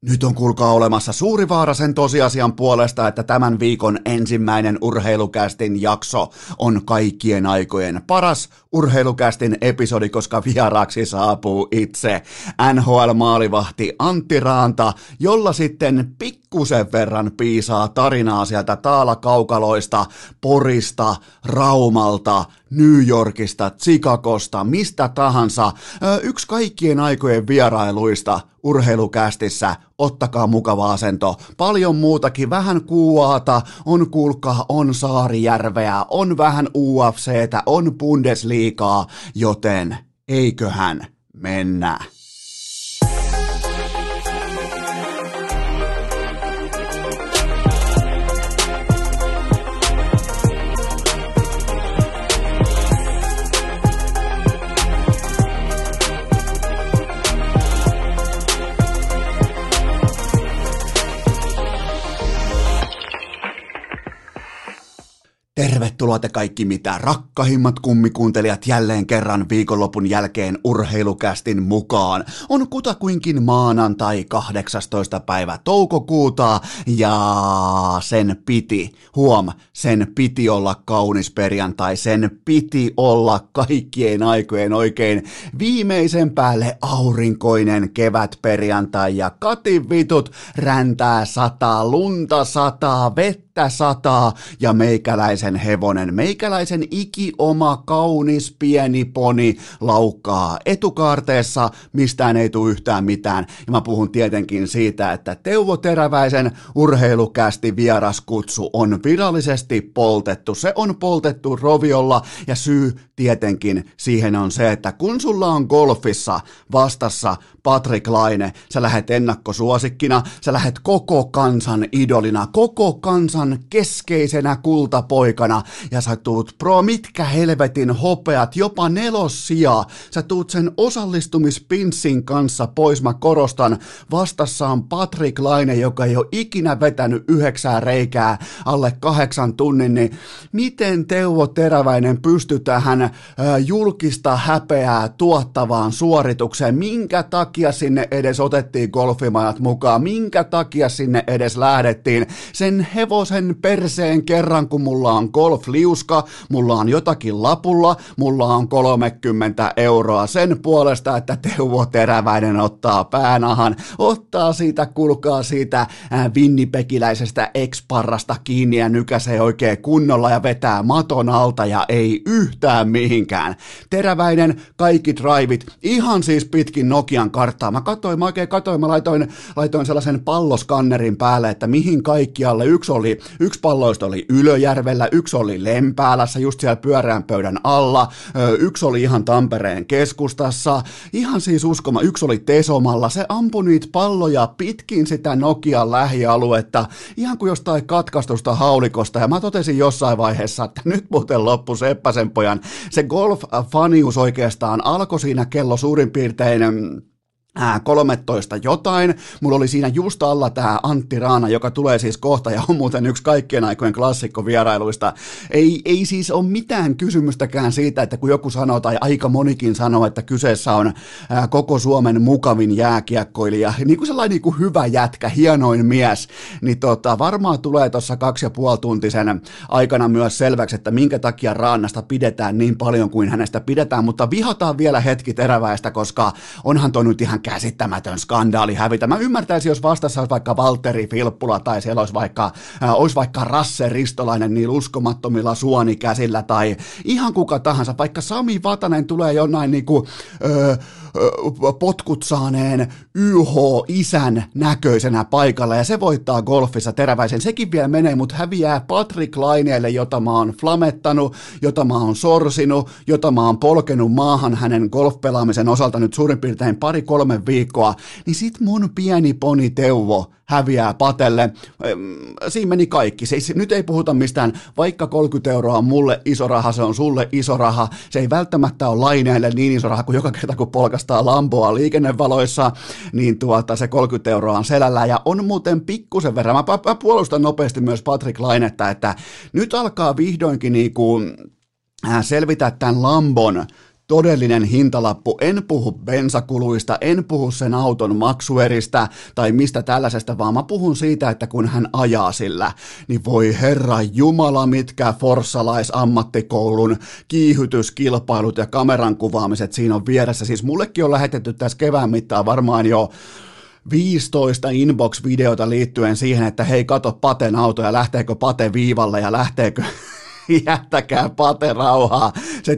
Nyt on kuulkaa olemassa suuri vaara sen tosiasian puolesta, että tämän viikon ensimmäinen Urheilukästin jakso on kaikkien aikojen paras Urheilukästin episodi, koska vieraaksi saapuu itse NHL-maalivahti Antti Raanta, jolla sitten pikkusen verran piisaa tarinaa sieltä taalakaukaloista, Porista, Raumalta, New Yorkista, Chicagosta, mistä tahansa. Yksi kaikkien aikojen vierailuista Urheilukästissä, ottakaa mukava asento. Paljon muutakin, vähän Kuuaata, on kuulkaa, on Saarijärveä, on vähän UFCtä, on Bundesliigaa, joten eiköhän mennä. Tervetuloa te kaikki mitä rakkahimmat kummikuuntelijat jälleen kerran viikonlopun jälkeen Urheilukästin mukaan. On kutakuinkin maanantai 18. päivä toukokuuta ja sen piti olla kaunis perjantai, sen piti olla kaikkien aikojen oikein viimeisen päälle aurinkoinen kevätperjantai ja katin vitut räntää sataa, lunta sataa, vettä sataa ja meikäläisen hevonen, meikäläisen ikioma kaunis pieni poni laukkaa etukaarteessa, mistään ei tule yhtään mitään. Ja mä puhun tietenkin siitä, että Teuvo Teräväisen Urheilukästi vieraskutsu on virallisesti poltettu. Se on poltettu roviolla ja syy tietenkin siihen on se, että kun sulla on golfissa vastassa Patrick Laine, sä lähet ennakkosuosikkina, sä lähet koko kansan idolina, koko kansan keskeisenä kultapoikana ja sä tuut mitkä helvetin hopeat, jopa nelossija, sä tuut sen osallistumispinssin kanssa pois, mä korostan, vastassa on Patrick Laine, joka ei ole ikinä vetänyt 9 reikää alle 8 tunnin, niin miten Teuvo Teräväinen pystyy tähän julkista häpeää tuottavaan suoritukseen, minkä takia sinne edes otettiin golfimajat mukaan, minkä takia sinne edes lähdettiin, sen hevosen perseen kerran, kun mulla on golfliuska, mulla on jotakin lapulla, mulla on 30 € sen puolesta, että Teuvo Teräväinen ottaa päänahan, ottaa siitä, kuulkaa siitä winnipegiläisestä ex-parrasta kiinni ja nykäsee oikein kunnolla ja vetää maton alta ja ei yhtään mihinkään. Teräväinen, kaikki drivit, ihan siis pitkin Nokian karttaa. Mä laitoin sellaisen palloskannerin päälle, että mihin kaikkialle. Yksi palloista oli Ylöjärvellä, yksi oli Lempäälässä, just siellä pyöreän pöydän alla, yksi oli ihan Tampereen keskustassa, ihan siis yksi oli Tesomalla, se ampui niitä palloja pitkin sitä Nokian lähialuetta, ihan kuin jostain katkaistusta haulikosta, ja mä totesin jossain vaiheessa, että nyt muuten loppui Seppäsen pojan. Se golf-fanius oikeastaan alkoi siinä kello suurin piirtein 13 jotain. Mulla oli siinä just alla tää Antti Raana, joka tulee siis kohta ja on muuten yksi kaikkien aikojen klassikkovierailuista. Ei siis ole mitään kysymystäkään siitä, että kun joku sanoo tai aika monikin sanoo, että kyseessä on koko Suomen mukavin jääkiekkoilija, niin kuin sellainen niin kuin hyvä jätkä, hienoin mies, niin varmaan tulee tuossa 2,5-tuntisen aikana myös selväksi, että minkä takia Raannasta pidetään niin paljon kuin hänestä pidetään, mutta vihataan vielä hetki Teräväistä, koska onhan toi nyt ihan käsittämätön skandaali hävitä. Mä ymmärtäisin, jos vastassa olisi vaikka Valtteri Filppula tai siellä olisi vaikka Rasse Ristolainen niillä uskomattomilla suonikäsillä tai ihan kuka tahansa, vaikka Sami Vatanen tulee jonain niinku potkut saaneen YH-isän näköisenä paikalla ja se voittaa golfissa Teräväisen. Sekin vielä menee, mutta häviää Patrick Laineelle, jota mä oon flamettanut, jota mä oon sorsinut, jota mä oon polkenut maahan hänen golfpelaamisen osalta nyt suurin piirtein 2-3 viikkoa, niin sit mun pieni poni Teuvo häviää Patelle. Siinä meni kaikki. Nyt ei puhuta mistään, vaikka 30 € on mulle iso raha, se on sulle iso raha. Se ei välttämättä ole Laineelle niin iso raha, kuin joka kerta kun polkastaa Lamboa liikennevaloissa, niin se 30 € on selällä. Ja on muuten pikkusen verran, mä puolustan nopeasti myös Patrick Lainetta, että nyt alkaa vihdoinkin niinku selvitä tämän Lambon todellinen hintalappu. En puhu bensakuluista, en puhu sen auton maksueristä tai mistä tällaisesta, vaan mä puhun siitä, että kun hän ajaa sillä, niin voi herra jumala, mitkä forssalaisammattikoulun kiihytyskilpailut ja kameran kuvaamiset siinä on vieressä. Siis mullekin on lähetetty tässä kevään mittaan varmaan jo 15 inbox-videota liittyen siihen, että hei, kato Paten auto ja lähteekö Pate viivalle ja lähteekö jättäkää Pate rauhaa.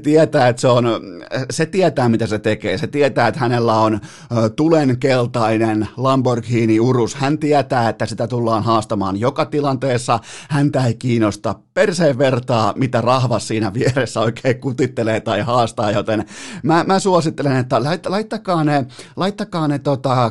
Se tietää, mitä se tekee. Se tietää, että hänellä on tulenkeltainen Lamborghini Urus. Hän tietää, että sitä tullaan haastamaan joka tilanteessa. Häntä ei kiinnosta perseen vertaa, mitä rahvas siinä vieressä oikein kutittelee tai haastaa, joten mä suosittelen, että laittakaa ne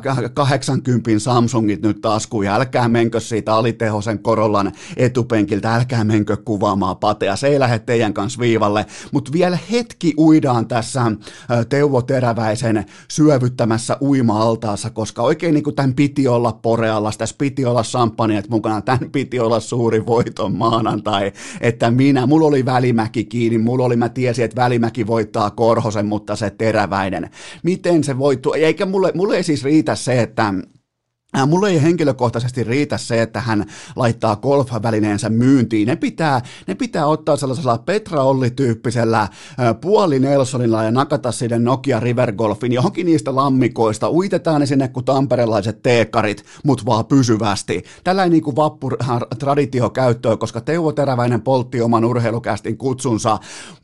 80 Samsungit nyt taskuun ja älkää menkö siitä alitehosen Corollan etupenkiltä, älkää menkö kuvaamaan Patea. Se ei lähde teidän kanssa viivalle, mutta vielä hetki uidaan tässä Teuvo Teräväisen syövyttämässä uima-altaassa, koska oikein niin kuin tämän piti olla Poreallas, tässä piti olla champagnet mukana, tämän piti olla suuri voiton maanantai, että mulla oli Välimäki kiinni, mä tiesin, että Välimäki voittaa Korhosen, mutta se Teräväinen, miten se voittuu, eikä mulle ei siis riitä se, että mulle ei henkilökohtaisesti riitä se, että hän laittaa golf-välineensä myyntiin. Ne pitää ottaa sellaisella Petra Olli-tyyppisellä puoli Nelsonilla ja nakata sinne Nokia River Golfin johonkin niistä lammikoista. Uitetaan ne sinne kuin tamperelaiset teekkarit, mut vaan pysyvästi. Tällä ei niinku vappu-traditio käyttöön, koska Teuvo Teräväinen poltti oman urheilukästin kutsunsa.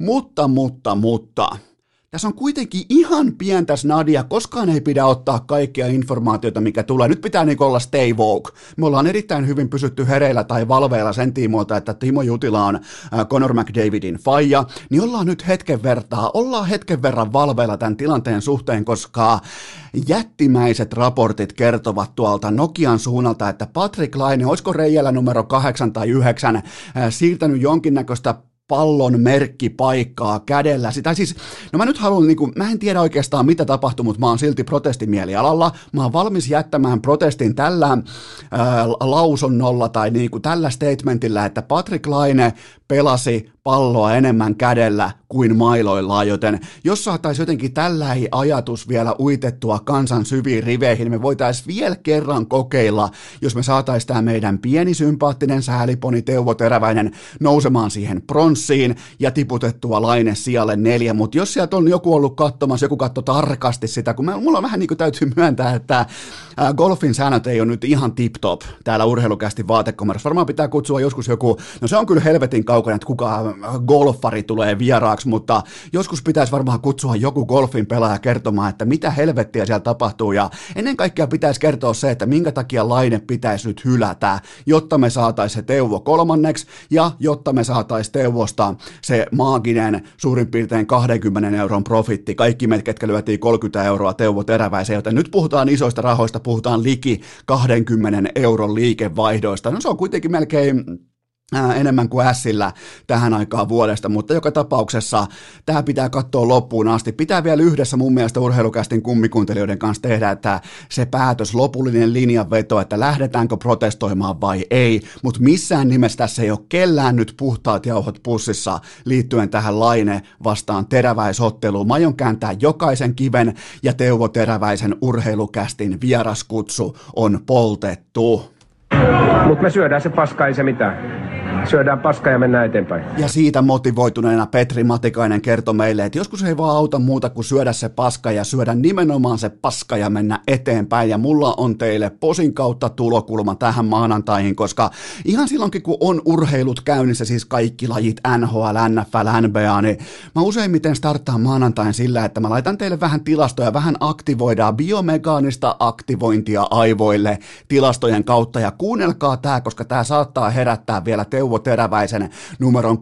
Mutta. Tässä on kuitenkin ihan pientä snadia, koskaan ei pidä ottaa kaikkea informaatiota, mikä tulee. Nyt pitää niin olla stay woke. Me ollaan erittäin hyvin pysytty hereillä tai valveilla sen tiimoilta, että Timo Jutila on Conor McDavidin faija, niin ollaan nyt hetken verran valveilla tämän tilanteen suhteen, koska jättimäiset raportit kertovat tuolta Nokian suunnalta, että Patrick Laine, olisiko reijällä numero 8 tai 9, siirtänyt jonkinnäköistä pallon merkkipaikkaa kädellä. Mä en tiedä oikeastaan mitä tapahtui, mutta mä oon silti protestimielialalla. Mä oon valmis jättämään protestin tällä lausunnolla tai niinku tällä statementillä, että Patrick Laine pelasi palloa enemmän kädellä kuin mailoillaan, joten jos saataisiin jotenkin tällainen ajatus vielä uitettua kansan syviin riveihin, niin me voitaisiin vielä kerran kokeilla, jos me saataisiin tämä meidän pieni sympaattinen sääliponi Teuvo Teräväinen nousemaan siihen pronssiin ja tiputettua Laine sijalle 4, mutta jos sieltä on joku ollut katsomassa, joku katso tarkasti sitä, kun mulla on vähän niin kuin täytyy myöntää, että golfin säännöt ei ole nyt ihan tip-top täällä urheilukästi vaatekomerossa. Varmaan pitää kutsua joskus joku, no se on kyllä helvetin kaukana, että kuka golfari tulee vieraaksi, mutta joskus pitäisi varmaan kutsua joku golfin pelaaja kertomaan, että mitä helvettiä siellä tapahtuu, ja ennen kaikkea pitäisi kertoa se, että minkä takia Laine pitäisi nyt hylätä, jotta me saataisiin se Teuvo kolmanneksi, ja jotta me saataisiin Teuvosta se maaginen suurin piirtein 20 euron profitti, kaikki me, ketkä lyötiin 30 euroa Teuvo Teräväiseen, joten nyt puhutaan isoista rahoista, puhutaan liki 20 euron liikevaihdoista, no se on kuitenkin melkein enemmän kuin Sillä tähän aikaan vuodesta, mutta joka tapauksessa tämä pitää katsoa loppuun asti. Pitää vielä yhdessä mun mielestä urheilukästin kummikuuntelijoiden kanssa tehdä, että se päätös, lopullinen linjanveto, että lähdetäänkö protestoimaan vai ei, mutta missään nimessä tässä ei ole kellään nyt puhtaat jauhot pussissa liittyen tähän Laine vastaan Teräväisotteluun. Mä aion kääntää jokaisen kiven ja Teuvo Teräväisen urheilukästin vieraskutsu on poltettu. Mutta me syödään se paska, ei se mitään. Syödään paska ja mennään eteenpäin. Ja siitä motivoituneena Petri Matikainen kertoi meille, että joskus ei vaan auta muuta kuin syödä se paska ja syödä nimenomaan se paska ja mennä eteenpäin. Ja mulla on teille posin kautta tulokulma tähän maanantaihin, koska ihan silloinkin kun on urheilut käynnissä, siis kaikki lajit NHL, NFL, NBA, niin mä useimmiten starttaan maanantain sillä, että mä laitan teille vähän tilastoja, vähän aktivoidaan biomegaanista aktivointia aivoille tilastojen kautta. Ja kuunnelkaa tää, koska tää saattaa herättää vielä Teuvo Teräväisen numeron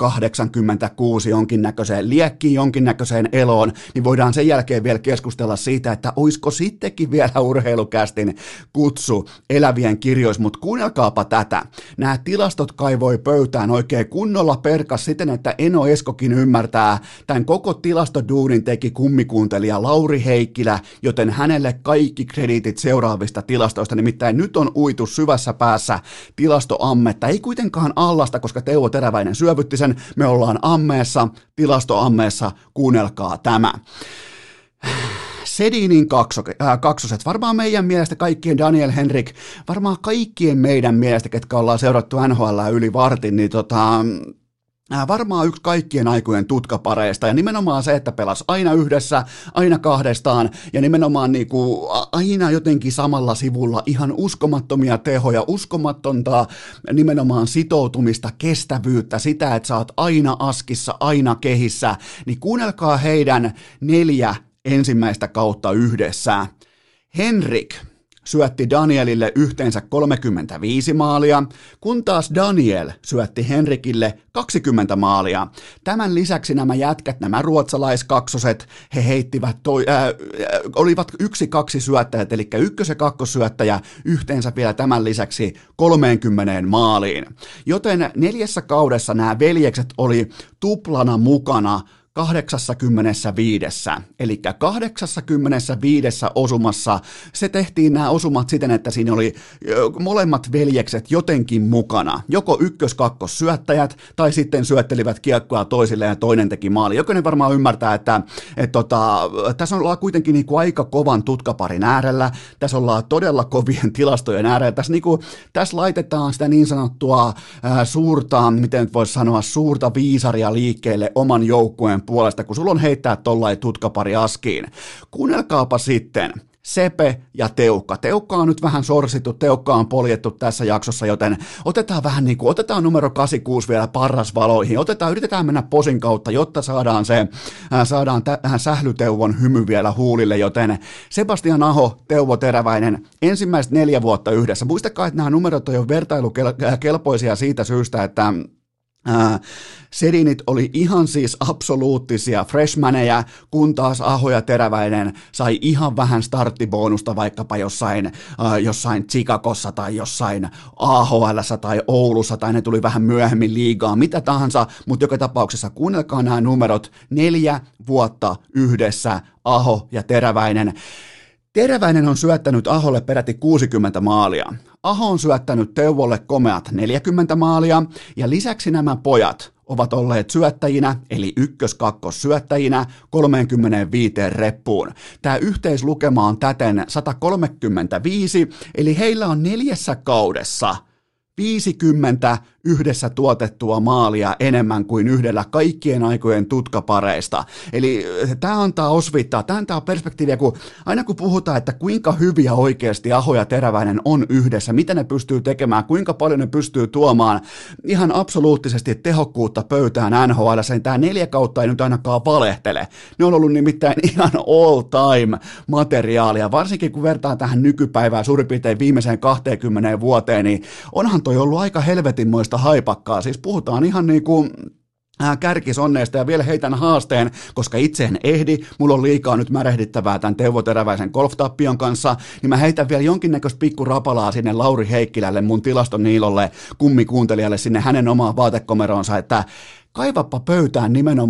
86 jonkinnäköiseen liekkiin, jonkinnäköiseen eloon, niin voidaan sen jälkeen vielä keskustella siitä, että olisiko sittenkin vielä urheilukästin kutsu elävien kirjoissa, mutta kuunnelkaapa tätä. Nämä tilastot kaivoi pöytään oikein kunnolla perkas siten, että Eno Eskokin ymmärtää, tämän koko tilastoduunin teki kummikuuntelija Lauri Heikkilä, joten hänelle kaikki krediitit seuraavista tilastoista, nimittäin nyt on uitu syvässä päässä tilastoammetta, ei kuitenkaan allasta, koska Teuvo Teräväinen syövytti sen. Me ollaan ammeessa, tilastoammeessa, kuunnelkaa tämä. Sedinin kaksoset, varmaan meidän mielestä kaikkien Daniel Henrik, varmaan kaikkien meidän mielestä, ketkä ollaan seurattu NHL yli vartin, niin varmaan yksi kaikkien aikojen tutkapareista ja nimenomaan se, että pelas aina yhdessä, aina kahdestaan ja nimenomaan niinku aina jotenkin samalla sivulla ihan uskomattomia tehoja, uskomatonta nimenomaan sitoutumista, kestävyyttä, sitä, että sä oot aina askissa, aina kehissä, niin kuunnelkaa heidän 4 ensimmäistä kautta yhdessä. Henrik syötti Danielille yhteensä 35 maalia, kun taas Daniel syötti Henrikille 20 maalia. Tämän lisäksi nämä jätkät, nämä ruotsalaiskaksoset, he heittivät olivat 1-2 syöttäjät, eli 1- ja 2-syöttäjä yhteensä vielä tämän lisäksi 30 maaliin. Joten 4 kaudessa nämä veljekset oli tuplana mukana 85, eli 85 osumassa se tehtiin nämä osumat siten, että siinä oli molemmat veljekset jotenkin mukana, joko 1-2 syöttäjät tai sitten syöttelivät kiekkoa toisille ja toinen teki maali. Jokainen varmaan ymmärtää, että tässä ollaan kuitenkin niin kuin aika kovan tutkaparin äärellä, tässä ollaan todella kovien tilastojen äärellä, tässä laitetaan sitä niin sanottua suurta, miten nyt voisi sanoa, suurta viisaria liikkeelle oman joukkueen puolesta, kun sulla on heittää tollain tutkapari askiin. Kuunnelkaapa sitten Sepe ja Teukka. Teukka on nyt vähän sorsittu, Teukka on poljettu tässä jaksossa, joten otetaan vähän niin kuin, otetaan numero 86 vielä parrasvaloihin, yritetään mennä posin kautta, jotta saadaan tähän sählyteuvon hymy vielä huulille, joten Sebastian Aho, Teuvo Teräväinen, ensimmäiset 4 vuotta yhdessä. Muistakaa, että nämä numerot on jo vertailukelpoisia siitä syystä, että Sedinit oli ihan siis absoluuttisia freshmaneja, kun taas Aho ja Teräväinen sai ihan vähän starttibonusta vaikkapa jossain Chicagossa tai jossain AHL:ssä tai Oulussa, tai ne tuli vähän myöhemmin liigaan, mitä tahansa, mutta joka tapauksessa kuunnelkaa nämä numerot, 4 vuotta yhdessä Aho ja Teräväinen. Teräväinen on syöttänyt Aholle peräti 60 maalia. Aho on syöttänyt Teuvolle komeat 40 maalia, ja lisäksi nämä pojat ovat olleet syöttäjinä, eli 1-2 syöttäjinä 35 reppuun. Tämä yhteislukema on täten 135, eli heillä on 4 kaudessa 50 yhdessä tuotettua maalia enemmän kuin yhdellä kaikkien aikojen tutkapareista. Eli tämä antaa osviittaa, tämä antaa perspektiiviä, kun aina kun puhutaan, että kuinka hyviä oikeasti Aho ja Teräväinen on yhdessä, mitä ne pystyy tekemään, kuinka paljon ne pystyy tuomaan ihan absoluuttisesti tehokkuutta pöytään NHL, sen tämä 4 kautta ei nyt ainakaan valehtele. Ne on ollut nimittäin ihan all time materiaalia, varsinkin kun vertaa tähän nykypäivään suurin piirtein viimeiseen 20 vuoteen, niin onhan toi ollut aika helvetinmoista haipakkaa, siis puhutaan ihan niin kuin kärkisonneista ja vielä heitän haasteen, koska itse en ehdi, mulla on liikaa nyt märehdittävää tämän Teuvo Teräväisen golftappion kanssa, niin mä heitän vielä jonkinnäköistä pikkurapalaa sinne Lauri Heikkilälle, mun tilaston Niilolle, kummikuuntelijalle sinne hänen omaan vaatekomeroonsa, että kaivappa pöytään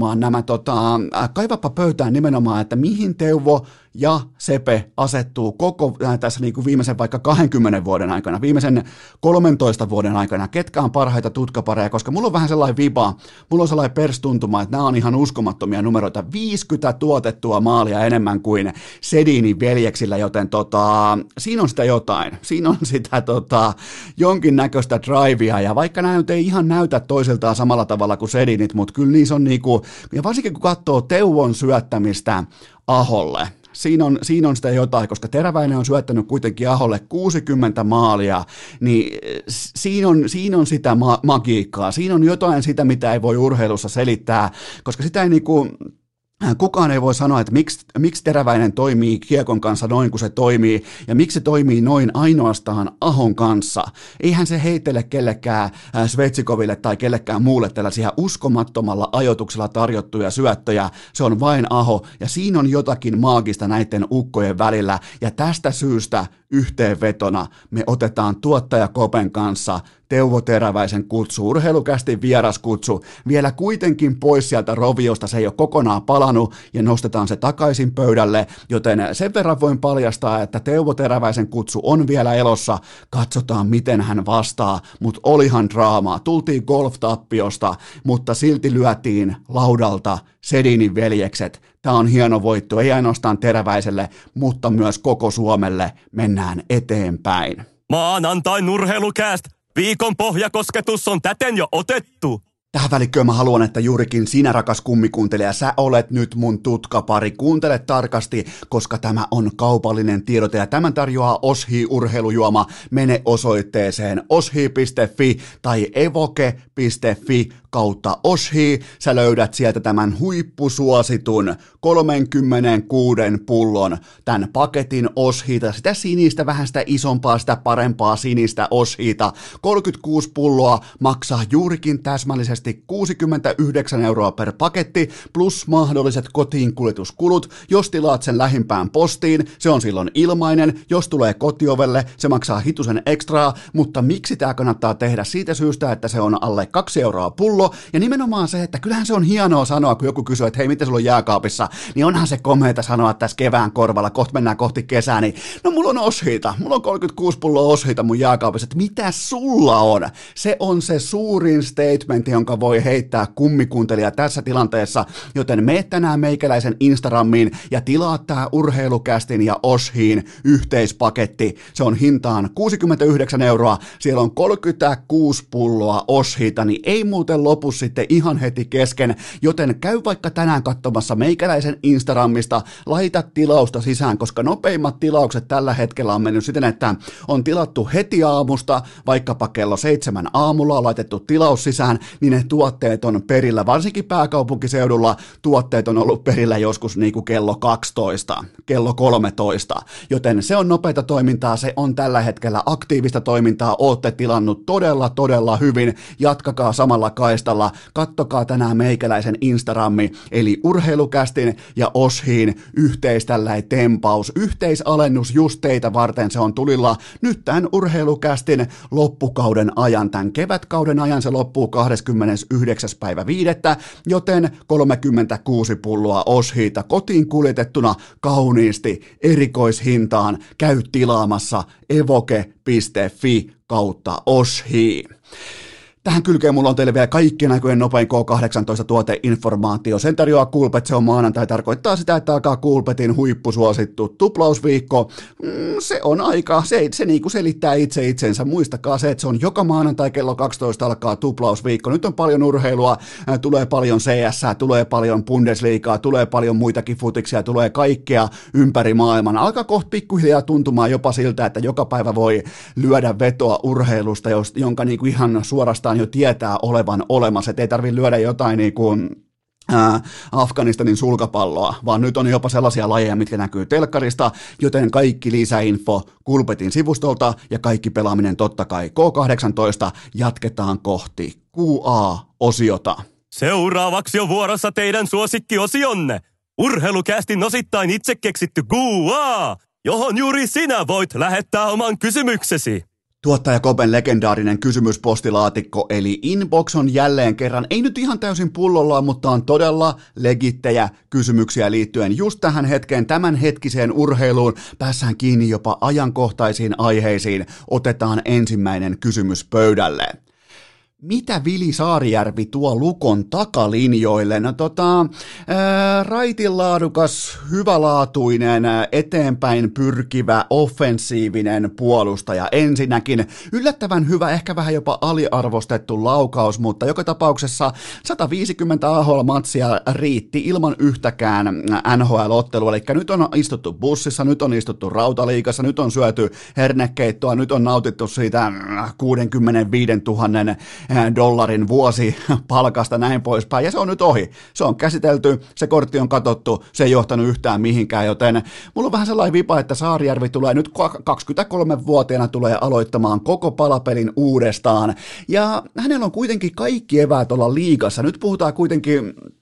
nimenomaan, että mihin Teuvo ja Sepe asettuu koko tässä niin kuin viimeisen vaikka 20 vuoden aikana, viimeisen 13 vuoden aikana, ketkä on parhaita tutkapareja, koska mulla on vähän sellainen viba, mulla on sellainen perstuntuma, että nämä on ihan uskomattomia numeroita, 50 tuotettua maalia enemmän kuin Sedinin veljeksillä, joten siinä on sitä jotain, siinä on sitä jonkinnäköistä drivea, ja vaikka nämä nyt ei ihan näytä toisiltaan samalla tavalla kuin Sedinit, mutta kyllä niissä on niinku, ja varsinkin kun katsoo Teuvon syöttämistä Aholle, siinä on sitä jotain, koska Teräväinen on syöttänyt kuitenkin Aholle 60 maalia, niin siinä on sitä magiikkaa, siinä on jotain sitä, mitä ei voi urheilussa selittää, koska sitä ei niinku, kukaan ei voi sanoa, että miksi Teräväinen toimii kiekon kanssa noin kuin se toimii, ja miksi se toimii noin ainoastaan Ahon kanssa. Eihän se heitele kellekään Sveitsikoville tai kellekään muulle tällaisia uskomattomalla ajoituksella tarjottuja syöttöjä, se on vain Aho, ja siinä on jotakin maagista näiden ukkojen välillä, ja tästä syystä yhteenvetona me otetaan tuottaja Kopen kanssa Teuvo Teräväisen kutsu, urheilukästi vieraskutsu, vielä kuitenkin pois sieltä roviosta, se ei ole kokonaan pilannut ja nostetaan se takaisin pöydälle, joten sen verran voin paljastaa, että Teuvo Teräväisen kutsu on vielä elossa, katsotaan miten hän vastaa, mutta olihan draamaa, tultiin golf-tappiosta, mutta silti lyötiin laudalta Sedinin veljekset. Tämä on hieno voitto, ei ainoastaan Teräväiselle, mutta myös koko Suomelle. Mennään eteenpäin. Maanantain urheilukääst. Viikon pohjakosketus on täten jo otettu. Tähän välikköön mä haluan, että juurikin sinä, rakas kummikuuntelija, sä olet nyt mun tutkapari. Kuuntele tarkasti, koska tämä on kaupallinen tiedote ja tämän tarjoaa Oshi urheilujuoma. Mene osoitteeseen oshi.fi tai evoke.fi kautta Oshi. Sä löydät sieltä tämän huippusuositun 36 pullon, tämän paketin Oshita, sitä sinistä, vähän sitä isompaa, sitä parempaa sinistä Oshita. 36 pulloa maksaa juurikin täsmällisesti 69 € per paketti, plus mahdolliset kotiinkuljetuskulut. Jos tilaat sen lähimpään postiin, se on silloin ilmainen. Jos tulee kotiovelle, se maksaa hitusen ekstraa, mutta miksi tämä kannattaa tehdä? Siitä syystä, että se on alle 2 € pullo, ja nimenomaan se, että kyllähän se on hienoa sanoa, kun joku kysyy, että hei, mitä sulla on jääkaapissa, niin onhan se komeeta sanoa tässä kevään korvalla, kohta mennään kohti kesää, niin no mulla on Oshita, mulla on 36 pulloa Oshita mun jääkaapissa, että mitä sulla on? Se on se suurin statement, jonka voi heittää kummikuuntelija tässä tilanteessa, joten mene tänään meikäläisen Instagramiin ja tilaa tää urheilukästin ja Oshiin yhteispaketti. Se on hintaan 69 €, siellä on 36 pulloa Oshita, niin ei muuten lopu sitten ihan heti kesken, joten käy vaikka tänään katsomassa meikäläisen Instagramista, laita tilausta sisään, koska nopeimmat tilaukset tällä hetkellä on mennyt siten, että on tilattu heti aamusta, vaikkapa kello 7 aamulla on laitettu tilaus sisään, niin ne tuotteet on perillä, varsinkin pääkaupunkiseudulla tuotteet on ollut perillä joskus niin kuin kello 12, kello 13, joten se on nopeata toimintaa, se on tällä hetkellä aktiivista toimintaa, ootte tilannut todella hyvin, jatkakaa samalla kaistalla, kattokaa tänään meikäläisen Instagrami, eli urheilukästin ja Oshiin yhteiställäin tempaus, yhteisalennus just teitä varten, se on tulilla nyt tämän urheilukästin loppukauden ajan, tämän kevätkauden ajan se loppuu 29.5., joten 36 pulloa Oshita kotiin kuljetettuna kauniisti erikoishintaan, käy tilaamassa evoke.fi kautta Oshi. Tähän kylkeen mulla on teille vielä kaikkien aikojen nopein K18-tuoteinformaatio. Sen tarjoaa Coolbet, se on maanantai, tarkoittaa sitä, että alkaa Coolbetin huippusuosittu tuplausviikko. Se on aika, se niinku selittää itsensä. Muistakaa se, että se on joka maanantai kello 12 alkaa tuplausviikko. Nyt on paljon urheilua, tulee paljon CS, tulee paljon Bundesliigaa, tulee paljon muitakin futiksia, tulee kaikkea ympäri maailman. Alkaa kohta pikkuhiljaa tuntumaan jopa siltä, että joka päivä voi lyödä vetoa urheilusta, jonka niinku ihan suorastaan jo tietää olevan olemassa, että ei tarvitse lyödä jotain niin kuin Afganistanin sulkapalloa, vaan nyt on jopa sellaisia lajeja, mitkä näkyy telkkarista, joten kaikki lisäinfo Coolbetin sivustolta ja kaikki pelaaminen totta kai K18 jatketaan kohti QA-osiota. Seuraavaksi on vuorossa teidän suosikkiosionne, urheilukästin osittain itse keksitty QA, johon juuri sinä voit lähettää oman kysymyksesi. Tuottaja Kopen legendaarinen kysymyspostilaatikko, eli Inbox on jälleen kerran, ei nyt ihan täysin pullollaan, mutta on todella legittejä kysymyksiä liittyen just tähän hetkeen, tämänhetkiseen urheiluun, päässään kiinni jopa ajankohtaisiin aiheisiin, otetaan ensimmäinen kysymys pöydälle. Mitä Vili Saarijärvi tuo Lukon takalinjoille? No raitilaadukas, hyvälaatuinen, eteenpäin pyrkivä, offensiivinen puolustaja. Ensinnäkin yllättävän hyvä, ehkä vähän jopa aliarvostettu laukaus, mutta joka tapauksessa 150 AHL-matsia riitti ilman yhtäkään NHL-ottelua. Eli nyt on istuttu bussissa, nyt on istuttu rautaliigassa, nyt on syöty hernekeittoa, nyt on nautittu siitä 65 000 dollarin vuosipalkasta näin poispäin, ja se on nyt ohi. Se on käsitelty, se kortti on katsottu, se ei johtanut yhtään mihinkään, joten mulla on vähän sellainen vipa, että Saarijärvi tulee nyt 23-vuotiaana tulee aloittamaan koko palapelin uudestaan, ja hänellä on kuitenkin kaikki eväät olla liigassa. Nyt puhutaan kuitenkin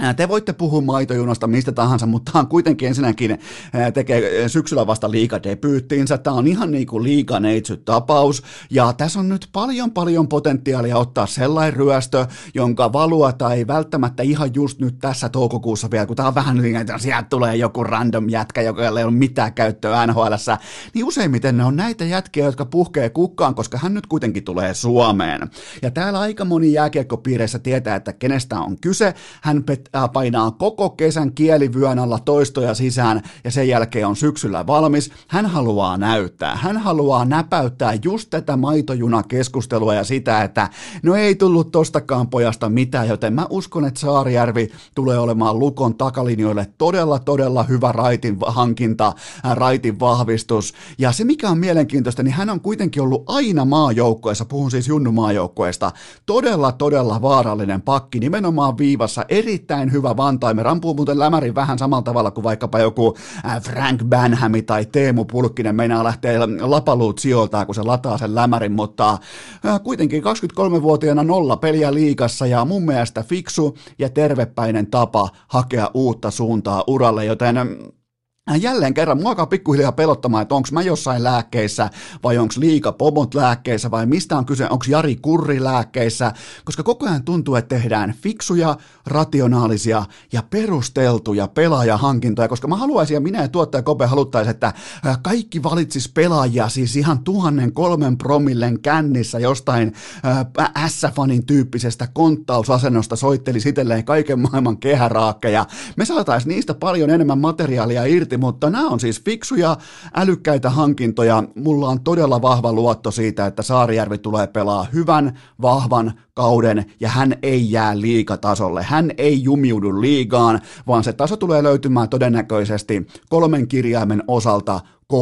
Te voitte puhua maitojunasta mistä tahansa, mutta tämä on kuitenkin ensinnäkin tekee syksyllä vasta liigadebyyttiinsä. Tämä on ihan niin kuin liiganeitsyt-tapaus, ja tässä on nyt paljon potentiaalia ottaa sellainen ryöstö, jonka valuata ei välttämättä ihan just nyt tässä toukokuussa vielä, kun tämä on vähän niin, että sieltä tulee joku random jätkä, joka ei ole mitään käyttöä NHL:ssä, niin useimmiten ne on näitä jätkiä, jotka puhkee kukkaan, koska hän nyt kuitenkin tulee Suomeen. Ja täällä aika moni jääkiekkopiireissä tietää, että kenestä on kyse. Hän painaa koko kesän kielivyön alla toistoja sisään ja sen jälkeen on syksyllä valmis. Hän haluaa näyttää, hän haluaa näpäyttää just tätä maitojunakeskustelua ja sitä, että no ei tullut tostakaan pojasta mitään, joten mä uskon, että Saarijärvi tulee olemaan Lukon takalinjoille todella hyvä raitin hankinta, raitin vahvistus. Ja se mikä on mielenkiintoista, niin hän on kuitenkin ollut aina maajoukkueessa, puhun siis junnumaajoukkueesta, todella vaarallinen pakki, nimenomaan viivassa, erittäin hyvä one-timer, ampuu muuten lämärin vähän samalla tavalla kuin vaikkapa joku Frank Banhami tai Teemu Pulkkinen meinaa lähteä lapaluut sijoiltaan, kun se lataa sen lämärin, mutta kuitenkin 23-vuotiaana 0 peliä liigassa ja mun mielestä fiksu ja tervepäinen tapa hakea uutta suuntaa uralle, joten jälleen kerran, mua alkaa pikkuhiljaa pelottamaan, että onko mä jossain lääkkeissä vai onko Liiga Pomot lääkkeissä vai mistä on kyse, onko Jari Kurri lääkkeissä, koska koko ajan tuntuu, että tehdään fiksuja, rationaalisia ja perusteltuja pelaajahankintoja, koska mä haluaisin ja minä ja tuottaja Kope haluttaisiin, että kaikki valitsis pelaajia siis ihan 1,003 promillen kännissä jostain S-fanin tyyppisestä konttausasennosta soittelisi itselleen kaiken maailman kehäraakkeja. Me saataisiin niistä paljon enemmän materiaalia irti, mutta nämä on siis fiksuja, älykkäitä hankintoja. Mulla on todella vahva luotto siitä, että Saarijärvi tulee pelaa hyvän, vahvan kauden ja hän ei jää liigatasolle. Hän ei jumiudu liigaan, vaan se taso tulee löytymään todennäköisesti 3 kirjaimen osalta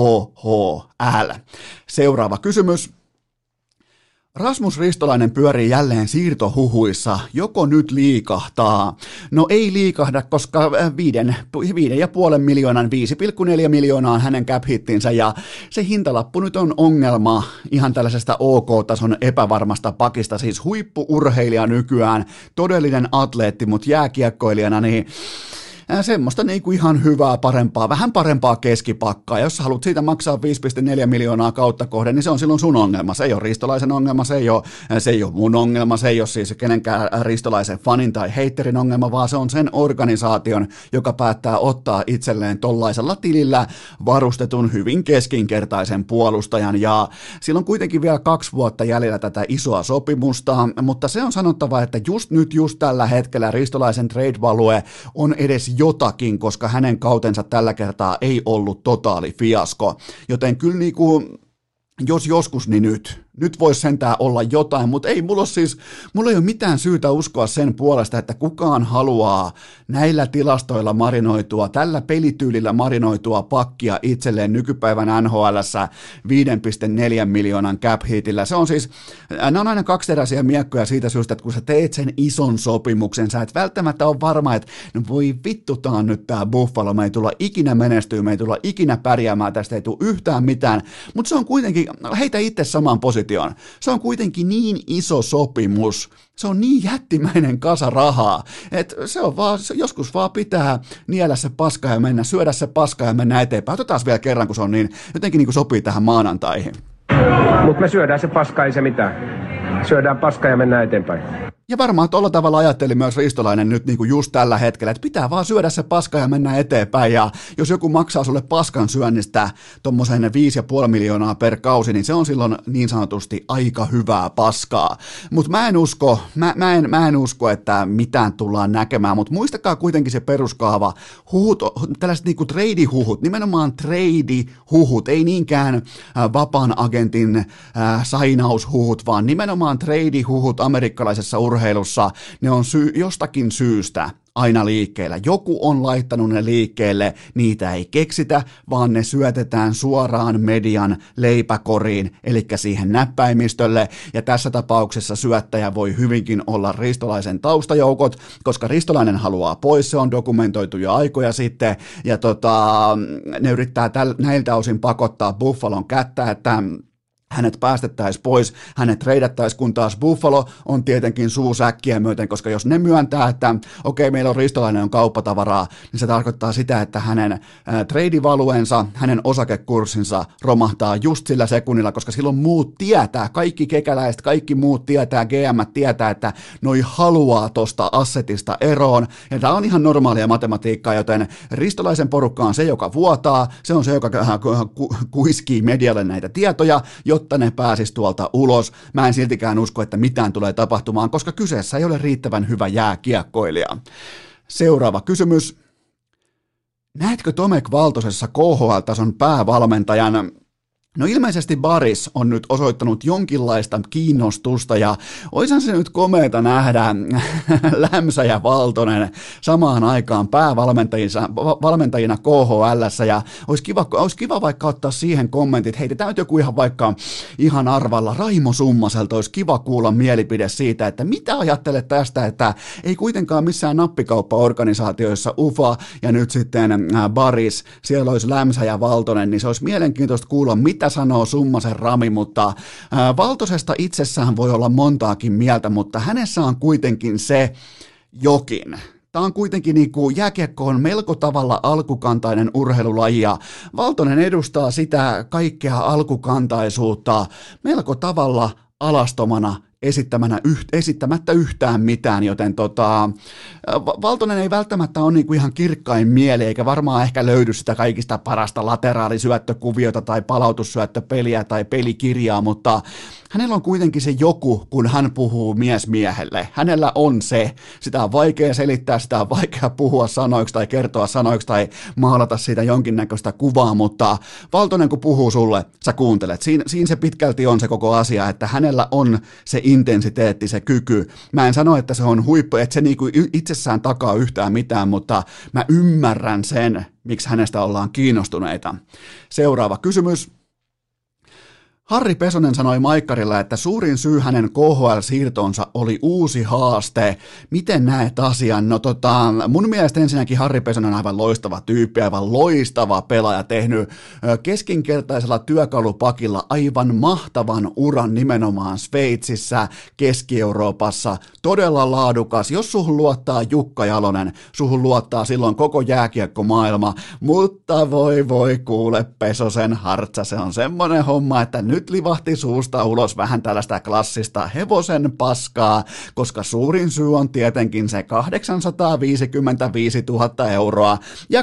KHL. Seuraava kysymys. Rasmus Ristolainen pyörii jälleen siirtohuhuissa, joko nyt liikahtaa? No ei liikahda, koska 5,5 miljoonan, 5,4 miljoonaa on hänen cap-hittinsä ja se hintalappu nyt on ongelma ihan tällaisesta OK-tason epävarmasta pakista, siis huippu-urheilija nykyään, todellinen atleetti, mutta jääkiekkoilijana, niin semmoista niin kuin ihan hyvää, parempaa, vähän parempaa keskipakkaa. Jos haluat siitä maksaa 5,4 miljoonaa kautta kohden, niin se on silloin sun ongelma. Se ei ole Ristolaisen ongelma, se ei ole mun ongelma, se ei ole siis kenenkään Ristolaisen fanin tai heitterin ongelma, vaan se on sen organisaation, joka päättää ottaa itselleen tollaisella tilillä varustetun hyvin keskinkertaisen puolustajan. Ja silloin kuitenkin vielä 2 vuotta jäljellä tätä isoa sopimusta, mutta se on sanottava, että just nyt, just tällä hetkellä Ristolaisen trade value on edes jotakin, koska hänen kautensa tällä kertaa ei ollut totaali fiasko. Joten kyllä niinku, jos joskus, niin nyt voisi sentään olla jotain, mutta ei mulla ei ole mitään syytä uskoa sen puolesta, että kukaan haluaa näillä tilastoilla marinoitua, tällä pelityylillä marinoitua pakkia itselleen nykypäivän NHL:ssä 5,4 miljoonan cap-hitillä. Se on siis, ne on aina kaksiteräisiä miekkoja siitä syystä, että kun sä teet sen ison sopimuksen, sä et välttämättä ole varma, että no voi vittutaan nyt tää Buffalo, me ei tulla ikinä menestyä, me ei tulla ikinä pärjäämään, tästä ei tule yhtään mitään, mutta se on kuitenkin, heitä itse samaan positioon. Se on kuitenkin niin iso sopimus, se on niin jättimäinen kasa rahaa, että se on vaan, joskus vaan pitää niellä se paska ja mennä, syödä se paska ja mennä eteenpäin. Otetaan vielä kerran, kun se on niin, jotenkin niin kuin sopii tähän maanantaihin. Mutta me syödään se paska, ei se mitään. Syödään paska ja mennään eteenpäin. Ja varmaan tuolla tavalla ajatteli myös Ristolainen nyt niin kuin just tällä hetkellä, että pitää vaan syödä se paska ja mennä eteenpäin. Ja jos joku maksaa sulle paskan syönnistä tommosen 5,5 miljoonaa per kausi, niin se on silloin niin sanotusti aika hyvää paskaa. Mutta mä en usko, että mitään tullaan näkemään, mutta muistakaa kuitenkin se peruskaava. Huhut, tällaiset niinku trade-huhut, nimenomaan trade-huhut, ei niinkään vapaan agentin sainaushuhut, vaan nimenomaan trade-huhut amerikkalaisessa urheilussa, ne on jostakin syystä aina liikkeellä. Joku on laittanut ne liikkeelle, niitä ei keksitä, vaan ne syötetään suoraan median leipäkoriin, eli siihen näppäimistölle, ja tässä tapauksessa syöttäjä voi hyvinkin olla Ristolaisen taustajoukot, koska Ristolainen haluaa pois, se on dokumentoitu jo aikoja sitten, ja ne yrittää näiltä osin pakottaa Buffalon kättä, että hänet päästettäisiin pois, hänet treidattaisiin, kun taas Buffalo on tietenkin suu säkkiä myöten, koska jos ne myöntää, että okei, meillä on Ristolainen on kauppatavaraa, niin se tarkoittaa sitä, että hänen treidivaluensa, hänen osakekurssinsa romahtaa just sillä sekunnilla, koska silloin muut tietää, kaikki kekäläiset, kaikki muut tietää, GM tietää, että noi haluaa tosta assetista eroon, ja tämä on ihan normaalia matematiikkaa, joten Ristolaisen porukka on se, joka vuotaa, se on se, joka kuiskii medialle näitä tietoja, jotta ne pääsis tuolta ulos. Mä en siltikään usko, että mitään tulee tapahtumaan, koska kyseessä ei ole riittävän hyvä jääkiekkoilija. Seuraava kysymys. Näetkö Tomek Valtosessa KHL-tason päävalmentajan? No ilmeisesti Baris on nyt osoittanut jonkinlaista kiinnostusta ja oishan se nyt komeeta nähdä Lämsä ja Valtonen samaan aikaan päävalmentajina KHL:ssä ja olisi kiva vaikka ottaa siihen kommentit, heitetään nyt joku ihan vaikka ihan arvalla Raimo Summaselta, olisi kiva kuulla mielipide siitä, että mitä ajattelet tästä, että ei kuitenkaan missään nappikauppaorganisaatioissa UFA ja nyt sitten Baris, siellä olisi Lämsä ja Valtonen, niin se olisi mielenkiintoista kuulla, mitä sanoo Summasen Rami, mutta Valtosesta itsessään voi olla montaakin mieltä, mutta hänessä on kuitenkin se jokin. Tämä on kuitenkin jääkiekko on melko tavalla alkukantainen urheilulaji ja Valtonen edustaa sitä kaikkea alkukantaisuutta melko tavalla alastomana esittämättä yhtään mitään, joten Valtonen ei välttämättä ole ihan kirkkain mieli, eikä varmaan ehkä löydy sitä kaikista parasta lateraalisyöttökuviota tai palautussyöttöpeliä tai pelikirjaa, mutta hänellä on kuitenkin se joku, kun hän puhuu mies miehelle. Hänellä on se. Sitä on vaikea selittää, sitä on vaikea puhua sanoiksi tai kertoa sanoiksi tai maalata siitä jonkinnäköistä kuvaa, mutta Valtonen kun puhuu sulle, sä kuuntelet. Siinä se pitkälti on se koko asia, että hänellä on se intensiteetti, se kyky. Mä en sano, että se on huippu, että se itsessään takaa yhtään mitään, mutta mä ymmärrän sen, miksi hänestä ollaan kiinnostuneita. Seuraava kysymys. Harri Pesonen sanoi Maikkarilla, että suurin syy hänen KHL-siirtonsa oli uusi haaste. Miten näet asian? No mun mielestä ensinnäkin Harri Pesonen on aivan loistava tyyppi, aivan loistava pelaaja, tehnyt keskinkertaisella työkalupakilla aivan mahtavan uran nimenomaan Sveitsissä, Keski-Euroopassa, todella laadukas. Jos suhun luottaa Jukka Jalonen, suhun luottaa silloin koko jääkiekkomaailma, mutta voi kuule Pesosen hartsa, se on semmoinen homma, että nyt livahti suusta ulos vähän tällaista klassista hevosen paskaa, koska suurin syy on tietenkin se 855 000 euroa ja 13%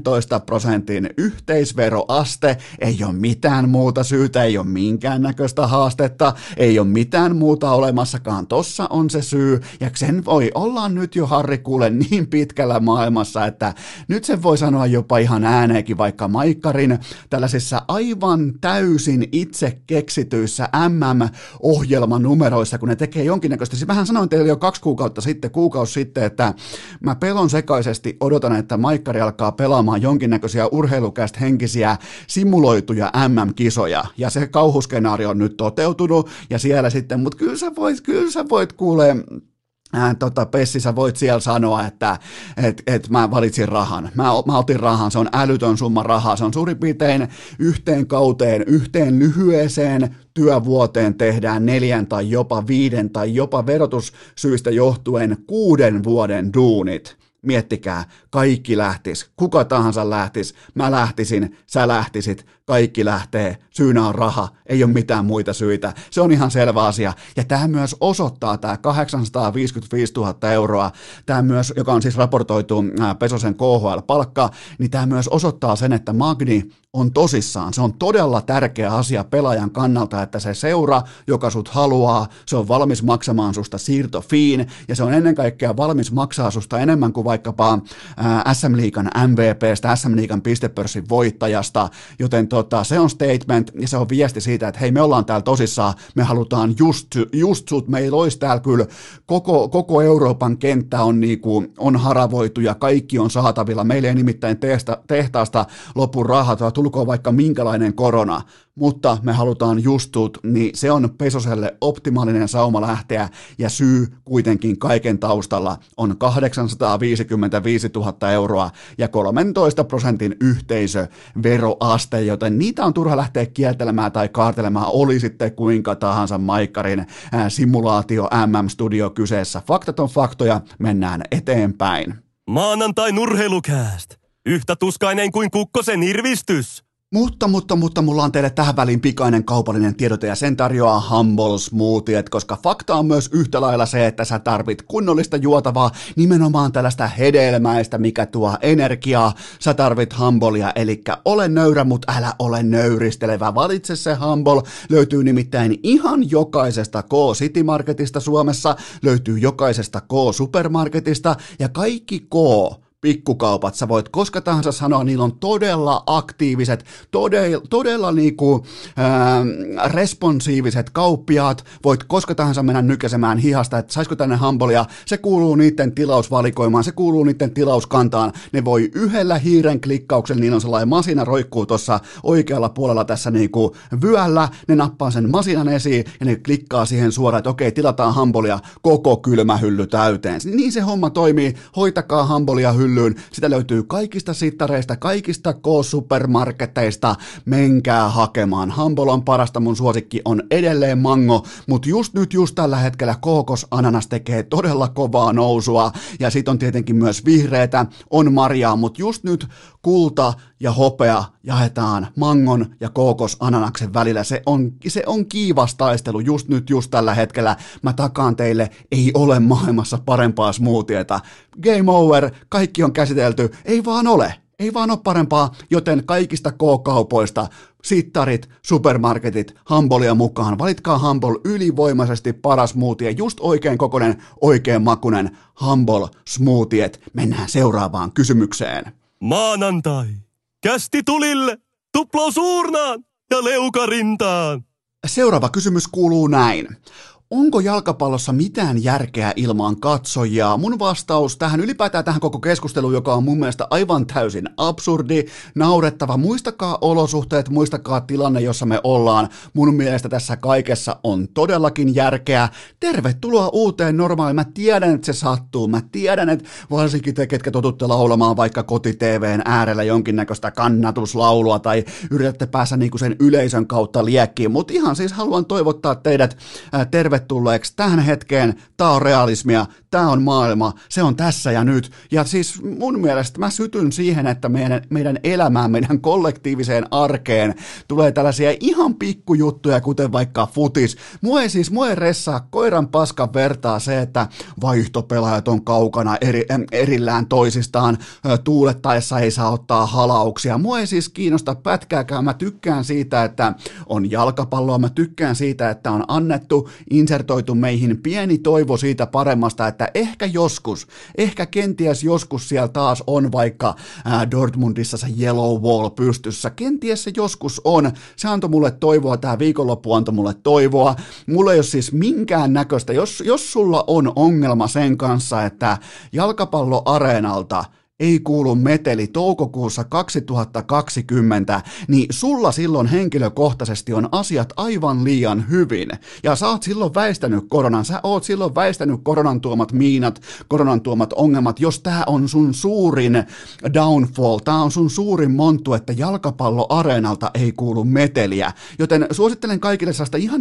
yhteisveroaste. Ei ole mitään muuta syytä, ei ole minkäännäköistä haastetta, ei ole mitään muuta olemassakaan. Tossa on se syy, ja sen voi olla nyt jo Harri kuule niin pitkällä maailmassa, että nyt sen voi sanoa jopa ihan ääneenkin vaikka Maikkarin tällaisissa aivan täysin itse keksityissä MM-ohjelmanumeroissa, kun ne tekee jonkinnäköistä. Siis mähän sanoin teille jo kuukausi sitten, että mä pelon sekaisesti odotan, että Maikkari alkaa pelaamaan jonkinnäköisiä urheilukästä henkisiä simuloituja MM-kisoja, ja se kauhuskenaario on nyt toteutunut, ja siellä sitten, mutta kyllä sä voit kuulee, Pessi, sä voit siellä sanoa, että mä valitsin rahan. Mä otin rahan, se on älytön summa rahaa, se on suurin piirtein yhteen kauteen, yhteen lyhyeseen työvuoteen tehdään 4 tai jopa 5 tai jopa verotussyistä johtuen 6 vuoden duunit. Miettikää, kaikki lähtis, kuka tahansa lähtis, mä lähtisin, sä lähtisit, kaikki lähtee, syynä on raha, ei ole mitään muita syitä, se on ihan selvä asia, ja tämä myös osoittaa, tämä 855 000 euroa, tämä myös, joka on siis raportoitu Pesosen KHL-palkka, niin tämä myös osoittaa sen, että Magni on tosissaan, se on todella tärkeä asia pelaajan kannalta, että se seura, joka sut haluaa, se on valmis maksamaan susta siirtofiin, ja se on ennen kaikkea valmis maksaa susta enemmän kuin vaikkapa SM-liigan MVPstä, SM-liigan pistepörssin voittajasta, joten se on statement ja se on viesti siitä, että hei, me ollaan täällä tosissaan, me halutaan just sut, meillä olisi täällä kyllä koko Euroopan kenttä on haravoitu ja kaikki on saatavilla, meillä ei nimittäin tehtaasta lopu rahat, tulkoon vaikka minkälainen korona, mutta me halutaan justut, niin se on Pesoselle optimaalinen sauma lähteä, ja syy kuitenkin kaiken taustalla on 855 000 euroa ja 13% yhteisöveroaste, joten niitä on turha lähteä kiertelemään tai kaartelemaan, oli sitten kuinka tahansa Maikkarin simulaatio MM-studio kyseessä. Faktat on faktoja, mennään eteenpäin. Maanantain urheilukääst. Yhtä tuskainen kuin Kukkosen irvistys. Mutta mulla on teille tähän väliin pikainen kaupallinen tiedote ja sen tarjoaa Humble Smoothiet, koska fakta on myös yhtä lailla se, että sä tarvit kunnollista juotavaa, nimenomaan tällaista hedelmäistä, mikä tuo energiaa. Sä tarvit Humblea, eli ole nöyrä, mutta älä ole nöyristelevä. Valitse se Humble, löytyy nimittäin ihan jokaisesta K-City Marketista Suomessa, löytyy jokaisesta K-Supermarketista ja kaikki pikkukaupat, sä voit koska tahansa sanoa, niillä on todella aktiiviset, todella responsiiviset kauppiaat, voit koska tahansa mennä nykäsemään hihasta, että saisiko tänne Humblea, se kuuluu niiden tilausvalikoimaan, se kuuluu niiden tilauskantaan, ne voi yhdellä hiiren klikkauksella, niillä on sellainen masina roikkuu tuossa oikealla puolella tässä vyöllä, ne nappaa sen masinan esiin ja ne klikkaa siihen suoraan, että okei, tilataan Humblea, koko kylmähylly täyteen. Niin se homma toimii, hoitakaa Humblea hyllyyn, sitä löytyy kaikista sittareista, kaikista K-supermarketeista, menkää hakemaan. Humble on parasta, mun suosikki on edelleen mango, mutta just tällä hetkellä kookosananas tekee todella kovaa nousua, ja sit on tietenkin myös vihreätä, on marjaa, mutta just nyt kulta ja hopea jaetaan mangon ja kookosananaksen välillä. Se on kiivas taistelu just tällä hetkellä. Mä takaan teille, ei ole maailmassa parempaa smoothieta. Game over, kaikki on käsitelty, ei vaan ole parempaa, joten kaikista K-kaupoista, sittarit, supermarketit, Humblea mukaan. Valitkaa Humble, ylivoimaisesti paras smoothie, just oikein kokoinen, oikein makunen Humble Smoothiet. Mennään seuraavaan kysymykseen. Maanantai. Kästi tulille, tuplaus uurnaan ja leukarintaan. Seuraava kysymys kuuluu näin. Onko jalkapallossa mitään järkeä ilman katsojaa? Mun vastaus ylipäätään tähän koko keskusteluun, joka on mun mielestä aivan täysin absurdi, naurettava. Muistakaa olosuhteet, muistakaa tilanne, jossa me ollaan. Mun mielestä tässä kaikessa on todellakin järkeä. Tervetuloa uuteen normaaliin. Mä tiedän, että se sattuu. Mä tiedän, että varsinkin te, ketkä totutte laulamaan vaikka koti-TVn äärellä jonkinnäköistä kannatuslaulua tai yritätte päästä sen yleisön kautta liekkiin. Mutta ihan siis haluan toivottaa teidät tervetulleeksi tähän hetkeen. Tää on realismia, tää on maailma, se on tässä ja nyt. Ja siis mun mielestä mä sytyn siihen, että meidän elämään, meidän kollektiiviseen arkeen tulee tällaisia ihan pikkujuttuja, kuten vaikka futis. Mua ei ressaa koiran paskan vertaa se, että vaihtopelaajat on kaukana erillään toisistaan, tuulettaessa ei saa ottaa halauksia. Mua ei siis kiinnosta pätkääkään, mä tykkään siitä, että on jalkapalloa, mä tykkään siitä, että on annettu, insertoitu meihin pieni toivo siitä paremmasta, että ehkä kenties joskus siellä taas on vaikka Dortmundissa se yellow wall pystyssä. Kenties se joskus on. Se antoi mulle toivoa, tämä viikonloppu antoi mulle toivoa. Mulla ei ole siis minkään näköistä, jos sulla on ongelma sen kanssa, että jalkapalloareenalta ei kuulu meteli toukokuussa 2020, niin sulla silloin henkilökohtaisesti on asiat aivan liian hyvin. Ja sä oot silloin väistänyt koronan, sä oot silloin väistänyt koronan tuomat miinat, koronan tuomat ongelmat, jos tää on sun suurin downfall, tää on sun suurin monttu, että jalkapalloareenalta ei kuulu meteliä. Joten suosittelen kaikille sellaista ihan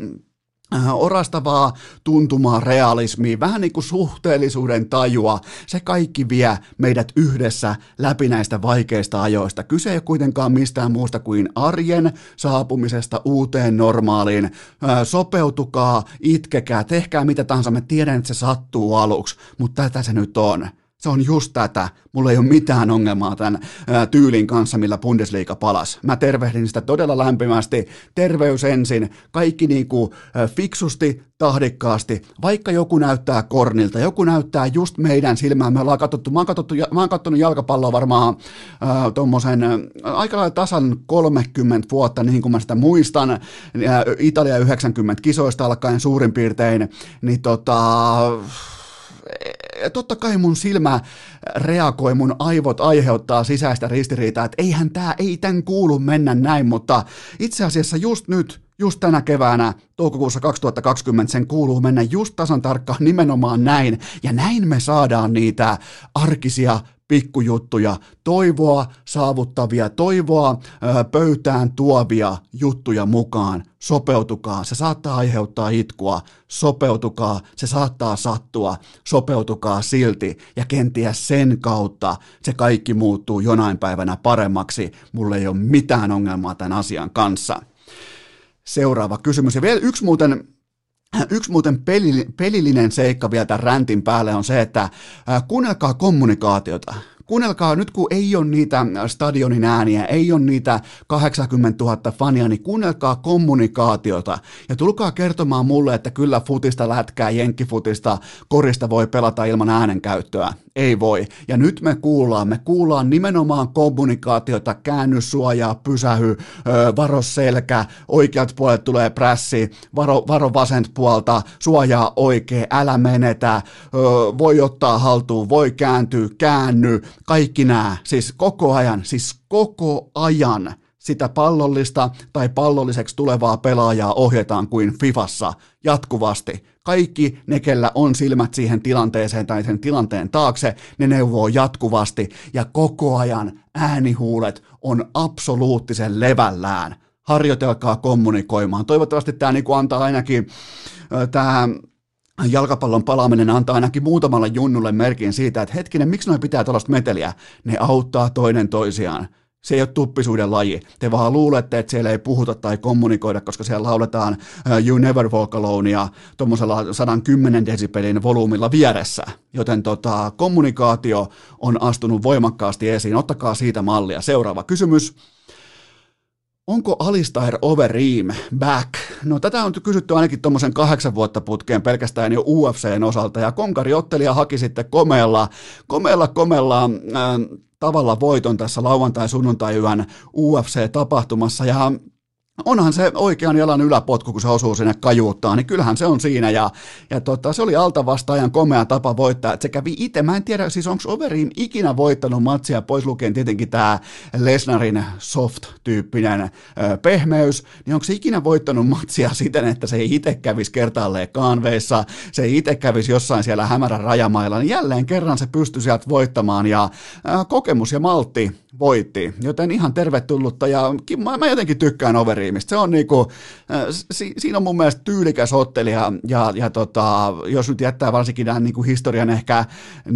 orastavaa tuntumaa, realismia, vähän niin kuin suhteellisuuden tajua. Se kaikki vie meidät yhdessä läpi näistä vaikeista ajoista. Kyse ei ole kuitenkaan mistään muusta kuin arjen saapumisesta uuteen normaaliin. Sopeutukaa, itkekää, tehkää mitä tahansa. Mä tiedän, että se sattuu aluksi, mutta tätä se nyt on. Se on just tätä. Mulla ei ole mitään ongelmaa tämän tyylin kanssa, millä Bundesliga palasi. Mä tervehdin sitä todella lämpimästi. Terveys ensin. Kaikki fiksusti, tahdikkaasti. Vaikka joku näyttää kornilta, joku näyttää just meidän silmään. Mä oon katsonut jalkapalloa varmaan tommosen aika lailla tasan 30 vuotta, niin kuin mä sitä muistan. Italia 90 kisoista alkaen suurin piirtein. Niin totta kai mun silmä reagoi, mun aivot aiheuttaa sisäistä ristiriitaa, että ei tämän kuulu mennä näin, mutta itse asiassa just tänä keväänä, toukokuussa 2020, sen kuuluu mennä just tasan tarkkaan nimenomaan näin, ja näin me saadaan niitä arkisia pikkujuttuja, toivoa saavuttavia, toivoa pöytään tuovia juttuja mukaan. Sopeutukaa, se saattaa aiheuttaa itkua, sopeutukaa, se saattaa sattua, sopeutukaa silti, ja kenties sen kautta se kaikki muuttuu jonain päivänä paremmaksi. Mulla ei ole mitään ongelmaa tämän asian kanssa. Seuraava kysymys, ja vielä yksi muuten pelillinen seikka vielä tämän räntin päälle on se, että kuunnelkaa kommunikaatiota. Kuunnelkaa nyt, kun ei ole niitä stadionin ääniä, ei ole niitä 80 000 fania, niin kuunnelkaa kommunikaatiota ja tulkaa kertomaan mulle, että kyllä futista, lätkää, jenkkifutista, korista voi pelata ilman äänenkäyttöä. Ei voi. Ja nyt me kuullaan nimenomaan kommunikaatiota, käännyssuojaa, pysähy, varo selkä, oikeat puolet tulee prässi, varo vasent puolta, suojaa oikein, älä menetä, voi ottaa haltuun, voi kääntyä, käänny, kaikki nämä, siis koko ajan sitä pallollista tai pallolliseksi tulevaa pelaajaa ohjataan kuin Fifassa jatkuvasti. Kaikki ne, kellä on silmät siihen tilanteeseen tai sen tilanteen taakse, ne neuvoo jatkuvasti ja koko ajan äänihuulet on absoluuttisen levällään. Harjoitelkaa kommunikoimaan. Toivottavasti tämä antaa ainakin tämä jalkapallon palaaminen antaa ainakin muutamalle junnulle merkin siitä, että hetkinen, miksi noi pitää tällaista meteliä? Ne auttaa toinen toisiaan. Se ei ole tuppisuuden laji. Te vaan luulette, että siellä ei puhuta tai kommunikoida, koska siellä lauletaan You Never Walk Alonea tuommoisella 110 desibelin volyymilla vieressä. Joten kommunikaatio on astunut voimakkaasti esiin. Ottakaa siitä mallia. Seuraava kysymys. Onko Alistair Overeem back? No tätä on kysytty ainakin tuommoisen 8 vuotta putkeen pelkästään jo UFCn osalta, ja konkariottelija haki sitten komealla tavalla voiton tässä lauantai-sunnuntai-yön UFC-tapahtumassa, ja onhan se oikean jalan yläpotku, kun se osuu sinne kajuuttaan, niin kyllähän se on siinä, ja se oli altavastaajan komea tapa voittaa, että se kävi itse, mä en tiedä, siis onko Overeem ikinä voittanut matsia, pois lukien tietenkin tämä Lesnarin soft-tyyppinen pehmeys, niin onko se ikinä voittanut matsia siten, että se ei itse kävisi kertaalleen kaanveissa, se ei itse kävisi jossain siellä hämärän rajamailla, niin jälleen kerran se pystyi sieltä voittamaan, ja kokemus ja maltti voitti, joten ihan tervetullutta, ja mä jotenkin tykkään Overeemista. Se on siinä on mun mielestä tyylikäs ottelija, ja jos nyt jättää varsinkin nämä historian ehkä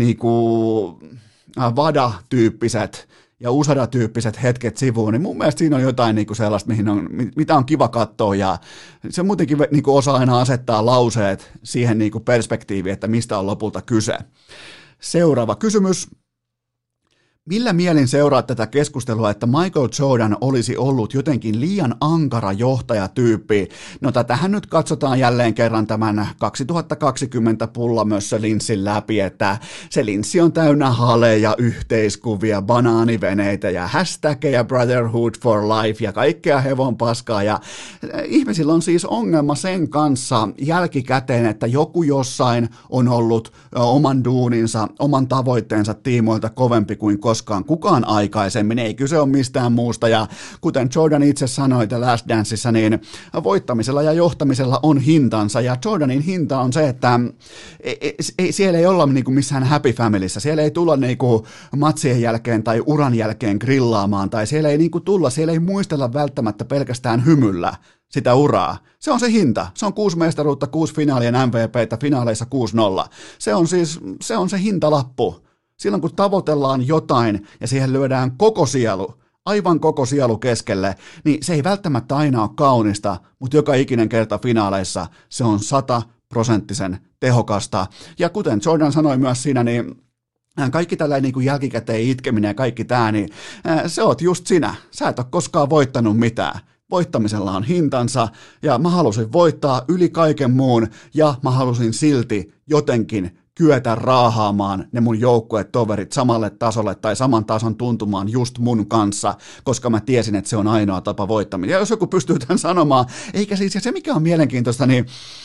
Vada-tyyppiset ja Usada-tyyppiset hetket sivuun, niin mun mielestä siinä on jotain sellaista, mitä on kiva katsoa, ja se muutenkin osaa aina asettaa lauseet siihen perspektiiviin, että mistä on lopulta kyse. Seuraava kysymys. Millä mielin seuraat tätä keskustelua, että Michael Jordan olisi ollut jotenkin liian ankara johtajatyyppi? No tätähän nyt katsotaan jälleen kerran tämän 2020 pullamössö linssin läpi, että se linssi on täynnä haleja, yhteiskuvia, banaaniveneitä ja hashtageja Brotherhood for Life ja kaikkea hevon paskaa. Ja ihmisillä on siis ongelma sen kanssa jälkikäteen, että joku jossain on ollut oman duuninsa, oman tavoitteensa tiimoilta kovempi kuin koskaan kukaan aikaisemmin, ei kyse ole mistään muusta, ja kuten Jordan itse sanoi The Last Danceissa, niin voittamisella ja johtamisella on hintansa, ja Jordanin hinta on se, että siellä ei olla missään happy familyssä, siellä ei tulla matsien jälkeen tai uran jälkeen grillaamaan, tai siellä ei muistella välttämättä pelkästään hymyllä sitä uraa. Se on se hinta. Se on 6 mestaruutta, 6 finaalien MVP:tä, finaaleissa 6-0. Se on se hintalappu. Silloin kun tavoitellaan jotain ja siihen lyödään koko sielu, aivan koko sielu keskelle, niin se ei välttämättä aina ole kaunista, mutta joka ikinen kerta finaaleissa se on 100% tehokasta. Ja kuten Jordan sanoi myös siinä, niin kaikki tällainen jälkikäteen itkeminen ja kaikki tämä, niin se oot just sinä. Sä et ole koskaan voittanut mitään. Voittamisella on hintansa, ja mä halusin voittaa yli kaiken muun, ja mä halusin silti jotenkin kyetä raahaamaan ne mun joukkuetoverit samalle tasolle tai saman tason tuntumaan just mun kanssa, koska mä tiesin, että se on ainoa tapa voittaminen. Ja jos joku pystyy tämän sanomaan, eikä siis, ja se mikä on mielenkiintoista, niin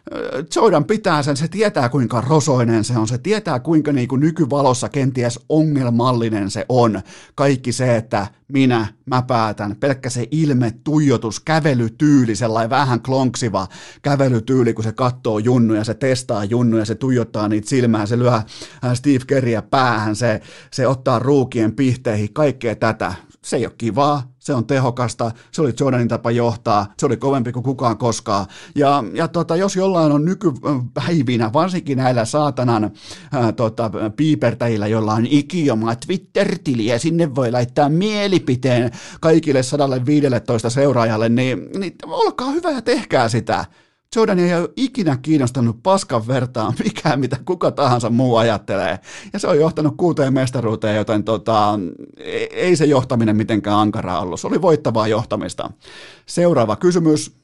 Jordan pitää sen, se tietää kuinka rosoinen se on, se tietää kuinka niin kuin nykyvalossa kenties ongelmallinen se on. Kaikki se, että mä päätän, pelkkä se ilme, tuijotus, kävelytyyli, sellainen vähän klonksiva kävelytyyli, kun se katsoo junnuja, se testaa junnuja, se tuijottaa niitä silmään, se lyö Steve Kerryä päähän, se ottaa ruukien pihteihin, kaikkea tätä. Se ei ole kivaa, se on tehokasta, se oli Jordanin tapa johtaa, se oli kovempi kuin kukaan koskaan. Ja jos jollain on nykypäivinä, varsinkin näillä saatanan piipertäjillä, jolla on ikiomaa Twitter-tili ja sinne voi laittaa mielipiteen kaikille 115 seuraajalle, niin olkaa hyvä ja tehkää sitä. Jordan ei ole ikinä kiinnostanut paskan vertaan mikään, mitä kuka tahansa muu ajattelee. Ja se on johtanut 6 mestaruuteen, joten ei se johtaminen mitenkään ankaraa ollut. Se oli voittavaa johtamista. Seuraava kysymys.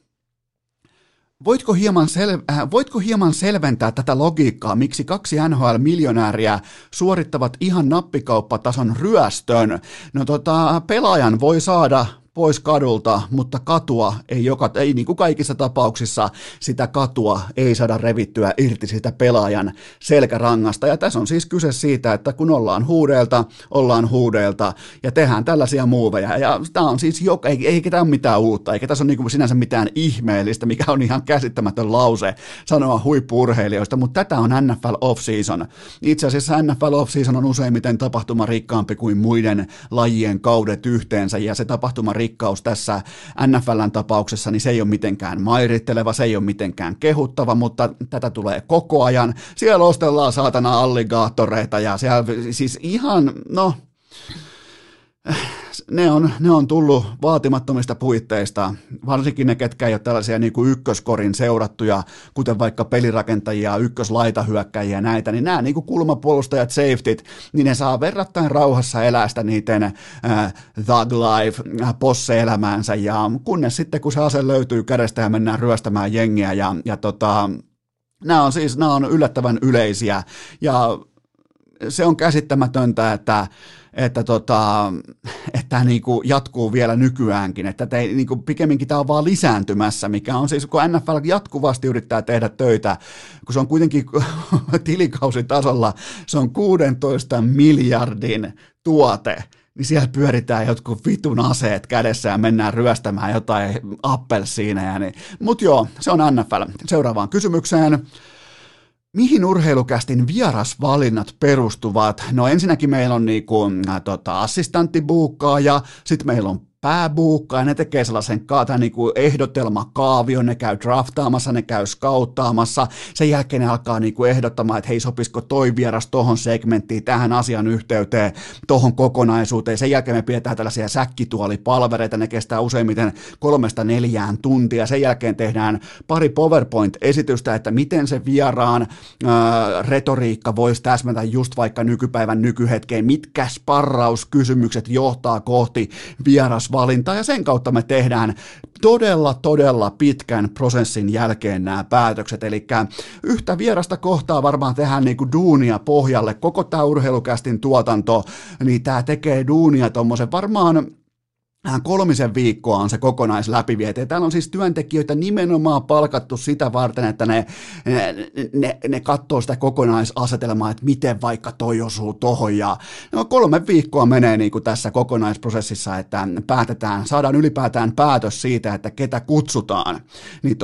Voitko hieman selventää tätä logiikkaa, miksi 2 NHL-miljonääriä suorittavat ihan nappikauppatason ryöstön? No pelaajan voi saada pois kadulta, mutta katua ei niin kuin kaikissa tapauksissa sitä katua ei saada revittyä irti sitä pelaajan selkärangasta. Ja tässä on siis kyse siitä, että kun ollaan huudeilta ja tehdään tällaisia muuveja. Ja tämä on siis, eikä tämä ole mitään uutta, eikä tässä ole niin kuin sinänsä mitään ihmeellistä, mikä on ihan käsittämätön lause sanoa huippu-urheilijoista, mutta tätä on NFL off-season. Itse asiassa NFL off-season on useimmiten tapahtumarikkaampi kuin muiden lajien kaudet yhteensä, ja se tapahtumarikkaus tässä NFL:n tapauksessa, niin se ei ole mitenkään mairitteleva, se ei ole mitenkään kehuttava, mutta tätä tulee koko ajan. Siellä ostellaan saatana alligaattoreita ja siellä siis ihan, ne on tullut vaatimattomista puitteista, varsinkin ne, ketkä ei ole tällaisia niin kuin ykköskorin seurattuja, kuten vaikka pelirakentajia, ykköslaitahyökkäjiä näitä, niin nämä niin kuin kulmapuolustajat, safetyt, niin ne saa verrattain rauhassa elää sitä niiden thug life, posse-elämäänsä, ja kunnes sitten, kun se ase löytyy kädestä ja mennään ryöstämään jengiä, ja nämä on yllättävän yleisiä, ja se on käsittämätöntä, että tämä niinku jatkuu vielä nykyäänkin, että niinku pikemminkin tämä on vaan lisääntymässä, mikä on siis, kun NFL jatkuvasti yrittää tehdä töitä, kun se on kuitenkin tilikausitasolla, se on 16 miljardin tuote, niin siellä pyöritään jotkut vitun aseet kädessä ja mennään ryöstämään jotain appelsiineja. Niin. Mutta joo, se on NFL. Seuraavaan kysymykseen. Mihin urheilukästin vierasvalinnat perustuvat? No ensinnäkin meillä on assistanttibuukkaaja, sitten meillä on pääbuukka, ja ne tekee sellaisen niinku ehdotelmakaavion, ne käy draftaamassa, ne käy skauttaamassa, sen jälkeen ne alkaa niinku ehdottamaan, että hei, sopisiko toi vieras tohon segmenttiin, tähän asian yhteyteen, tohon kokonaisuuteen, sen jälkeen me pidetään tällaisia säkkituolipalvereita, ne kestää useimmiten 3-4 tuntia, sen jälkeen tehdään pari PowerPoint-esitystä, että miten se vieraan retoriikka voisi täsmätä just vaikka nykypäivän nykyhetkeen, mitkä sparrauskysymykset johtaa kohti vierasvalintaa, ja sen kautta me tehdään todella pitkän prosessin jälkeen nämä päätökset, eli yhtä vierasta kohtaa varmaan tehdään niin kuin duunia pohjalle, koko tämä urheilukästin tuotanto, niin tämä tekee duunia tuommoisen varmaan 3 viikkoa on se kokonaisläpiviete. Ja täällä on siis työntekijöitä nimenomaan palkattu sitä varten, että ne katsoo sitä kokonaisasetelmaa, että miten vaikka toi osuu tohon. Ja 3 viikkoa menee niin kuin tässä kokonaisprosessissa, että saadaan ylipäätään päätös siitä, että ketä kutsutaan. Niin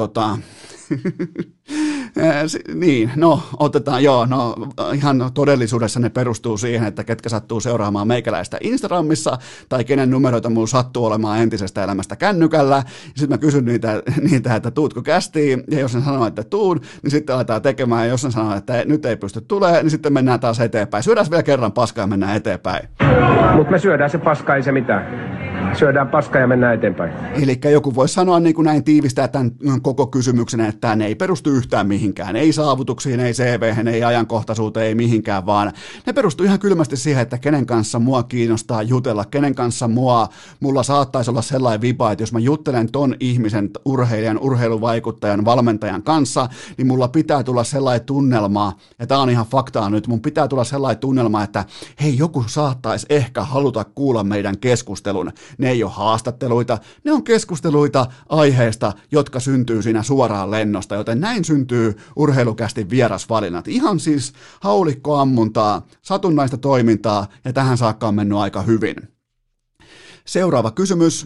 niin, otetaan, ihan todellisuudessa ne perustuu siihen, että ketkä sattuu seuraamaan meikäläistä Instagramissa, tai kenen numeroita mulla sattuu olemaan entisestä elämästä kännykällä, sitten mä kysyn niitä, että tuutko kästiin, ja jos ne sanoo, että tuun, niin sitten aletaan tekemään, ja jos ne sanoo, että nyt ei pysty tulemaan, niin sitten mennään taas eteenpäin. Syödään vielä kerran paskaa ja mennään eteenpäin. Mutta me syödään se paska, ei se mitään. Syödään paskaa ja mennään eteenpäin. Eli joku voisi sanoa niin kuin näin tiivistää tämän koko kysymyksen, että ne ei perustu yhtään mihinkään. Ei saavutuksiin, ei CV:hen, ei ajankohtaisuuteen, ei mihinkään, vaan ne perustuu ihan kylmästi siihen, että kenen kanssa mua kiinnostaa jutella, kenen kanssa mulla saattaisi olla sellainen viba, että jos mä juttelen ton ihmisen, urheilijan, urheiluvaikuttajan, valmentajan kanssa, niin mulla pitää tulla sellainen tunnelma, ja tää on ihan faktaa nyt, mun pitää tulla sellainen tunnelma, että hei, joku saattaisi ehkä haluta kuulla meidän keskustelun. Ne ne ei ole haastatteluita, ne on keskusteluita aiheesta, jotka syntyy siinä suoraan lennosta, joten näin syntyy urheilukästi vierasvalinnat. Ihan siis haulikkoammuntaa, satunnaista toimintaa, ja tähän saakka on mennyt aika hyvin. Seuraava kysymys.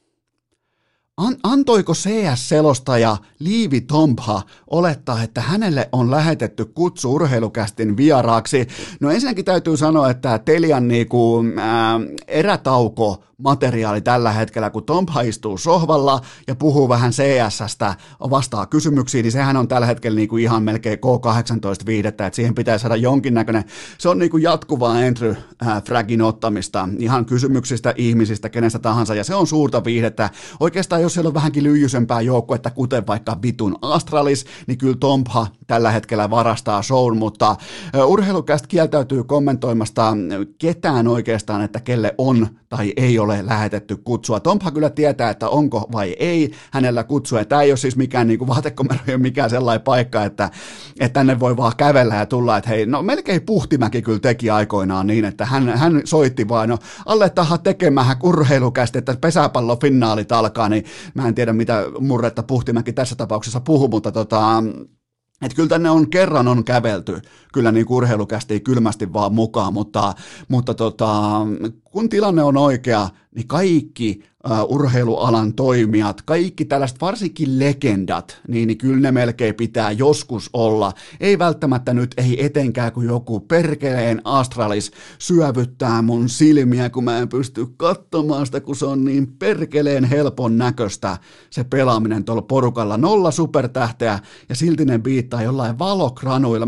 Antoiko CS-selostaja Liivi Tompha olettaa, että hänelle on lähetetty kutsu urheilukästin vieraaksi? No ensinnäkin täytyy sanoa, että Telian erätauko materiaali tällä hetkellä, kun Tompha istuu sohvalla ja puhuu vähän CS:stä, vastaa kysymyksiin, niin sehän on tällä hetkellä ihan melkein K18 viidettä, että siihen pitää saada jonkinnäköinen, se on jatkuvaa entry-fragin ottamista, ihan kysymyksistä, ihmisistä, kenestä tahansa, ja se on suurta viihdettä. Oikeastaan jos siellä on vähänkin lyijysempää joukkuetta, kuten vaikka vitun Astralis, niin kyllä Tompha tällä hetkellä varastaa shown, mutta urheilukästä kieltäytyy kommentoimasta ketään oikeastaan, että kelle on tai ei ole lähetetty kutsua. Tompha kyllä tietää, että onko vai ei hänellä kutsua. Tämä ei ole siis mikään vaatekomero, ei ole mikään sellainen paikka, että tänne voi vaan kävellä ja tulla, että hei, no melkein Puhtimäki kyllä teki aikoinaan niin, että hän soitti vaan, no aletaan tekemään urheilukästi, että pesäpallofinaalit alkaa, niin mä en tiedä mitä murretta Puhtimäki tässä tapauksessa puhuu, mutta että kyllä tänne kerran on kävelty, kyllä urheilukästi kylmästi vaan mukaan, mutta kun tilanne on oikea, niin kaikki urheilualan toimijat, kaikki tällaiset varsinkin legendat, niin kyllä ne melkein pitää joskus olla. Ei välttämättä nyt, ei etenkään kun joku perkeleen Astralis syövyttää mun silmiä, kun mä en pysty katsomaan sitä, kun se on niin perkeleen helpon näköistä se pelaaminen tuolla porukalla. 0 supertähteä ja silti ne biittaa jollain valokranuilla.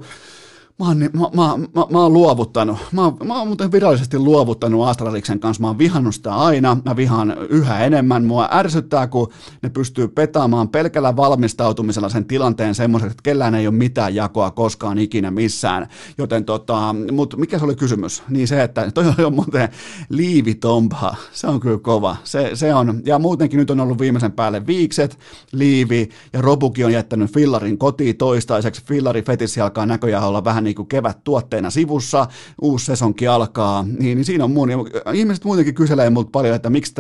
Mä oon luovuttanut. Mä oon muuten virallisesti luovuttanut Astraliksen kanssa. Mä oon vihannut sitä aina. Mä vihaan yhä enemmän. Mua ärsyttää, kun ne pystyy petaamaan pelkällä valmistautumisella sen tilanteen semmoiseksi, että kellään ei ole mitään jakoa koskaan ikinä missään. Joten mutta mikä se oli kysymys? Niin se, että toi on muuten Liivi Tompha. Se on kyllä kova. Se on. Ja muutenkin nyt on ollut viimeisen päälle Viikset, Liivi ja Robukin on jättänyt fillarin kotiin toistaiseksi. Fillarifetissi alkaa näköjään olla vähän niin kuin kevät tuotteena sivussa, uusi sesonki alkaa, niin siinä on muun. Ihmiset muutenkin kyselee multa paljon, että miksi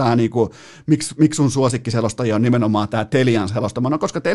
sun suosikkiselostajia on nimenomaan tämä Telian selostama. No koska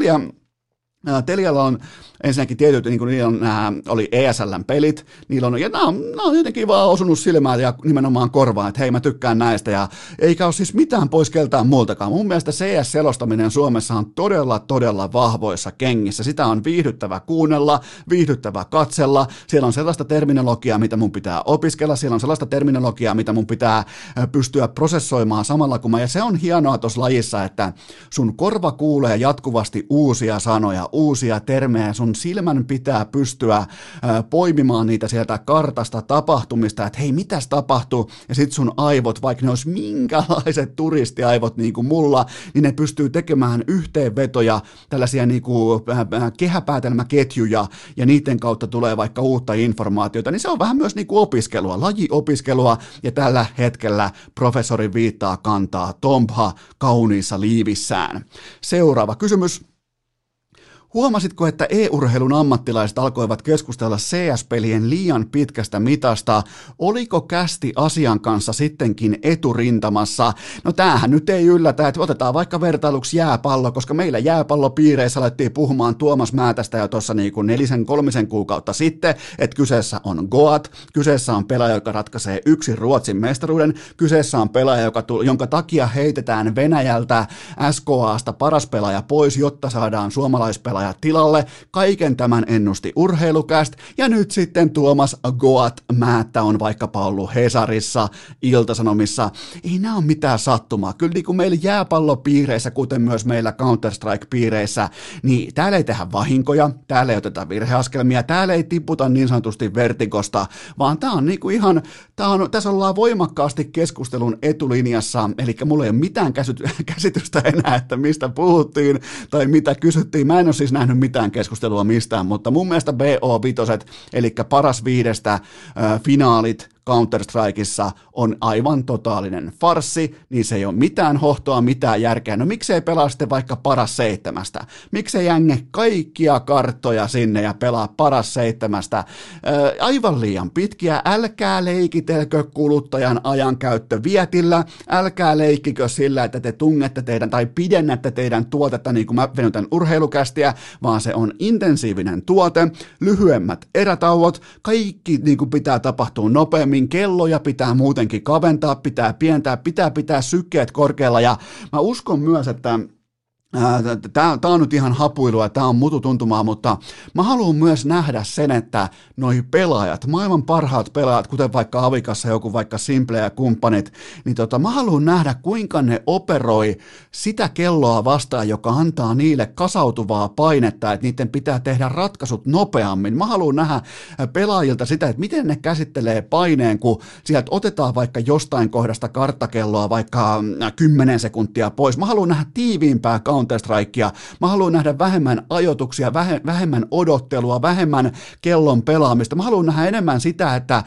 Telialla on ensinnäkin tietyt, niin kuin niillä oli ESL:n pelit, niillä on, ja nämä on jotenkin vaan osunut silmään ja nimenomaan korvaan, että hei mä tykkään näistä, ja eikä ole siis mitään pois keltään muultakaan. Mun mielestä CS-selostaminen Suomessa on todella vahvoissa kengissä. Sitä on viihdyttävä kuunnella, viihdyttävä katsella. Siellä on sellaista terminologiaa, mitä mun pitää opiskella, siellä on sellaista terminologiaa, mitä mun pitää pystyä prosessoimaan samalla kun ja se on hienoa tuossa lajissa, että sun korva kuulee jatkuvasti uusia sanoja, uusia termejä, sun silmän pitää pystyä poimimaan niitä sieltä kartasta, tapahtumista, että hei, mitäs tapahtuu, ja sit sun aivot, vaikka ne olisi minkälaiset turistiaivot niin kuin mulla, niin ne pystyy tekemään yhteenvetoja, tällaisia niin kuin kehäpäätelmäketjuja, ja niiden kautta tulee vaikka uutta informaatiota, niin se on vähän myös niin kuin opiskelua, lajiopiskelua, ja tällä hetkellä professori viittaa kantaa Tompha kauniissa liivissään. Seuraava kysymys. Huomasitko, että e-urheilun ammattilaiset alkoivat keskustella CS-pelien liian pitkästä mitasta? Oliko kästi asian kanssa sittenkin eturintamassa? No tämähän nyt ei yllätä, että otetaan vaikka vertailuksi jääpallo, koska meillä jääpallopiireissä alettiin puhumaan Tuomas Määtästä jo tuossa niin kuin 4-3 kuukautta sitten, että kyseessä on Goat, kyseessä on pelaaja, joka ratkaisee yksin Ruotsin mestaruuden, kyseessä on pelaaja, jonka takia heitetään Venäjältä SKAsta paras pelaaja pois, jotta saadaan suomalaispelaaja tilalle. Kaiken tämän ennusti Urheilucast, ja nyt sitten Tuomas Goat Määttä on vaikkapa ollut Hesarissa, Ilta-Sanomissa. Ei nämä ole mitään sattumaa. Kyllä niin kuin meillä jääpallopiireissä, kuten myös meillä Counter-Strike-piireissä, niin täällä ei tehdä vahinkoja, täällä ei oteta virheaskelmia, täällä ei tiputa niin sanotusti vertikosta, vaan tämä on niin kuin ihan, tässä ollaan voimakkaasti keskustelun etulinjassa, eli mulla ei ole mitään käsitystä enää, että mistä puhuttiin tai mitä kysyttiin. Mä en ole siis nähnyt mitään keskustelua mistään, mutta mun mielestä BO5, eli paras 5 finaalit, Counter-Strikeissa on aivan totaalinen farssi, niin se ei ole mitään hohtoa, mitään järkeä. No miksei pelaa sitten vaikka paras 7? Miksei jänge kaikkia karttoja sinne ja pelaa paras 7? Aivan liian pitkiä, älkää leikitelkö kuluttajan ajankäyttö vietillä, älkää leikkikö sillä, että te tungette teidän tai pidennätte teidän tuotetta niin kuin mä venytän urheilukästiä, vaan se on intensiivinen tuote, lyhyemmät erätauot, kaikki niin kuin pitää tapahtua nopeammin, kelloja pitää muutenkin kaventaa, pitää pientää, pitää sykkeet korkealla ja mä uskon myös, että tämä on nyt ihan hapuilua, tämä on mututuntumaa, mutta mä haluan myös nähdä sen, että noi pelaajat, maailman parhaat pelaajat, kuten vaikka Avikassa joku vaikka Simple ja kumppanit, niin mä haluan nähdä, kuinka ne operoi sitä kelloa vastaan, joka antaa niille kasautuvaa painetta, että niiden pitää tehdä ratkaisut nopeammin. Mä haluan nähdä pelaajilta sitä, että miten ne käsittelee paineen, kun sieltä otetaan vaikka jostain kohdasta karttakelloa vaikka 10 sekuntia pois. Mä haluan nähdä tiiviimpää Counter-Strikea. Mä haluan nähdä vähemmän ajoituksia, vähemmän odottelua, vähemmän kellon pelaamista. Mä haluan nähdä enemmän sitä, että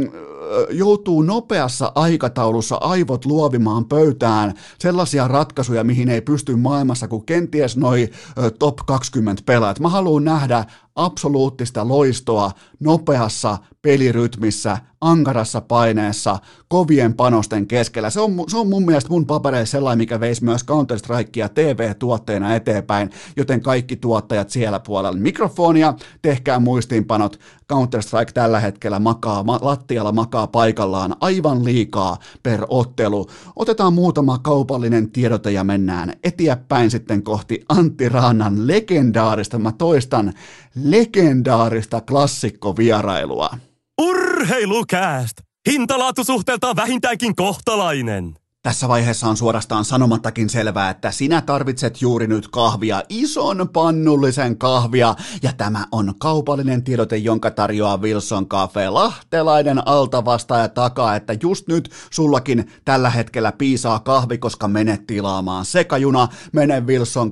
joutuu nopeassa aikataulussa aivot luovimaan pöytään sellaisia ratkaisuja, mihin ei pysty maailmassa kuin kenties noi top 20 pelaajat. Mä haluan nähdä absoluuttista loistoa nopeassa pelirytmissä, ankarassa paineessa, kovien panosten keskellä. Se on mun mielestä mun papereissa sellainen, mikä veisi myös Counter-Strikea TV-tuotteena eteenpäin, joten kaikki tuottajat siellä puolella mikrofonia, tehkää muistiinpanot. Counter-Strike tällä hetkellä lattialla makaa paikallaan aivan liikaa per ottelu. Otetaan muutama kaupallinen tiedote ja mennään eteenpäin sitten kohti Antti Raannan legendaarista, mä toistan, legendaarista klassikkovierailua. Urheilukääst! Hintalaatusuhteeltaan vähintäänkin kohtalainen. Tässä vaiheessa on suorastaan sanomattakin selvää, että sinä tarvitset juuri nyt kahvia, ison pannullisen kahvia, ja tämä on kaupallinen tiedote, jonka tarjoaa Wilson Cafe, lahtelainen altavastaaja takaa, että just nyt sullakin tällä hetkellä piisaa kahvi, koska menet tilaamaan sekajuna, mene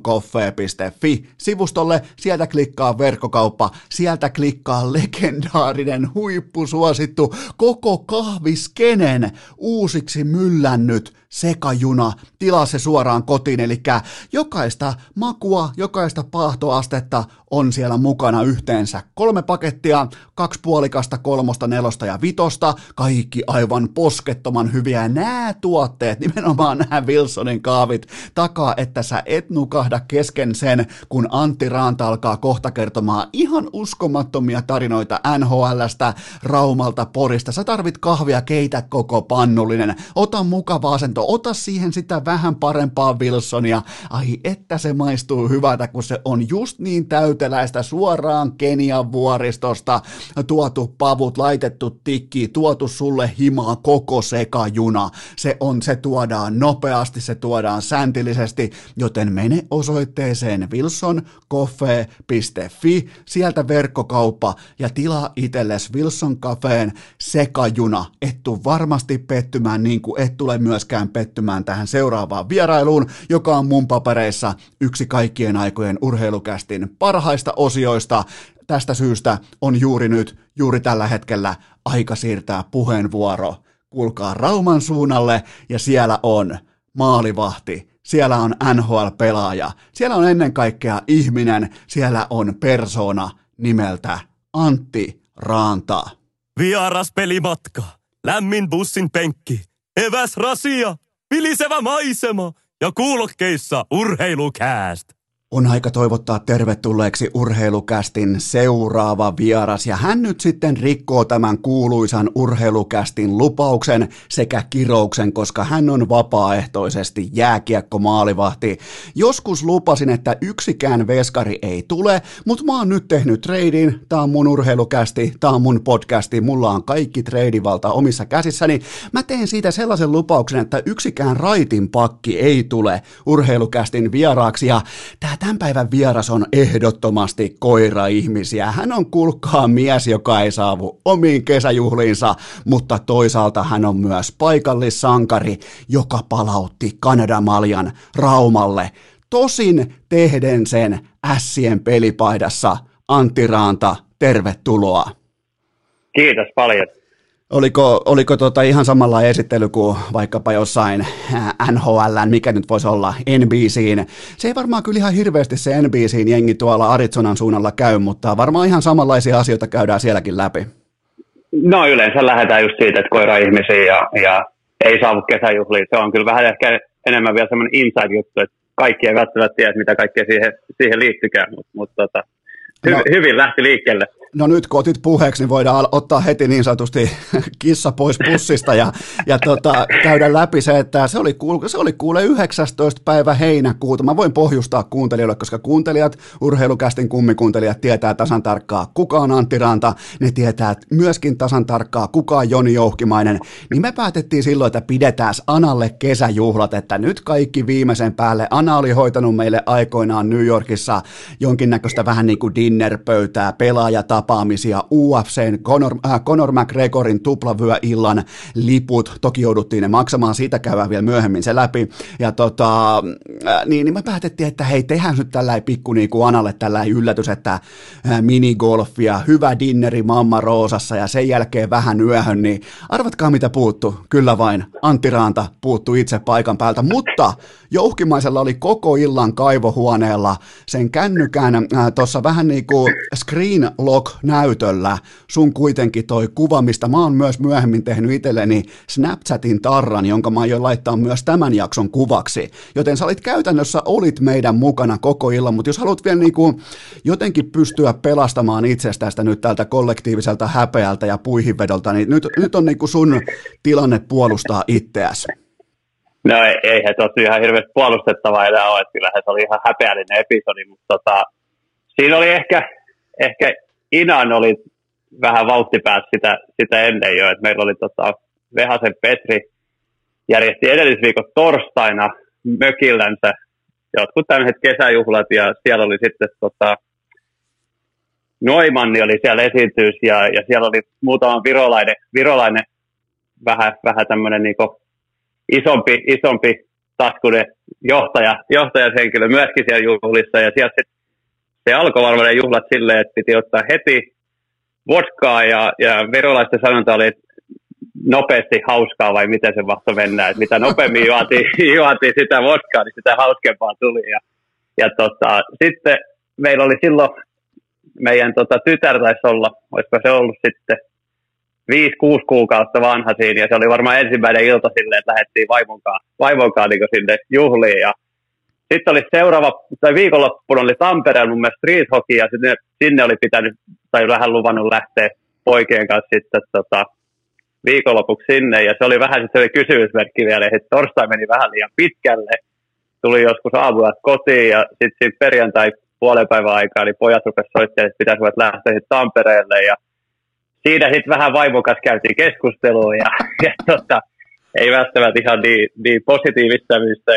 wilsoncoffee.fi-sivustolle, sieltä klikkaa verkkokauppa, sieltä klikkaa legendaarinen, huippusuosittu, koko kahviskenen uusiksi myllännyt sekajuna, tilaa se suoraan kotiin, eli jokaista makua, jokaista paahtoastetta on siellä mukana yhteensä 3 pakettia, 2 puolikasta, 3, 4 ja 5, kaikki aivan poskettoman hyviä, ja nämä tuotteet, nimenomaan nämä Wilsonin kahvit, takaa, että sä et nukahda kesken sen, kun Antti Raanta alkaa kohta kertomaan ihan uskomattomia tarinoita NHL:stä, Raumalta, Porista, sä tarvit kahvia, keitä koko pannullinen, ota mukava asento, ota siihen sitä vähän parempaa Wilsonia, ai että se maistuu hyvältä, kun se on just niin täyteläistä suoraan Kenian vuoristosta, tuotu pavut, laitettu tikki, tuotu sulle himaa koko sekajuna, se tuodaan nopeasti, se tuodaan säntillisesti, joten mene osoitteeseen wilsoncoffee.fi, sieltä verkkokauppa ja tilaa itsellesi Wilson Cafeen sekajuna, et tuu varmasti pettymään niin kuin et tule myöskään pettymään tähän seuraavaan vierailuun, joka on mun papereissa yksi kaikkien aikojen urheilukästin parhaista osioista. Tästä syystä on juuri nyt, juuri tällä hetkellä aika siirtää puheenvuoro. Kuulkaa Rauman suunnalle ja siellä on maalivahti, siellä on NHL-pelaaja, siellä on ennen kaikkea ihminen, siellä on persoona nimeltä Antti Raanta. Vieras pelimatka, lämmin bussin penkki, eväs rasia, vilisevä maisema ja kuulokkeissa urheilukääst. On aika toivottaa tervetulleeksi urheilukästin seuraava vieras, ja hän nyt sitten rikkoo tämän kuuluisan urheilukästin lupauksen sekä kirouksen, koska hän on vapaaehtoisesti jääkiekko-maalivahti. Joskus lupasin, että yksikään veskari ei tule, mutta mä oon nyt tehnyt treidin, tää on mun urheilukästi, tää on mun podcasti, mulla on kaikki treidivalta omissa käsissäni. Mä teen siitä sellaisen lupauksen, että yksikään raitin pakki ei tule urheilukästin vieraaksi, ja tämän päivän vieras on ehdottomasti koira-ihmisiä. Hän on kuulkaa mies, joka ei saavu omiin kesäjuhliinsa, mutta toisaalta hän on myös paikallissankari, joka palautti Kanadamaljan Raumalle. Tosin tehden sen Ässien pelipaidassa. Antti Raanta, tervetuloa. Kiitos paljon. Oliko ihan samalla esittely kuin vaikkapa jossain NHL, mikä nyt voisi olla, NBC:n? Se ei varmaan kyllä ihan hirveästi se NBC:n jengi tuolla Arizonan suunnalla käy, mutta varmaan ihan samanlaisia asioita käydään sielläkin läpi. No yleensä lähdetään just siitä, että koira-ihmisiä ja ei saavu kesäjuhliin. Se on kyllä vähän ehkä enemmän vielä semmoinen inside-juttu, että kaikki ei välttämättä tiedä, mitä kaikkea siihen liittykään, mutta hyvin lähti liikkeelle. No nyt kun otit puheeksi, niin voidaan ottaa heti niin sanotusti kissa pois pussista ja käydä läpi se, että se oli kuule 19. päivä heinäkuuta. Mä voin pohjustaa kuuntelijoille, koska kuuntelijat, urheilukästin kummikuuntelijat tietää tasan tarkkaa, kuka on Antti Ranta, ne tietää myöskin tasan tarkkaa, kuka on Joni Jouhkimainen. Niin me päätettiin silloin, että pidetään Analle kesäjuhlat, että nyt kaikki viimeisen päälle. Ana oli hoitanut meille aikoinaan New Yorkissa jonkinnäköistä vähän niin kuin dinnerpöytää, tapaamisia, UFC:n Conor McGregorin tuplavyöillan liput, toki jouduttiin ne maksamaan, siitä käydään vielä myöhemmin se läpi, ja niin me päätettiin, että hei, tehdään nyt tällainen pikku niin kuin Analle tällainen yllätys, että minigolfia, hyvä dinneri Mamma Roosassa ja sen jälkeen vähän yöhön, niin arvatkaa mitä puuttu, kyllä vain, Antti Ranta puuttui itse paikan päältä, mutta Jouhkimaisella oli koko illan kaivohuoneella sen kännykän tuossa vähän niin kuin screen lock-näytöllä sun kuitenkin toi kuva, mistä mä oon myös myöhemmin tehnyt itselleni Snapchatin tarran, jonka mä aion laittaa myös tämän jakson kuvaksi. Joten sä olit meidän mukana koko illan, mutta jos haluat vielä niin kuin jotenkin pystyä pelastamaan itsestästä nyt tältä kollektiiviselta häpeältä ja puihinvedolta, niin nyt on niin kuin sun tilanne puolustaa itseäsi. No eihän tosi ihan hirveästi puolustettavaa enää ole, että kyllähän se oli ihan häpeällinen episodi, mutta siinä oli ehkä Inan oli vähän vauhtipäässä sitä ennen jo, että meillä oli Vehasen Petri järjesti edellisviikon torstaina mökillänsä jotkut tämmöiset kesäjuhlat ja siellä oli sitten Noimanni oli siellä esiintys ja siellä oli muutama virolainen vähän tämmöinen niinku isompi taskunen johtajashenkilö myöskin siellä juhlissa ja siellä sitten se alkoi varmaan juhlat silleen, että piti ottaa heti vodkaa ja virolaisten sanonta oli, että nopeasti hauskaa vai miten se vahto mennään. Että mitä nopeammin juotiin sitä vodkaa, niin sitä hauskempaa tuli. Ja sitten meillä oli silloin meidän tytär taisi olla, olisiko se ollut sitten 5-6 kuukautta vanha siinä. Ja se oli varmaan ensimmäinen ilta silleen, että lähdettiin vaimonkaan niin sinne juhliin. Ja sitten oli viikonloppuna oli Tampereella mun mielestä street hockey, ja sinne oli pitänyt, tai vähän luvannut lähteä poikien kanssa sitten viikonlopuksi sinne, ja se oli vähän sitten se kysymysmerkki vielä, että torstai meni vähän liian pitkälle, tuli joskus aamulla kotiin, ja sitten perjantai puolen päivän aikaa, niin pojat rupesivat soittamaan, että pitäisivät lähteä sitten Tampereelle, ja siinä sitten vähän vaimon kanssa käytiin keskustelua, ja ei välttämättä ihan niin positiivista sävyistä,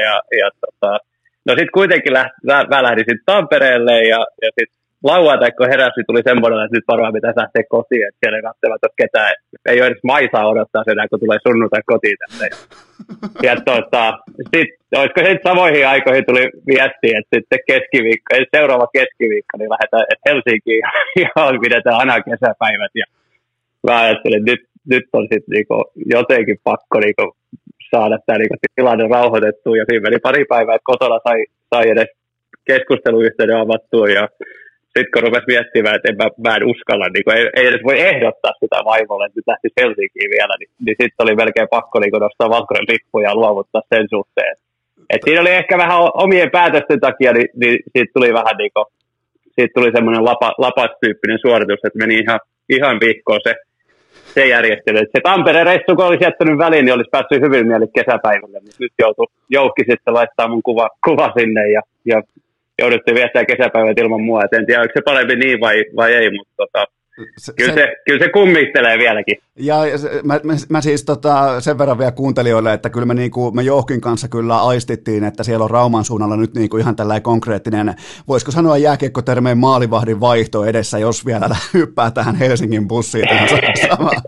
no sitten kuitenkin mä lähdin sitten Tampereelle ja sitten lauantai kun heräsi, tuli semmoinen, että nyt varmaan pitäisi lähteä kotiin, että siellä ei välttämättä ole ketään, ei ole edes Maisaa odottaa sen, kun tulee sunnuntai kotiin tänne. Ja sitten olisiko sitten samoihin aikoihin tuli viesti, että sitten seuraava keskiviikko, niin lähdetään Helsinkiin ja pidetään aina kesäpäivät. Ja mä ajattelin, että nyt on sitten niinku jotenkin pakko niinku saada tämä niinku tilanne rauhoitettua, ja siinä meni pari päivää, että kotona sai edes keskusteluyhteyden avattua, ja sitten kun rupesi miettimään, että mä en uskalla, niin ei edes voi ehdottaa sitä vaimolle, että nyt lähtisi Helsinkiin vielä, niin sitten oli melkein pakko niin nostaa valkoinen lippu ja luovuttaa sen suhteen. Et siinä oli ehkä vähän omien päätösten takia, niin siitä tuli vähän niin kuin, siitä tuli semmoinen lapas-tyyppinen suoritus, että meni ihan viikkoon se järjestely. Se Tampereen reissu, kun olisi jättänyt väliin, niin olisi päässyt hyvin mieli kesäpäivälle. Nyt joutui Joukki sitten laittaa mun kuva sinne ja jouduttiin viettää kesäpäivät ilman mua. Et en tiedä, onko se parempi niin vai ei, mutta kyllä se kummittelee vieläkin. Ja mä siis sen verran vielä kuuntelijoille, että kyllä me Jouhkin kanssa kyllä aistittiin, että siellä on Rauman suunnalla nyt ihan tällainen konkreettinen, voisiko sanoa jääkiekkotermeen maalivahdin vaihto edessä, jos vielä hyppää tähän Helsingin bussiin tähän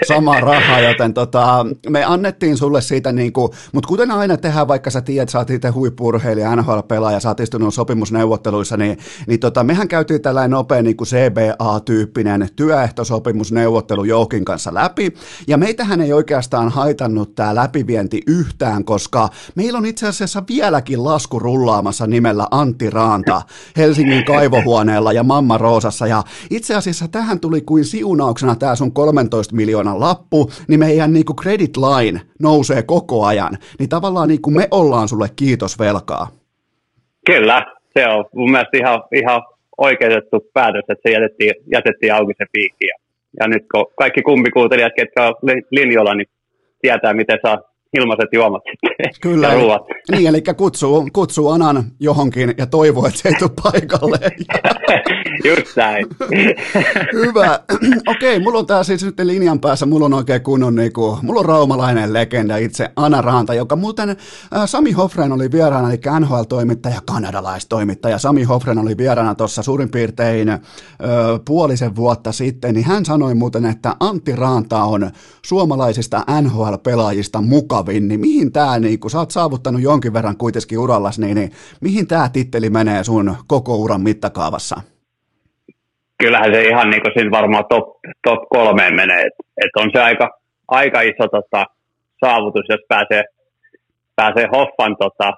sama raha, joten me annettiin sulle siitä, mutta kuten aina tehdään, vaikka sä tiedät, sä oot itse huippu-urheilija, NHL-pelaaja, sä oot istunut sopimusneuvotteluissa, niin mehän käytiin tällainen nopea CBA-tyyppinen työehtosopimusneuvottelu Joukin kanssa läpi, ja meitähän ei oikeastaan haitannut tämä läpivienti yhtään, koska meillä on itse asiassa vieläkin lasku rullaamassa nimellä Antti Raanta Helsingin kaivohuoneella ja Mamma Roosassa, ja itse asiassa tähän tuli kuin siunauksena tämä sun 13 miljoonan lappu, niin meidän credit line nousee koko ajan, niin tavallaan me ollaan sulle kiitosvelkaa. Kyllä, se on mun mielestä ihan oikeutettu päätös, että se jätettiin auki se piikki. Ja nyt kun kaikki kummikuuntelijat, ketkä on linjoilla, niin tietää, miten saa ilmaiset juomat sitten. Kyllä, ja ruuat. Niin, eli kutsuu Anan johonkin ja toivoo, että se ei tule paikalle. Just näin. Hyvä. Okei, mulla on tää siis nyt linjan päässä, mulla on oikein kunnon, mulla on raumalainen legenda itse Ana Raanta, joka muuten Sami Hofren oli vieraana, eli NHL-toimittaja, kanadalaistoimittaja. Sami Hofren oli vieraana tuossa suurin piirtein puolisen vuotta sitten, niin hän sanoi muuten, että Antti Raanta on suomalaisista NHL-pelaajista mukavin, niin mihin tää, kun sä oot saavuttanut jonkin verran kuitenkin urallas, niin mihin tää titteli menee sun koko uran mittakaavassa? Kyllähän se ihan siinä varmaan top 3 menee, et on se aika iso saavutus, jos pääsee Hoffan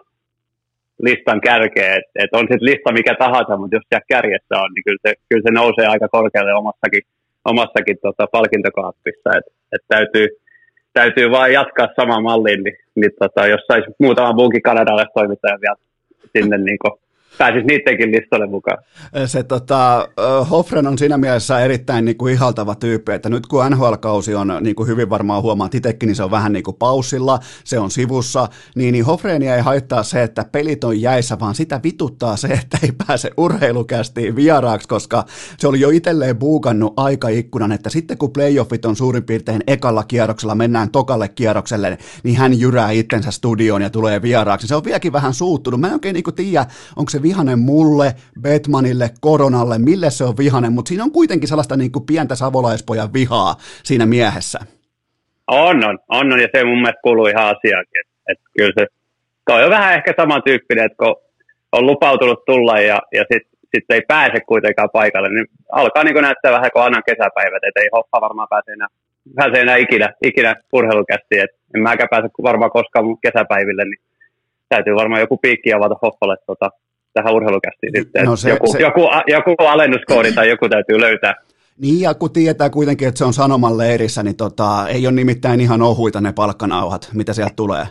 listan kärkeen, et on sitten lista mikä tahansa, mutta jos siellä kärjessä on, niin kyllä se nousee aika korkealle omassakin palkintokaappissa, et täytyy vaan jatkaa samaan malliin, niin jos saisi muutaman muunkin kanadalaistoimittajan vielä sinne pääsisi niidenkin listalle mukaan. Se Hofren on siinä mielessä erittäin ihaltava tyyppi, että nyt kun NHL-kausi on hyvin varmaan huomaat itsekin, niin se on vähän paussilla, se on sivussa, niin Hofrenia ei haittaa se, että pelit on jäissä, vaan sitä vituttaa se, että ei pääse urheilukästiin vieraaksi, koska se oli jo itselleen buukannut aikaikkunan, että sitten kun playoffit on suurin piirtein ekalla kierroksella, mennään tokalle kierrokselle, niin hän jyrää itsensä studioon ja tulee vieraaksi. Se on vieläkin vähän suuttunut. Mä en oikein tiedä, onko se vihanen mulle, Batmanille, Koronalle, mille se on vihanen, mutta siinä on kuitenkin sellaista pientä savolaispojan vihaa siinä miehessä. On, ja se mun mielestä kuuluu ihan asiaankin. Että kyllä se, toi on vähän ehkä samantyyppinen, että kun on lupautunut tulla ja sit ei pääse kuitenkaan paikalle, niin alkaa näyttää vähän kuin Anan kesäpäivät, että ei Hoffa varmaan pääse enää ikinä urheilukästiin, että en mäkään pääse varmaan koskaan mun kesäpäiville, niin täytyy varmaan joku piikki avata Hoffalle tähän urheilukästiin sitten. No joku alennuskoodi tai joku täytyy löytää. Niin, ja kun tietää kuitenkin, että se on Sanoman leirissä, niin ei ole nimittäin ihan ohuita ne palkkanauhat, mitä sieltä tulee.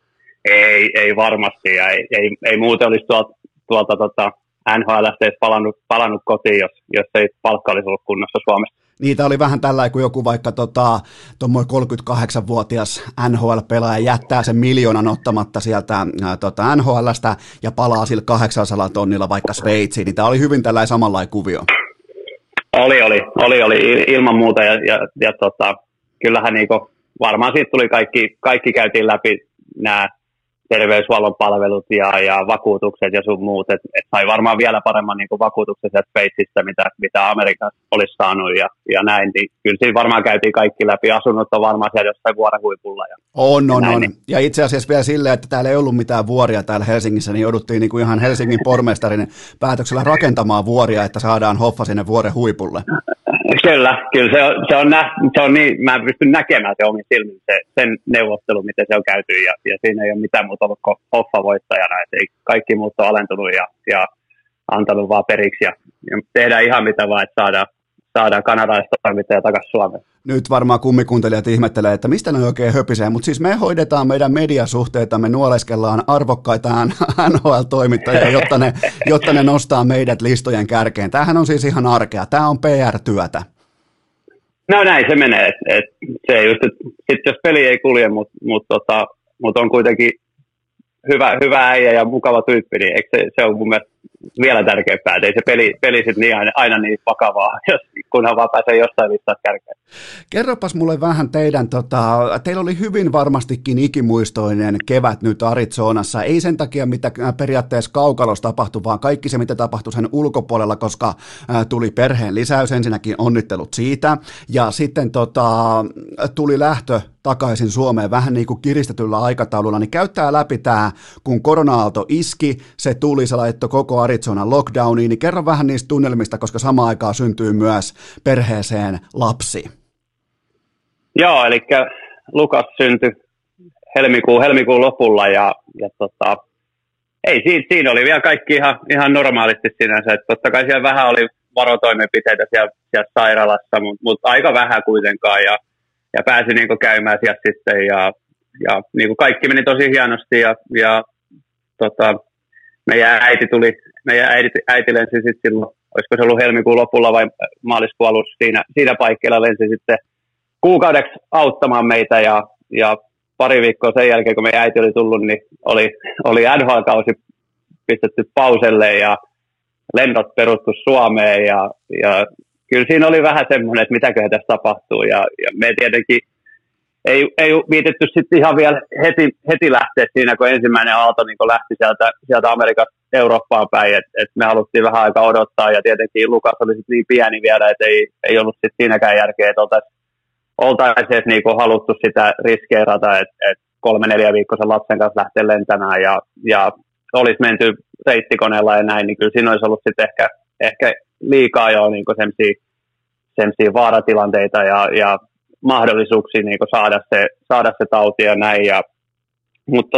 Ei varmasti, ja ei muuten olisi tuolta NHL:stä edes palannut kotiin, jos ei palkka olisi ollut kunnossa Suomessa. Niitä oli vähän tällä kuin joku vaikka tuommoinen 38-vuotias NHL-pelaaja jättää sen miljoonan ottamatta sieltä NHL:stä ja palaa sillä 800 tonnilla vaikka Sveitsiin, niin tämä oli hyvin tällainen samanlainen kuvio. Oli ilman muuta ja kyllähän varmaan siitä tuli kaikki käytiin läpi nämä terveyshuollon palvelut ja vakuutukset ja sun muut, että sai varmaan vielä paremman vakuutuksen sieltä Sveitsistä, mitä Amerikassa olisi saanut ja näin, niin kyllä siinä varmaan käytiin kaikki läpi, asunnot on varmaan siellä jossain vuoren huipulla. On. Niin. Ja itse asiassa vielä silleen, että täällä ei ollut mitään vuoria täällä Helsingissä, niin jouduttiin ihan Helsingin pormestarin päätöksellä rakentamaan vuoria, että saadaan Hoffa sinne vuoren huipulle. Kyllä se on niin, mä pystyn näkemään se omin silmin sen neuvottelu, miten se on käyty ja siinä ei ole mitään muuta ollut kuin Hoffa voittajana, että ei kaikki muut on alentunut ja antanut vaan periksi ja tehdään ihan mitä vaan, että saadaan kanadalaista toimittajia takaisin Suomeen. Nyt varmaan kummikuuntelijat ihmettelee, että mistä ne oikein höpisee, mutta siis me hoidetaan meidän mediasuhteita, me nuoleskellaan arvokkaita NHL-toimittajia, jotta ne nostaa meidät listojen kärkeen. Tämähän on siis ihan arkea, tämä on PR-työtä. No näin se menee, se just, että jos peli ei kulje, mutta on kuitenkin hyvä äijä ja mukava tyyppi, niin eikö se on mun mielestä vielä tärkeämpää, että ei se peli sitten niin aina niin vakavaa, kunhan vaan pääsee jostain listasta kärkeen. Kerropas mulle vähän teillä oli hyvin varmastikin ikimuistoinen kevät nyt Arizonassa, ei sen takia mitä periaatteessa kaukalossa tapahtui, vaan kaikki se mitä tapahtui sen ulkopuolella, koska tuli perheen lisäys, ensinnäkin onnittelut siitä, ja sitten tuli lähtö takaisin Suomeen vähän niin kuin kiristetyllä aikataululla, niin käyttää läpi tämä, kun korona-aalto iski, se tuli, se laittoi koko Arizonan lockdowniin, niin kerro vähän niistä tunnelmista, koska samaan aikaan syntyy myös perheeseen lapsi. Joo, eli Lukas syntyi helmikuun lopulla ja ei, siinä oli vielä kaikki ihan normaalisti sinänsä, että totta kai siellä vähän oli varotoimenpiteitä siellä sairaalassa, mutta aika vähän kuitenkaan ja pääsi niinku käymään siellä sitten ja niinku kaikki meni tosi hienosti ja meidän äiti lensi sitten silloin, olisiko se ollut helmikuun lopulla vai maaliskuun alussa siinä paikkeilla lensi sitten kuukaudeksi auttamaan meitä ja pari viikkoa sen jälkeen, kun meidän äiti oli tullut, niin oli NHL-kausi pistetty pauselle ja lennot peruttu Suomeen ja kyllä siinä oli vähän semmoinen, että mitäköhän tässä tapahtuu ja me tietenkin ei viitetty sitten ihan vielä heti lähteä siinä, kun ensimmäinen aalto niin kun lähti sieltä Amerikasta Eurooppaan päin, että me haluttiin vähän aikaa odottaa ja tietenkin Lukas oli sitten niin pieni vielä, että ei ollut sitten siinäkään järkeä, että oltaisiin niin haluttu sitä riskeerata, että 3-4 viikkoisen lapsen kanssa lähteä lentämään ja olisi menty reittikoneella ja näin, niin kyllä siinä olisi ollut sitten ehkä liikaa jo niin semmoisia vaaratilanteita ja mahdollisuuksia niin saada se tauti ja näin. Mutta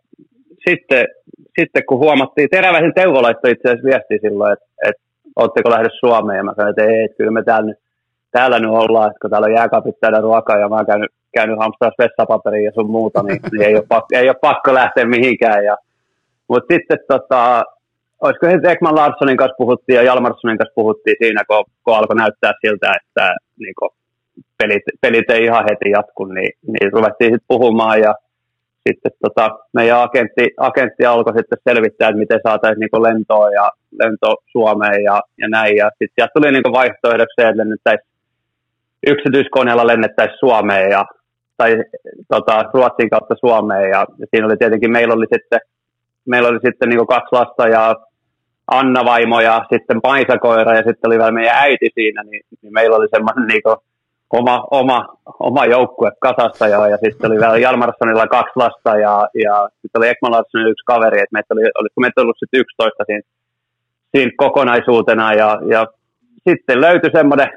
sitten kun huomattiin, Teräväisen Teuvo laittoi itse asiassa viestiä silloin, että ootteko lähdössä Suomeen, ja mä sanoin, että ei, että kyllä me täällä nyt ollaan, että kun täällä on jääkaapit täydä ruokaa ja mä oon käynyt hamstraassa vessapaperia ja sun muuta, niin ei ole pakko lähteä mihinkään. Mutta sitten olisiko se Ekman Larssonin kanssa puhuttiin ja Jalmarssonin kanssa puhuttiin siinä, kun alkoi näyttää siltä, että niin pelit ei ihan heti jatku, niin ruvettiin sitten puhumaan ja sitten meidän agentti alkoi sitten selvittää, että miten saataisiin niin lento Suomeen ja näin. Ja sitten sieltä tuli niin vaihtoehdoksi se, että lennettäisiin yksityiskoneella lennettäisiin Suomeen tai Ruotsin kautta Suomeen. Ja siinä oli tietenkin, meillä oli sitten niin 2 lasta ja Anna-vaimo ja sitten paisakoira ja sitten oli vielä meidän äiti siinä, niin meillä oli semmoinen niin oma joukkue kasassa ja sitten oli vielä Jalmarssonilla 2 lasta ja sitten oli Ekman Larssonilla 1 kaveri, että meitä oli ollut sitten 11 siinä kokonaisuutena ja sitten löytyi semmoinen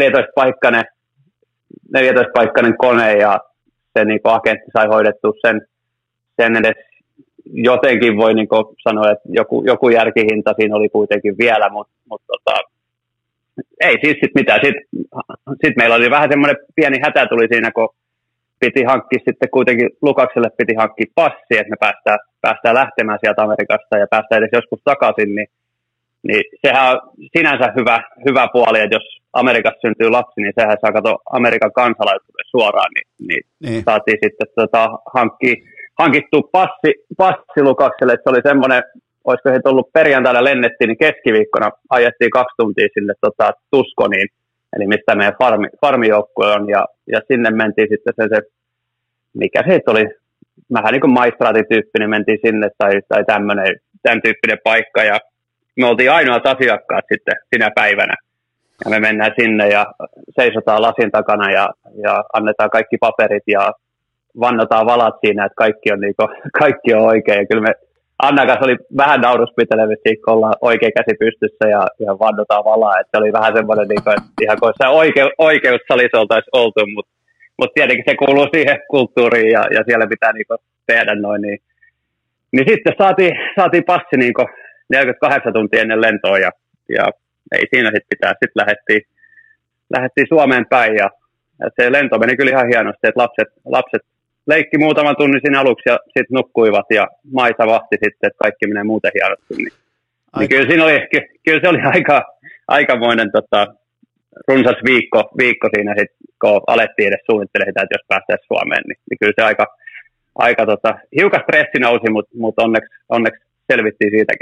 14-paikkainen kone ja se niin agentti sai hoidettua sen edes jotenkin voi niin sanoa, että joku järkihinta siinä oli kuitenkin vielä, mutta ei siis sit mitään. Sitten meillä oli vähän semmoinen pieni hätä tuli siinä, kun piti hankkia sitten kuitenkin Lukakselle piti hankkia passi, että me päästään lähtemään sieltä Amerikasta ja päästään edes joskus takaisin, niin sehän on sinänsä hyvä puoli, että jos Amerikassa syntyy lapsi, niin sehän saa katsoa Amerikan kansalaisuuden suoraan, niin saatiin sitten hankittua passi Lukakselle, että se oli semmoinen, olisiko he ollut perjantaina lennettiin, niin keskiviikkona ajettiin 2 tuntia sinne Tuskoniin, eli mistä meidän farmijoukkue on, ja sinne mentiin sitten se mikä se oli, vähän niin kuin maistraatityyppinen, mentiin sinne tai tämän tyyppinen paikka, ja me oltiin ainoat asiakkaat sitten sinä päivänä, ja me mennään sinne ja seisotaan lasin takana ja annetaan kaikki paperit ja vannotaan valat siinä, että kaikki on oikein, ja kyllä me Anna kanssa oli vähän nauruspitelevissä, kun ollaan oikea käsi pystyssä ja vannotaan valaa, että oli vähän semmoinen, että ihan kuin se oikeussalissa oltaisiin oltu, mutta tietenkin se kuuluu siihen kulttuuriin ja siellä pitää tehdä noin. Niin sitten saatiin passi 48 tuntia ennen lentoa ja ei siinä sitten pitää. Sitten lähdettiin Suomeen päin ja se lento meni kyllä ihan hienosti, että lapset leikki muutaman tunnin siinä aluksi ja sitten nukkuivat ja Maisa vahti sitten, että kaikki menee muuten hienosti. Niin kyllä se oli aikamoinen runsas viikko siinä sitten, kun alettiin edes suunnittelemaan sitä, että jos päästäisiin Suomeen, niin kyllä se aika hiukan stressi nousi, mutta onneksi selvittiin siitäkin.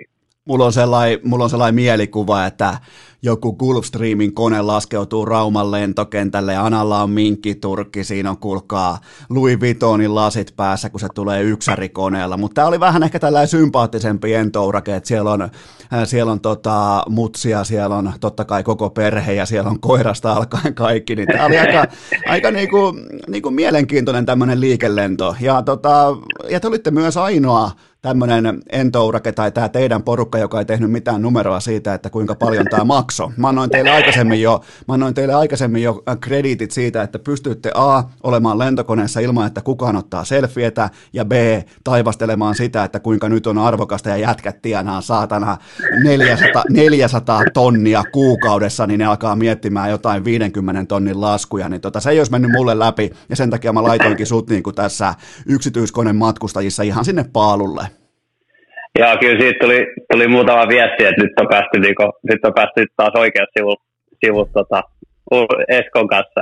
Mulla on sellainen mielikuva, että joku Gulfstreamin kone laskeutuu Rauman lentokentälle ja Analla on minkkiturkki, siinä on kuulkaa Louis Vuittonin lasit päässä, kun se tulee yksärikoneella, mutta tämä oli vähän ehkä tällainen sympaattisempi entourake, että siellä on mutsia, siellä on totta kai koko perhe ja siellä on koirasta alkaen kaikki, niin tämä oli aika niinku mielenkiintoinen tämmöinen liikelento ja te olitte myös ainoa tämmöinen entourake tai tämä teidän porukka, joka ei tehnyt mitään numeroa siitä, että kuinka paljon tämä maksoi. Mä annoin teille aikaisemmin jo krediitit siitä, että pystyitte A, olemaan lentokoneessa ilman, että kukaan ottaa selfietä, ja B, taivastelemaan sitä, että kuinka nyt on arvokasta ja jätkät tienaa saatana 400 tonnia kuukaudessa, niin ne alkaa miettimään jotain 50 tonnin laskuja, niin se ei olisi mennyt mulle läpi, ja sen takia mä laitoinkin sut niin kuin tässä yksityiskoneen matkustajissa ihan sinne paalulle. Joo, kyllä siitä tuli muutama viesti, että nyt on päästy taas oikeasti sivut Eskon kanssa.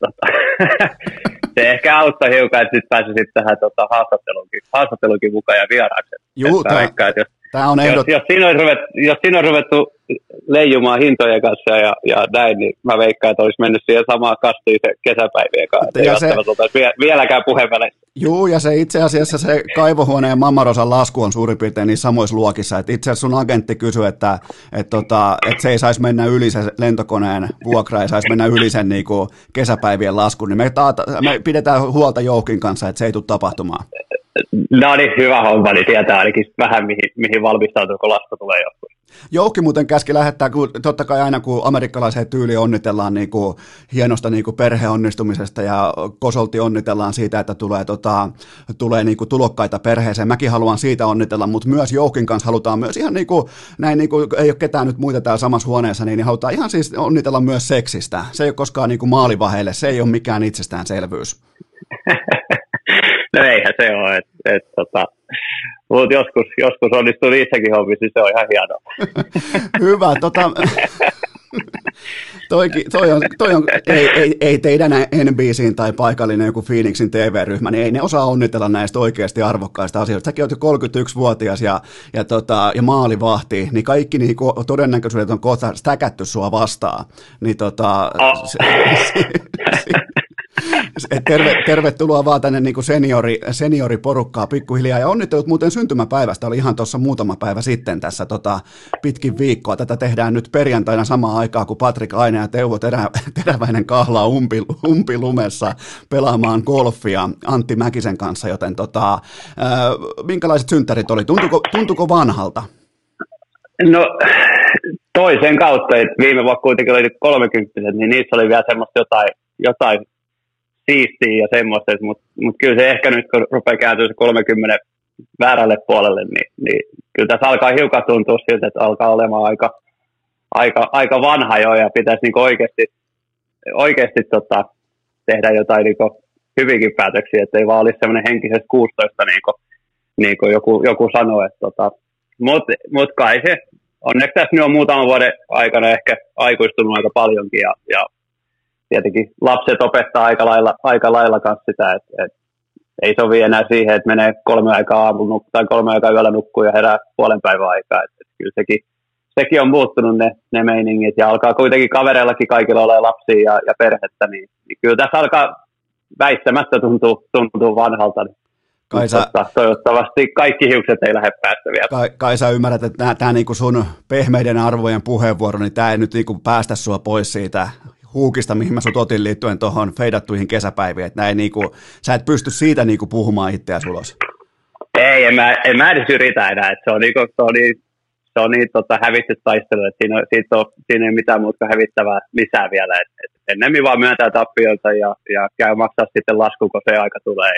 Se ehkä auttoi hiukan, että nyt pääsisit tähän haastatteluunkin mukaan ja vieraaksi. Juu, tämä on jos siinä on ruvettu leijumaan hintojen kanssa ja näin, niin mä veikkaan, että olisi mennyt siihen samaan kastiin se kesäpäivien kanssa. Ei vieläkään puheenväleissä. Juu, ja se itse asiassa se kaivohuoneen Mammarosan lasku on suurin piirtein niissä samoissa luokissa. Et itse asiassa sun agentti kysyi, että se ei saisi mennä yli se lentokoneen vuokra, ei saisi mennä yli sen niinku kesäpäivien laskun. Niin me pidetään huolta Joukin kanssa, että se ei tule tapahtumaan. No niin, hyvä homma, niin tietää ainakin vähän mihin valmistautuu, kun lasku tulee joskus. Joukki muuten käski lähettää, kun totta kai aina kun amerikkalaiseen tyyliin onnitellaan niin kuin hienosta niin kuin perheonnistumisesta ja Kosolti onnitellaan siitä, että tulee niin kuin tulokkaita perheeseen. Mäkin haluan siitä onnitella, mutta myös Joukin kanssa halutaan myös ihan niin kuin, näin niin kuin ei ole ketään nyt muita täällä samassa huoneessa, niin halutaan ihan siis onnitella myös seksistä. Se ei ole koskaan niin kuin maalivaheille, se ei ole mikään itsestäänselvyys. No eihän se ole, mutta joskus onnistuu niissäkin hommissa, niin se on ihan hienoa. Hyvä, toi on ei teidän NBCin tai paikallinen joku Phoenixin TV-ryhmä, niin ei ne osaa onnitella näistä oikeasti arvokkaista asioista. Säkin olet jo 31-vuotias ja maalivahti, niin kaikki niinku todennäköisyydet on kohta stäkätty sua vastaan. Niin tervetuloa vaan tänne niin kuin senioriporukkaa pikkuhiljaa ja onnittelut muuten syntymäpäivästä, oli ihan tuossa muutama päivä sitten tässä pitkin viikkoa. Tätä tehdään nyt perjantaina samaan aikaan, kun Patrik Aine ja Teuvo Teräväinen kahlaa umpilumessa pelaamaan golfia Antti Mäkisen kanssa, joten minkälaiset synttärit oli? Tuntuko vanhalta? No toisen kautta, että viime vuonna kuitenkin oli 30, niin niissä oli vielä semmoista jotain siistiä ja semmoista, mutta kyllä se ehkä nyt, kun rupeaa kääntyä se 30 väärälle puolelle, niin kyllä tässä alkaa hiukan tuntua siltä, että alkaa olemaan aika vanha jo ja pitäisi niinku oikeasti tehdä jotain niinku hyvinkin päätöksiä, ettei vaan olisi semmoinen henkisesti 16, niin kuin joku sanoo. Mutta kai se, onneksi tässä nyt on muutaman vuoden aikana ehkä aikuistunut aika paljonkin ja tietenkin lapset opettaa aika lailla kanssa sitä, että ei sovi enää siihen, että menee 3 aikaa aamulla tai 3 aikaa yöllä nukkuu ja herää puolen päivän aikaa. Että kyllä sekin on muuttunut ne meiningit ja alkaa kuitenkin kavereillakin kaikilla olla lapsia ja perhettä, niin kyllä tässä alkaa väistämättä tuntuu vanhalta. Toivottavasti kaikki hiukset ei lähde päästä vielä. Kai sä ymmärrät, että tämä niinku sun pehmeiden arvojen puheenvuoro, niin tämä ei nyt niinku päästä sua pois siitä huukista, mihin mä sut otin liittyen tuohon feidattuihin kesäpäiviin, että sä et pysty siitä niinku puhumaan itseäsi ulos. Ei, en mä edes yritä enää, että se on niin hävitty taistelu, että siinä ei mitään muuta hävittävää lisää vielä, että ennemmin vaan myöntää tappioita ja käy maksaa sitten lasku, kun se aika tulee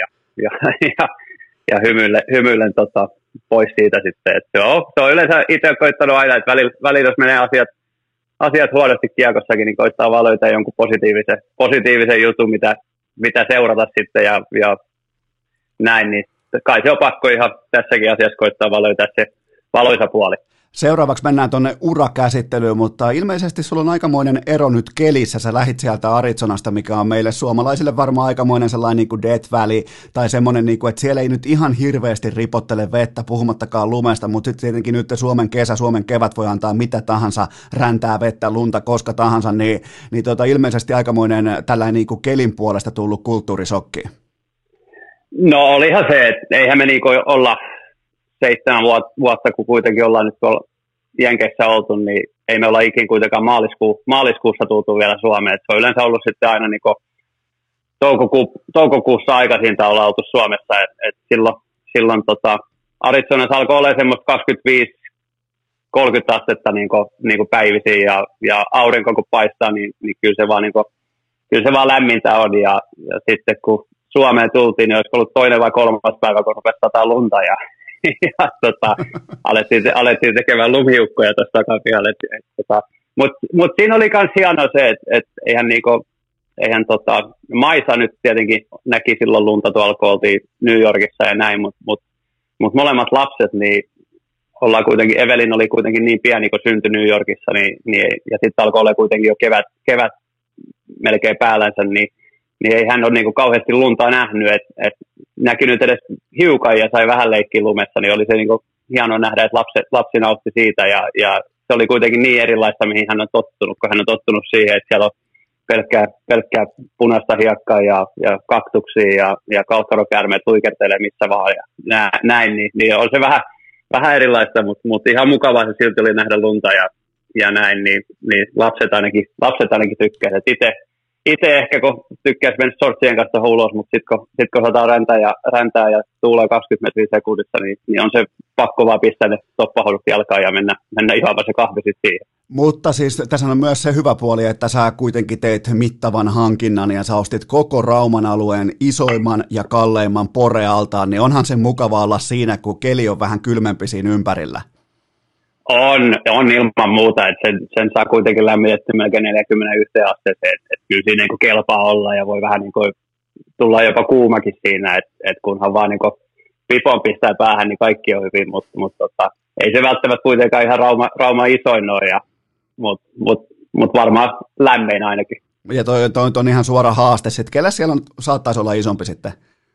ja hymyilen pois siitä sitten, että se on yleensä itse koittanut aina, että välillä jos menee asiat huonosti kiekossakin, niin koittaa vaan löytää jonkun positiivisen jutun, mitä seurata sitten ja näin, niin kai se on pakko ihan tässäkin asiassa koittaa vaan löytää se valoisa puoli. Seuraavaksi mennään tuonne urakäsittelyyn, mutta ilmeisesti sulla on aikamoinen ero nyt kelissä. Sä lähit sieltä Arizonasta, mikä on meille suomalaisille varmaan aikamoinen sellainen niin kuin Death Valley, tai semmoinen, niin kuin, että siellä ei nyt ihan hirveästi ripottele vettä, puhumattakaan lumesta, mutta sitten tietenkin nyt Suomen kesä, Suomen kevät voi antaa mitä tahansa, räntää vettä, lunta, koska tahansa, niin ilmeisesti aikamoinen tällainen niin kuin kelin puolesta tullut kulttuurisokki. No olihan se, että eihän me niinku olla 7 vuotta, kun kuitenkin ollaan nyt tuolla Jenkeissä oltu, niin ei me olla ikin kuitenkaan maaliskuussa tultu vielä Suomeen. Et se on yleensä ollut sitten aina niinku toukokuussa aikaisinta olla oltu Suomessa. Et silloin Arizonassa alkoi olla semmoista 25-30 astetta niinku päivisin ja aurinko kun paistaa, niin kyllä se vaan lämmintä on. Ja sitten kun Suomeen tultiin, niin olisi ollut 2. vai 3. päivä, kun rupesi sataa lunta ja alettiin tekemään lumiukkoja tuossa takapihalle. Mutta siinä oli myös hienoa se, että eihän Maisa nyt tietenkin näki silloin lunta tuolla, kun oltiin New Yorkissa ja näin, mutta molemmat lapset, niin ollaan kuitenkin, Evelin oli kuitenkin niin pieni, kun syntyi New Yorkissa, ja sitten alkoi olla kuitenkin jo kevät melkein päällänsä, niin ei hän ole niinku kauheasti lunta nähnyt, että näki nyt edes hiukan ja sai vähän leikkiä lumessa, niin oli se niinku hienoa nähdä, että lapsi nautti siitä ja se oli kuitenkin niin erilaista, mihin hän on tottunut, kun hän on tottunut siihen, että siellä on pelkkää punaista hiekkaa ja kaktuksia ja kaukkarokäärmeet luikertelee missä vaan ja näin, niin on se vähän erilaista, mutta ihan mukavaa se silti oli nähdä lunta ja näin, niin lapset ainakin tykkää, itse ehkä, kun tykkäisi mennä shortsien kanssa ulos, mutta sitten kun sataa räntää ja tuulee 20 metriä sekunnissa, niin on se pakko vaan pistää ne toppahousut jalkaan ja mennä juomaan se kahvi sitten siihen. Mutta siis tässä on myös se hyvä puoli, että sä kuitenkin teit mittavan hankinnan ja sä ostit koko Rauman alueen isoimman ja kalleimman porealtaan, niin onhan se mukava olla siinä, kun keli on vähän kylmempi siinä ympärillä. On ilman muuta, että sen saa kuitenkin lämmitetty melkein 41 asteeseen, että kyllä siinä niin kelpaa olla ja voi vähän niin tulla jopa kuumakin siinä, että kunhan vaan niin pipon pistää päähän, niin kaikki on hyvin, mutta ei se välttämättä kuitenkaan ihan Rauma isoin ole, mutta varmaan lämmin ainakin. Ja toi on ihan suora haaste sitten. Kellä siellä saattaisi olla isompi sitten?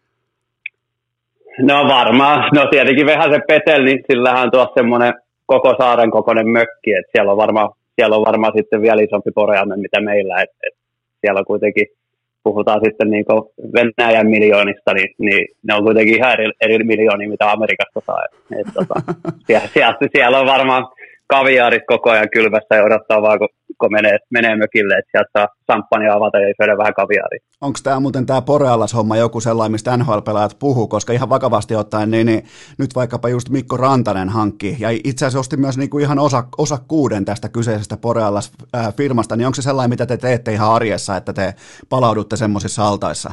No varmaan, tietenkin Vehasen Petel, niin sillähän on tuossa semmoinen koko saaren kokoinen mökki, että siellä on varmaan sitten vielä isompi poreamme mitä meillä, että siellä on kuitenkin, puhutaan sitten niin kuin Venäjän miljoonista, niin ne on kuitenkin ihan eri miljoonia, mitä Amerikasta saa. Siellä on varmaan kaviaarit koko ajan kylmässä ja odottaa vaan, kun menee mökille, että sieltä saa samppania avata ja syödä vähän kaviaaria. Onko tämä muuten tämä Porealas-homma joku sellainen, mistä NHL-pelaajat puhuu, koska ihan vakavasti ottaen, niin nyt vaikkapa just Mikko Rantanen hankki, ja itse asiassa osti myös niinku ihan osakkuuden tästä kyseisestä Porealas-firmasta, niin onko se sellainen, mitä te teette ihan arjessa, että te palaudutte semmoisissa altaissa?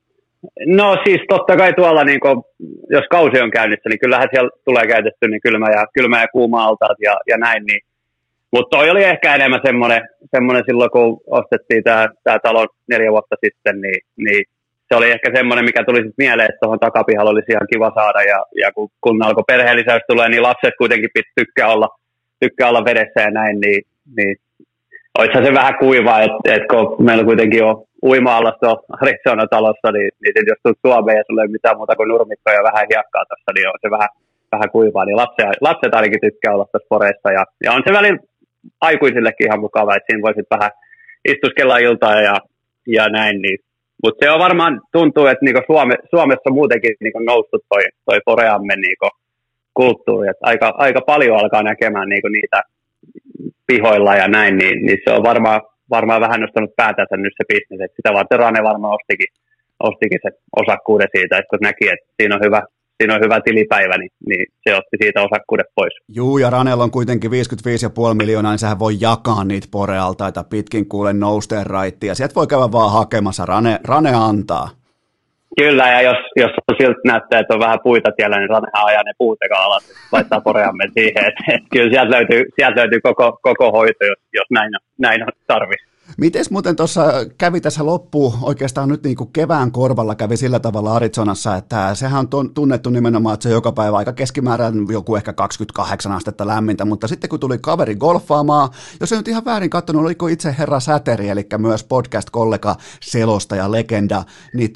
No siis totta kai tuolla, niin kun, jos kausi on käynnissä, niin kyllähän siellä tulee käytetty niin kylmä ja kuuma altaat ja näin. Niin. Mutta toi oli ehkä enemmän semmoinen silloin, kun ostettiin tämä talo 4 vuotta sitten, niin se oli ehkä semmoinen, mikä tuli sitten mieleen, että tuohon takapihalla olisi ihan kiva saada. Ja kun alkoi perheellisäys tulee, niin lapset kuitenkin tykkää olla vedessä ja näin, niin olisihan se vähän kuiva, että kun meillä kuitenkin on uima-allas tuolla Arizona-talossa, niin jos tulet Suomeen ja sulla ei mitään muuta kuin nurmikkoa ja vähän hiekkaa tuossa, niin on se vähän kuivaa. Niin lapset ainakin tykkää olla tuossa poreissa. Ja on se välillä aikuisillekin ihan mukava, että siinä voisit vähän istuskella iltaa ja näin. Niin. Mutta se on varmaan, tuntuu, että niinku Suomessa muutenkin niinku noussut toi poreamme niinku kulttuuri. Että aika paljon alkaa näkemään niinku niitä pihoilla ja näin, niin se on varmaan vähän nostanut päätänsä nyt se bisnes, että sitä varten Rane varmaan ostikin se osakkuuden siitä, että kun näki, että siinä on hyvä tilipäivä, niin se otti siitä osakkuuden pois. Juu, ja Ranella on kuitenkin 55,5 miljoonaa, niin sehän voi jakaa niitä porealtaita pitkin kuulen nousteen raittia. Sieltä voi käydä vaan hakemassa, Rane antaa. Kyllä, ja jos on siltä näyttää, että on vähän puita tiellä, niin Ranehan ajaa ne puut eka alas, laittaa poreamme siihen. Kyllä sieltä löytyy koko hoito, jos näin on tarvis. Mites muuten tuossa kävi tässä loppuun, oikeastaan nyt niin kuin kevään korvalla kävi sillä tavalla Arizonassa, että sehän on tunnettu nimenomaan, että se joka päivä aika keskimäärän joku ehkä 28 astetta lämmintä, mutta sitten kun tuli kaveri golfaamaan, jos ei nyt ihan väärin katsonut, oliko itse herra Säteri, eli myös podcast-kollega, selostaja, legenda, niin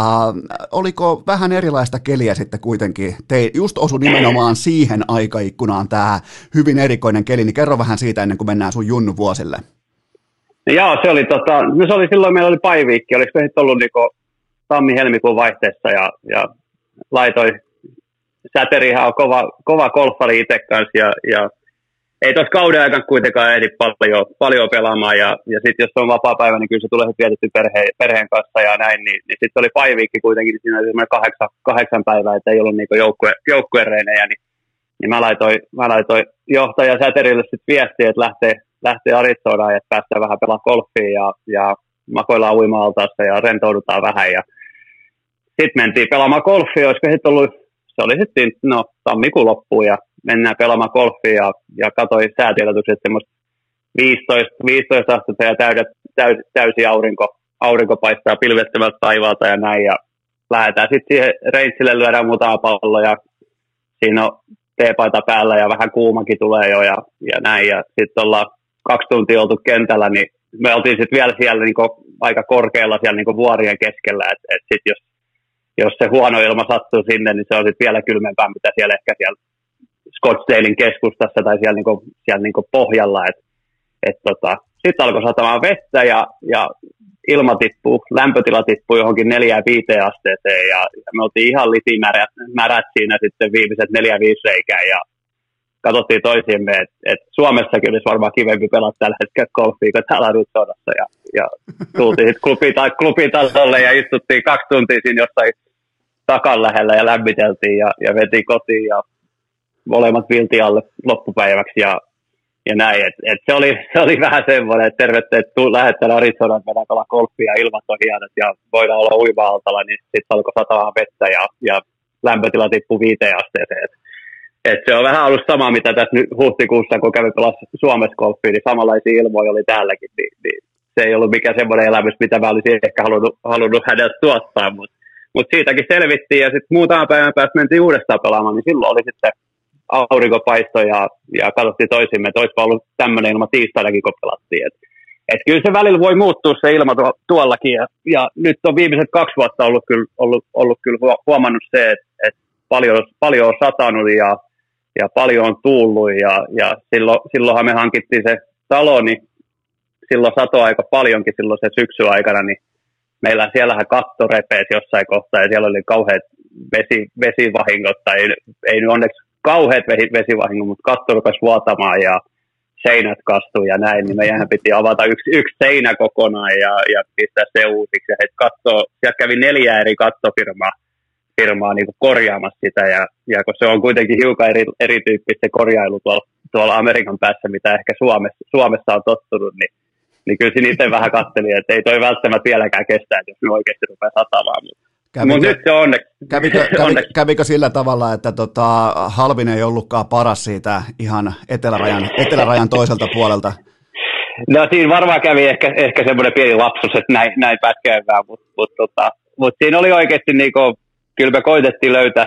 oliko vähän erilaista keliä sitten kuitenkin? Just osui nimenomaan siihen aikaikkunaan tämä hyvin erikoinen keli, niin kerro vähän siitä ennen kuin mennään sun junnu vuosille. Joo, se oli silloin, meillä oli bye-viikki, olisiko sitten ollut niinku tammi-helmikuun vaihteessa ja laitoin, Säterihän on kova golfari itse kanssa ja ei tuossa kauden aikana kuitenkaan ehdi paljon pelaamaan ja sitten jos on vapaa päivä, niin kyllä se tulee vietetty perheen kanssa ja näin, niin sitten oli bye-viikki kuitenkin, niin siinä oli semmoinen 8 päivää, että ei ollut niinku joukkuereinejä, niin mä laitoin johtaja Säterille sitten viestiä, että lähtee Arizonaan, että päästään vähän pelaamaan golfia ja makoillaan uima-altaassa ja rentoudutaan vähän. Ja sitten mentiin pelaamaan golfia, olisiko sitten ollut, se oli sitten tammikuun loppuun ja mennään pelaamaan golfia ja katsoin säätiedotukset semmoista 15 astetta ja täysi aurinko paistaa pilvettömältä taivaalta ja näin. Ja lähdetään sitten siihen reitsille, lyödään muutama pallo ja siinä on teepaita päällä ja vähän kuumakin tulee jo ja näin. Ja sitten ollaan 2 tuntia oltu kentällä, niin me oltiin sitten vielä siellä niinku aika korkealla siellä niinku vuorien keskellä, että sitten jos se huono ilma sattuu sinne, niin se on sitten vielä kylmempää, mitä siellä ehkä siellä Scottsdalein keskustassa tai siellä niinku pohjalla. Sitten alkoi satamaan vettä ja ilma tippuu, lämpötila tippuu johonkin 4-5 asteeseen ja me oltiin ihan litimärät siinä sitten viimeiset 4-5 reikää ja katsottiin toisiimme, että Suomessakin olisi varmaan kivempi pelata tällä hetkellä golfia kuin täällä Arizonassa ja tultiin sitten klubitasolle ja istuttiin 2 tuntia siinä jossain takan lähellä ja lämmiteltiin ja vetiin kotiin ja molemmat vilti alle loppupäiväksi ja näin. Se oli vähän semmoinen, että tervettä, että lähdetään Arizonaan, että mennään pelaa golfia ja ilmat on hienot ja voidaan olla uima-altalla, niin sitten alkoi sataa vettä ja lämpötila tippui 5 asteeseen. Et se on vähän ollut sama, mitä tässä nyt huhtikuussa, kun kävi pelassa Suomessa golfia, niin samanlaisia ilmoja oli täälläkin, niin se ei ollut mikään semmoinen elämys, mitä mä olisin ehkä halunnut häneltä tuottaa, mutta siitäkin selvittiin ja sitten muutaman päivän päästä mentiin uudestaan pelaamaan, niin silloin oli sitten aurinkopaisto ja katsottiin toisimme, että olisipa ollut tämmöinen ilma tiistainakin, kun pelattiin. Et kyllä se välillä voi muuttua se ilma tuollakin ja nyt on viimeiset 2 vuotta ollut kyllä huomannut se, että paljon on satanut ja paljon on tullut ja silloinhan me hankittiin se talo, niin silloin satoi aika paljonkin silloin se syksyn aikana, niin meillä siellähän katto repeesi jossain kohtaa ja siellä oli kauheat vesivahingot, tai ei nyt onneksi kauheat vesivahingot, mutta katto rupesi vuotamaan ja seinät kastui ja näin, niin meidän piti avata yksi seinä kokonaan ja pistää se uusiksi. Ja siellä kävi 4 eri kattofirmaa niin kuin korjaamassa sitä, ja kun se on kuitenkin hiukan erityyppistä korjailu tuolla Amerikan päässä, mitä ehkä Suomessa on tottunut, niin kyllä siinä itse vähän katselin, että ei toi välttämättä vieläkään kestä, jos ne oikeasti rupeaa satamaan. Mutta nyt se onneksi. Kävikö sillä tavalla, että Halvin ei ollutkaan paras siitä ihan etelärajan toiselta puolelta? No siinä varmaan kävi ehkä semmoinen pieni lapsus, että näin pätkäävää, mutta siinä oli oikeasti niinku, kyllä me koitettiin löytää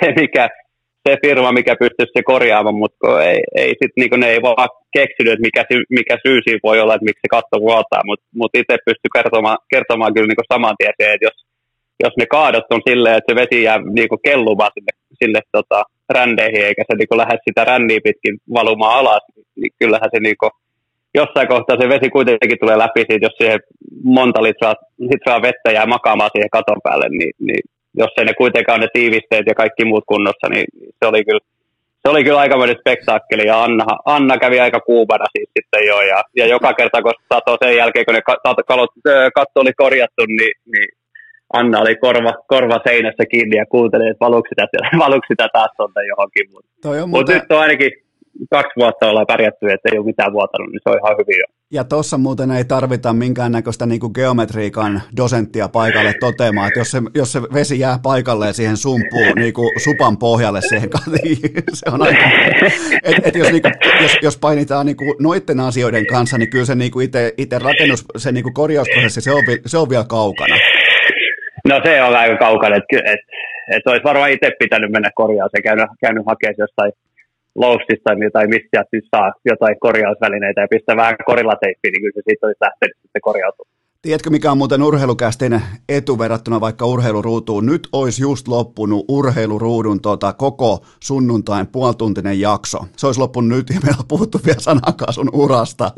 se firma, mikä pystyisi se korjaamaan, mutta ei sit, niinku, ne ei vaan keksinyt, että mikä syy siinä voi olla, että miksi se katto vuotaa, mutta itse pystyi kertomaan kyllä niinku saman tien se, että jos ne kaadot on silleen, että se vesi jää niinku kellumaan sinne rändeihin, eikä se niinku lähde sitä ränniä pitkin valumaan alas, niin kyllähän se niinku, jossain kohtaa se vesi kuitenkin tulee läpi siitä, jos siihen monta litraa vettä jää makaamaan siihen katon päälle, niin jos ei ne kuitenkaan ne tiivisteet ja kaikki muut kunnossa, niin se oli kyllä aikamoinen spektaakkeli, ja Anna kävi aika kuumana siis sitten jo, ja joka kerta kun satoi sen jälkeen, kun ne katto oli korjattu, niin Anna oli korva seinässä kiinni ja kuunteli, että valuuko sitä taas tuolta johonkin. Mutta nyt on ainakin 2 vuotta ollaan pärjätty, että ei ole mitään vuotanut, niin se on ihan hyvin jo. Ja tuossa muuten ei tarvita minkäännäköistä niinku geometriikan dosenttia paikalle toteamaan, että jos se vesi jää paikalleen siihen sumpuun, niinku supan pohjalle siihen, se on aika... jos painitaan niinku noitten asioiden kanssa, niin kyllä se niinku itse rakennus, se niinku korjausprosessi, se on vielä kaukana. No se on aika kaukana, että olisi varmaan itse pitänyt mennä korjaamaan ja käynyt hakemaan jostain Loustista tai mistä siis saa jotain korjausvälineitä ja pistää vähän korillateippiä, niin kyllä se siitä olisi lähtenyt sitten korjautumaan. Tiedätkö, mikä on muuten urheilukästin etu verrattuna vaikka urheiluruutuun? Nyt olisi just loppunut urheiluruudun koko sunnuntain puolituntinen jakso. Se olisi loppunut nyt ja meillä on puhuttu vielä sanakaan sun urasta.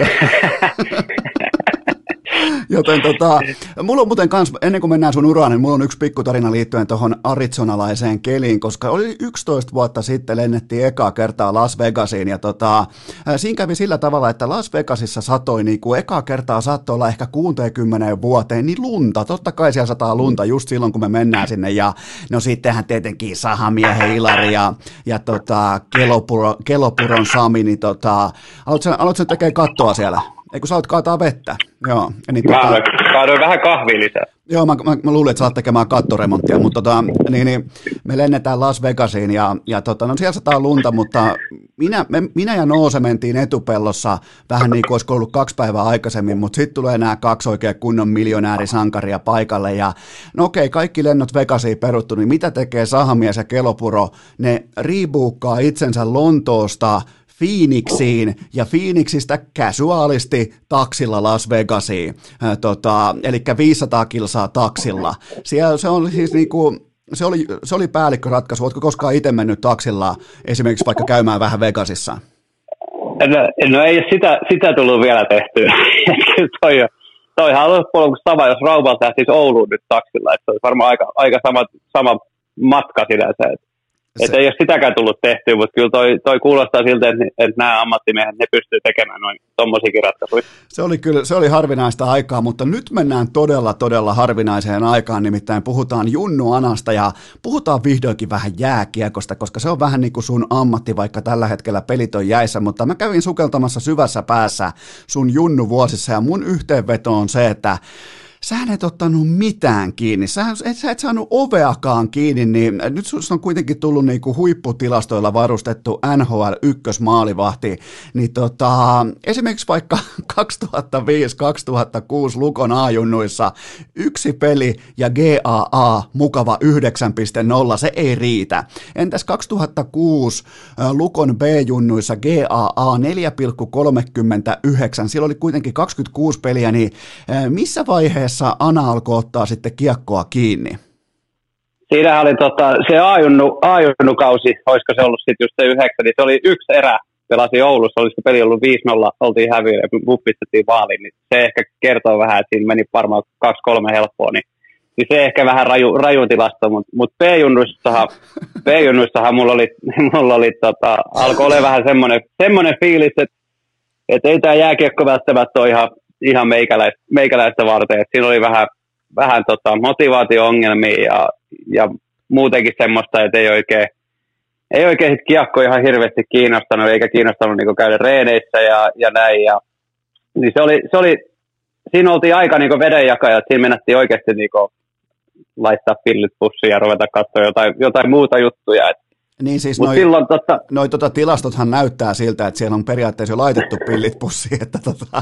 Joten mulla on muuten kans, ennen kuin mennään sun uraan, niin mulla on yksi pikkutarina liittyen tuohon arizonalaiseen keliin, koska oli 11 vuotta sitten lennettiin ekaa kertaa Las Vegasiin, ja siinä kävi sillä tavalla, että Las Vegasissa satoi, niin kuin ekaa kertaa saattoi olla ehkä 60 vuoteen, niin lunta, totta kai siellä sataa lunta just silloin, kun me mennään sinne, ja no sittenhän tietenkin Sahamiehen Ilari ja Kelopuron Sami, niin aloitko tekemään kattoa siellä? Eikö sä oot kaataa vettä? Joo. Niin, mä kaadoin vähän kahvia lisää. Joo, mä luulin, että sä oot tekemään kattoremonttia, mutta me lennetään Las Vegasiin ja no siellä sataa lunta, mutta minä ja Noose mentiin etupellossa vähän niin kuin olisi ollut 2 päivää aikaisemmin, mutta sitten tulee nämä 2 oikein kunnon miljonäärisankaria paikalle ja no okei, kaikki lennot Vegasiin peruttu, niin mitä tekee Sahamies ja Kelopuro? Ne riibuukkaa itsensä Lontoosta Phoenixiin ja Phoenixistä casuaalisti taksilla Las Vegasiin, eli 500 kilsaa taksilla. Siellä se oli siis niinku, se oli päällikköratkaisu. Oletko koskaan itse mennyt taksilla esimerkiksi vaikka käymään vähän Vegasissa? No ei sitä tullut vielä tehtyä. Toihan on loppujen lopuksi sama, jos Raumalta lähtisi Ouluun nyt taksilla, että se olisi varmaan aika sama matka sinänsä. Että ei ole sitäkään tullut tehtyä, mutta kyllä toi kuulostaa siltä, että nämä ammattimiehet, ne pystyy tekemään noin tommosiakin ratkaisuja. Se oli harvinaista aikaa, mutta nyt mennään todella harvinaiseen aikaan, nimittäin puhutaan Junnu Anasta ja puhutaan vihdoinkin vähän jääkiekosta, koska se on vähän niin kuin sun ammatti, vaikka tällä hetkellä pelit on jäissä, mutta mä kävin sukeltamassa syvässä päässä sun Junnu vuosissa ja mun yhteenveto on se, että sähän et ottanut mitään kiinni, sä et saanut oveakaan kiinni, niin nyt susta on kuitenkin tullut niinku huipputilastoilla varustettu NHL ykkösmaalivahti, niin esimerkiksi vaikka 2005-2006 Lukon A-junnuissa 1 peli ja GAA mukava 9.0, se ei riitä. Entäs 2006 Lukon B-junnuissa GAA 4,39, siellä oli kuitenkin 26 peliä, niin missä vaiheessa Ana alkoi ottaa sitten kiekkoa kiinni? Siinähän oli se A-junnu-kausi, olisiko se ollut sitten just se 9, niin se oli 1 erä, pelasi Oulussa, olisiko peli ollut 5-0, oltiin häviö ja pistettiin vaaliin, niin se ehkä kertoo vähän, että siinä meni varmaan 2-3 helppoa, niin se ehkä vähän raju tilasto, mutta B-junnuissahan mulla oli alkoi olla vähän semmoinen fiilis, että ei tämä jääkiekko välttämättä ole ihan meikäläistä varten, että siinä oli vähän motivaatio-ongelmia ja muutenkin semmoista, että ei oikein sit kiekko ihan hirveästi kiinnostanut, eikä kiinnostanut niinku käydä reeneissä ja näin. Niin se oli, siinä oltiin aika niinku vedenjakaja, että siinä mennättiin oikeasti niinku laittaa pillit pussiin ja ruveta katsoa jotain muuta juttuja. Niin siis noi tilastothan näyttää siltä, että siellä on periaatteessa jo laitettu pillit pussiin, että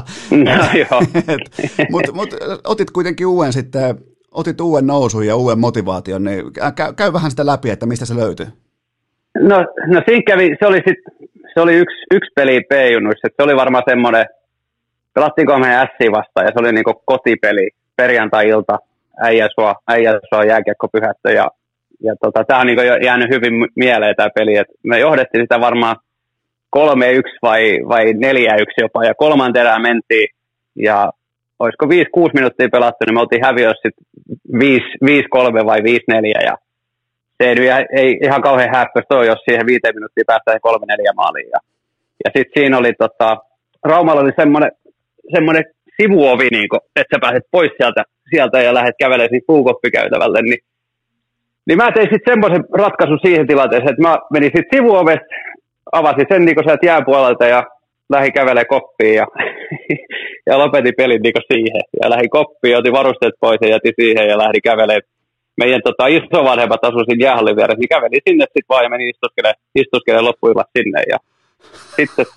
Mutta otit kuitenkin otit uuden nousun ja uuden motivaation, niin käy vähän sitä läpi, että mistä se löytyy. No siinä kävi, se oli yksi peli B-junnuissa, että se oli varmaan semmoinen, pelattiinko meidän Ässiin vastaan, ja se oli niinku kotipeli, perjantai-ilta, äijäsua jääkiekkopyhättö, ja tämä on niinku jäänyt hyvin mieleen tämä peli, että me johdettiin sitä varmaan 3-1 vai 4-1 jopa, ja 3. erään mentiin, ja olisiko 5-6 minuuttia pelattu, niin me oltiin häviössä sitten 5-3 vai 5-4, ja se ei ihan kauhean häppöistä ole, jos siihen 5 minuuttia päästään 3-4 maaliin. Ja sitten siinä oli, Raumalla oli semmoinen sivuovi, niin kun, että sä pääset pois sieltä ja lähdet kävelemään siitä puukoppikäytävälle, niin mä tein sitten semmoisen ratkaisun siihen tilanteeseen, että mä menin sitten sivuovesta, avasin sen niin sieltä jääpuolelta ja lähdin kävelemään koppiin ja, ja lopetin pelin niin siihen. Ja lähdin koppiin, otin varusteet pois ja jätin siihen ja lähdin kävelemään. Meidän isovanhemmat asuivat siinä jäähallin vieressä, niin kävelin sinne sitten vaan ja menin istuskelemaan loppuillat sinne. Ja sitten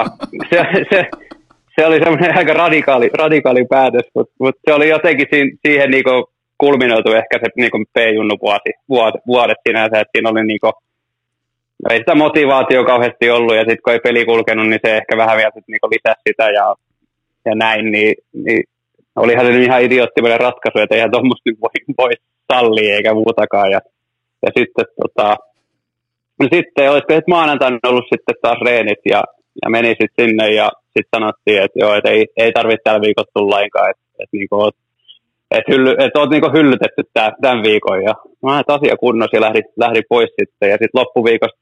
se oli semmoinen aika radikaali päätös, mutta se oli jotenkin siihen niinku kulminoitu ehkä se niinku P-junnu vuodet sinänsä, että siinä oli niinku, ei sitä motivaatio kauheasti ollut ja sitten kun ei peli kulkenut, niin se ehkä vähän vielä niinku lisäsi sitä ja näin, niin olihan se ihan idioottimainen ratkaisu, että eihän tuommoista voi sallia eikä muutakaan ja sitten sitten olisiko maanantaina ollut sitten taas reenit ja meni sitten sinne ja sitten sanottiin, että joo, että ei tarvitse tällä viikolla tulla lainkaan, että niinku oot niinku hyllytetty tämän viikon ja mä olen asia kunnossa ja lähdin pois sitten ja sitten loppuviikosta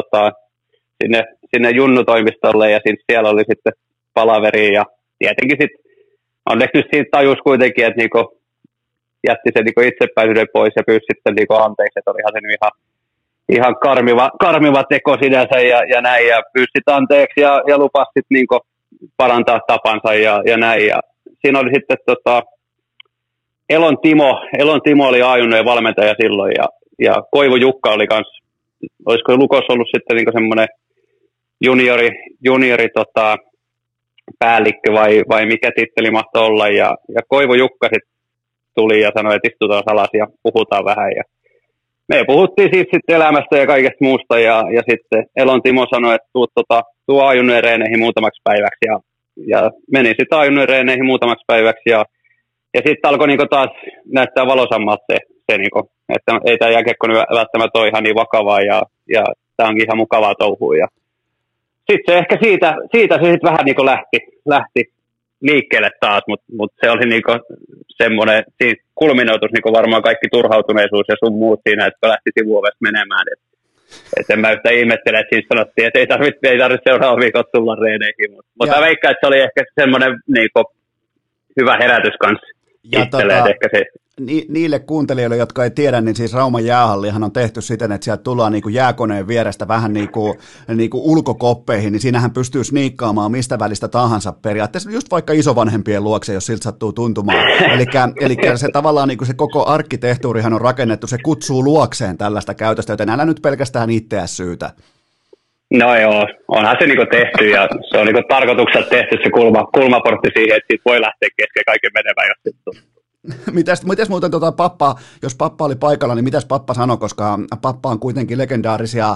sinne Junnu-toimistolle ja siellä oli sitten palaveri ja tietenkin sitten onneksi nyt siitä tajus kuitenkin, että niinku jätti sen niinku itsepäisyyden pois ja pyysi sitten niinku anteeksi, että olihan se nyt ihan karmiva teko sinänsä ja näin ja pyysi anteeksi ja lupasi sitten niinku parantaa tapansa ja näin ja siinä oli sitten Elon Timo oli A-junnojen valmentaja silloin ja Koivu Jukka oli kans, olisiko Lukos ollut sitten niinku semmoinen juniori päällikkö vai mikä titteli mahtoi olla ja Koivu Jukka sitten tuli ja sanoi, että istutaan alas ja puhutaan vähän ja me puhuttiin siitä sitten elämästä ja kaikesta muusta ja sitten Elon Timo sanoi, että tuu A-junnojen reeneihin muutamaksi päiväksi ja meni sitten A-junnojen reeneihin muutamaksi päiväksi ja sitten alkoi niinku taas näyttää valosammalta se niinku, että ei tämä jääkiekko välttämättä ole ihan niin vakavaa ja tämä onkin ihan mukavaa touhua. Ja sitten se ehkä siitä se sitten vähän niinku lähti liikkeelle taas, mutta se oli niinku semmoinen, siinä kulminoitus niinku varmaan kaikki turhautuneisuus ja sun muut siinä, että lähti sivuovesta menemään. Et en mä yhtä ihmettele, että siinä sanottiin, että ei tarvitse seuraava viikon tulla reeneihin, mutta veikkaan, että se oli ehkä semmoinen niinku hyvä herätys kanssa itselleen, ehkä se. Niille kuuntelijoille, jotka ei tiedä, niin siis Rauman jäähallihan on tehty siten, että sieltä tullaan niin kuin jääkoneen vierestä vähän niin kuin ulkokoppeihin, niin siinähän pystyy sniikkaamaan mistä välistä tahansa periaatteessa, just vaikka isovanhempien luokse, jos siltä sattuu tuntumaan. Eli se tavallaan niin kuin se koko arkkitehtuurihan on rakennettu, se kutsuu luokseen tällaista käytöstä, joten älä nyt pelkästään itseäsi syytä. No joo, onhan se niinku tehty ja se on niinku tarkoituksella tehty se kulmaportti siihen, että siitä voi lähteä kesken kaiken menemään, jos sitten tuntuu. Mites muuten pappa, jos pappa oli paikalla, niin mitäs pappa sanoi, koska pappa on kuitenkin legendaarisia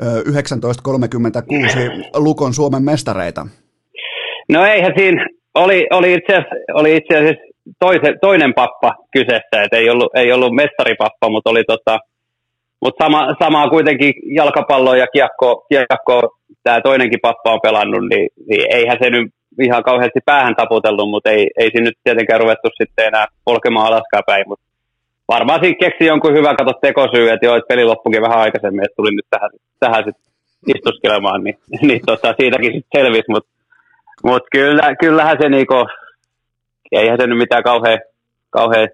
1936 Lukon Suomen mestareita? No eihän siinä, oli itse asiassa toinen pappa kyseessä, että ei ollut mestaripappa, mutta oli mutta samaa kuitenkin jalkapalloa ja kiekko tämä toinenkin pappa on pelannut, niin eihän se nyt ihan kauheasti päähän taputellut, mutta ei siinä nyt tietenkään ruvettu sitten enää polkemaan alaskaan päin, mutta varmaan siinä keksi jonkun hyvän tekosyy, että joo, että peli loppukin vähän aikaisemmin, että tuli nyt tähän sitten istuskelemaan, niin siitäkin sitten selvisi, mutta kyllähän se niinku, eihän se nyt mitään kauhean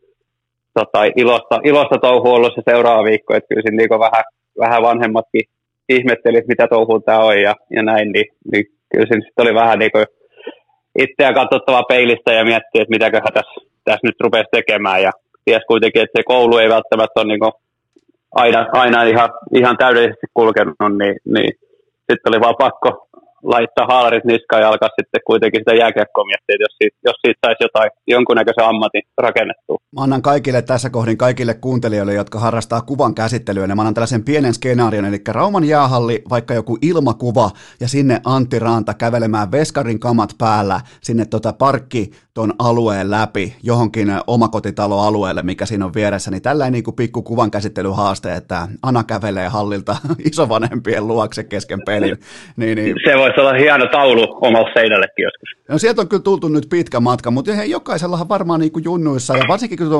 ilosta touhua ollut se seuraava viikko, että kyllä siinä niinku vähän vanhemmatkin ihmetteli, mitä touhua tämä on ja näin, niin kyllä siinä sitten oli vähän niinku itseään katsottava peilistä ja miettiä, että mitäköhän tässä nyt rupesi tekemään ja ties kuitenkin, että se koulu ei välttämättä ole niinku aina ihan täydellisesti kulkenut, niin sitten oli vaan pakko laittaa haalarit niskaan ja alkaa sitten kuitenkin sitä jääkiekkoa miettiä, että jos siitä saisi jonkunnäköisen ammatin rakennettua. Mä annan kaikille tässä kohdin, kaikille kuuntelijoille, jotka harrastaa kuvan käsittelyä, niin mä annan tällaisen pienen skenaarion, eli Rauman jäähalli, vaikka joku ilmakuva, ja sinne Antti Raanta kävelemään veskarin kamat päällä sinne parkki ton alueen läpi johonkin omakotitaloalueelle, mikä siinä on vieressä, niin tällainen niin kuin pikku kuvan käsittelyhaaste, että Ana kävelee hallilta isovanhempien luokse kesken pelin. Niin. Se voisi olla hieno taulu omalle seinällekin joskus. No sieltä on kyllä tultu nyt pitkä matka, mutta jokaisellahan varmaan niin kuin junnuissa, ja varsinkin kun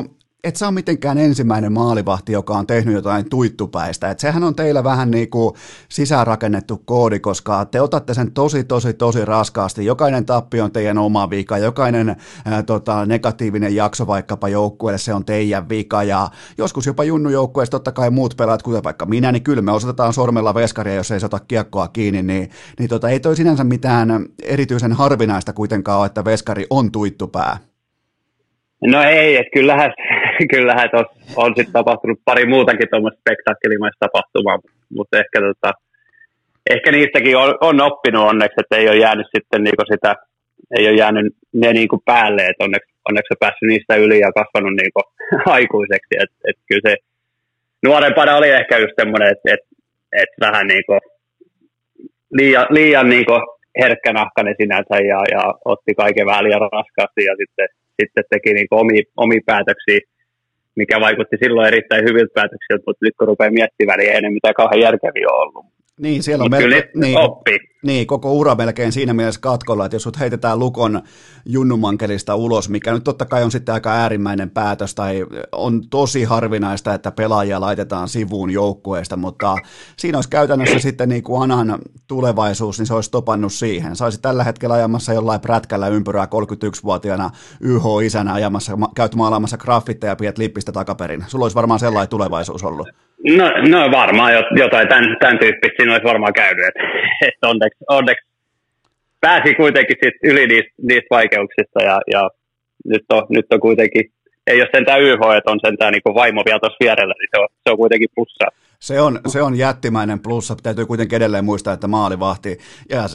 et sä ole mitenkään ensimmäinen maalivahti, joka on tehnyt jotain tuittupäistä. Et sehän on teillä vähän niin kuin sisäänrakennettu koodi, koska te otatte sen tosi raskaasti. Jokainen tappio on teidän oma vika, jokainen negatiivinen jakso vaikkapa joukkueelle, se on teidän vika. Ja joskus jopa junnujoukkueessa totta kai muut pelaat, kuten vaikka minä, niin kyllä me osoitetaan sormella veskaria, jos ei se ota kiekkoa kiinni, niin ei toi sinänsä mitään erityisen harvinaista kuitenkaan ole, että veskari on tuittupää. No ei, että kyllähän on sitten tapahtunut pari muutakin tuommoista spektaakkelimaista tapahtumaa, mutta ehkä niistäkin on oppinut onneksi, että ei ole jäänyt sitten niinku sitä, ei ole jäänyt ne niinku päälle, että onneksi on päässyt niistä yli ja kasvanut niinku aikuiseksi, että kyllä se nuorempana oli ehkä just semmoinen, että vähän niinku liian niinku herkkänahkainen sinänsä ja otti kaiken vähän liian raskaasti ja sitten teki niinku omia päätöksiä, mikä vaikutti silloin erittäin hyviltä päätöksiltä, mutta nyt kun rupeaa miettimään, niin ei ne mitään kauhean järkeviä ollut. Niin, siellä on koko ura melkein siinä mielessä katkolla, että jos sut heitetään Lukon junnumankelista ulos, mikä nyt totta kai on sitten aika äärimmäinen päätös, tai on tosi harvinaista, että pelaajia laitetaan sivuun joukkueesta, mutta siinä olisi käytännössä sitten niin kuin Anan tulevaisuus, niin se olisi topannut siihen. Saisi tällä hetkellä ajamassa jollain prätkällä ympyrää 31-vuotiaana YH-isänä käyt maalaamassa graffitteja ja pidät lippistä takaperin. Sulla olisi varmaan sellainen tulevaisuus ollut. No varmaan jotain tämän tyyppistä siinä olisi varmaan käynyt, että onneksi pääsi kuitenkin sit yli niistä vaikeuksista ja nyt on kuitenkin, ei ole sentään YH, että on sentään niin vaimo vielä tuossa vierellä, niin se on kuitenkin plussaa. Se on jättimäinen plussa. Täytyy kuitenkin edelleen muistaa, että maalivahti ja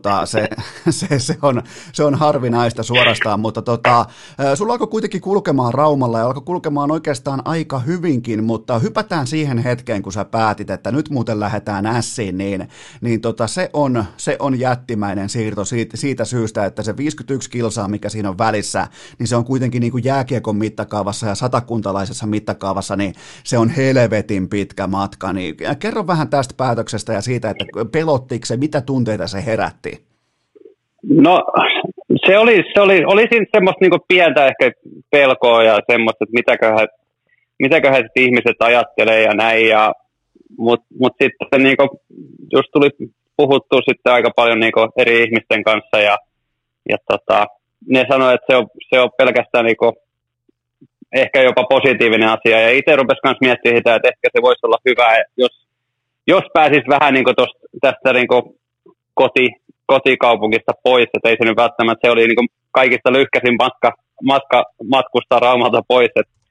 se on harvinaista suorastaan, mutta sulla alkoi kuitenkin kulkemaan Raumalla ja alkoi kulkemaan oikeastaan aika hyvinkin, mutta hypätään siihen hetkeen, kun sä päätit, että nyt muuten lähdetään Siin, niin se on jättimäinen siirto siitä syystä, että se 51 kilsaa, mikä siinä on välissä, niin se on kuitenkin niin kuin jääkiekon mittakaavassa ja satakuntalaisessa mittakaavassa, niin se on helvetin pitkä matka. Niin kerro vähän tästä päätöksestä ja siitä, että pelottiko se, mitä tunteita se herätti? No se oli siinä semmoista niinku pientä ehkä pelkoa ja semmoista, että mitäköhän sitten ihmiset ajattelee ja näin. Mutta sitten niinku, just tuli puhuttua sitten aika paljon niinku eri ihmisten kanssa ja ne sanoi, että se on pelkästään niinku ehkä jopa positiivinen asia, ja itse rupesi myös miettimään sitä, että ehkä se voisi olla hyvä, jos pääsisi vähän niin tästä niin kotikaupungista pois, että ei se nyt välttämättä, se oli niin kaikista lyhkäisin matka matkustaa Raumalta pois,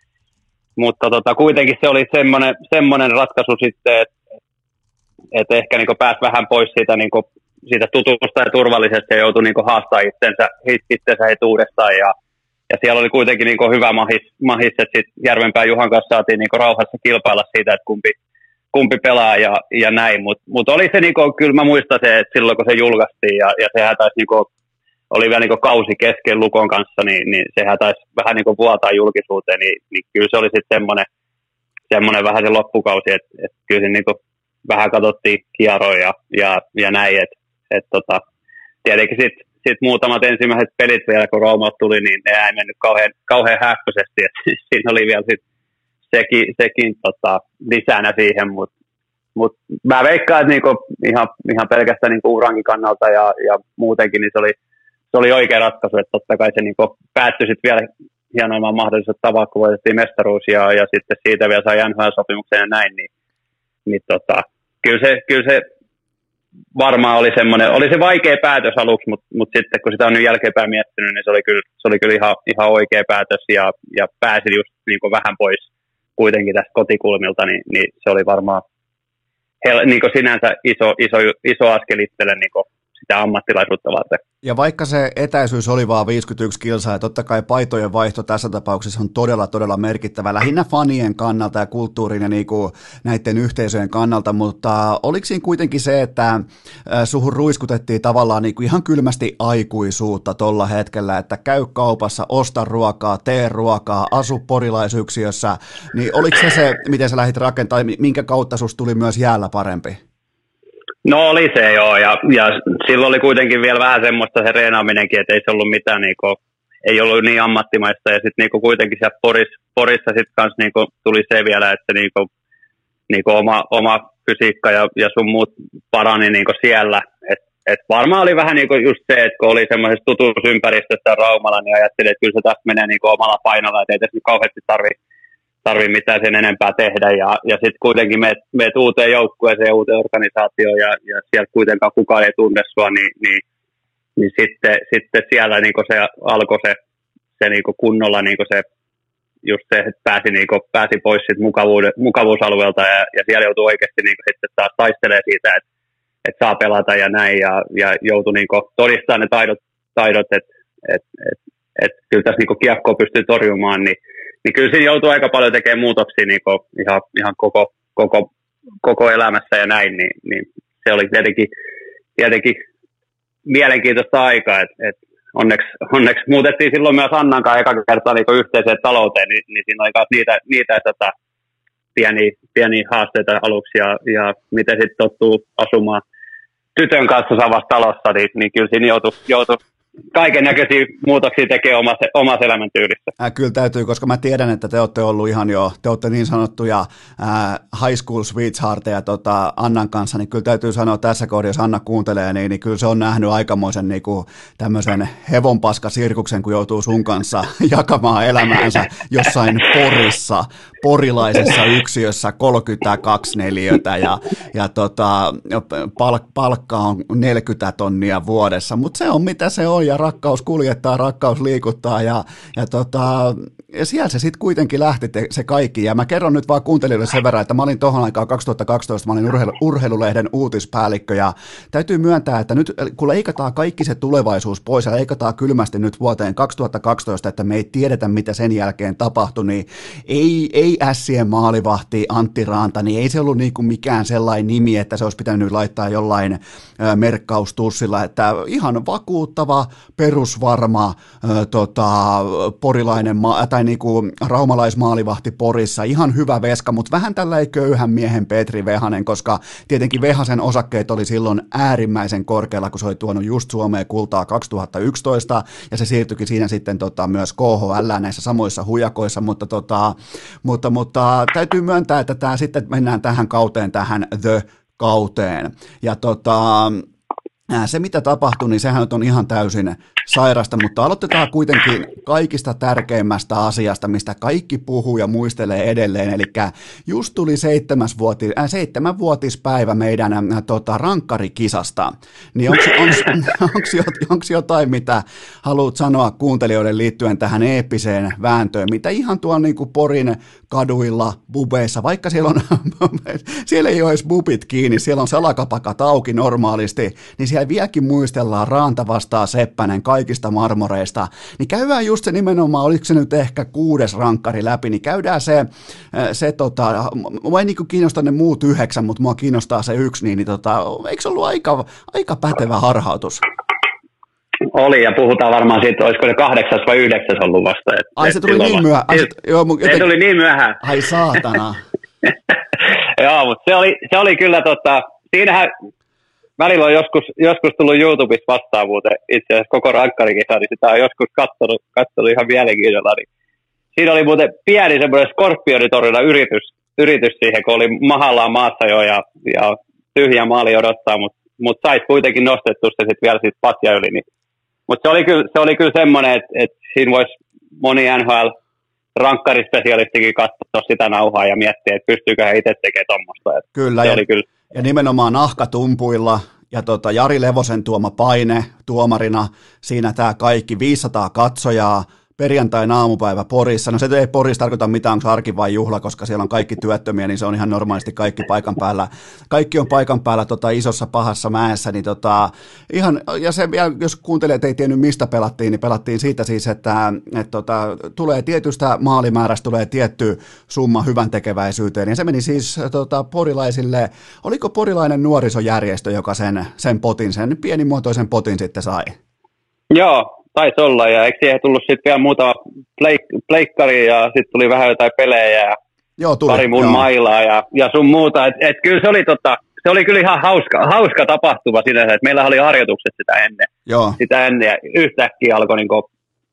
mutta kuitenkin se oli semmoinen ratkaisu sitten, että ehkä niin pääsi vähän pois siitä tutusta ja turvallisesta ja joutui niin haastaa itsensä uudestaan, ja siellä oli kuitenkin niin hyvä mahis, että sitten Järvenpään Juhan kanssa saatiin niin rauhassa kilpailla siitä, että kumpi pelaa ja näin. Mutta oli se, kyllä mä muistan se, että silloin kun se julkaistiin ja sehän taisi, oli vielä kausi kesken Lukon kanssa, niin sehän taisi vähän vuotaa julkisuuteen, niin kyllä se oli sitten semmoinen vähän se loppukausi, että kyllä se vähän katsottiin kierroja ja näin, että tietenkin sitten muutamat ensimmäiset pelit vielä, kun Raumalta tuli, niin ne ei mennyt kauhean häppöisesti. Siinä oli vielä sekin lisänä siihen, mutta mä veikkaan, että ihan pelkästään urankin kannalta ja muutenkin, niin se oli oikea ratkaisu, että totta kai se päättyi sitten vielä hienoimman mahdollisella tavalla, kun voitettiin mestaruus ja sitten siitä vielä sai NHL-sopimuksen ja näin, niin kyllä se varmaan oli se vaikea päätös aluksi, mutta sitten kun sitä on nyt jälkeenpäin miettinyt, niin se oli kyllä ihan oikea päätös ja pääsi just vähän pois kuitenkin tästä kotikulmilta, niin se oli varmaan sinänsä iso askel itselle sitä ammattilaisuutta varten. Ja vaikka se etäisyys oli vaan 51 kilsaa, ja totta kai paitojen vaihto tässä tapauksessa on todella merkittävä, lähinnä fanien kannalta ja kulttuurin ja näiden yhteisöjen kannalta, mutta oliko siinä kuitenkin se, että suhun ruiskutettiin tavallaan ihan kylmästi aikuisuutta tuolla hetkellä, että käy kaupassa, osta ruokaa, tee ruokaa, asu porilaisyksiössä, niin oliko se, miten sä lähdit rakentamaan, minkä kautta susta tuli myös jäällä parempi? No oli se joo, ja silloin oli kuitenkin vielä vähän semmoista se reenaaminenkin, että ei se ollut mitään ei ollut niin ammattimaista, ja sitten niinku kuitenkin siellä Porissa sitten kanssa niinku tuli se vielä, että niinku oma fysiikka ja sun muut parani niinku siellä, et varmaan oli vähän niinku just se, että kun oli semmoisessa tutussa ympäristössä Raumalla, niin ajattelin, että kyllä se tästä menee niinku omalla painolla, että ei tässä nyt kauheasti tarvii mitään sen enempää tehdä, ja sitten kuitenkin meet uuteen joukkueeseen ja uuteen organisaatioon, ja siellä kuitenkaan kukaan ei tunne sua, niin sitten siellä niinku se alkoi se niinku kunnolla niinku se, just se, että pääsi pois sit mukavuusalueelta, ja siellä joutui oikeasti niinku sitten taas taistelemaan siitä, että saa pelata ja näin, ja joutui niinku todistamaan ne taidot että kyllä tässä niinku kiekkoa pystyy torjumaan, niin kyllä siinä joutuu aika paljon tekemään muutoksia niinku ihan koko elämässä ja näin, niin se oli tietenkin mielenkiintoista aikaa, että onneksi muutettiin silloin myös Annan kanssa eka kertaa niinku yhteiseen talouteen, niin siinä oli myös niitä pieniä haasteita aluksi, ja miten sitten tottuu asumaan tytön kanssa samassa talossa, niin kyllä siinä joutui kaiken näköisiä muutoksia tekee omassa elämäntyylissä. Kyllä täytyy, koska mä tiedän, että te olette ollut te olette niin sanottuja high school sweethearteja Annan kanssa, niin kyllä täytyy sanoa tässä kohdassa, jos Anna kuuntelee, niin kyllä se on nähnyt aikamoisen niin kuin tämmöisen hevonpaskasirkuksen, kun joutuu sun kanssa jakamaan elämäänsä jossain Porissa, porilaisessa yksiössä 32 neliötä ja palkka on 40 tonnia vuodessa, mutta se on mitä se on, ja rakkaus kuljettaa, rakkaus liikuttaa, ja siellä se sitten kuitenkin lähti se kaikki, ja mä kerron nyt vaan kuuntelijoille sen verran, että mä olin tohon aikaan 2012, mä olin urheilulehden uutispäällikkö, ja täytyy myöntää, että nyt kun leikataan kaikki se tulevaisuus pois, ja leikataan kylmästi nyt vuoteen 2012, että me ei tiedetä, mitä sen jälkeen tapahtui, niin ei Ässien maalivahti Antti Raanta, niin ei se ollut niinku mikään sellainen nimi, että se olisi pitänyt laittaa jollain merkkaustussilla, että ihan vakuuttava, perusvarma porilainen tai niinku raumalaismaalivahti Porissa, ihan hyvä veska, mutta vähän tällainen köyhän miehen Petri Vehanen, koska tietenkin Vehasen osakkeet oli silloin äärimmäisen korkealla, kun se oli tuonut just Suomeen kultaa 2011, ja se siirtyikin siinä sitten myös KHL näissä samoissa hujakoissa, mutta täytyy myöntää, että tämä sitten mennään tähän kauteen, tähän The-kauteen, ja se, mitä tapahtui, niin sehän on ihan täysin sairasta, mutta aloitetaan kuitenkin kaikista tärkeimmästä asiasta, mistä kaikki puhuu ja muistelee edelleen, eli just tuli 7-vuotispäivä meidän rankkarikisasta, niin onko jotain, mitä haluat sanoa kuuntelijoille liittyen tähän eeppiseen vääntöön, mitä ihan tuolla niin kuin Porin kaduilla, bubeissa, vaikka siellä ei ole edes bubit kiinni, siellä on salakapakat auki normaalisti, niin siellä vieläkin muistellaan Raanta vastaa Seppänen kaikista marmoreista, niin käydään just se nimenomaan, oliko se nyt ehkä 6. rankkari läpi, niin käydään mua ei niinku kiinnosta ne muut 9, mutta mua kiinnostaa se 1, niin eikö se ollut aika pätevä harhautus? Oli, ja puhutaan varmaan siitä, olisiko ne 8. vai 9. ollut vasta. Se tuli niin myöhään. Se tuli niin myöhään. Ai saatana. Joo, mutta se oli kyllä, siinähän välillä on joskus tullut YouTubesta vastaavuuteen, itse asiassa koko rankkarikisa, niin sitä on joskus katsonut ihan mielenkiinnolla. Niin siinä oli muuten pieni semmoinen skorpionitorjunnan yritys siihen, kun oli mahallaan maassa jo ja tyhjä maali odottaa, mutta sais kuitenkin nostettu se sitten vielä siitä patja yli. Niin. Mutta se oli kyllä semmoinen, että siinä voisi moni NHL-rankkarispesialistikin katsoa sitä nauhaa ja miettiä, että pystyykö hän itse tekemään tuommoista. Kyllä, ja nimenomaan nahkatumpuilla ja Jari Levosen tuoma paine tuomarina, siinä tämä kaikki 500 katsojaa, perjantain aamupäivä Porissa, no se ei Porissa tarkoita mitään, onko arki vai juhla, koska siellä on kaikki työttömiä, niin se on ihan normaalisti kaikki paikan päällä. Kaikki on paikan päällä isossa pahassa mäessä, niin ihan, ja se vielä, jos kuuntelijat ei tiennyt mistä pelattiin, niin pelattiin siitä siis, että tulee tietystä maalimäärästä, tulee tietty summa hyvän tekeväisyyteen, ja se meni siis porilaisille, oliko porilainen nuorisojärjestö, joka sen potin, sen pienimuotoisen potin sitten sai? Joo. Taisi olla, ja eikö siihen tullut sitten vielä muutama pleikkari, ja sitten tuli vähän jotain pelejä, ja pari mun mailaa, ja sun muuta. Et kyllä se oli kyllä ihan hauska tapahtuma sinänsä, että meillä oli harjoitukset sitä ennen. Ja yhtäkkiä alkoi niinku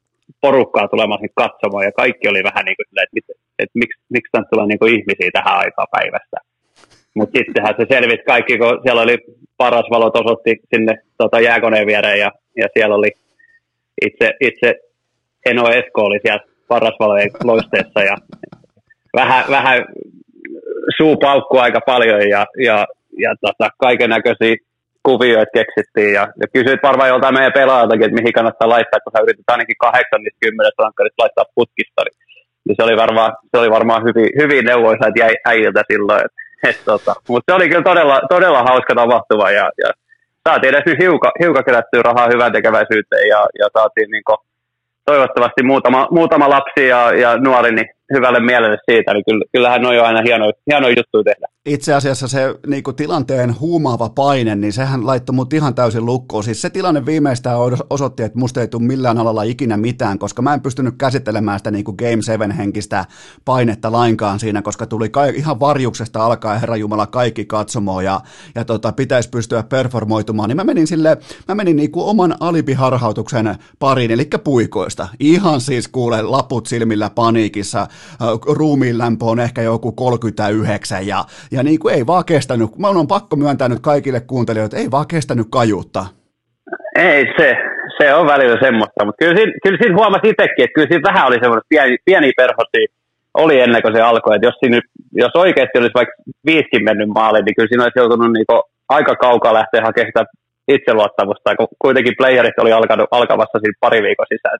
porukkaa tulemaan sinne katsomaan, ja kaikki oli vähän niin kuin silleen, että miksi tänne tulee niin kuin ihmisiä tähän aikaan päivästä. Mutta sittenhän se selvisi kaikki, kun siellä oli Parasvalot osoitti sinne jääkoneen viereen, ja siellä oli itse Eno Esko oli siellä Parasvalojen loisteessa, ja vähän suu paukkui aika paljon, ja kaiken näköisiä kuvioita keksittiin, ja kysyit varmaan joltain meidän pelaajaltakin, että mihin kannattaa laittaa, kun sä yritit ainakin 8 niistä 10 rankkarista laittaa putkista, niin se oli varmaan hyvin neuvoisa, että jäi äijiltä silloin, mutta se oli kyllä todella hauska tapahtuma, ja saatiin edes hiukan kerättyä rahaa hyvän tekeväisyyteen, ja saatiin niinku toivottavasti muutama lapsi ja nuori niin hyvälle mielelle siitä, eli kyllähän ne on jo aina hienoja juttuja tehdä. Itse asiassa se niin kuin tilanteen huumaava paine, niin sehän laittoi mut ihan täysin lukkoon. Siis se tilanne viimeistään osoitti, että musta ei tule millään alalla ikinä mitään, koska mä en pystynyt käsittelemään sitä niin kuin Game 7-henkistä painetta lainkaan siinä, koska tuli ihan varjuksesta alkaen Herra Jumala kaikki katsomoon ja pitäisi pystyä performoitumaan, niin mä menin niin kuin oman alibiharhautuksen pariin, eli puikoista. Ihan siis kuule laput silmillä paniikissa, ruumiin lämpö on ehkä joku 39 ja niin kuin ei vaan kestänyt, mä on pakko myöntää nyt kaikille kuuntelijoille, että ei vaan kestänyt kajuutta. Ei se on välillä semmoista, mutta kyllä siinä huomasi itsekin, että kyllä siinä vähän oli semmoista pieniä perhosia oli ennen kuin se alkoi, että jos oikeasti olisi vaikka 5 mennyt maaliin, niin kyllä siinä olisi joutunut niinku aika kaukaa lähteä hakemaan sitä itseluottamusta, kun kuitenkin playerit oli alkavassa siinä pari viikon sisään.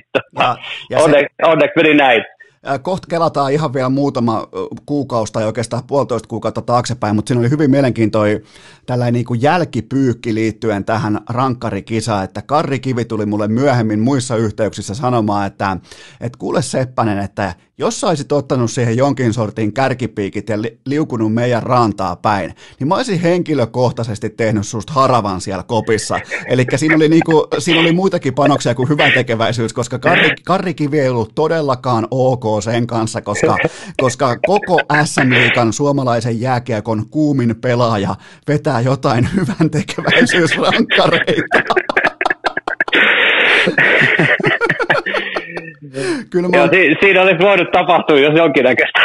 Onneksi meni näin. Kohta kelataan ihan vielä muutama kuukausi tai oikeastaan 1,5 kuukautta taaksepäin, mutta siinä oli hyvin mielenkiintoinen tällainen niin kuin jälkipyykki liittyen tähän rankkarikisaan, että Karri Kivi tuli mulle myöhemmin muissa yhteyksissä sanomaan, että kuule Seppänen, että jos sä olisit ottanut siihen jonkin sortin kärkipiikit ja liukunut meidän rantaa päin, niin mä olisin henkilökohtaisesti tehnyt susta haravan siellä kopissa. Eli siinä oli muitakin panoksia kuin hyväntekeväisyys, koska Karri Kivi ei ollut todellakaan ok sen kanssa, koska koko SM-liigan suomalaisen jääkiekon kuumin pelaaja vetää jotain hyväntekeväisyysrankkareita. Siinä olisi voinut tapahtua, jos jonkinnäköistä.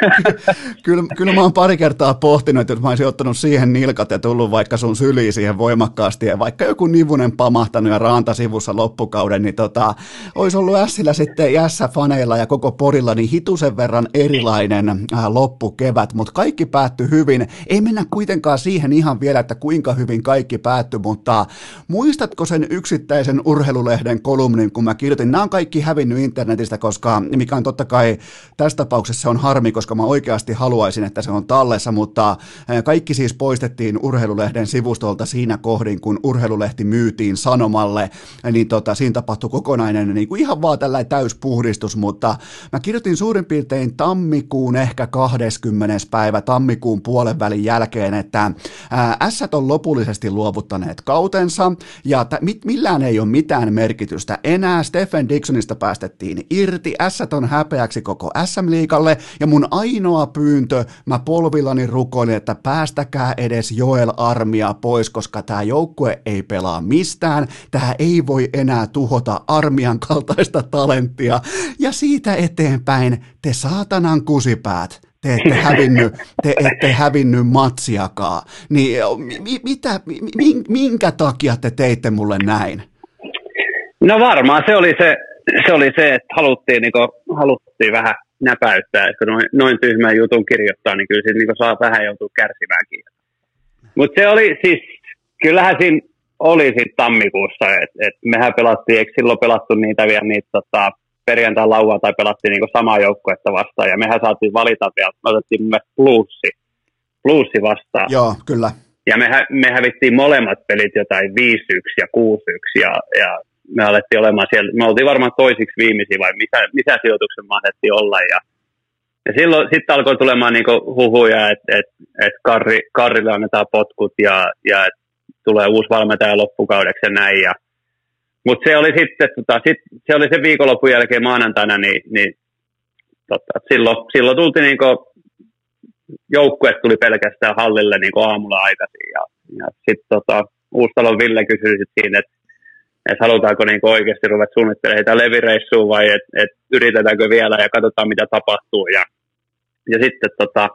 Kyllä mä oon pari kertaa pohtinut, että mä olisin ottanut siihen nilkat ja tullut vaikka sun syliin siihen voimakkaasti, ja vaikka joku nivunen pamahtanut ja raanta sivussa loppukauden, niin olisi ollut Ässillä sitten Jässä-faneilla ja koko Porilla niin hitusen verran erilainen loppukevät, mutta kaikki päättyi hyvin. Ei mennä kuitenkaan siihen ihan vielä, että kuinka hyvin kaikki päättyi, mutta muistatko sen yksittäisen urheilulehden kolumnin, kun mä kirjoitin, nämä on kaikki hävinnyt internetistä, koska mikä on totta kai tässä tapauksessa se on harmi, koska mä oikeasti haluaisin, että se on tallessa, mutta kaikki siis poistettiin urheilulehden sivustolta siinä kohdin, kun urheilulehti myytiin Sanomalle, niin siinä tapahtui kokonainen niin kuin ihan vaan tällainen täyspuhdistus, mutta mä kirjoitin suurin piirtein tammikuun ehkä 20. päivä tammikuun puolenvälin jälkeen, että Ässät on lopullisesti luovuttaneet kautensa ja millään ei ole mitään merkitystä enää. Stephen Dixonista päästettiin irti, Ässät on häpeäksi koko SM-liigalle ja mun ainoa pyyntö, mä polvillani rukoilin, että päästäkää edes Joel Armia pois, koska tää joukkue ei pelaa mistään, tää ei voi enää tuhota Armian kaltaista talenttia ja siitä eteenpäin te saatanan kusipäät. Te ette hävinnyt matsiakaan, niin minkä takia te teitte mulle näin? No varmaan se oli se, että haluttiin vähän näpäyttää, että kun noin tyhmän jutun kirjoittaa, niin kyllä siitä saa vähän joutua kärsimäänkin. Mutta se oli siis, kyllähän siinä oli sitten tammikuussa, että mehän pelattiin, eikö silloin pelattu niitä perjantai lauantai pelattiin niinku samaa joukkuetta vastaan, ja mehän saatiin valita vielä, me otettiin mun mielestä Bluesi vastaan. Joo, kyllä. Ja me hävittiin molemmat pelit jotain 5-1 ja 6-1, ja me alettiin olemaan siellä, me oltiin varmaan toisiksi viimeisiä, vai missä sijoituksen mahdettiin olla, ja silloin sitten alkoi tulemaan niinku huhuja, että Karrille annetaan potkut, ja tulee uusi valmentaja loppukaudeksi ja näin, mutta se oli sitten, se oli se viikonlopun jälkeen maanantaina, niin silloin tultiin joukkueet tuli pelkästään hallille aamulla aikaisin, ja sitten Uustalon Ville kysyi siinä, että halutaanko niin kuin oikeasti ruveta suunnittelemaan heitä levireissuun vai et yritetäänkö vielä ja katsotaan mitä tapahtuu. Ja sitten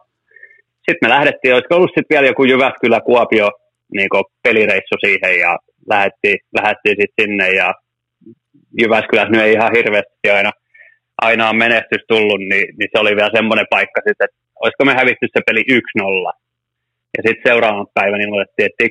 sit me lähdettiin, olisiko ollut sitten vielä joku Jyväskylä-Kuopio niin kuin pelireissu siihen ja lähdettiin sitten sinne ja Jyväskylässä nyt ei ihan hirveästi aina on menestys tullut, niin se oli vielä semmoinen paikka sitten, että olisiko me hävitty se peli 1-0. Ja sitten seuraavan päivän ilmoitettiin, että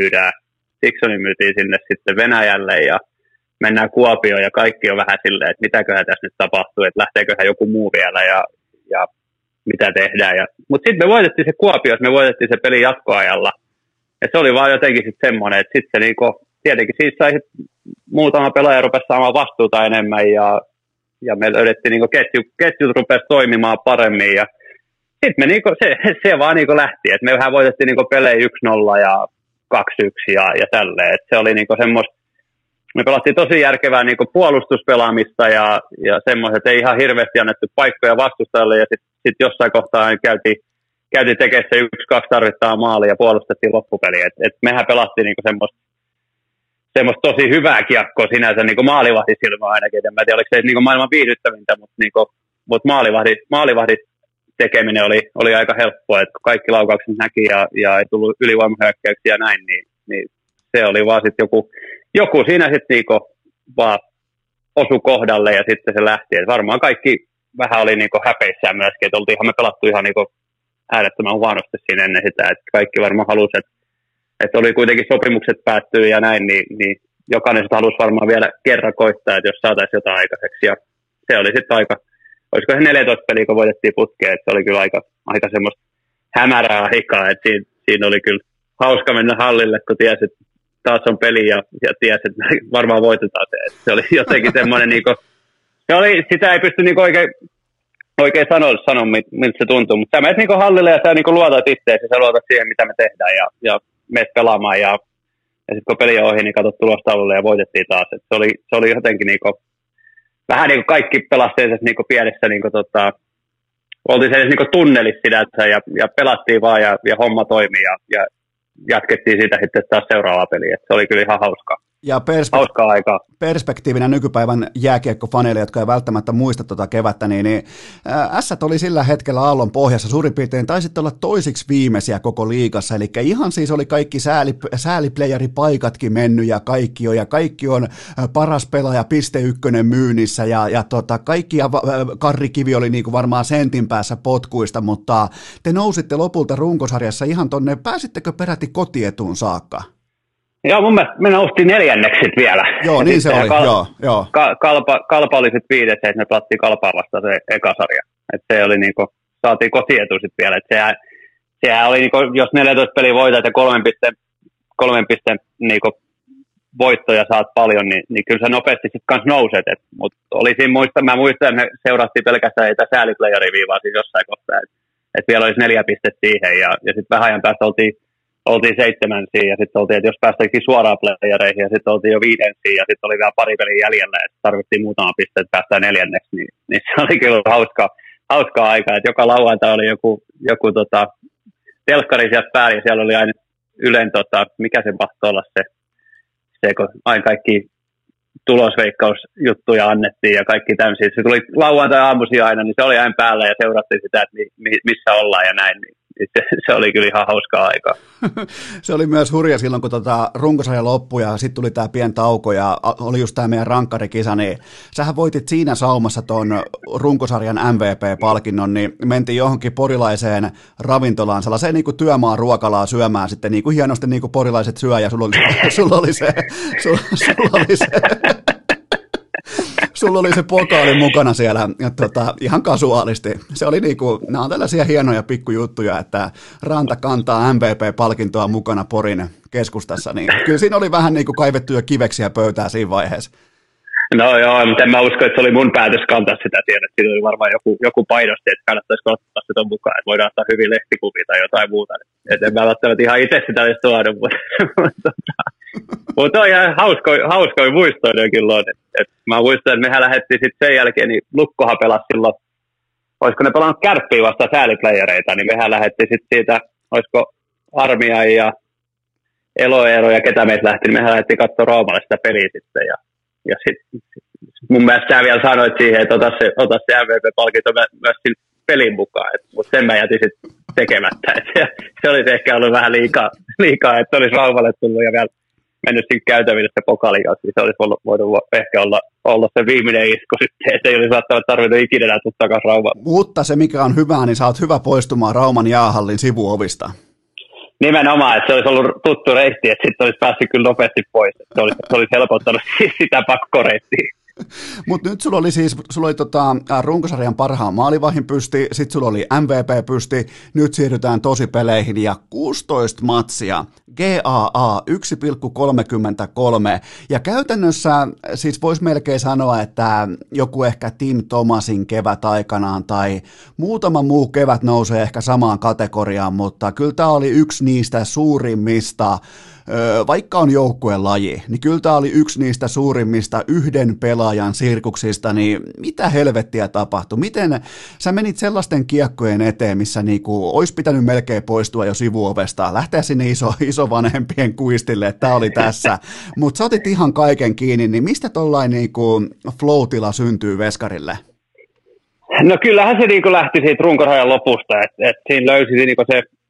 Dixoni myytiin sinne sitten Venäjälle ja mennään Kuopioon ja kaikki on vähän silleen, että mitäköhän tässä nyt tapahtuu, että lähteeköhän joku muu vielä ja mitä tehdään. Mutta sitten me voitettiin se Kuopio, me voitettiin se peli jatkoajalla. Ja se oli vaan jotenkin sitten semmoinen, että sitten se niinku, tietenkin siitä sai muutama pelaaja rupesi saamaan vastuuta enemmän ja me löydettiin niinku ketjut rupesi toimimaan paremmin ja sitten me niinku, se vaan niinku lähti, että me vähän voitettiin niinku pelejä 1-0 ja 2-1 ja tälleen, että se oli niinku semmoista, me pelattiin tosi järkevää niinku puolustuspelaamista ja semmoista, että ei ihan hirveästi annettu paikkoja vastustajalle ja sitten jossain kohtaa käytiin tekemään se 1-2 tarvittaa maali ja puolustettiin loppupeliä, että mehän pelattiin niinku semmoista tosi hyvää kiekkoa sinänsä niinku maalivahdin silmä ainakin, en tiedä oliko se niinku maailman viihdyttävintä, mutta maalivahdin tekeminen oli aika helppoa, että kun kaikki laukaukset näki ja ei tullut ylivoimahyökkäyksiä ja näin, niin se oli vaan sitten joku siinä sitten niinku vaan osu kohdalle ja sitten se lähti. Et varmaan kaikki vähän oli niinku häpeissään myöskin, että me pelattu ihan niinku äärettömän huonosti siinä ennen sitä, että kaikki varmaan halusi, että oli kuitenkin sopimukset päättyy ja näin, niin jokainen sitä halusi varmaan vielä kerran koittaa, että jos saataisiin jotain aikaiseksi. Ja se oli sitten olisiko se 14 peliä, kun voitettiin putkeen, että se oli kyllä aika semmoista hämärää aikaa, että siinä oli kyllä hauska mennä hallille, kun tiesi, että taas on peli ja tiesi, että varmaan voitetaan se. Että se oli jotenkin semmoinen, sitä ei pysty oikein sanoa, miltä se tuntuu, mutta sä menet hallille ja sä luotat itseäsi ja sä luotat siihen, mitä me tehdään ja menet pelaamaan ja sitten kun peli on ohi, niin katsot tulostaululle ja voitettiin taas. Et se oli jotenkin vähän niin kuin kaikki pelastajat pienessä, oltiin se tunnelissa sinänsä ja pelattiin vaan ja homma toimi ja jatkettiin siitä sitten taas seuraavaa peliä. Et se oli kyllä ihan hauskaa. Ja hauskaa aikaa. Perspektiivinä nykypäivän jääkiekkofaneille, jotka ei välttämättä muista tuota kevättä, niin Ässät oli sillä hetkellä aallon pohjassa suurin piirtein, taisitte olla toisiksi viimeisiä koko liigassa, eli ihan siis oli kaikki sääliplayeripaikatkin mennyt ja kaikki on paras pelaaja, piste ykkönen myynnissä ja kaikki ja Karri Kivi oli niin kuin varmaan sentin päässä potkuista, mutta te nousitte lopulta runkosarjassa ihan tonne, pääsittekö peräti kotietuun saakka? Joo, mun mielestä me noustiin 4. vielä. Joo, niin se oli, joo. Kalpa oli sitten 5, että me pelattiin Kalpaa vastaan se eka sarja. Että se oli saatiin kotietu sitten vielä. Että sehän oli jos 14 peliä voitat ja 3 pisteen voittoja saat paljon, niin kyllä sä nopeasti sitten kanssa nouset. Mutta oli siinä mä muistan, että me seurattiin pelkästään sitä sääliplayeriviivaa siis jossain kohtaa. Että vielä olisi 4 pistettä siihen ja sitten vähän ajan päästä oltiin 7 ja sitten oltiin, että jos päästäänkin suoraan playereihin ja sitten oltiin jo 5 ja sitten oli vielä pari peliä jäljellä ja tarvittiin muutama piste, että päästään 4, niin se oli kyllä hauskaa aikaa, että joka lauantai oli joku telkkari sieltä päällä ja siellä oli aina Ylen, mikä se mahtoi olla se kun aina kaikki tulosveikkausjuttuja annettiin ja kaikki tämmöisiä. Se tuli lauantai aamuisin aina, niin se oli aina päällä ja seurattiin sitä, että missä ollaan ja näin, niin se oli kyllä ihan hauskaa aikaa. Se oli myös hurja silloin, kun runkosarja loppui ja sitten tuli tämä pieni tauko ja oli just tämä meidän rankkarikisa, niin sähän voitit siinä saumassa ton runkosarjan MVP-palkinnon, niin mentiin johonkin porilaiseen ravintolaan, sellaiseen niin kuin työmaan ruokalaa syömään sitten niin kuin hienosti niin kuin porilaiset syö ja sulla oli se sulla oli se pokaali mukana siellä ja ihan kasuaalisti. Se oli nämä on tällaisia hienoja pikkujuttuja, että Ranta kantaa MVP-palkintoa mukana Porin keskustassa, niin kyllä siinä oli vähän niin kuin kaivettuja kiveksiä pöytää siinä vaiheessa. No joo, mutta en mä usko, että se oli mun päätös kantaa sitä siellä, että siinä oli varmaan joku painosti, että kannattaisiko ottaa sitä mukaan, että voidaan ottaa hyvin lehtikuvia tai jotain muuta. Että en mä välttämättä ihan itse sitä edes tuonut, mutta on ihan hauskoja muistoja kyllä on. Mä muistan, että mehän lähdettiin sitten sen jälkeen, niin Lukkohan pelasi silloin, olisiko ne pelannut Kärppiä vastaan sääliplayereita, niin mehän lähdettiin sitten siitä, olisiko Armia ja Eero ja ketä meitä lähti, niin mehän lähdettiin katsoa Raumalle sitä peliä sitten. Ja sitten mun mielestä sä vielä sanoit siihen, että ota se MVP-palkinto myös pelin mukaan, mutta sen mä jätin sitten tekemättä. Se olisi ehkä ollut vähän liikaa, että olisi Raumalle tullut ja vielä mennyt siinä käytäville se pokali kanssa. Se olisi voinut ehkä olla se viimeinen isku sitten, että ei olisi välttämättä tarvinnut ikinä enää tulla takaisin Raumaan. Mutta se mikä on hyvä, niin sä oot hyvä poistumaan Rauman jäähallin sivuovista. Nimenomaan, että se olisi ollut tuttu reitti, että sitten olisi päässyt kyllä nopeasti pois. Se olisi helpottanut sitä pakkoreittiä. Mutta nyt sulla oli runkosarjan parhaan maalivahin pysti, sitten sulla oli MVP-pysti, nyt siirrytään tosipeleihin ja 16 matsia, GAA 1,33 ja käytännössä siis voisi melkein sanoa, että joku ehkä Tim Thomasin kevät aikanaan tai muutama muu kevät nousee ehkä samaan kategoriaan, mutta kyllä tämä oli yksi niistä suurimmista, vaikka on joukkueen laji, niin kyllä tämä oli yksi niistä suurimmista yhden pelaajan sirkuksista, niin mitä helvettiä tapahtui? Miten sä menit sellaisten kiekkojen eteen, missä niinku olisi pitänyt melkein poistua jo sivuovesta, lähteä sinne isovanhempien kuistille, että tämä oli tässä, mutta sä otit ihan kaiken kiinni, niin mistä tollainen niinku flow-tila syntyy veskarille? No kyllähän se niinku lähti siitä runkosarjan lopusta, että siinä löysi niinku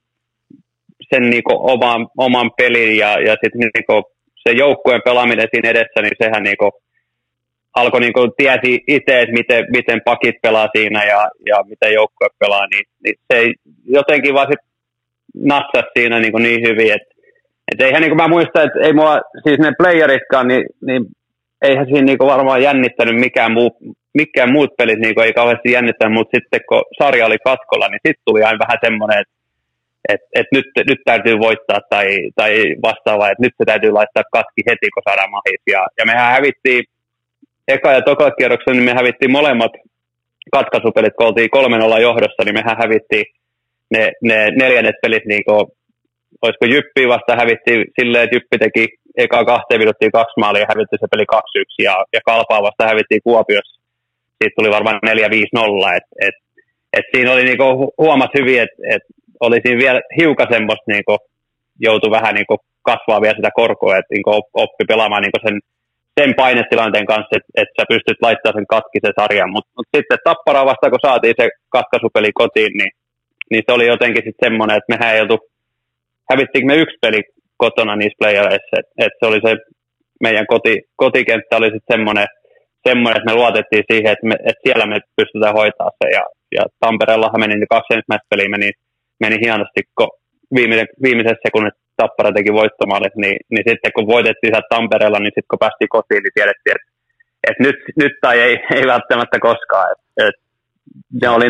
sen niinku oman pelin ja sitten niinku se joukkueen pelaaminen siinä edessä, niin sehän niinku alkoi tiesi itse, että miten pakit pelaa siinä ja miten joukkue pelaa, niin se jotenkin vaan sit natsasi siinä niin hyvin, että eihän mä muista, että ei mua, siis ne playeritkaan, niin eihän siinä varmaan jännittänyt mikään muut pelit ei kauheasti jännittänyt, mutta sitten kun sarja oli katkolla, niin sitten tuli aina vähän semmoinen, että nyt täytyy voittaa tai vastaavaa, että nyt se täytyy laittaa katki heti, kun saadaan mahis. Ja mehän hävittiin eka ja toka kierroksen, niin me hävittiin molemmat katkaisupelit, kun oltiin 3-0 johdossa, niin mehän hävittiin ne neljännet pelit, olisiko Jyppiä vasta hävittiin silleen, että Jyppi teki eka 2 minuuttia 2 maalia ja hävittiin se peli 2-1 ja Kalpaa vasta hävittiin Kuopiossa. Siitä tuli varmaan 4-5-0, et siinä oli huomas hyvin, että oli siinä vielä hiukan semmoista, joutui vähän kasvaa vielä sitä korkoa, että oppi pelaamaan sen painetilanteen kanssa, että sä pystyt laittamaan sen katki se sarjan. Mutta sitten Tapparaa vasta, kun saatiin se katkaisupeli kotiin, niin se oli jotenkin sitten semmoinen, että mehän ei oltu, hävittiinkö me 1 peli kotona niissä playereissa, että se oli se meidän kotikenttä oli sitten semmoinen, että me luotettiin siihen, että siellä me pystytään hoitaa se ja Tampereellahan meni ne 2 ensimmäistä peliä meni hienosti, kun viimeisessä sekunnissa Tappara teki voittomaalit, niin sitten kun voitettiin siellä Tampereella, niin sitten kun päästiin kotiin, niin tiedettiin, että nyt tai ei välttämättä koskaan. Ne oli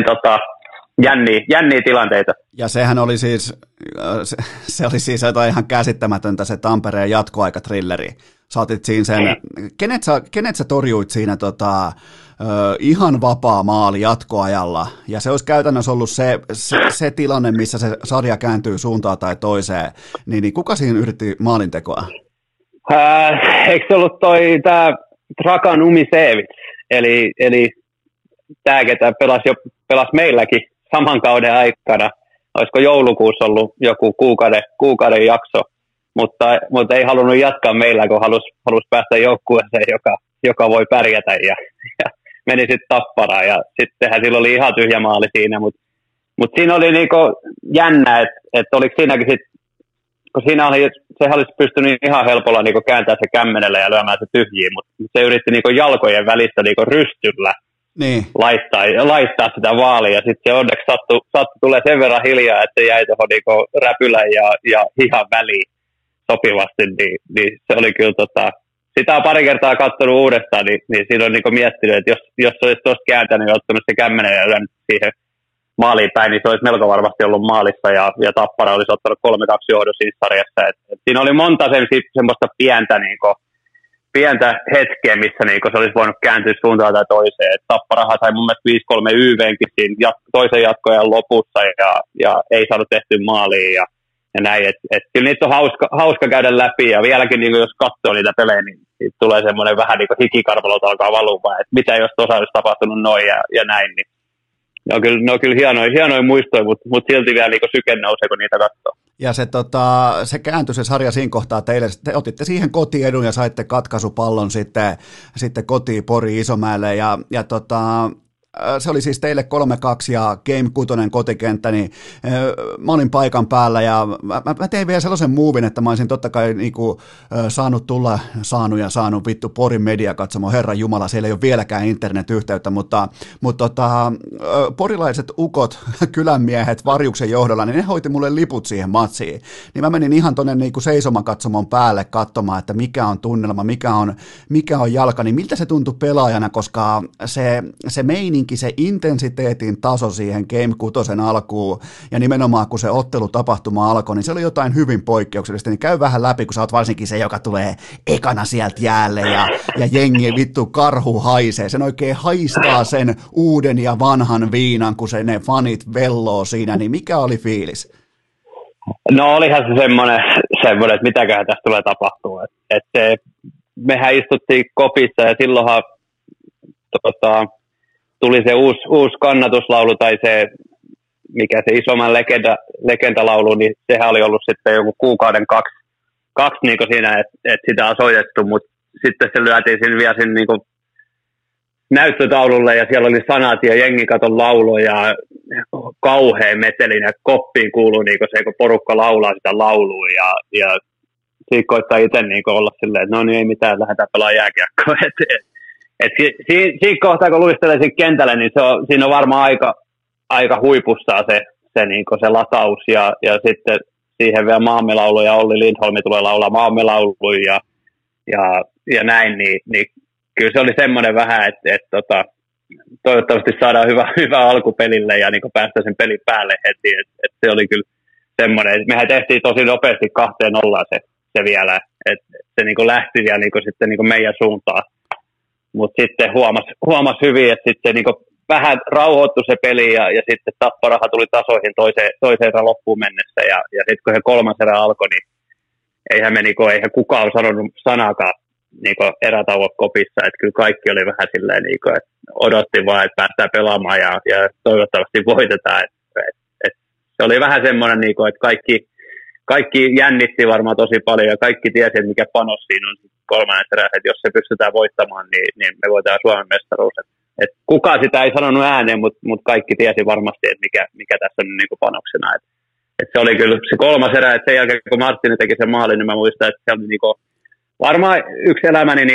jänniä tilanteita. Ja sehän oli siis, se oli siis jotain ihan käsittämätöntä se Tampereen jatkoaikatrilleri. Saatit siinä sen, kenet sä torjuit siinä ihan vapaa maali jatkoajalla, ja se olisi käytännössä ollut se tilanne, missä se sarja kääntyy suuntaan tai toiseen, niin kuka siinä yritti maalintekoa? Eikö se ollut tämä Dragan Umisevic, eli tämä, ketä pelasi meilläkin saman kauden aikana, olisiko joulukuussa ollut joku kuukauden jakso, mutta ei halunnut jatkaa meillä, kun halusi päästä joukkueeseen, joka voi pärjätä ja meni sitten Tapparaan ja sittenhän sillä oli ihan tyhjä maali siinä, mutta siinä oli jännä, että oliko siinäkin sitten, kun sehän olisi pystynyt ihan helpolla kääntämään se kämmenellä ja lyömään se tyhjiin, mutta se yritti jalkojen välistä rystyllä laittaa sitä vaalia ja sitten se onneksi sattui tulee sen verran hiljaa, että se jäi tuohon räpylän ja hihan väliin sopivasti, niin se oli kyllä sitä on pari kertaa katsonut uudestaan, niin siinä on miettinyt, että jos olisi tuosta kääntänyt ja ottanut se kämmenen ja lyönyt siihen maaliin päin, niin se olisi melko varmasti ollut maalissa ja Tappara olisi ottanut 3-2 johdon siinä sarjassa. Et siinä oli monta semmoista pientä hetkeä, missä se olisi voinut kääntyä suuntaan tai toiseen. Et Tapparahan sai mun mielestä 5-3 YV:nkin siinä toisen jatkoajan lopussa ja ei saanut tehtyä maaliin ja näin, että kyllä niitä on hauska käydä läpi ja vieläkin jos katsoo niitä pelejä, niin tulee semmoinen vähän hikikarvalot alkaa valumaan, että mitä jos tuossa olisi tapahtunut noin ja näin, niin ne on kyllä hienoja muistoja, mutta silti vielä syke nousee, kun niitä katsoo. Ja se kääntyi se sarja siinä kohtaa teille, te otitte siihen kotiedun ja saitte katkaisupallon sitten kotiin Pori Isomäelle se oli siis teille 3-2 ja Game 6 kotikenttä, niin mä olin paikan päällä ja mä tein vielä sellaisen muuvin, että mä olisin totta kai niinku, saanut vittu Porin mediakatsomo, Herran Jumala, siellä ei ole vieläkään internetyhteyttä, mutta porilaiset ukot, kylänmiehet Varjuksen johdolla, niin ne hoiti mulle liput siihen matsiin. Niin mä menin ihan tonne niinku seisomakatsomon päälle katsomaan, että mikä on tunnelma, mikä on jalka, niin miltä se tuntui pelaajana, koska se meininki, se intensiteetin taso siihen Game 6 alkuun, ja nimenomaan kun se ottelutapahtuma alkoi, niin se oli jotain hyvin poikkeuksellista, niin käy vähän läpi, kun sä oot varsinkin se, joka tulee ekana sieltä jäälle, ja jengi vittu karhu haisee, sen oikein haistaa sen uuden ja vanhan viinan, kun ne fanit velloo siinä, niin mikä oli fiilis? No olihan se semmoinen että mitäköhän tässä tulee tapahtua, että mehän istuttiin kopissa, ja silloinhan tuli se uusi kannatuslaulu tai se, mikä se Isomman legendalaulu, niin sehän oli ollut sitten joku kuukauden kaksi niin siinä, että sitä on soitettu, mutta sitten se lyötiin vielä sinne niin näyttötaululle ja siellä oli sanat ja jengi katon laulo ja kauhean metelin ja koppiin kuuluu niin se, kun porukka laulaa sitä laulua ja siitä koittaa itse niin olla silleen, että no niin ei mitään, lähdetään pelaamaan jääkiekkoa. Siinä kohtaa, kun luistelee siinä kentällä, niin siinä on varmaan aika huipussaan se lataus ja sitten siihen vielä maamelaulu ja Olli Lindholmi tulee laulaa maamelauluja ja näin, niin kyllä se oli semmoinen vähän, että toivottavasti saadaan hyvä alkupelille ja niin päästä sen pelin päälle heti, että se oli kyllä semmoinen, että mehän tehtiin tosi nopeasti 2-0 se vielä, että se niin lähti ja niin sitten niin meidän suuntaan. Mutta sitten huomas hyvin, että sitten se vähän rauhoittui se peli ja sitten Tapparahan tuli tasoihin toiseen erään loppuun mennessä. Ja sitten kun se kolmas erä alkoi, niin eihän kukaan ole sanonut sanaakaan erätauon kopissa. Että kyllä kaikki oli vähän silleen, että odotti vaan, että päästään pelaamaan ja toivottavasti voitetaan. Et se oli vähän semmoinen, että kaikki jännitti varmaan tosi paljon ja kaikki tiesi, että mikä panos siinä on kolmannen erässä, että jos se pystytään voittamaan, niin me voidaan Suomen mestaruus. Et kukaan sitä ei sanonut ääneen, mutta kaikki tiesi varmasti, että mikä tässä on panoksena. Et se oli kyllä se kolmas erä, että sen jälkeen kun Marttinen teki sen maalin, niin mä muistan, että se oli varmaan yksi elämäni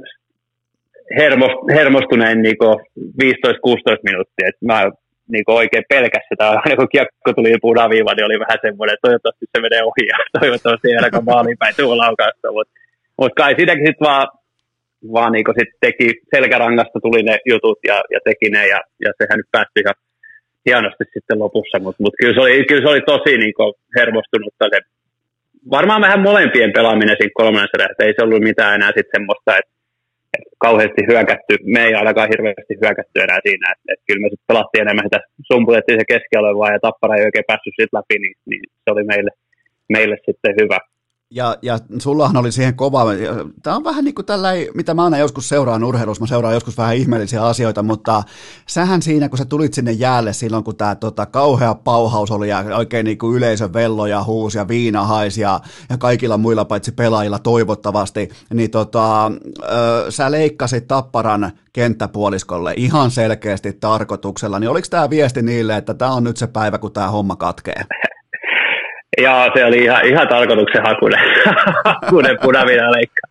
hermostunein 15-16 minuuttia. Et mä oikein pelkäs sitä, aina kun kiekko tuli punaviiva, niin oli vähän semmoinen, että toivottavasti se menee ohi ja toivottavasti ei ainakaan maaliin päin tuo laukausta. Mutta kai siinäkin sitten vaan sit teki selkärangasta tuli ne jutut ja teki ne ja sehän nyt päättyi ihan hienosti sitten lopussa. Mutta kyllä se oli tosi hermostunutta se. Varmaan vähän molempien pelaaminen siinä kolmannessa erässä. Ei se ollut mitään enää sitten semmoista, että kauheasti hyökätty. Me ei ainakaan hirveästi hyökätty enää siinä. Että kyllä me sitten pelattiin enemmän sitä, sumputettiin se keskialueen vaan ja Tappara ei oikein päässyt siitä läpi, niin se oli meille sitten hyvä. Ja sullahan oli siihen kova, tämä on vähän niin kuin tällainen, mitä mä aina joskus seuraan urheilussa, mä seuraan joskus vähän ihmeellisiä asioita, mutta sähän siinä, kun sä tulit sinne jäälle silloin, kun tämä kauhea pauhaus oli ja oikein niin kuin yleisön vello ja huusi ja viina haisi ja kaikilla muilla paitsi pelaajilla toivottavasti, niin sä leikkasit Tapparan kenttäpuoliskolle ihan selkeästi tarkoituksella, niin oliko tämä viesti niille, että tämä on nyt se päivä, kun tämä homma katkee? Joo, se oli ihan tarkoituksen hakunen punaviinaleikka.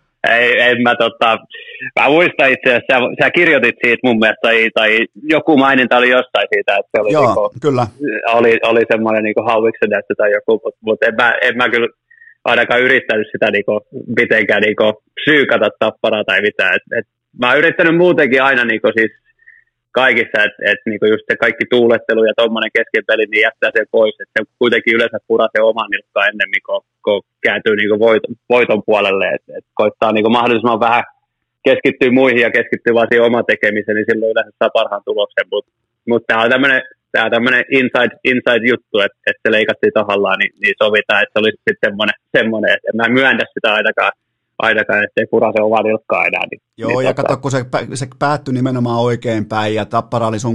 Mä muistan itse asiassa, sä kirjoitit siitä mun mielestä, tai joku maininta oli jostain siitä, että se oli, joo, kyllä. Oli semmoinen hauiksen näyttö tai joku, mutta en mä kyllä ainakaan yrittänyt sitä mitenkään psyykata Tapparaa tai mitään. Mä oon yrittänyt muutenkin aina siis kaikissa, että just se kaikki tuulettelu ja tuommoinen keskenpeli, niin jättää sen pois, että se kuitenkin yleensä purasee oman nilkkaan ennemmin, kun kääntyy voiton puolelle, että koittaa mahdollisimman vähän keskittyä muihin ja keskittyä vaan siihen oman tekemiseen, niin silloin yleensä saa parhaan tuloksen, mutta tämä on tämmöinen inside juttu, että se leikattiin tahallaan, niin sovitaan, että se oli sitten semmoinen, että en mä myönnä sitä ainakaan, ettei purase omaa nilkkaa enää. Joo, ja kato, kun se päättyi nimenomaan oikein päin, ja Tappara oli sun kanssa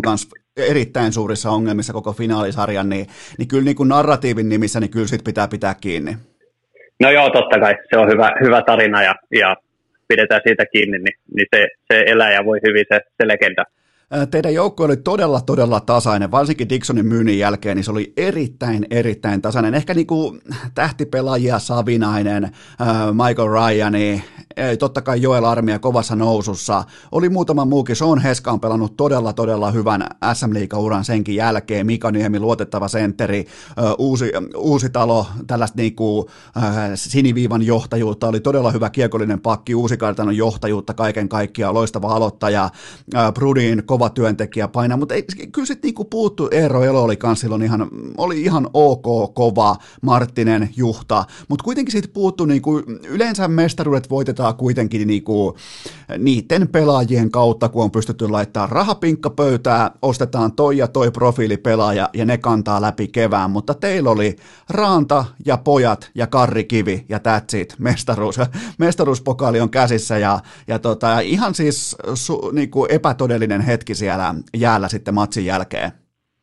erittäin suurissa ongelmissa koko finaalisarjan, niin kyllä niin kuin narratiivin nimissä, niin kyllä sit pitää pitää kiinni. No joo, totta kai. Se on hyvä tarina ja pidetään siitä kiinni, niin se elää ja voi hyvin se legenda. Teidän joukko oli todella tasainen, varsinkin Dixonin myynnin jälkeen, niin se oli erittäin tasainen. Ehkä niin kuin tähtipelaajia Savinainen, Michael Ryani, totta kai Joel Armia kovassa nousussa. Oli muutama muukin, Sean Heska on pelannut todella hyvän SM-liigauran senkin jälkeen. Mika Niemi, luotettava sentteri, uusi talo, tällaista niin kuin, siniviivan johtajuutta, oli todella hyvä kiekollinen pakki, Uusikartanon johtajuutta kaiken kaikkiaan, loistava aloittaja, Brudin kova työntekijä painaa, mutta kyllä sitten niinku puuttu, Eero Elo oli kans silloin ihan ok kova, Marttinen, Juhta, mutta kuitenkin siitä puuttu, niinku, yleensä mestaruudet voitetaan kuitenkin niinku, niiden pelaajien kautta, kun on pystytty laittamaan rahapinkka pöytää, ostetaan toi ja toi profiilipelaaja ja ne kantaa läpi kevään, mutta teillä oli Raanta ja pojat ja Karri Kivi ja that's it, mestaruuspokaali on käsissä ja ihan siis niinku epätodellinen hetki siellä jäällä sitten matsin jälkeen.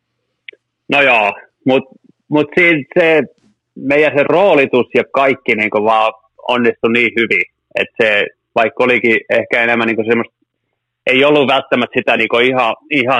No joo, mutta siinä se meidän se roolitus ja kaikki niin vaan onnistui niin hyvin, että se vaikka olikin ehkä enemmän niin semmoista, ei ollut välttämättä sitä niin ihan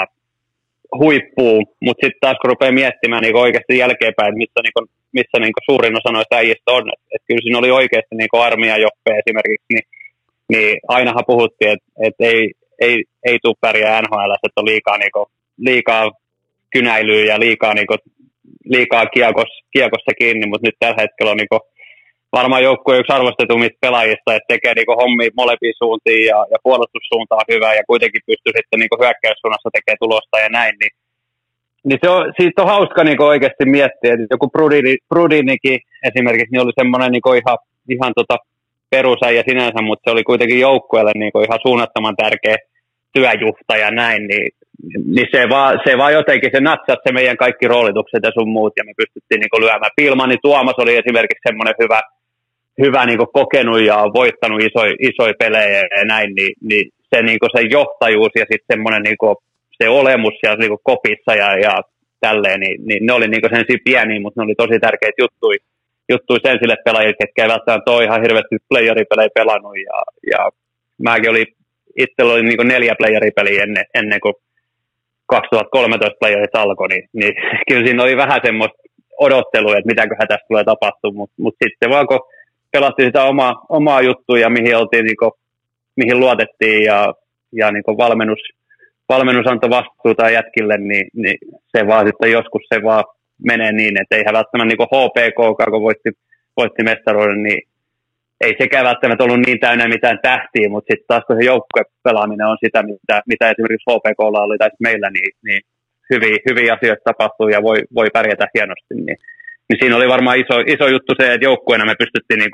huippua, mutta sitten taas kun rupeaa miettimään niin oikeasti jälkeenpäin, että missä suurin osa noista äijistä on, että kyllä siinä oli oikeasti niin Armia Joppe esimerkiksi, niin ainahan puhuttiin, että ei tule pärjää NHL, että on liikaa kynäilyä ja liikaa kiekossa kiinni, mutta nyt tällä hetkellä on varmaan joukkue yksi arvostetummista pelaajista, että tekee hommia molempiin suuntiin ja puolustussuunta on hyvä ja kuitenkin pystyy sitten hyökkäyssuunnassa tekemään tulosta ja näin, niin siitä on hauska oikeasti miettiä, että joku Brudinikin esimerkiksi niin oli semmoinen ihan perusäijä sinänsä, mutta se oli kuitenkin joukkueelle ihan suunnattoman tärkeä työjuhta ja näin, niin se vaan jotenkin, se natsasi se meidän kaikki roolitukset ja sun muut, ja me pystyttiin lyömään. Pilmani Tuomas oli esimerkiksi semmoinen hyvä kokenut ja voittanut isoja pelejä ja näin, niin se johtajuus ja sitten semmoinen se olemus siellä kopissa ja tälleen, niin ne oli sen pieniä, mutta ne oli tosi tärkeitä juttuja sen sille pelaajille, ketkä ei välttämättä ole ihan hirveästi playeripelejä pelannut, ja mäkin itsellä oli 4 playeripeliä ennen kuin 2013 playerit alkoi, niin kyllä siinä oli vähän semmoista odottelua, että mitäköhän tästä tulee tapahtumaan, mutta sitten vaan kun pelattiin sitä omaa juttua ja mihin oltiin, mihin luotettiin ja valmennus antoi vastuuta jätkille, niin se vaan sitten joskus se vaan menee niin, että eihän välttämättä HPK, kun voitti mestaruuden, niin ei sekään välttämättä ollut niin täynnä mitään tähtiä, mutta sitten taas kun se joukkuepelaaminen on sitä, mitä esimerkiksi HPKlla oli tai meillä, niin hyviä asioita tapahtuu ja voi pärjätä hienosti. Niin siinä oli varmaan iso juttu se, että joukkueena me pystyttiin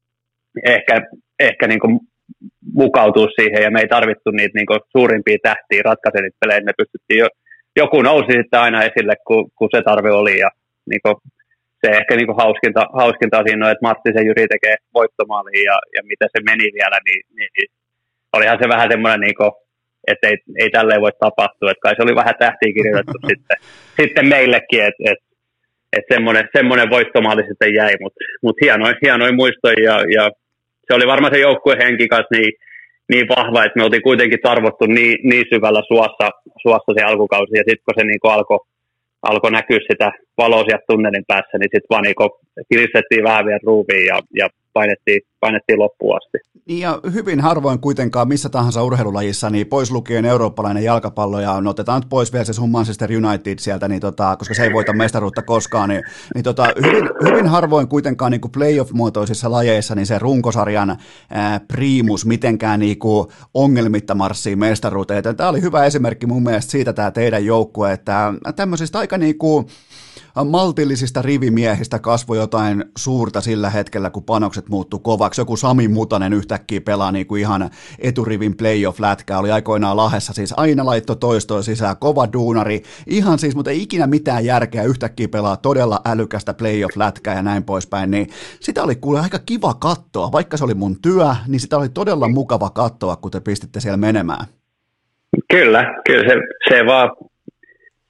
ehkä mukautua siihen ja me ei tarvittu niitä suurimpia tähtiä ratkaisee niitä pelejä. Me pystyttiin joku nousi sitten aina esille, kun se tarve oli ja se ehkä hauskinta siinä on, että Marttisen Jyri tekee voittomaalin ja mitä se meni vielä, niin olihan se vähän semmoinen, että ei tälleen voi tapahtua, että kai se oli vähän tähtiä kirjoitettu sitten meillekin, että semmoinen voittomaali sitten jäi, mutta hienoja muistoja ja se oli varmaan se joukkueen henki kanssa niin vahva, että me oltiin kuitenkin tarvottu niin syvällä suossa se alkukausi ja sitten kun se alkoi näkyä sitä valoa sieltä tunnelin päässä, niin sitten vaan kiristettiin vähän vielä ruuviin ja painettiin loppuun asti. Ja hyvin harvoin kuitenkaan missä tahansa urheilulajissa, niin pois lukien eurooppalainen jalkapallo, ja otetaan nyt pois vielä se sun Manchester United sieltä, niin koska se ei voita mestaruutta koskaan, niin hyvin harvoin kuitenkaan niin kuin playoff-muotoisissa lajeissa, niin se runkosarjan priimus mitenkään niin kuin ongelmitta marssii mestaruuteen. Tämä oli hyvä esimerkki mun mielestä siitä tämä teidän joukkue, että tämmöisistä aika niin kuin maltillisista rivimiehistä kasvoi jotain suurta sillä hetkellä, kun panokset muuttuu kovaksi. Joku Sami Mutanen yhtäkkiä pelaa niin kuin ihan eturivin playoff-lätkää. Oli aikoinaan Lahdessa, siis aina laitto toistoa sisään, kova duunari. Ihan siis, mutta ei ikinä mitään järkeä, yhtäkkiä pelaa todella älykästä playoff-lätkää ja näin poispäin. Niin sitä oli kuule aika kiva katsoa. Vaikka se oli mun työ, niin sitä oli todella mukava katsoa, kun te pistitte siellä menemään. Kyllä se vaan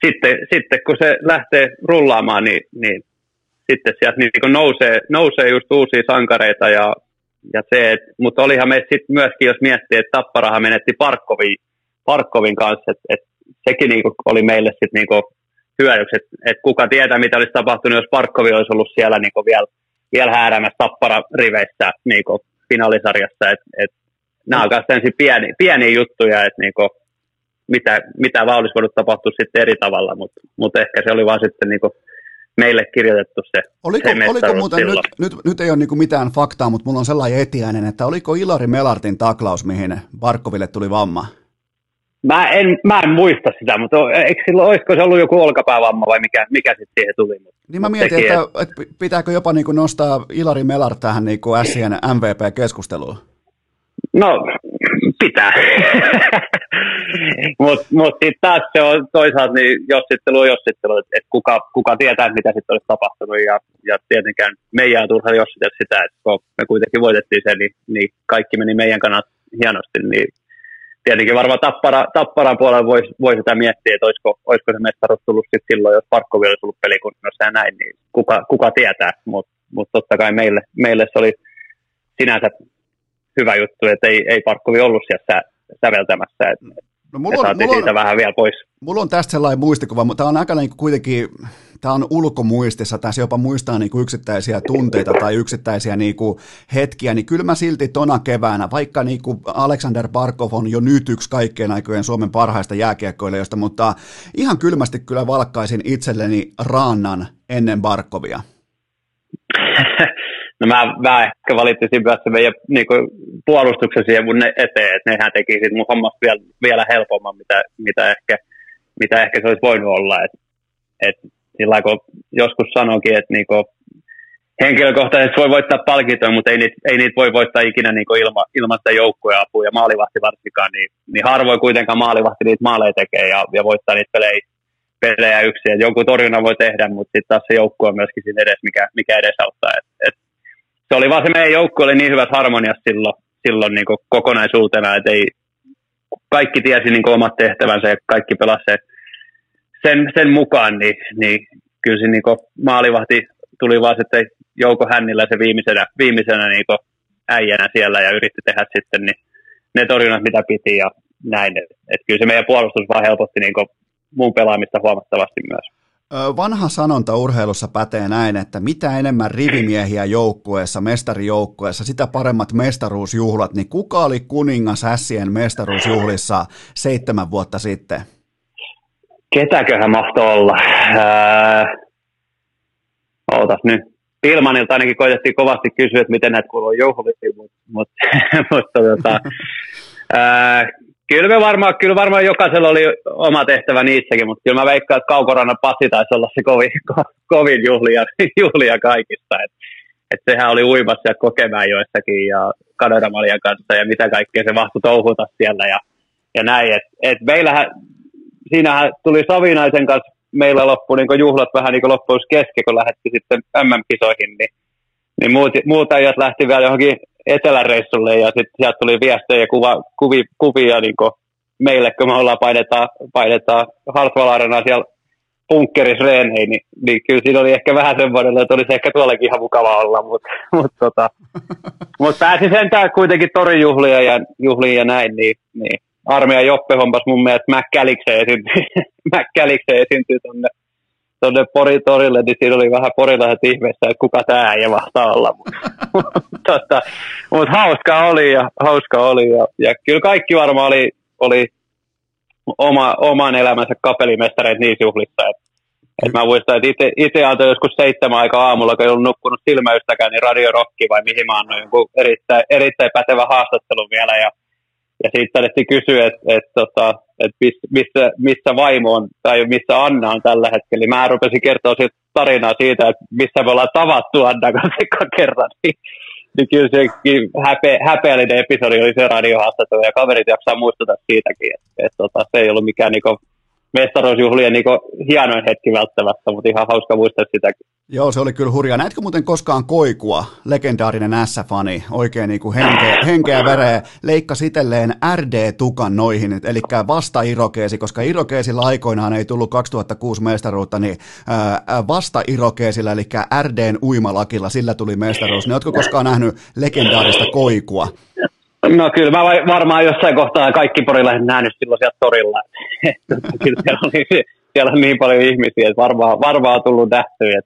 sitten kun se lähtee rullaamaan, niin sitten sieltä niin nousee just uusia sankareita ja se, mutta olihan me sitten myöskin, jos miettii, että Tapparahan menetti Parkkovin kanssa, että sekin niin oli meille sitten niin hyödyksi, että kuka tietää, mitä olisi tapahtunut, jos Parkkovi olisi ollut siellä niin vielä häädämässä Tappara-riveissä niin finaalisarjassa, että nämä on myös pieniä juttuja, että niin mitä vaan olisi voinut tapahtua sitten eri tavalla, mutta ehkä se oli vaan sitten niin meille kirjoitettu se Oliko muuten, nyt ei ole niinku mitään faktaa, mutta mulla on sellainen etiäinen, että oliko Ilari Melartin taklaus, mihin Barkoville tuli vamma? Mä en muista sitä, mutta olisiko se ollut joku olkapäävamma vai mikä sitten siihen tuli? Niin mä mietin, että pitääkö jopa niinku nostaa Ilari Melart tähän niinku Sien MVP-keskusteluun? No, pitää. Mutta sitten taas se on toisaalta niin jossittelu, että kuka tietää, mitä sitten olisi tapahtunut. Ja tietenkään meidän on turha jossitella sitä, että kun me kuitenkin voitettiin sen, niin kaikki meni meidän kannalta hienosti. Niin tietenkin varmaan Tapparan puolella voi sitä miettiä, että olisiko se mestaruus tullut sit silloin, jos Parkkovi olisi ollut pelikunnossa ja näin, niin kuka tietää. Mutta totta kai meille se oli sinänsä hyvä juttu, että ei Parkkovi ollut siellä säveltämässä, että saatiin siitä vähän vielä pois. Mulla on tästä sellainen muistikuva, mutta tämä on aika niin kuitenkin, tämä on ulkomuistissa, tässä jopa muistaa niin kuin yksittäisiä tunteita tai yksittäisiä niin kuin hetkiä, niin kyllä mä silti tona keväänä, vaikka niin kuin Aleksander Barkov on jo nyt yksi kaikkien aikojen Suomen parhaista jääkiekkoilijoista, mutta ihan kylmästi kyllä valkkaisin itselleni Rannan ennen Barkovia. No mä ehkä valitsin myös meidän niinku, puolustuksen siihen mun eteen, että nehän teki sit mun hommasta vielä helpomman, mitä ehkä se olisi voinut olla. Et sillä kun joskus sanoinkin, että niinku, henkilökohtaisesti voi voittaa palkintoja, mutta ei niitä voi voittaa ikinä niinku, ilman sitä joukkueen apua ja maalivahti varsinkaan, niin harvoin kuitenkaan maalivahti niitä maaleja tekee ja voittaa niitä pelejä yksin. Et jonkun torjunnan voi tehdä, mutta sitten taas se joukkue on myöskin siinä edes, mikä edesauttaa. Se oli vaan se meidän joukkue oli niin hyvässä harmoniassa silloin niin kokonaisuutena, että kaikki tiesi niin omat tehtävänsä ja kaikki pelasi sen mukaan, niin kyllä se niin maalivahti tuli vaan sitten Jouko Hännillä se viimeisenä niin äijänä siellä ja yritti tehdä sitten niin ne torjunnat mitä piti ja näin. Et kyllä se meidän puolustus vaan helpotti niin mun pelaamista huomattavasti myös. Vanha sanonta urheilussa pätee näin, että mitä enemmän rivimiehiä joukkueessa, mestarijoukkueessa, sitä paremmat mestaruusjuhlat, niin kuka oli kuningas Ässien mestaruusjuhlissa 7 vuotta sitten? Ketäköhän mahtoi olla? Ootas nyt. Pilmanilta ainakin koitettiin kovasti kysyä, että miten näitä kuuluu juhlisiin, mutta Kyllä varmaan jokaisella oli oma tehtäväni itsekin, mutta kyllä mä veikkaan, että Kaukorannan Pasi taisi olla se kovin juhlia kaikista. Et sehän oli uimassa ja Kokemäenjoessakin ja Kanadamaljan kanssa ja mitä kaikkea se mahtui touhuta siellä ja näin. Et meillähän, siinähän tuli Savinaisen kanssa, meillä loppui niin juhlat vähän niin loppuus kesken, kun lähdettiin sitten MM-kisoihin, niin muut ajat lähti vielä johonkin eteläreissulle ja sitten sieltä tuli viestejä ja kuvia niin meille, kun me ollaan painetaan Hartwall Arenaa siellä bunkkerisreeneihin, niin kyllä siinä oli ehkä vähän semmoinen, että olisi ehkä tuollakin ihan mukava olla, mutta pääsi sentään kuitenkin torijuhliin ja näin, niin armeijan Joppe hompas mun mielestä Mäkkäliksen esiintyi tuonne Porin torille, niin siinä oli vähän porilaiset ihmeessä, että kuka tämä äijä mahtaa olla. Mutta hauska oli ja kyllä kaikki varmaan oli oman elämänsä kapelimestareita niissä juhlissa. Et mä muistan, että itse antoi joskus 7 aikaa aamulla, kun ei ollut nukkunut silmäystäkään, niin Radio Rocki vai mihin mä annoin jonkun erittäin pätevä haastattelun vielä ja siitä taidettiin kysyä, että missä vaimo on tai missä Anna on tällä hetkellä. Niin mä rupesin kertoa tarinaa siitä, että missä me ollaan tavattu Anna kanssa kerran. Niin kyllä se häpeällinen episodi oli se radiohaastattelu ja kaverit jaksaa muistuttaa siitäkin. Se ei ollut mikään mestaruusjuhlien hienoin hetki välttämättä, mutta ihan hauska muistaa sitäkin. Joo, se oli kyllä hurjaa. Näetkö muuten koskaan Koikua, legendaarinen S-fani, oikein niin kuin henkeä vereä, leikkasi itselleen RD-tukan noihin, eli vasta-irokeesi, koska irokeesilla aikoinaan ei tullut 2006 mestaruutta, niin vasta-irokeesilla, eli RDn uimalakilla, sillä tuli mestaruus. Niin ootko koskaan nähnyt legendaarista Koikua? No kyllä, mä varmaan jossain kohtaa kaikki porilaiset nähnyt silloin sieltä torilla. Kyllä siellä on niin paljon ihmisiä, että varmaan on tullut nähtyä.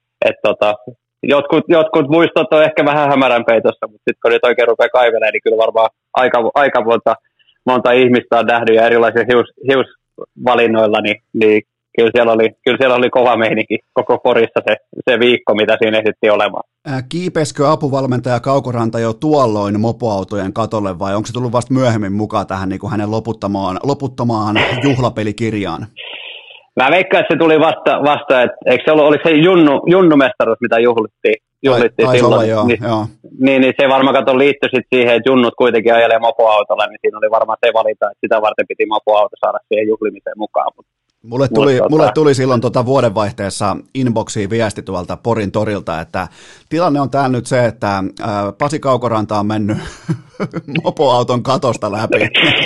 Jotkut muistot on ehkä vähän hämärän peitossa, mutta sitten kun nyt oikein rupeaa kaivelemaan, niin kyllä varmaan aika monta ihmistä on nähnyt ja erilaisilla hiusvalinnoilla, niin kyllä siellä oli kova meininki koko Porissa se viikko, mitä siinä esitti olemaan. Kiipeskö apuvalmentaja Kaukoranta jo tuolloin mopoautojen katolle vai onko se tullut vasta myöhemmin mukaan tähän niin kuin hänen loputtomaan juhlapelikirjaan? Mä veikkaan, että se tuli vasta että eikö se oliko se junnumestaruus, mitä juhlittiin silloin, olla, joo. Niin se varmaan liittyi sitten siihen, että junnut kuitenkin ajelee mopoautolla, niin siinä oli varmaan se valinta, että sitä varten piti mopoauto saada siihen juhlimiseen mukaan. Mulle tuli silloin vuodenvaihteessa inboxiin viesti tuolta Porin torilta, että tilanne on täällä nyt se, että Pasi Kaukoranta on mennyt mopoauton katosta läpi.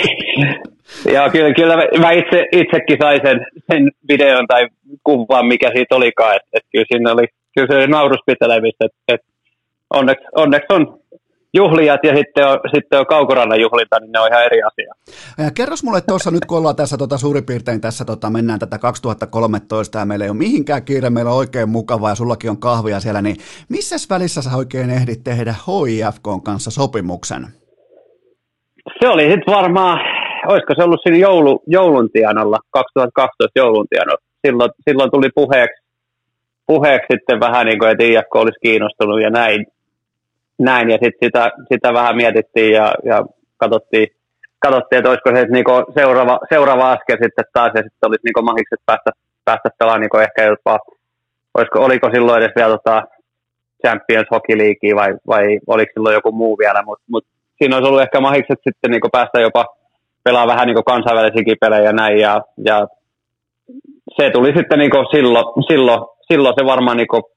Joo, kyllä mä itsekin sain sen videon tai kuvan, mikä siitä olikaan, että kyllä se oli nauruspitelemistä, että onneksi on juhlijat ja sitten on Kaukorannan juhlinta, niin ne on ihan eri asia. Kerros mulle tuossa nyt, kun ollaan tässä suurin piirtein tässä mennään tätä 2013 ja meillä ei ole mihinkään kiire, meillä on oikein mukavaa ja sullakin on kahvia siellä, niin missäs välissä sä oikein ehdit tehdä HIFK:n kanssa sopimuksen? Se oli sitten varmaan, olisiko se ollut siinä joulun tienoilla, 2012 joulun tienoilla. Silloin tuli puheeksi sitten vähän niin kuin, että IFK olisi kiinnostunut ja näin ja sitten sitä vähän mietittiin ja katsottiin, että olisiko se niinku seuraava askel sitten taas ja sitten olisi niinku mahikset päästä pelaamaan niinku ehkä jopa, oliko silloin edes vielä Champions Hockey League vai oliko silloin joku muu vielä, mutta siinä olisi ollut ehkä mahikset sitten niinku päästä jopa pelaa vähän niinku kansainvälisiäkin pelejä ja näin ja se tuli sitten niinku silloin se varmaan niinku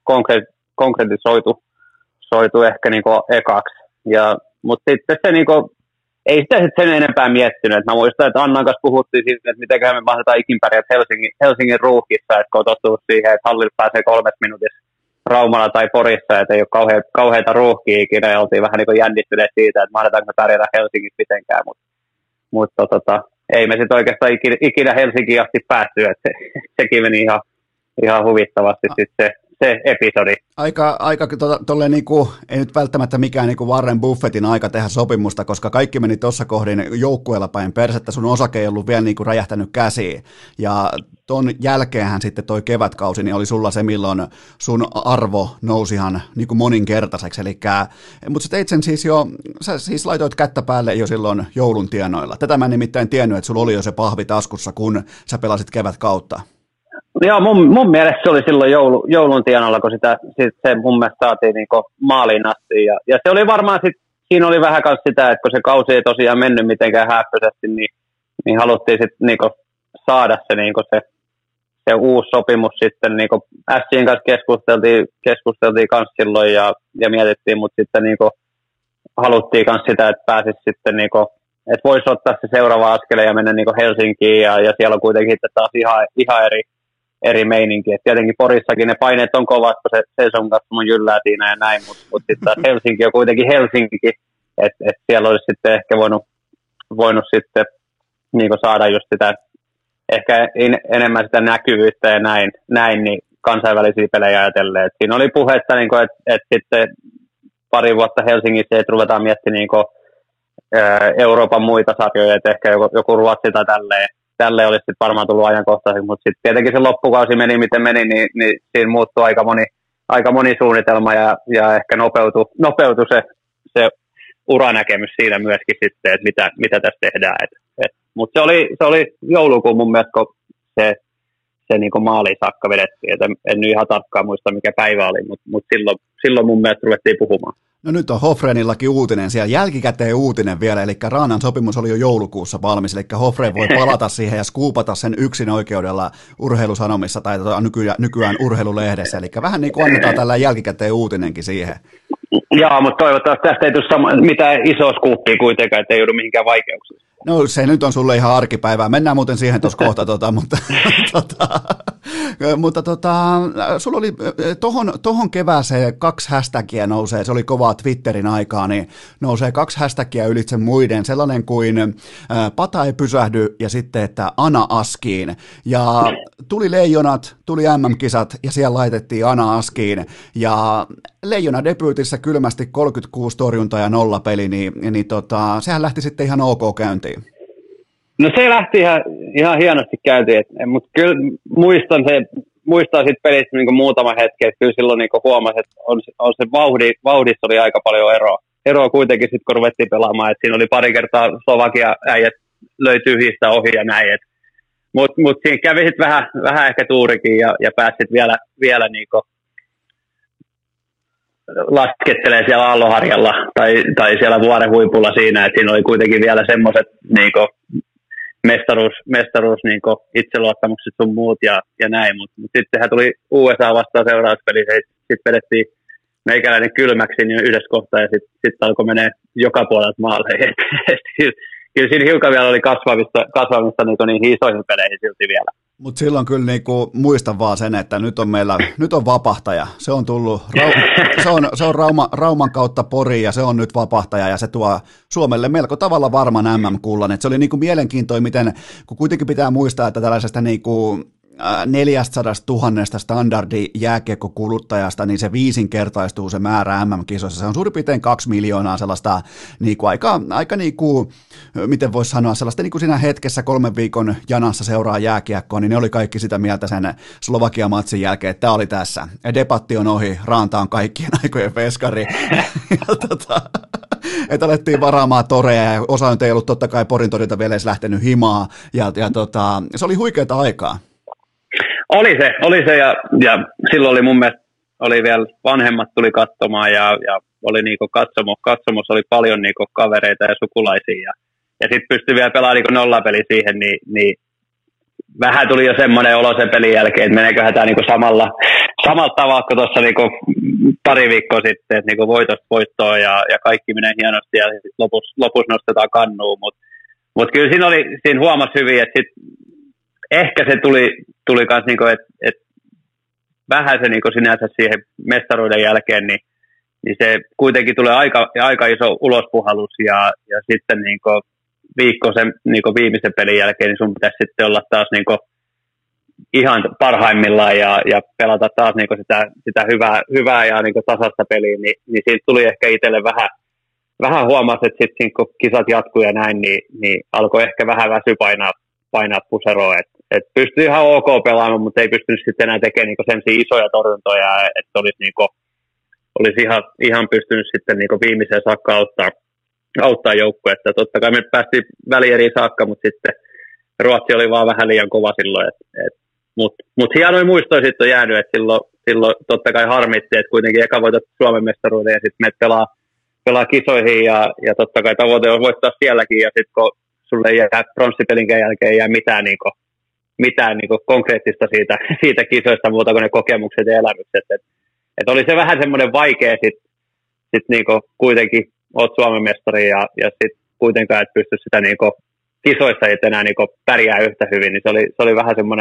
konkretisoitu ehkä niinku ekaksi. Mutta sitten se niinku, ei sitä sitten sen enempää miettinyt. Mä muistan, että Annan kanssa puhuttiin siitä, että mitenköhän me mahdetaan ikin pärjät Helsingin ruuhkissa, että kun on tottunut siihen, että hallilla pääsee 3 minuutissa Raumalla tai Porissa, että ei ole kauheita ruuhkia ikinä, ja oltiin vähän niin jännittyneet siitä, että mahdetaanko pärjätä Helsingissä mitenkään, mutta ei me sitten oikeastaan ikinä Helsinkiin asti päästy, että sekin meni ihan huvittavasti sitten se episodi. Aika tolleen niinku, ei nyt välttämättä mikään niinku Warren Buffettin aika tehdä sopimusta, koska kaikki meni tuossa kohdin joukkueella päin persettä, sun osake ei ollut vielä niinku räjähtänyt käsiin. Ja ton jälkeenhän sitten toi kevätkausi niin oli sulla se, milloin sun arvo nousi ihan niinku moninkertaiseksi. Mutta sä teit sen siis sä siis laitoit kättä päälle jo silloin joulun tienoilla. Tätä mä en nimittäin tiennyt, että sulla oli jo se pahvi taskussa, kun sä pelasit kevätkautta. Joo, mun mielestä se oli silloin joulun tienoilla, kun se mun mielestä saatiin niinku maaliin asti. Ja se oli varmaan siinä oli vähän myös sitä, että kun se kausi ei tosiaan mennyt mitenkään häppöisesti, niin haluttiin sitten niinku saada se uusi sopimus sitten. Niinku Ässien kanssa keskusteltiin kanssa silloin ja mietittiin, mutta sitten niinku haluttiin myös sitä, että pääsisi sitten niinku, että voisi ottaa se seuraava askel ja mennä niinku Helsinkiin ja siellä on kuitenkin taas ihan eri meininki. Et tietenkin Porissakin ne paineet on kovat, kun se Saison katsomun jyllää siinä ja näin, mutta sitten taas Helsinki on kuitenkin Helsinki, että siellä olisi sitten ehkä voinut sitten niin saada just sitä, ehkä enemmän sitä näkyvyyttä ja näin niin kansainvälisiä pelejä ajatellen. Et siinä oli puhetta, niin että sitten pari vuotta Helsingissä ei ruvetaan miettimään niin Euroopan muita sarjoja, että ehkä joku Ruotsi tai tälleen olisi sitten varmaan tullut ajankohtaiseksi, mutta sitten tietenkin se loppukausi meni miten meni, niin siinä muuttui aika moni suunnitelma ja ehkä nopeutui se uranäkemys siinä myöskin sitten, että mitä tässä tehdään. Mutta se oli joulukuun mun mielestä, kun se niin maaliin saakka vedettiin. En nyt ihan tarkkaan muista, mikä päivä oli, mutta silloin mun mielestä ruvettiin puhumaan. No nyt on Hofrenillakin uutinen siellä, jälkikäteen uutinen vielä, eli Raanan sopimus oli jo joulukuussa valmis, eli Hofren voi palata siihen ja skuupata sen yksin oikeudella Urheilusanomissa tai nykyään Urheilulehdessä, eli vähän niin kuin annetaan tällä jälkikäteen uutinenkin siihen. Joo, mutta toivottavasti tästä ei tule mitään isoa skuuppia kuitenkaan, että ei joudu mihinkään vaikeuksiin. No se nyt on sulle ihan arkipäivää. Mennään muuten siihen tuossa kohta, mutta sulla oli tohon kevääseen 2 hashtagia nousee, se oli kovaa Twitterin aikaa, niin nousee 2 hashtagia ylitse muiden, sellainen kuin Pata ei pysähdy ja sitten, että Ana Askiin. Ja tuli Leijonat, tuli MM-kisat ja siellä laitettiin Ana Askiin ja Leijona debyytissä kylmästi 36 torjuntaa ja 0 peli, niin sehän lähti sitten ihan ok käyntiin. No se lähti ihan hienosti käyntiin, mutta kyllä muistan siitä pelistä niin muutama hetki, että kyllä silloin niin huomasi, että on se vauhdissa oli aika paljon eroa kuitenkin sitten, kun ruvettiin pelaamaan, että siinä oli pari kertaa Slovakia äijät löi tyhjistä ohi ja näin, mutta siinä kävi sitten vähän ehkä tuurikin ja pääsit vielä niin laskettelee siellä Alloharjalla tai siellä vuoren huipulla siinä, että siinä oli kuitenkin vielä semmoiset niin mestaruus niin itseluottamukset sun muut ja näin, mutta sittenhän tuli USA vastaan seurauspelissä, sitten vedettiin meikäläinen kylmäksi niin yhdessä kohtaa ja sitten alkoi menee joka puolelta maalle. Kyllä siinä hiukan vielä oli kasvamista niin isoihin peleihin silti vielä. Mutta silloin kyllä niinku, muistan vaan sen, että nyt on vapahtaja. Se on tullut, se on Rauman kautta Poriin ja se on nyt vapahtaja ja se tuo Suomelle melko tavalla varman MM-kullan. Et se oli niinku mielenkiintoinen, miten, kun kuitenkin pitää muistaa, että tällaisesta niinku 400 000 standardi jääkiekkokuluttajasta, niin se viisinkertaistuu se määrä MM-kisoissa. Se on suurin piirtein 2 miljoonaa sellaista niinku aika niinku, miten voisi sanoa, sellaista niinku siinä hetkessä 3 viikon janassa seuraa jääkiekkoa, niin ne oli kaikki sitä mieltä sen Slovakia-matsin jälkeen, että tämä oli tässä. Ja debatti on ohi, Raanta on kaikkien aikojen veskari. Että alettiin varaamaan toreja ja osa nyt ei ollut totta kai Porin torilta vielä edes lähtenyt himaa ja se oli huikeata aikaa. Oli se ja silloin oli mun mielestä oli vielä vanhemmat tuli katsomaan ja oli niinku katsomus oli paljon niinku kavereita ja sukulaisia ja sitten pystyi vielä pelaamaan niinku nollapeli siihen, niin vähän tuli jo semmoinen olo sen pelin jälkeen, että meneeköhän tämä niinku samalla tavalla kuin tuossa niinku pari viikkoa sitten, että niinku voitosta voittoon ja kaikki menee hienosti ja lopussa nostetaan kannuun, mutta kyllä siinä huomasi hyvin, että sit ehkä se tuli kans niinku, että vähän se niinku sinänsä siihen mestaruuden jälkeen, niin se kuitenkin tulee aika iso ulospuhallus ja sitten niinku viikko sen niinku viimeisen pelin jälkeen, niin sun pitäisi sitten olla taas niinku ihan parhaimmillaan ja pelata taas niinku sitä hyvää ja niinku tasasta peliä, niin siitä tuli ehkä itselle vähän huomasi, että sitten kun kisat jatkuu ja näin, niin alkoi ehkä vähän väsy painaa puseroa, että pystyi ihan ok pelaamaan, mutta ei pystynyt sitten enää tekemään niinku sellaisia isoja torjuntoja, että olisi ihan pystynyt sitten niinku viimeiseen saakka auttaa joukkuetta. Totta kai me päästiin välieriin saakka, mutta sitten Ruotsi oli vaan vähän liian kova silloin. Mutta hienoja muistoja sitten on jäänyt, että silloin totta kai harmitti, että kuitenkin eka voitat Suomen mestaruuden ja sitten menet pelaa kisoihin ja totta kai tavoite on voittaa sielläkin ja sitten kun sulle ei jää pronssipelinkään jälkeen ei jää mitään konkreettista siitä kisoista muuta kuin ne kokemukset ja elämykset. Et oli se vähän semmoinen vaikea sit niinku kuitenkin oot Suomen mestari ja sit kuitenkaan et pysty sitä niinku kisoissa et enää niinku pärjää yhtä hyvin, niin se oli vähän semmoinen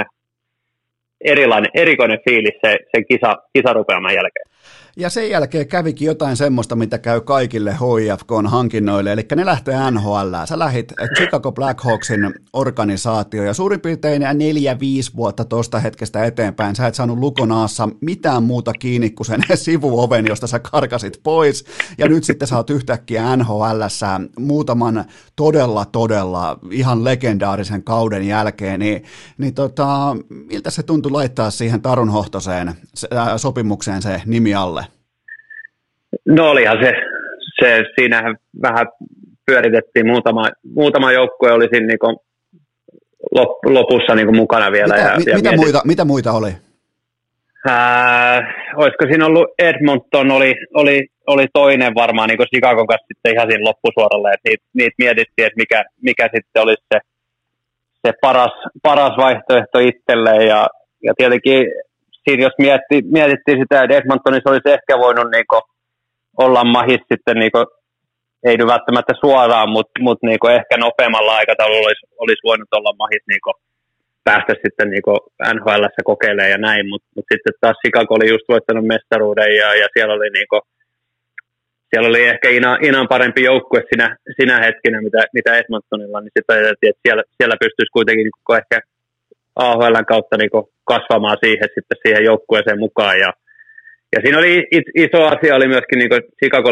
erikoinen fiilis sen kisarupeaman jälkeen. Ja sen jälkeen kävikin jotain semmoista, mitä käy kaikille HIFK:n hankinnoille, eli ne lähtee NHL. Sä lähit Chicago Blackhawksin organisaatio ja suurin piirtein 4-5 vuotta tuosta hetkestä eteenpäin sä et saanut Lukonaassa mitään muuta kiinni kuin sen sivuoven, josta sä karkasit pois. Ja nyt sitten sä oot yhtäkkiä NHL:ssä muutaman todella ihan legendaarisen kauden jälkeen, niin miltä se tuntui laittaa siihen Tarun Hohtoseen sopimukseen se nimi alle? No olihan se siinähän vähän pyöritettiin, muutama joukkue oli siinä niinku lopussa niinku mukana vielä. Mitä muita oli? Olisiko siinä ollut Edmonton, oli toinen varmaan niin kuin Chicagon kanssa sitten ihan siinä loppusuoralla, että niitä mietittiin, että mikä sitten olisi se paras vaihtoehto itselleen, ja tietenkin siinä jos mietittiin sitä, että Edmontonissa olisi ehkä voinut niin kuin olla mahis sitten, niin kuin, ei nyt välttämättä suoraan, mutta niin kuin ehkä nopeammalla aikataululla olisi voinut olla mahis niin kuin päästä sitten niin NHL:ssä kokeilemaan ja näin, mutta sitten taas Chicago oli just voittanut mestaruuden ja siellä oli ehkä Inan parempi joukkue sinä hetkinä, mitä Edmontonilla, niin sitten ajateltiin, että siellä pystyisi kuitenkin niin ehkä AHL:n kautta niin kasvamaan siihen joukkueeseen mukaan. Ja siinä oli iso asia, oli myöskin, niin Chicago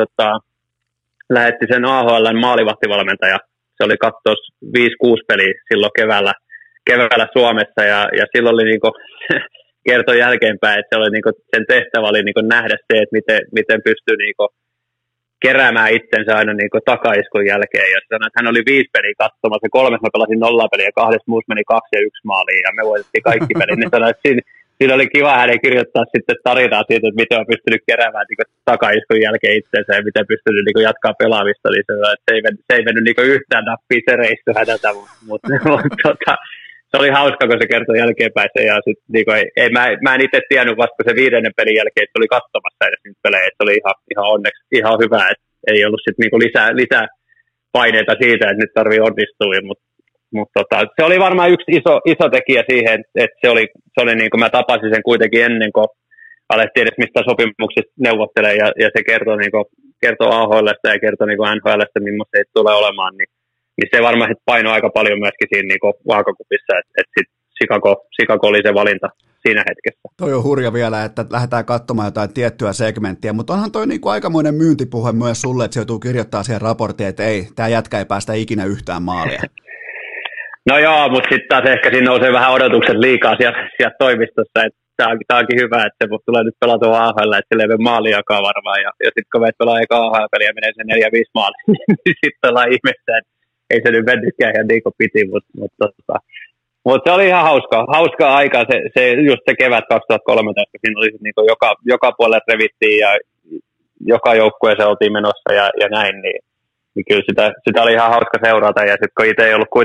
lähetti sen AHL:n maalivahtivalmentaja. Se oli katsoa 5-6 peliä silloin keväällä Suomessa, ja silloin oli niin kuin, kertoi jälkeenpäin, että se oli, niin kuin, sen tehtävä oli niin kuin, nähdä se, että miten pystyy niin kuin, keräämään itsensä aina niin kuin, takaiskun jälkeen. Ja sanoi, että hän oli 5 peliä katsomassa, 3 mä pelasin 0 peliä, ja 2 muussa meni 2 ja 1 maaliin, ja me voitettiin kaikki pelit. Ne sanoi, että siinä oli kiva hänen kirjoittaa sitten tarinaa siitä, että miten on pystynyt keräämään niin kuin, takaiskun jälkeen itsensä, ja miten pystynyt niin kuin, jatkaa pelaamista. Niin sanoi, että se ei mennyt niin kuin, yhtään nappia, se reissu häneltä, mutta se oli hauska, kun se kertoi jälkeenpäin se, ja sit, niinku, mä en itse tiennyt vasta sen 5. pelin jälkeen, että se oli katsomassa edes niitä pelejä, että se oli ihan onneksi ihan hyvä, että ei ollut sit niinku lisää paineita siitä, että nyt tarvii onnistua, mutta se oli varmaan yksi iso tekijä siihen, että se oli niinku, mä tapasin sen kuitenkin ennen kuin alettiin edes mistä sopimuksista neuvottelee, ja se kertoo AHL:stä ja kertoo niinku NHL:stä, millaista se tulee olemaan, niin se varmaan painoi aika paljon myöskin siinä niin vaakakupissa, että sitten Chicago oli se valinta siinä hetkessä. Toi on hurja vielä, että lähdetään katsomaan jotain tiettyä segmenttiä, mutta onhan toi niin kuin aikamoinen myyntipuhe myös sulle, että se joutuu kirjoittaa siihen raporttiin, että ei, tämä jätkä ei päästä ikinä yhtään maalia. No joo, mutta sitten taas ehkä siinä nousee vähän odotukset liikaa sieltä toimistossa, että tämä onkin hyvä, että se tulee nyt pelata AHL, että sillä ei mene maaliakaan varmaan, ja sitten kun meitä pelaa eka AHL-peliä ja menee sen 4-5 maaliin, niin sitten ollaan ihmeessä, että ei se nyt mennytkään ihan niin kuin piti, mutta se oli ihan hauskaa aikaa, just se kevät 2013, siinä oli niin kuin joka puolelle revittiin ja joka joukkueeseen oltiin menossa ja näin, niin kyllä sitä oli ihan hauska seurata, ja sitten kun itse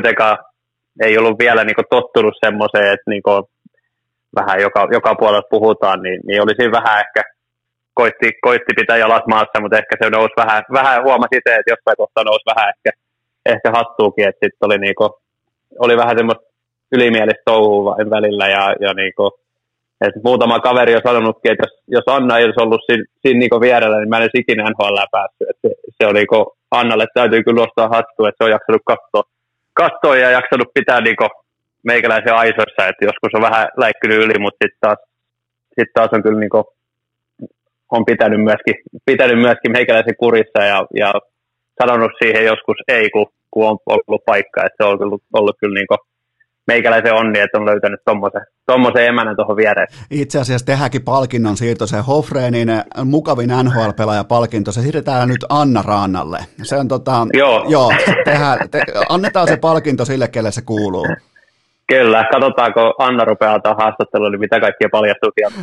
ei ollut vielä niin kuin tottunut semmoiseen, että niin kuin vähän joka puolella puhutaan, niin oli siinä vähän ehkä koitti pitää jalat maassa, mutta ehkä se nousi vähän huomasi itse, että jossain kohtaa nousi vähän ehkä hattuukin, että sitten oli vähän semmoista ylimielistä touhua välillä, ja niinku, että muutama kaveri on sanonutkin, että jos Anna ei olisi ollut siinä niinku vierellä, niin mä en olisi ikinä NHL:ään päässyt. Että se oli niinku, Annalle täytyy kyllä nostaa hattua, että se on jaksanut katsoa ja jaksanut pitää niinku meikäläisen aisoissa, että joskus on vähän läikkynyt yli, mutta sitten taas on kyllä niinku, on pitänyt myöskin meikäläisen kurissa ja sanonut siihen joskus ei, kun on ollut paikka, että se on ollut kyllä niin meikäläisen onni, että on löytänyt tommosen emänän tuohon viereen. Itse asiassa tehdäänkin palkinnon siirto, se Hofreenin mukavin NHL-pelaaja-palkinto, se siirretään nyt Anna Raannalle. Se on joo annetaan se palkinto sille, kelle se kuuluu. Kyllä, katsotaanko Anna rupeaa antaa haastattelua, niin mitä kaikkia paljastuu sieltä.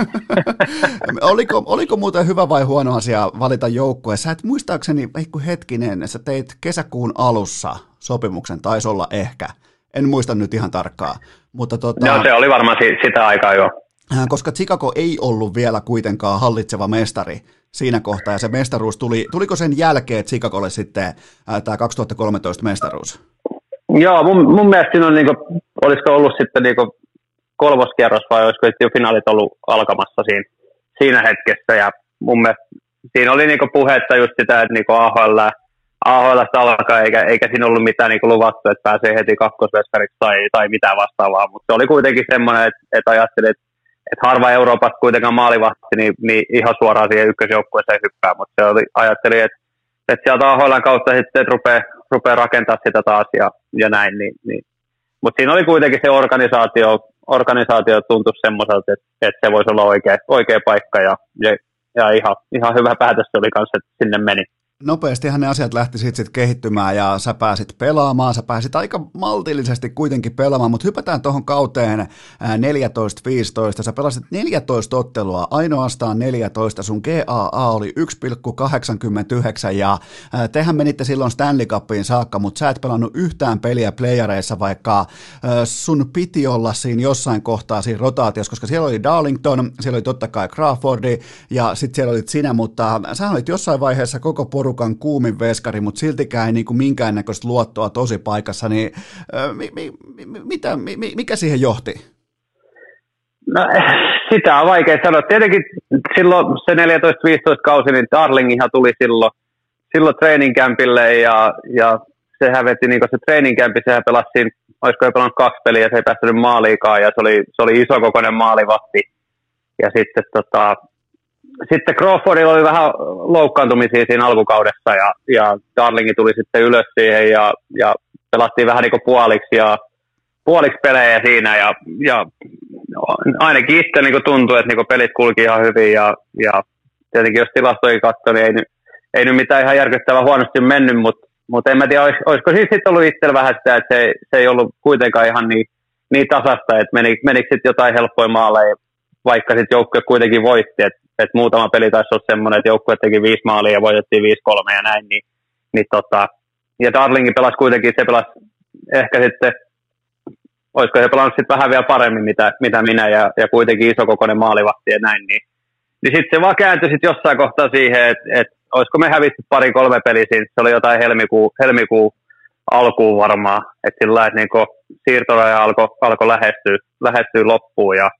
Oliko muuten hyvä vai huono asia valita joukkue? Sä et muistaakseni, hetkinen, sä teit kesäkuun alussa sopimuksen, taisi olla ehkä. En muista nyt ihan tarkkaan. Mutta no, se oli varmaan sitä aikaa jo. Koska Chicago ei ollut vielä kuitenkaan hallitseva mestari siinä kohtaa, ja se mestaruus tuliko sen jälkeen Chicagolle sitten tämä 2013 mestaruus? Joo, mun mielestä siinä on, olisiko ollut sitten kolmoskierros vai olisiko jo finaalit ollut alkamassa siinä hetkessä, ja mun mielestä siinä oli puhetta just sitä, että AHL:stä alkaa, eikä siinä ollut mitään luvattu, että pääsee heti kakkosveskariksi tai mitään vastaavaa, mutta se oli kuitenkin semmoinen, että ajattelin, että harva Euroopassa kuitenkaan maalivahti, niin ihan suoraan siihen ykkösjoukkueeseen hyppää, mutta ajattelin, että sieltä AHL:n kautta sitten rupeaa rakentaa sitä taas ja näin, niin. Mutta siinä oli kuitenkin se organisaatio tuntui semmoiselta, että se voisi olla oikea paikka ja ihan hyvä päätös se oli kanssa, että sinne meni. nopeastihan ne asiat lähti sit kehittymään ja sä pääsit pelaamaan, sä pääsit aika maltillisesti kuitenkin pelaamaan, mutta hypätään tuohon kauteen 14-15, sä pelasit 14 ottelua, ainoastaan 14, sun GAA oli 1,89 ja tehän menitte silloin Stanley Cupiin saakka, mutta sä et pelannut yhtään peliä playereissa, vaikka sun piti olla siinä jossain kohtaa siinä rotaatiossa, koska siellä oli Darlington, siellä oli totta kai Crawfordi ja sitten siellä olit sinä, mutta sä olit jossain vaiheessa koko porukan kuumin veskari, mutta siltikään ei niin minkäännäköistä luottoa tosi paikassa, niin mikä siihen johti? No, sitä on vaikea sanoa. Tietenkin silloin se 14-15 kausi, niin Darlingihan tuli silloin training campille ja se hävetti niin se training campi, sehän pelasi siinä, olisiko jo pelannut 2 peliä, se ei päässyt maaliikaan ja se oli isokokoinen maalivahti. Ja sitten Crawfordilla oli vähän loukkaantumisia siinä alkukaudessa ja Darlingi tuli sitten ylös siihen ja pelattiin vähän niin kuin puoliksi pelejä siinä ja ainakin itse niin kuin tuntui, että niin kuin pelit kulki ihan hyvin ja tietenkin jos tilastoja katsoi, niin ei nyt mitään ihan järkyttävän huonosti mennyt, mutta en mä tiedä, olisiko siis sitten ollut itsellä vähän sitä, että se ei ollut kuitenkaan ihan niin tasasta, että menikö sitten jotain helppoja maaleja, vaikka sitten joukkue kuitenkin voitti, että muutama peli taisi olla semmoinen, että joukkue teki 5 maalia ja voitettiin 5-3 ja näin, ja Darlingi pelasi kuitenkin, se pelasi ehkä sitten, olisiko se pelannut sitten vähän vielä paremmin, mitä minä, ja kuitenkin isokokoinen maalivahti ja näin, niin sitten se vaan kääntyi sitten jossain kohtaa siihen, että olisiko me hävitty 2-3 peliä siinä, se oli jotain helmikuun alkuun varmaan, että sillä lailla, että niinku siirtoraja alkoi lähestyä loppuun, ja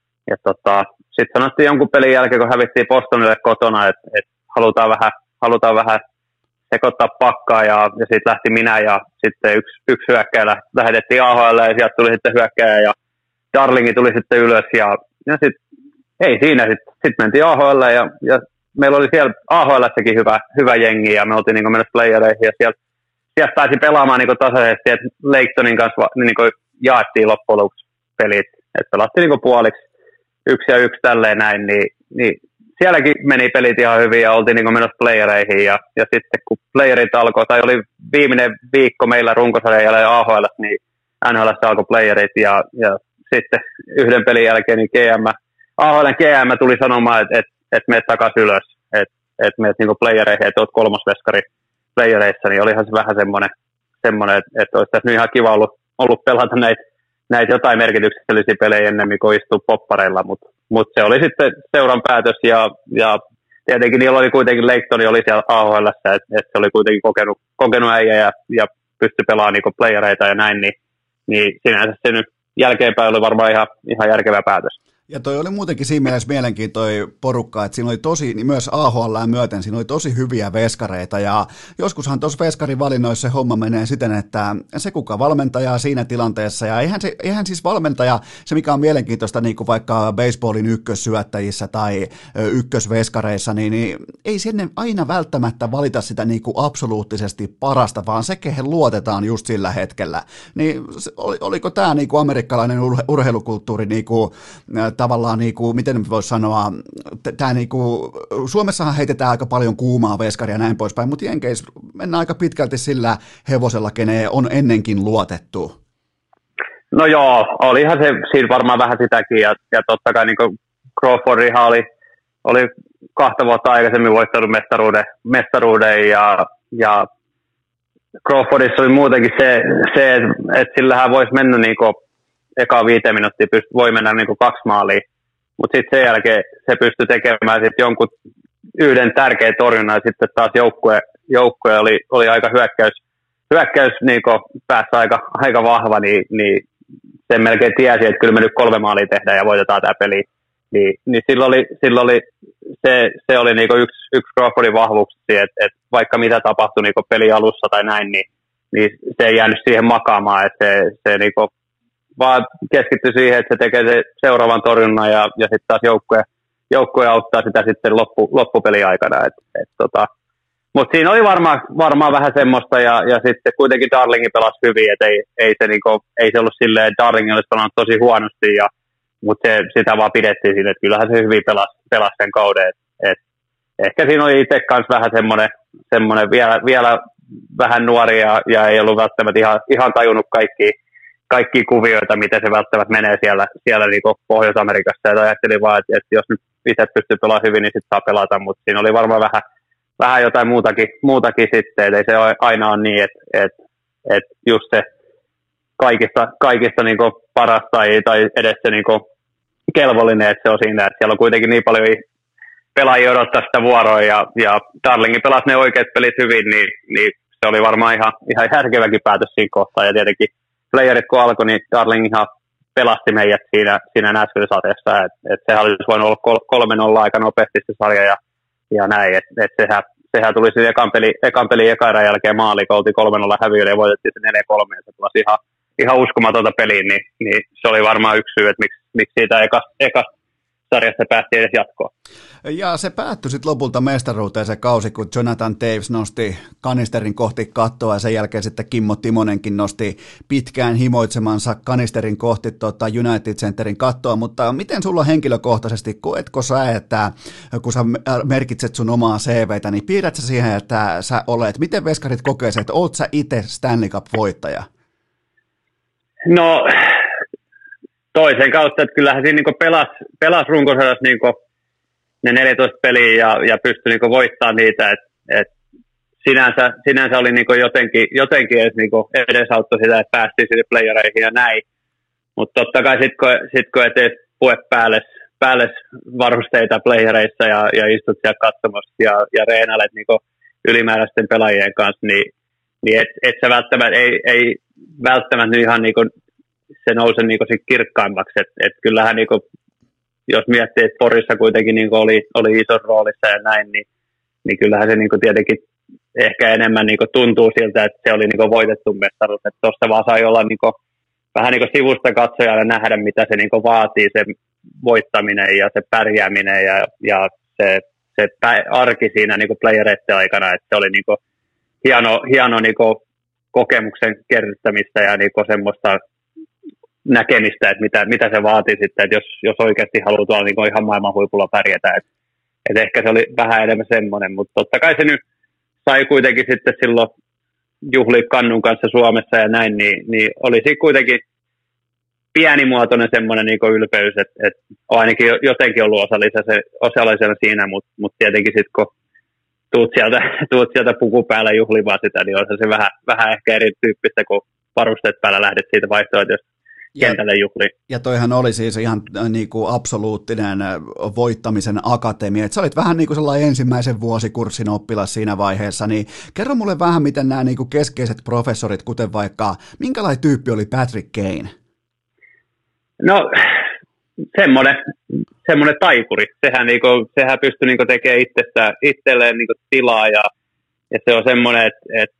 sitten sanottiin jonkun pelin jälkeen, kun hävittiin Bostonille kotona, että halutaan vähän sekoittaa pakkaa, ja sitten lähti minä, ja sitten yksi hyökkääjä lähetettiin AHL, ja sieltä tuli sitten hyökkääjä, ja Darlingi tuli sitten ylös, ja sitten ei siinä, sitten mentiin AHL, ja meillä oli siellä AHL:ssäkin hyvä jengi, ja me oltiin niin mennessä playereihin, ja sieltä pääsi pelaamaan niin tasaisesti, että Leiktonin kanssa niin jaettiin loppujen lopuksi pelit, että pelattiin niin puoliksi 1-1 tälleen näin, niin sielläkin meni pelit ihan hyvin ja oltiin niin menossa playereihin ja sitten kun playerit alkoi, tai oli viimeinen viikko meillä runkosarjan jälleen AHL, niin NHL:ssä alkoi playerit ja sitten yhden pelin jälkeen niin AHL:n GM tuli sanomaan, että menet takaisin ylös, että menet niin playereihin, että olet 3. veskari playereissa, niin olihan se vähän semmoinen että olisi tässä nyt ihan kiva ollut pelata näitä jotain merkityksellisiä pelejä ennemmin kuin istua poppareilla, mutta se oli sitten seuran päätös ja tietenkin niillä oli kuitenkin, Leiktoni oli siellä AHL:ssä, että se oli kuitenkin kokenut äijä ja pystyi pelaamaan niinku playereita ja näin, niin sinänsä se nyt jälkeenpäin oli varmaan ihan järkevä päätös. Ja toi oli muutenkin siinä mielessä mielenkiintoinen porukka, että siinä oli tosi, niin myös AHL myöten, siinä oli tosi hyviä veskareita ja joskushan tuossa veskarivalinnoissa se homma menee siten, että se kuka valmentajaa siinä tilanteessa ja eihän siis valmentaja, se mikä on mielenkiintoista niin kuin vaikka baseballin ykkössyöttäjissä tai ykkösveskareissa, niin ei sinne aina välttämättä valita sitä niin kuin absoluuttisesti parasta, vaan se kehen luotetaan just sillä hetkellä. Niin oliko tämä niin kuin amerikkalainen urheilukulttuuri niin kuin tavallaan, niin kuin, miten voisi sanoa, niin kuin, Suomessahan heitetään aika paljon kuumaa veskaria ja näin poispäin, mutta Jenkeissä mennään aika pitkälti sillä hevosella, keneen on ennenkin luotettu. No joo, olihan se siinä varmaan vähän sitäkin, ja totta kai niin Crawfordihan oli 2 vuotta aikaisemmin voittanut mestaruuden ja Crawfordissa oli muutenkin se että sillähän voisi mennä niin kuin ekaa 5 minuuttia voi mennä niin kuin 2 maalia, mutta sitten sen jälkeen se pystyi tekemään sitten jonkun yhden tärkeän torjunnan, ja sitten taas joukkue oli aika hyökkäys niin kuin päässä aika vahva, niin sen melkein tiesi, että kyllä me nyt 3 maalia tehdään ja voitetaan tämä peli. Niin silloin oli se oli niin kuin yksi Crawfordin vahvuuksia, että vaikka mitä tapahtui niin kuin pelin alussa tai näin, niin se ei jäänyt siihen makaamaan, että se niin kuin vaan keskittyi siihen, että se tekee se seuraavan torjunnan ja sitten taas joukkue auttaa sitä sitten loppupelin aikana. Mutta siinä oli varmaan vähän semmoista ja sitten kuitenkin Darlingi pelasi hyvin, että ei se ollut silleen, että Darlingi olisi pelannut tosi huonosti, mutta sitä vaan pidettiin siinä, että kyllähän se hyvin pelasi sen kauden. Ehkä siinä oli itse kanssa vähän semmoinen vielä vähän nuori ja ei ollut välttämättä ihan tajunnut kaikkia kuvioita, miten se välttämättä menee siellä niin Pohjois-Amerikassa. Ja ajattelin vaan, että jos nyt itse pystyy pelaamaan hyvin, niin sitten saa pelata, mutta siinä oli varmaan vähän jotain muutakin sitten, että ei se aina ole niin, että just se kaikista niin paras tai edes se niin kelvollinen, että se on siinä, että siellä on kuitenkin niin paljon pelaajia odottaa sitä vuoroa, ja Darlingin pelasi ne oikeat pelit hyvin, niin se oli varmaan ihan järkeväkin päätös siinä kohtaa, ja tietenkin playerit kun alkoi, niin Darling ihan pelasti meidät siinä Nashville-sarjassa, että sehän olisi voinut olla 3-0 aika nopeasti se sarja, ja näin, että sehän tuli siinä ekan pelin eka erän jälkeen maali, kun oltiin 3-0 häviöllä ja voitettiin se 4-3, ja se tulisi ihan uskomatonta peliin, niin se oli varmaan yksi syy, että miksi siitä eka sarjasta päästiin edes jatkoon. Ja se päättyi sitten lopulta mestaruuteen se kausi, kun Jonathan Toews nosti kanisterin kohti kattoa ja sen jälkeen sitten Kimmo Timonenkin nosti pitkään himoitsemansa kanisterin kohti United Centerin kattoa, mutta miten sulla henkilökohtaisesti, koetko sä, että kun sä merkitset sun omaa CVtä, niin piirrät sä siihen, että sä olet, miten veskarit kokee se, että oot sä itse Stanley Cup-voittaja? No toisen kautta, että kyllähän siinä niin pelasi runkosarjassa niin ne 14 peliä ja pystyi niin voittamaan niitä, että sinänsä oli niin jotenkin edes niin edesauttoi sitä, että päästiin sinne playereihin ja näin, mutta totta kai sit kun et pue päälle varusteita playereissa ja istut siellä katsomassa ja reenailet niin ylimääräisten pelaajien kanssa, niin et sä välttämättä, ei välttämättä ihan niin se nousee niin kirkkaimmaksi, että kyllähän niin kuin, jos miettii, että Porissa kuitenkin niin oli iso roolissa ja näin, niin kyllähän se niin tietenkin ehkä enemmän niin tuntuu siltä, että se oli niin voitettu mestaruus, että tuossa vaan sai olla niin vähän niin sivusta katsojalla nähdä, mitä se niin vaatii, se voittaminen ja se pärjääminen ja se arki siinä niin playereiden aikana, että se oli niin hieno niin kokemuksen kerryttämistä ja niin semmoista näkemistä, että mitä se vaatii sitten, että jos oikeasti haluaa tuolla niin ihan maailman huipulla pärjätä. Että ehkä se oli vähän enemmän semmoinen, mutta totta kai se nyt sai kuitenkin sitten silloin juhlia Kannun kanssa Suomessa ja näin, niin olisi kuitenkin pienimuotoinen semmoinen niin ylpeys, että on ainakin jotenkin ollut osallisena siinä, mutta tietenkin sitten kun tuut sieltä puku päällä juhlimaan sitä, niin on se vähän ehkä erityyppistä, kun varusteet päällä lähdet siitä vaihtoehtoista kentälle juhliin. Ja toihan oli siis ihan niin kuin absoluuttinen voittamisen akatemia. Et sä olit vähän niin kuin sellainen ensimmäisen vuosikurssin oppilas siinä vaiheessa, niin kerro mulle vähän, miten nämä niin kuin keskeiset professorit, kuten vaikka, minkälainen tyyppi oli Patrick Kane? No, semmoinen taikuri. Sehän pystyi niin kuin tekemään itselleen niin kuin tilaa ja se on semmoinen, että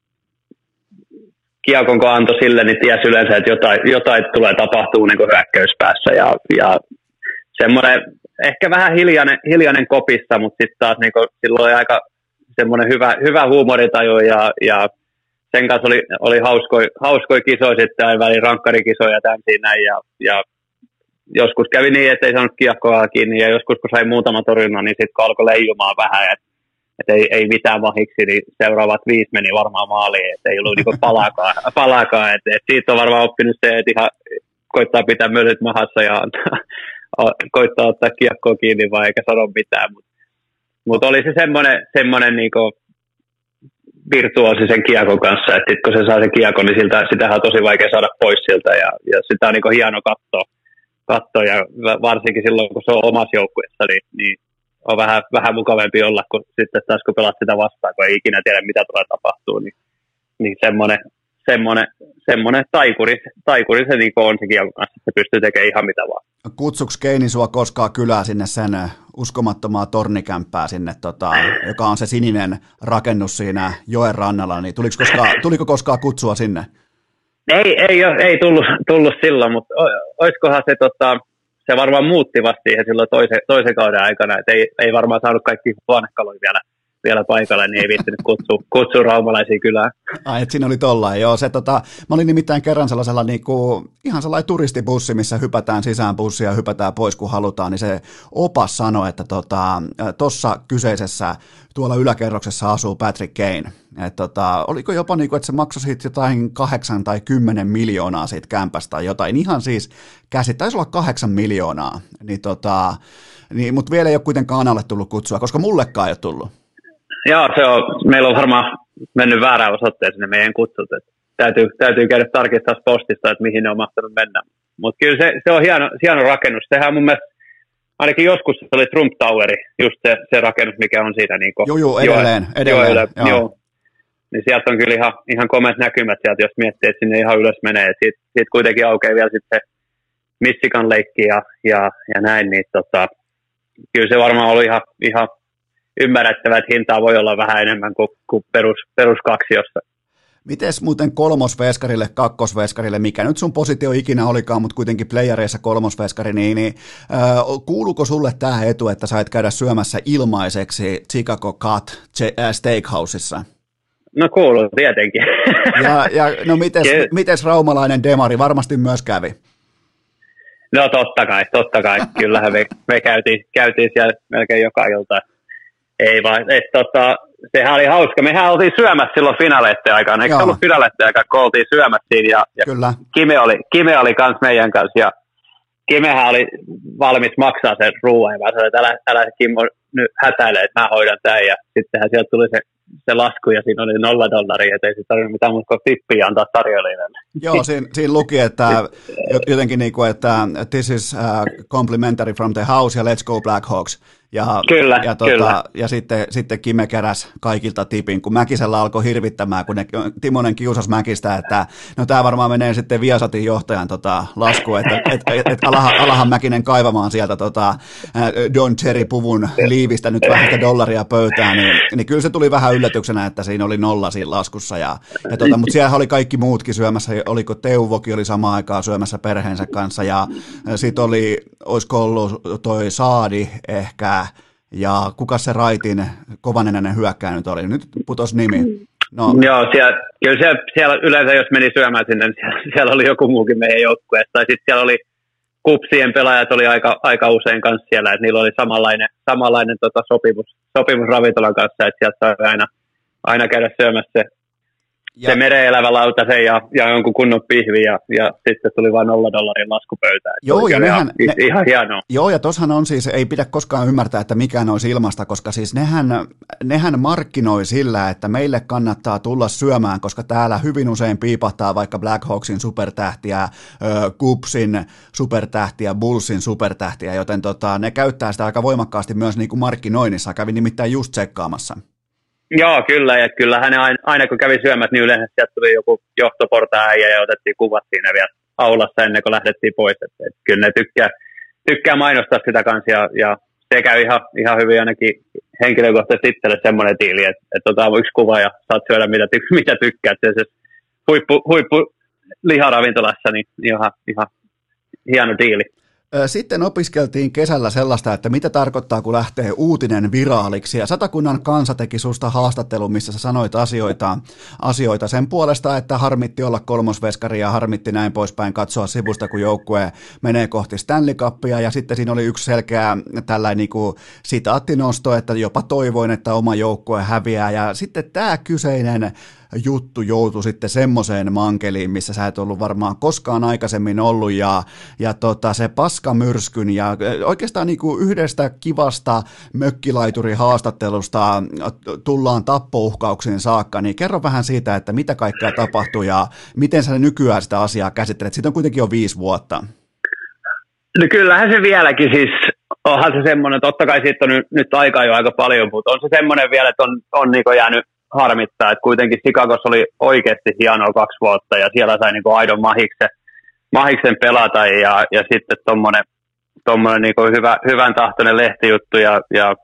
kiekon kun antoi sille, niin tiesi yleensä, että jotain tulee tapahtuu niin hyökkäyspäässä ja semmoinen ehkä vähän hiljainen kopissa, mutta sitten taas niin silloin oli aika semmoinen hyvä huumorintaju ja sen kanssa oli hauskoja kisoja sitten aina väliin rankkarikisoja tämmöisiä näin ja joskus kävi niin, että ei saanut kiekkoa kiinni ja joskus kun sai muutama torjunnan, niin sitten alkoi leijumaan vähän, että ei mitään vahiksi, niin seuraavat 5 meni varmaan maaliin, että ei ollut niinku palaakaan. Et siitä on varmaan oppinut se, että ihan koittaa pitää mölyt mahassa ja koittaa ottaa kiekkoa kiinni vai eikä sano mitään. Mutta oli se semmoinen niinku virtuoosi sen kiekon kanssa, että kun se saa sen kiekon, niin sitähän on tosi vaikea saada pois siltä ja sitä on niinku hieno katsoa ja varsinkin silloin, kun se on omassa joukkueessa, niin on vähän mukavampi olla, kun sitten taas kun pelaat sitä vastaan, kun ei ikinä tiedä, mitä tulee tapahtuu, niin semmoinen taikuri se niin on se kiekon kanssa, että se pystyy tekemään ihan mitä vaan. Kutsuks Keini sua koskaan kylää sinne sen uskomattomaa tornikämppää sinne, joka on se sininen rakennus siinä joen rannalla, niin tuliko koskaan kutsua sinne? Ei tullut silloin, mutta olisikohan se varmaan muutti vasta siihen silloin toisen kauden aikana, että ei varmaan saanut kaikki huonekaloja vielä paikalla, niin ei viittinyt kutsua raumalaisia kylään. Ai, että siinä oli tollain, joo. Mä olin nimittäin kerran sellaisella ihan sellainen turistibussi, missä hypätään sisään bussia ja hypätään pois, kun halutaan, niin se opas sanoi, että tuossa kyseisessä tuolla yläkerroksessa asuu Patrick Kane. Oliko jopa niin kuin, että se maksoi siitä jotain 8 tai 10 miljoonaa siitä kämpästä tai jotain. Ihan siis taisi olla 8 miljoonaa. Mutta vielä ei ole kuitenkaan Analle tullut kutsua, koska mullekaan ei ole tullut. Joo, meillä on varmaan mennyt väärään osoitteeseen ne meidän kutsut. Täytyy käydä tarkistaa postista, että mihin ne on mahtanut mennä. Mutta kyllä se on hieno rakennus. Sehän mun mielestä, ainakin joskus se oli Trump Toweri, just se rakennus, mikä on siinä. Niin joo, edelleen. Joo. Niin sieltä on kyllä ihan komeat näkymät sieltä, jos miettii, että sinne ihan ylös menee. Siitä kuitenkin aukeaa vielä sitten se Michigan Lake ja näin, niin kyllä se varmaan oli ihan ymmärrettävä, että hintaa voi olla vähän enemmän kuin peruskaksiossa. Mites muuten kolmosveskarille, kakkosveskarille, mikä nyt sun positio ikinä olikaan, mutta kuitenkin playereissa kolmosveskari, niin kuuluuko sulle tämä etu, että sait käydä syömässä ilmaiseksi Chicago Cut Steakhouseissa? No kuuluu, tietenkin. Ja no mites raumalainen demari varmasti myös kävi? No totta kai. Kyllähän me käytiin siellä melkein joka ilta. Ei vaan, sehän oli hauska. Mehän oltiin syömässä silloin finaaleiden aikana. Eikö se ollut finaaleiden aikana, kun oltiin syömässä siinä? Ja kyllä. Kime oli kans meidän kanssa. Ja Kimehän oli valmis maksaa sen ruoan. Mä sanoin, että älä Kimmo nyt hätäile, että mä hoidan tämän. Ja sittenhän sieltä tuli se lasku ja siinä oli $0, että ei se tarvinnut mitään muuta kuin tippiä antaa tarjoilijalle. Joo, siinä luki, että jotenkin niin kuin, että this is complimentary from the house ja let's go Black Hawks. Kyllä. Ja sitten Kime keräsi kaikilta tipin, kun Mäkisellä alkoi hirvittämään, kun Timonen kiusasi Mäkistä, että no tämä varmaan menee sitten Viasatin johtajan lasku, että alahan Mäkinen kaivamaan sieltä Don Cherry-puvun liivistä nyt vähän sitä dollaria pöytään, niin kyllä se tuli vähän yllätyksenä, että siinä oli nolla siinä laskussa, mutta siellä oli kaikki muutkin syömässä, oliko Teuvokin oli samaan aikaan syömässä perheensä kanssa, ja sitten olisiko ollut toi Saadi ehkä, ja kuka se Raitin kovanenäinen hyökkääjä nyt oli? Nyt putos nimi. No. Joo, siellä yleensä jos meni syömään sinne, niin siellä oli joku muukin meidän joukkueessa. Tai sitten siellä oli kupsien pelaajat oli aika usein kanssa siellä, että niillä oli samanlainen sopimus ravintolan kanssa, että sieltä sai aina käydä syömässä se mereen elävä lautasen ja jonkun kunnon pihvi ja sitten tuli vain $0 laskupöytään. Joo, ja ihan hienoa. Joo, ja tossahan on siis, ei pidä koskaan ymmärtää, että mikään olisi ilmasta, koska siis nehän markkinoi sillä, että meille kannattaa tulla syömään, koska täällä hyvin usein piipahtaa vaikka Black Hawksin supertähtiä, Cubsin supertähtiä, Bullsin supertähtiä, joten ne käyttää sitä aika voimakkaasti myös niin kuin markkinoinnissa. Kävin nimittäin just tsekkaamassa. Joo, kyllä, ja kyllähän ne aina kun kävi syömät, niin yleensä sieltä tuli joku johtoportaan äijä ja otettiin kuvat siinä vielä aulassa ennen kuin lähdettiin pois. Et kyllä ne tykkää mainostaa sitä kanssa, ja se käy ihan hyvin ainakin henkilökohtaisesti itselle semmoinen diili, että otetaan yksi kuva ja saat syödä mitä tykkäät. Se huippu liharavintolassa, niin ihan hieno diili. Sitten opiskeltiin kesällä sellaista, että mitä tarkoittaa, kun lähtee uutinen viraaliksi, ja Satakunnan Kansa teki susta haastattelun, missä sä sanoit asioita sen puolesta, että harmitti olla kolmosveskari ja harmitti näin poispäin katsoa sivusta, kun joukkue menee kohti Stanley Cupia, ja sitten siinä oli yksi selkeä tällainen niin kuin sitaattinosto, että jopa toivoin, että oma joukkue häviää, ja sitten tämä kyseinen juttu joutui sitten semmoiseen mankeliin, missä sä et ollut varmaan koskaan aikaisemmin ollut, ja se paskamyrskyn ja oikeastaan niin kuin yhdestä kivasta mökkilaiturihaastattelusta tullaan tappouhkauksiin saakka, niin kerro vähän siitä, että mitä kaikkea tapahtui ja miten sä nykyään sitä asiaa käsittelet. Siitä on kuitenkin jo 5 vuotta. No kyllähän se vieläkin siis, onhan se semmoinen, totta kai siitä on nyt aikaa jo aika paljon, mutta on se semmoinen vielä, että on niin kuin jäänyt harmittaa, että kuitenkin Chicagossa oli oikeasti hienoa 2 vuotta ja siellä sai niinku aidon mahiksen pelata ja sitten tommonen niinku hyvän tahtoinen lehtijuttu ja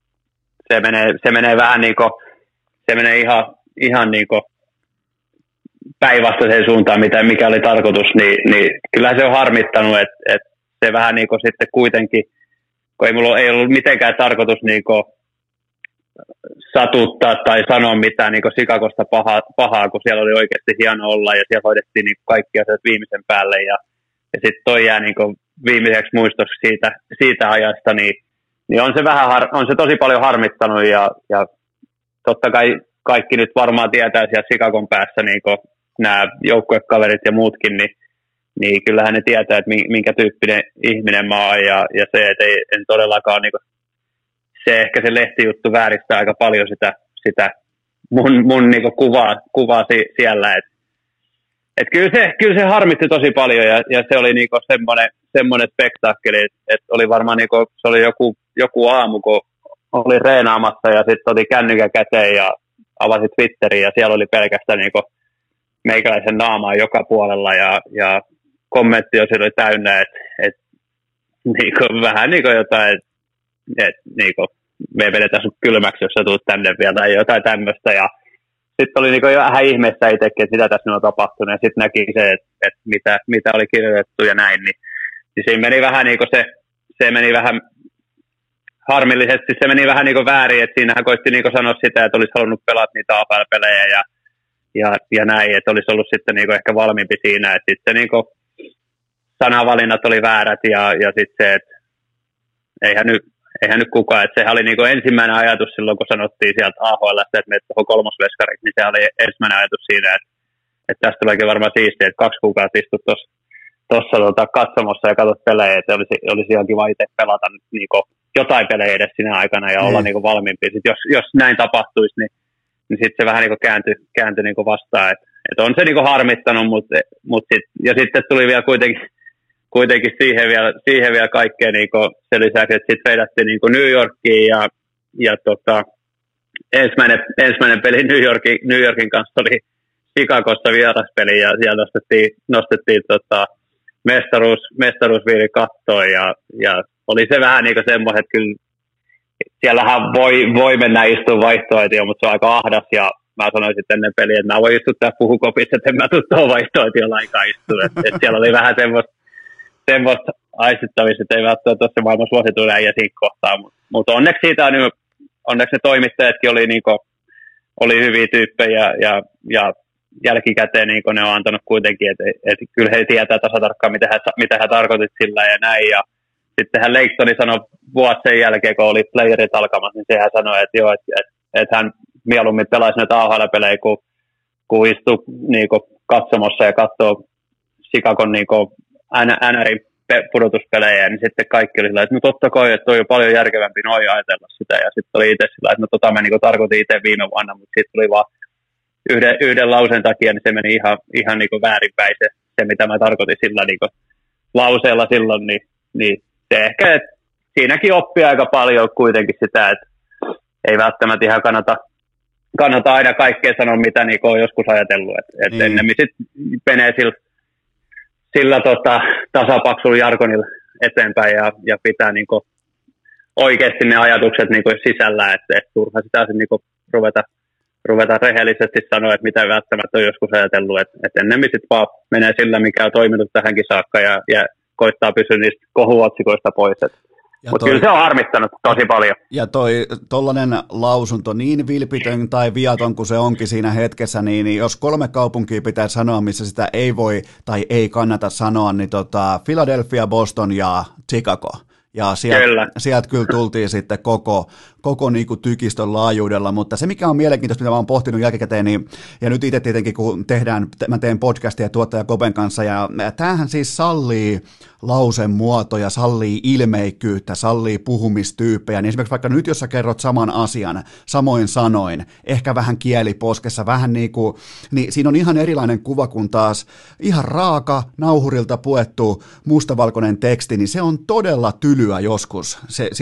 se menee vähän niinku, se menee ihan niinku päinvastaiseen suuntaan, mikä oli tarkoitus, niin kyllähän se on harmittanut, että se vähän niinku sitten kuitenkin, kun ei ollut mitenkään tarkoitus niinku satuttaa tai sanoa mitään niin Chicagosta pahaa, kun siellä oli oikeasti hieno olla ja siellä hoidettiin niin kaikki asiat viimeisen päälle ja sitten toi jää niin viimeiseksi muistoksi siitä ajasta, niin on se on se tosi paljon harmittanut ja totta kai kaikki nyt varmaan tietää siellä Chicagon päässä niin nämä joukkuekaverit ja muutkin, niin kyllähän ne tietää, että minkä tyyppinen ihminen mä oon ja se, että en todellakaan niin se ehkä se lehtijuttu vääristää aika paljon sitä mun niin kuvaa siellä, et kyllä se harmitti tosi paljon ja se oli niin semmoinen spektaakkeli, että oli varmaan niin se oli joku aamu, kun oli reenaamassa ja sitten otin kännykän käteen ja avasin Twitterin ja siellä oli pelkästään niin meikäläisen naamaa joka puolella ja kommentti oli täynnä, että niin vähän niin jotain, että niin me vedetään sun kylmäksi, jos sä tulet tänne vielä tai jotain tämmöistä ja sitten oli niin jo vähän ihmeessä itsekin, että mitä tässä on tapahtunut ja sitten näki se, että mitä oli kirjoitettu ja näin, niin siinä meni vähän niin se meni vähän harmillisesti, se meni vähän niin väärin, että siinähän koitti niin sanoa sitä, että olisi halunnut pelata niitä APL-pelejä ja näin, että olisi ollut sitten niin ehkä valmiimpi siinä, että sitten niin sanavalinnat oli väärät ja sitten se, että eihän nyt kukaan, että sehän oli niin ensimmäinen ajatus silloin, kun sanottiin sieltä AHL:stä, että menet tuohon kolmosveskariksi, niin se oli ensimmäinen ajatus siinä, että tästä tuleekin varmaan siistiä, että 2 kuukautta istut tuossa katsomossa ja katsot pelejä, että olisi ihan kiva itse pelata niin jotain pelejä edes siinä aikana ja olla niin valmiimpi. Sitten jos näin tapahtuisi, niin sitten se vähän niin kääntyi niin vastaan, että on se niin harmittanut, mutta sitten tuli vielä kuitenkin siihen vielä kaikkea niin sen lisäksi, että sitten veidättiin niin New Yorkiin ja ensimmäinen peli New Yorkin kanssa oli Chicagossa vieraspeli ja siellä nostettiin mestaruusviiri kattoon ja oli se vähän niin semmoinen, että kyllä siellähän voi mennä istumaan vaihtoehtoja, mutta se on aika ahdas ja mä sanoin sitten ennen peliä, että mä voin istua täällä puhukopissa, että en mä tule tuohon vaihtoehtoja lainkaan istua. Että siellä oli vähän semmoista aistittavissa, että ei välttämättä tuossa maailman suosituin äijä siinä kohtaa, mutta onneksi ne toimittajatkin oli hyviä tyyppejä ja jälkikäteen niin ne on antanut kuitenkin, että kyllä he tietää tasatarkkaan, mitä hän tarkoitit sillä ja näin. Ja sittenhän Lakestoni sanoi vuosi sen jälkeen, kun oli playerit alkamassa, niin sehän sanoi, että joo, että hän mieluummin pelaisi näitä AHL-pelejä, kun istuu niin katsomossa ja katsoo Chicagon niin NRin pudotuspelejä, niin sitten kaikki oli sillä, että no totta kai, että toi on paljon järkevämpi noin ajatella sitä. Ja sitten oli itse sillä, että no tota mä niin tarkoitin itse viime vuonna, mutta sitten tuli vaan yhden lauseen takia, niin se meni ihan niin väärinpäin se, mitä mä tarkoitin sillä niin lauseella silloin, niin se ehkä, että siinäkin oppii aika paljon kuitenkin sitä, että ei välttämättä ihan kannata aina kaikkea sanoa, mitä niin on joskus ajatellut, että ennemmin sitten menee sillä tasapaksulla jargonilla eteenpäin ja pitää niin oikeasti ne ajatukset niin sisällä, että turha sitä sitten niin ruveta rehellisesti sanoa, että mitä välttämättä on joskus ajatellut, että ennemmin sitten vaan menee sillä, mikä on toiminut tähänkin saakka ja koittaa pysyä niistä kohuotsikoista pois. Mutta kyllä se on harmittanut tosi paljon. Ja tollainen lausunto, niin vilpitön tai viaton kuin se onkin siinä hetkessä, niin jos 3 kaupunkia pitää sanoa, missä sitä ei voi tai ei kannata sanoa, niin Philadelphia, Boston ja Chicago. Ja sieltä kyllä tultiin sitten koko niinku tykistön laajuudella, mutta se mikä on mielenkiintoista, mitä mä oon pohtinut jälkikäteen, niin, ja nyt itse tietenkin kun mä teen podcastia tuottaja Kopen kanssa, ja tämähän siis sallii lausemuotoja, sallii ilmeikkyyttä, sallii puhumistyyppejä, niin esimerkiksi vaikka nyt jos sä kerrot saman asian, samoin sanoin, ehkä vähän kieliposkessa, vähän niin siinä on ihan erilainen kuva kuin taas ihan raaka, nauhurilta puettu mustavalkoinen teksti, niin se on todella tylyä joskus,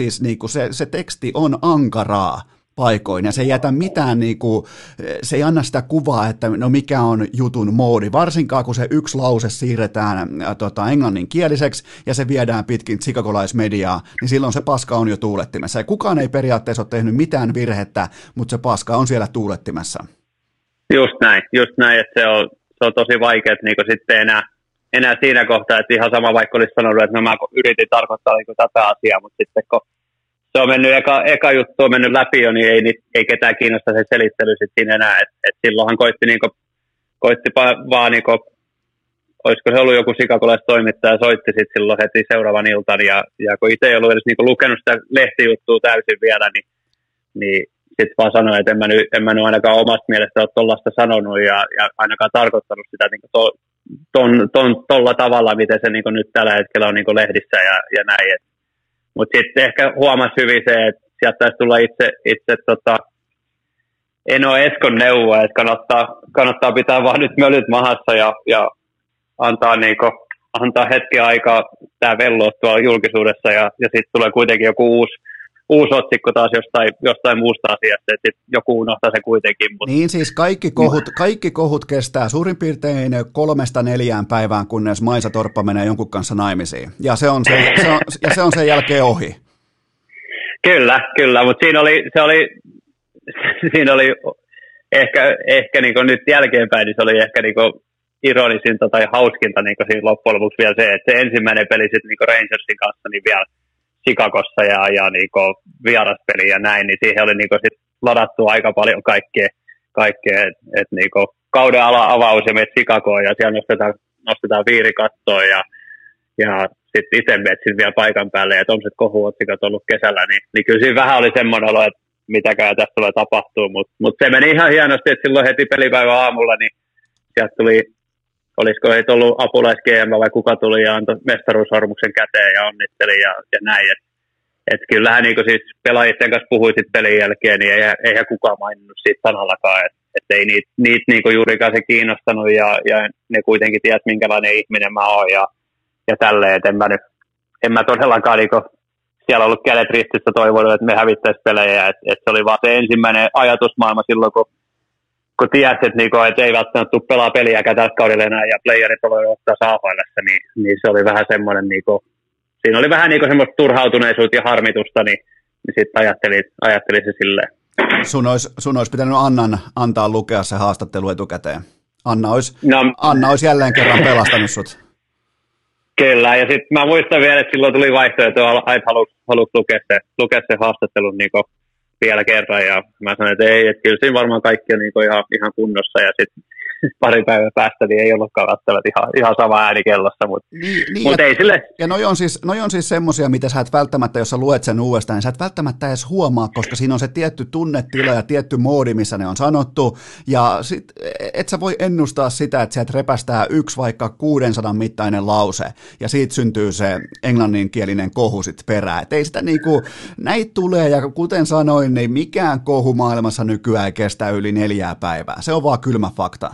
se teksti on ankaraa paikoin, ja se ei jätä mitään, se ei anna sitä kuvaa, että no mikä on jutun moodi, varsinkaan kun se yksi lause siirretään englanninkieliseksi, ja se viedään pitkin chicagolaismediaa, niin silloin se paska on jo tuulettimessa, ja kukaan ei periaatteessa ole tehnyt mitään virhettä, mutta se paska on siellä tuulettimessa. Just näin, että se on tosi vaikea, että sitten enää siinä kohtaa, että ihan sama vaikka olisi sanonut, että no mä yritin tarkoittaa tätä asiaa, mutta sitten kun se on mennyt, eka juttu on mennyt läpi jo, niin ei ketään kiinnosta se selittely sitten enää. Et silloinhan koitti vaan niinku, olisiko se ollut joku sikakolaistoimittaja, soitti sitten silloin heti seuraavan iltan, ja kun itse ei ollut edes niinku lukenut sitä lehtijuttua täysin vielä, niin sitten vaan sanoin, että en mä nyt ainakaan omasta mielestä ole tuollaista sanonut, ja ainakaan tarkoittanut sitä niinku tolla tavalla, miten se niinku nyt tällä hetkellä on niinku lehdissä ja näin. Mutta sitten ehkä huomasi hyvin se, että sieltä taisi tulla itse Eno Eskon neuvoa, että kannattaa pitää vaan nyt mölyt mahassa ja antaa hetki aikaa tämä velloa tuolla julkisuudessa ja sitten tulee kuitenkin joku uusi otsikko taas jostain muusta asiasta, että joku unohtaa se kuitenkin. Niin siis kaikki kohut kestää suurin piirtein 3-4 päivään, kunnes Maisa Torppa menee jonkun kanssa naimisiin. Ja se on sen jälkeen ohi. Kyllä, mutta siinä oli ehkä niinku nyt jälkeenpäin, niin se oli ehkä niinku ironisinta tai hauskinta niinku siinä loppujen lopuksi vielä se, että se ensimmäinen peli sitten niinku Rangersin kanssa niin vielä Chicagossa ja niinku vieraspeli ja näin, niin siihen oli niinku sit ladattu aika paljon kaikkea että niinku kauden avaus ja menet Chicagoon ja siellä nostetaan viirikattoon ja sitten itse menet vielä paikan päälle ja tuommoiset kohuotsikot ollut kesällä, niin kyllä siinä vähän oli semmoinen olo, että mitäkään tässä tulee tapahtuu, mutta se meni ihan hienosti, että silloin heti pelipäivän aamulla, niin sieltä tuli, olisiko heitä ollut apulais GM vai kuka tuli ja antoi mestaruussormuksen käteen ja onnitteli ja näin, että kyllähän niin siis pelaajien kanssa puhui sitten pelin jälkeen, niin eihän kukaan maininnut siitä sanallakaan, että ei niitä niin juurikaan se kiinnostanut ja ne kuitenkin tiedät, minkälainen ihminen mä oon ja tälleen, että en mä todellakaan niin siellä ollut kädet ristissä toivonut, että me hävittäisi pelejä, että se oli vaan se ensimmäinen ajatusmaailma silloin, kun tiesi, että ei välttämättä tule pelaa peliäkään tällä kaudella enää ja playerit voi ottaa AHL:ssä, niin se oli vähän semmoinen, siinä oli vähän semmoista turhautuneisuutta ja harmitusta, niin sitten ajattelin se silleen. Sun olisi pitänyt Annan antaa lukea se haastattelu etukäteen. Anna olisi jälleen kerran pelastanut sut. Kyllä, ja sitten mä muistan vielä, että silloin tuli vaihtoehto, että haluat lukea se haastattelun vielä kerran, ja mä sanoin, että ei, että kyllä siinä varmaan kaikki on ihan kunnossa, ja sitten pari päivää päästä niin ei ollutkaan välttämättä ihan sama ääni kellossa, mutta ei sille. Ja noi on siis semmosia, mitä sä et välttämättä, jos sä luet sen uudestaan, niin sä et välttämättä edes huomaa, koska siinä on se tietty tunnetila ja tietty moodi, missä ne on sanottu, ja sit et sä voi ennustaa sitä, että sieltä repästää yksi vaikka 600 mittainen lause, ja siitä syntyy se englanninkielinen kohu sit perään, et ei sitä näitä tulee, ja kuten sanoin, niin mikään kohu maailmassa nykyään ei kestä yli 4 päivää, se on vaan kylmä fakta.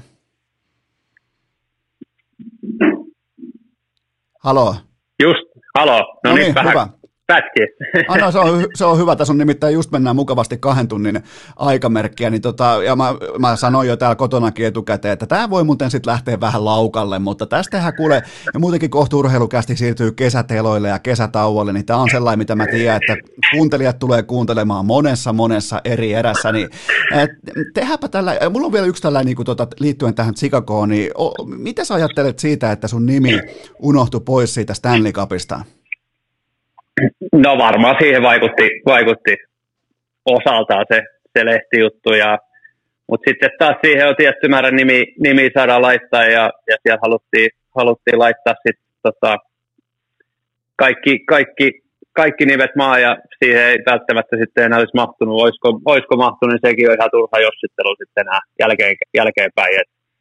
Halo. Just, halo. No niin, vähän hyvä. Pätki. No, se on hyvä. Tässä on nimittäin just mennään mukavasti 2 tunnin aikamerkkiä, niin ja mä sanoin jo täällä kotonakin etukäteen, että tämä voi muuten sitten lähteä vähän laukalle, mutta tästä tehdään kuule, ja muutenkin kohta urheilukästi siirtyy kesäteloille ja kesätauolle, niin tämä on sellainen, mitä mä tiedän, että kuuntelijat tulee kuuntelemaan monessa eri erässä, niin tehdäänpä tällä, mulla on vielä yksi tällainen liittyen tähän Chicagoon, niin mitä sä ajattelet siitä, että sun nimi unohtui pois siitä Stanley Cupista? No varmaan siihen vaikutti osaltaan se lehtijuttu, mutta sitten taas siihen on tietty määrä nimi saadaan laittaa ja siellä haluttiin laittaa sitten kaikki nimet maan ja siihen ei välttämättä sitten enää olisi mahtunut. Olisiko mahtunut, niin sekin on ihan turha jossittelu sitten enää jälkeenpäin.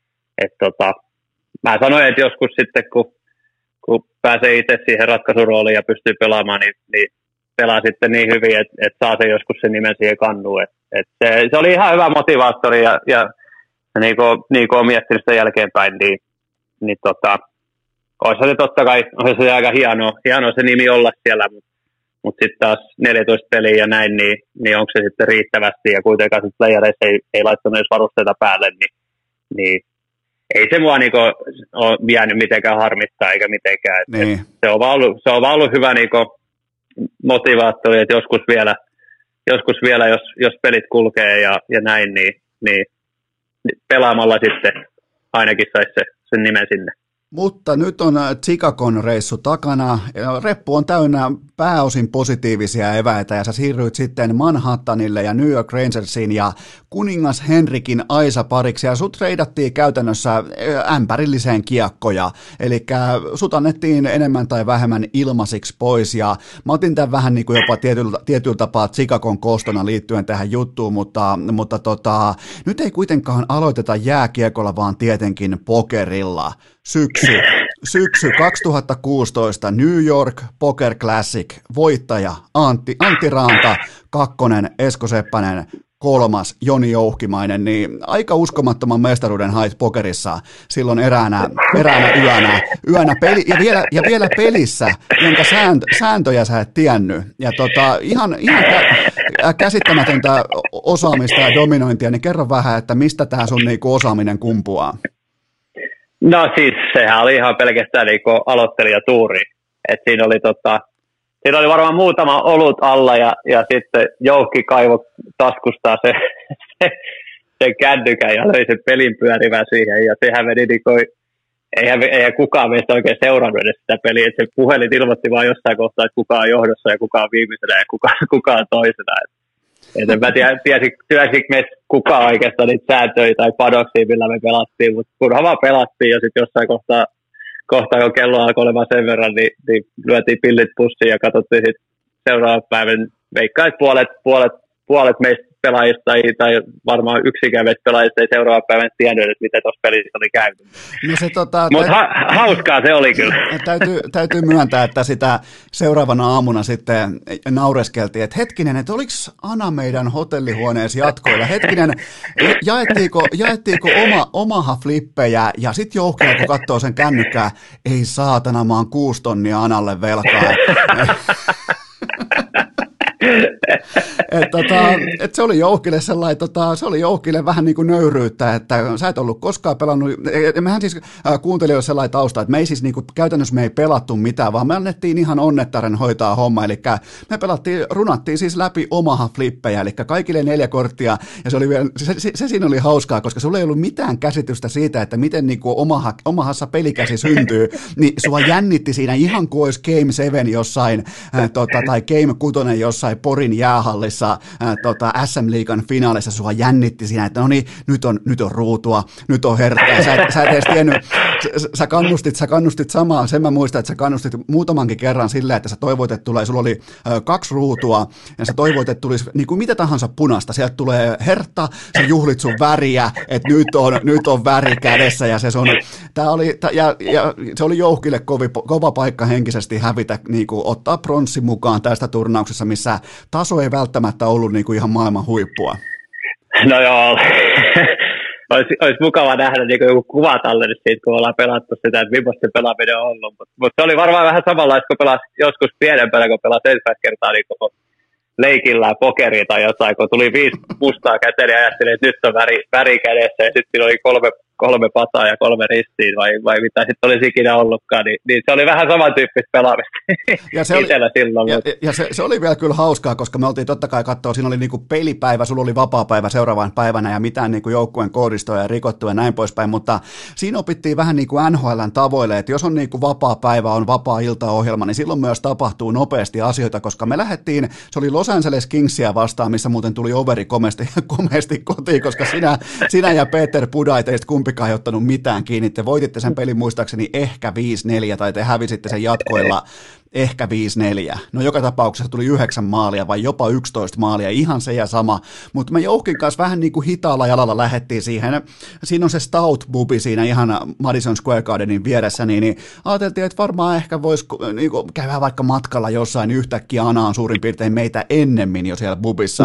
Mä sanoin, että joskus sitten kun pääsee itse siihen ratkaisurooliin ja pystyy pelaamaan, niin pelaa sitten niin hyvin, että saa se joskus sen nimen siihen kannuun. Se oli ihan hyvä motivaattori ja niin kuin on miettinyt sitä jälkeenpäin, niin olisi se totta kai olisi se aika hienoa se nimi olla siellä, mutta sitten taas 14 peliä ja näin, niin onko se sitten riittävästi ja kuitenkaan sitten playereissa ei laittanut edes varusteita päälle, niin ei se mua ole jäänyt mitenkään harmittaa eikä mitenkään. Niin. Se on vaan ollut hyvä motivaattori, että joskus vielä jos pelit kulkee ja näin, niin pelaamalla sitten ainakin saisi sen nimen sinne. Mutta nyt on Chicagon reissu takana. Reppu on täynnä pääosin positiivisia eväitä ja sä siirryit sitten Manhattanille ja New York Rangersiin ja kuningas Henrikin Aisa pariksi ja sut treidattiin käytännössä ämpärilliseen kiekkoja. Eli sut annettiin enemmän tai vähemmän ilmaisiksi pois ja mä otin tämän vähän niin kuin jopa tietyllä tapaa Chicagon kostona liittyen tähän juttuun, mutta nyt ei kuitenkaan aloiteta jääkiekolla, vaan tietenkin pokerilla. Syksy 2016 New York Poker Classic, voittaja Antti Raanta, kakkonen Esko Seppänen, kolmas Joni Jouhkimainen, niin aika uskomattoman mestaruuden hait pokerissa silloin eräänä yönä peli, ja vielä pelissä, jonka sääntöjä sä et tiennyt. Ja ihan käsittämätöntä osaamista ja dominointia, niin kerro vähän, että mistä tämä sun niinku osaaminen kumpuaa? No siis sehän oli ihan pelkästään niinku aloittelijatuuri. Et siinä oli varmaan muutama olut alla ja sitten Jouhki kaivoi taskustaan sen kännykän ja löi sen pelin pyörivän siihen. Ja sehän meni niinku, eihän kukaan meistä oikein seurannut edes sitä peliä. Et se puhelin ilmoitti vaan jossain kohtaa, että kuka on johdossa ja kuka on viimeisenä ja kuka on toisena. Et en mä tiesikö me kukaan oikeastaan niitä sääntöjä tai padoksia, millä me pelattiin, mutta kunhan vaan pelattiin ja sitten jossain kohtaa, kun kello alkoi olemaan sen verran, niin lyötiin pillit pussiin ja katsottiin sitten seuraavan päivän. Veikkaan, että puolet meistä pelaajista tai varmaan yksikään meistä pelaajista ei seuraavan päivän tiennyt, että mitä tuossa pelissä oli käynyt. No mutta hauskaa se oli kyllä. Täytyy myöntää, että sitä seuraavana aamuna sitten naureskeltiin, että hetkinen, että oliko Ana meidän hotellihuoneessa jatkoilla? Hetkinen, jaettiinko Omaha-flippejä ja sitten Jouhki, kun katsoo sen kännykkää, ei saatana, mä oon 6 tonnia Analle velkaa. Et se oli Jouhkille sellainen, se oli Jouhkille vähän niin kuin nöyryyttä, että sä et ollut koskaan pelannut, mehän siis kuuntelijoille sellainen tausta, että me ei siis niin kuin, käytännössä me ei pelattu mitään, vaan me annettiin ihan onnettaren hoitaa homma, eli me runattiin siis läpi Omaha-flippejä, eli kaikille 4 korttia, ja se oli vielä, se siinä oli hauskaa, koska sulla ei ollut mitään käsitystä siitä, että miten niin kuin Omahassa pelikäsi syntyy, niin sua jännitti siinä ihan kuin olisi Game 7 jossain, tai Game 6 jossain Porin jäähallissa SM-liigan finaalissa sua jännitti siinä, että no niin, nyt on ruutua, nyt on hertaa. Sä et edes tiennyt, sä kannustit samaa, sen mä muistan, että sä kannustit muutamankin kerran silleen, että sä toivoit, että tulee, sulla oli 2 ruutua, ja sä toivoit, että tulisi niin kuin mitä tahansa punasta, sieltä tulee hertta, sä juhlit sun väriä, että nyt on väri kädessä, ja se oli Jouhkille kova paikka henkisesti hävitä, niin kuin ottaa pronssi mukaan tästä turnauksessa, missä taso ei välttämättä ollut niin kuin ihan maailman huippua. No joo, olisi mukava nähdä niin joku kuvatallenne siitä, kun ollaan pelattu sitä, että millaista se pelaaminen on ollut. Mutta se oli varmaan vähän samanlaista, kun pelasi joskus pienempänä, kun pelasi ensimmäistä kertaa niin leikillä pokeria tai jotain, kun tuli 5 mustaa käteen ja ajattelin, että nyt on väri kädessä ja sitten oli 3 pataa ja 3 ristiin vai mitä sitten olisi ikinä ollutkaan, niin se oli vähän samantyyppistä pelaamista itsellä silloin. Ja se oli vielä kyllä hauskaa, koska me oltiin totta kai katsoa, siinä oli niinku pelipäivä, sulla oli vapaa-päivä seuraavan päivänä ja mitään niinku joukkueen koodistoja ja rikottuja ja näin poispäin, mutta siinä opittiin vähän niin kuin NHL:n tavoille, että jos on niinku vapaa-päivä, on vapaa-iltaohjelma, niin silloin myös tapahtuu nopeasti asioita, koska me lähdettiin, se oli Los Angeles Kingsia vastaan, missä muuten tuli overi komeasti kotiin, koska sinä ja Peter Budaj teistä kumpikaan ei ottanut mitään kiinni. Te voititte sen pelin muistaakseni ehkä 5-4 tai te hävisitte sen jatkoilla ehkä 5-4. No joka tapauksessa tuli 9 maalia vai jopa 11 maalia, ihan se ja sama. Mutta me Jouhkin kanssa vähän niin kuin hitaalla jalalla lähdettiin siihen. Siinä on se Stout-bubi siinä ihan Madison Square Gardenin vieressä, niin ajateltiin, että varmaan ehkä voisi niin käydä vaikka matkalla jossain yhtäkkiä. Ana on suurin piirtein meitä ennemmin jo siellä bubissa.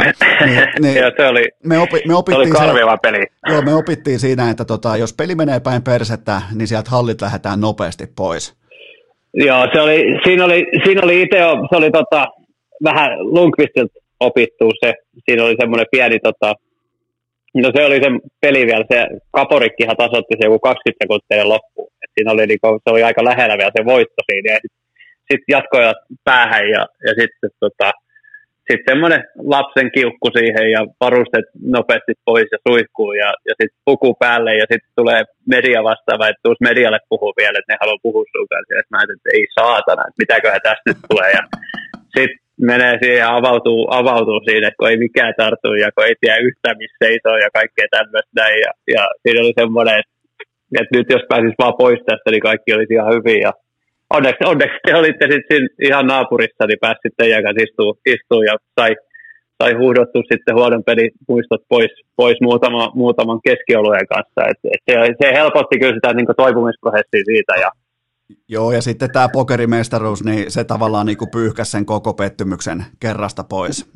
Se oli karmiva peli. Joo, me opittiin siinä, että jos peli menee päin persettä, niin sieltä hallit lähdetään nopeasti pois. Joo, siinä oli itse se oli vähän Lundqvistilta opittu se. Siinä oli semmoinen pieni no se oli se peli vielä, se Kaporikkihan tasoitti se joku 20 sekuntia loppuun. Et siinä oli se oli aika lähellä vielä se voitto siinä ja sitten jatkoja päähän ja sitten sitten semmoinen lapsen kiukku siihen ja varusteet nopeasti pois ja suihkuu ja sitten puku päälle ja sitten tulee media vastaava, että tuus medialle puhuu vielä, että ne haluaa puhua sun kanssa. Ja mä ajattelin, että ei saatana, että mitäköhän tästä nyt tulee. Ja sitten menee siihen ja avautuu siinä, että kun ei mikään tartu ja kun ei tiedä yhtään missä seisoo ja kaikkea tämmöistä näin. Ja siinä oli semmoinen, että nyt jos pääsis vaan pois tästä, niin kaikki olisi ihan hyvin. Ja onneksi te olitte sitten ihan naapurissa, niin pääsit teidän kanssa istua ja sai huudottu sitten huonon pelin muistot pois muutaman keskiolueen kanssa. Se helpotti kyllä sitä niin toipumisprosessia siitä. Joo, ja sitten tämä pokerimestaruus, niin se tavallaan niin pyyhkäsi sen koko pettymyksen kerrasta pois.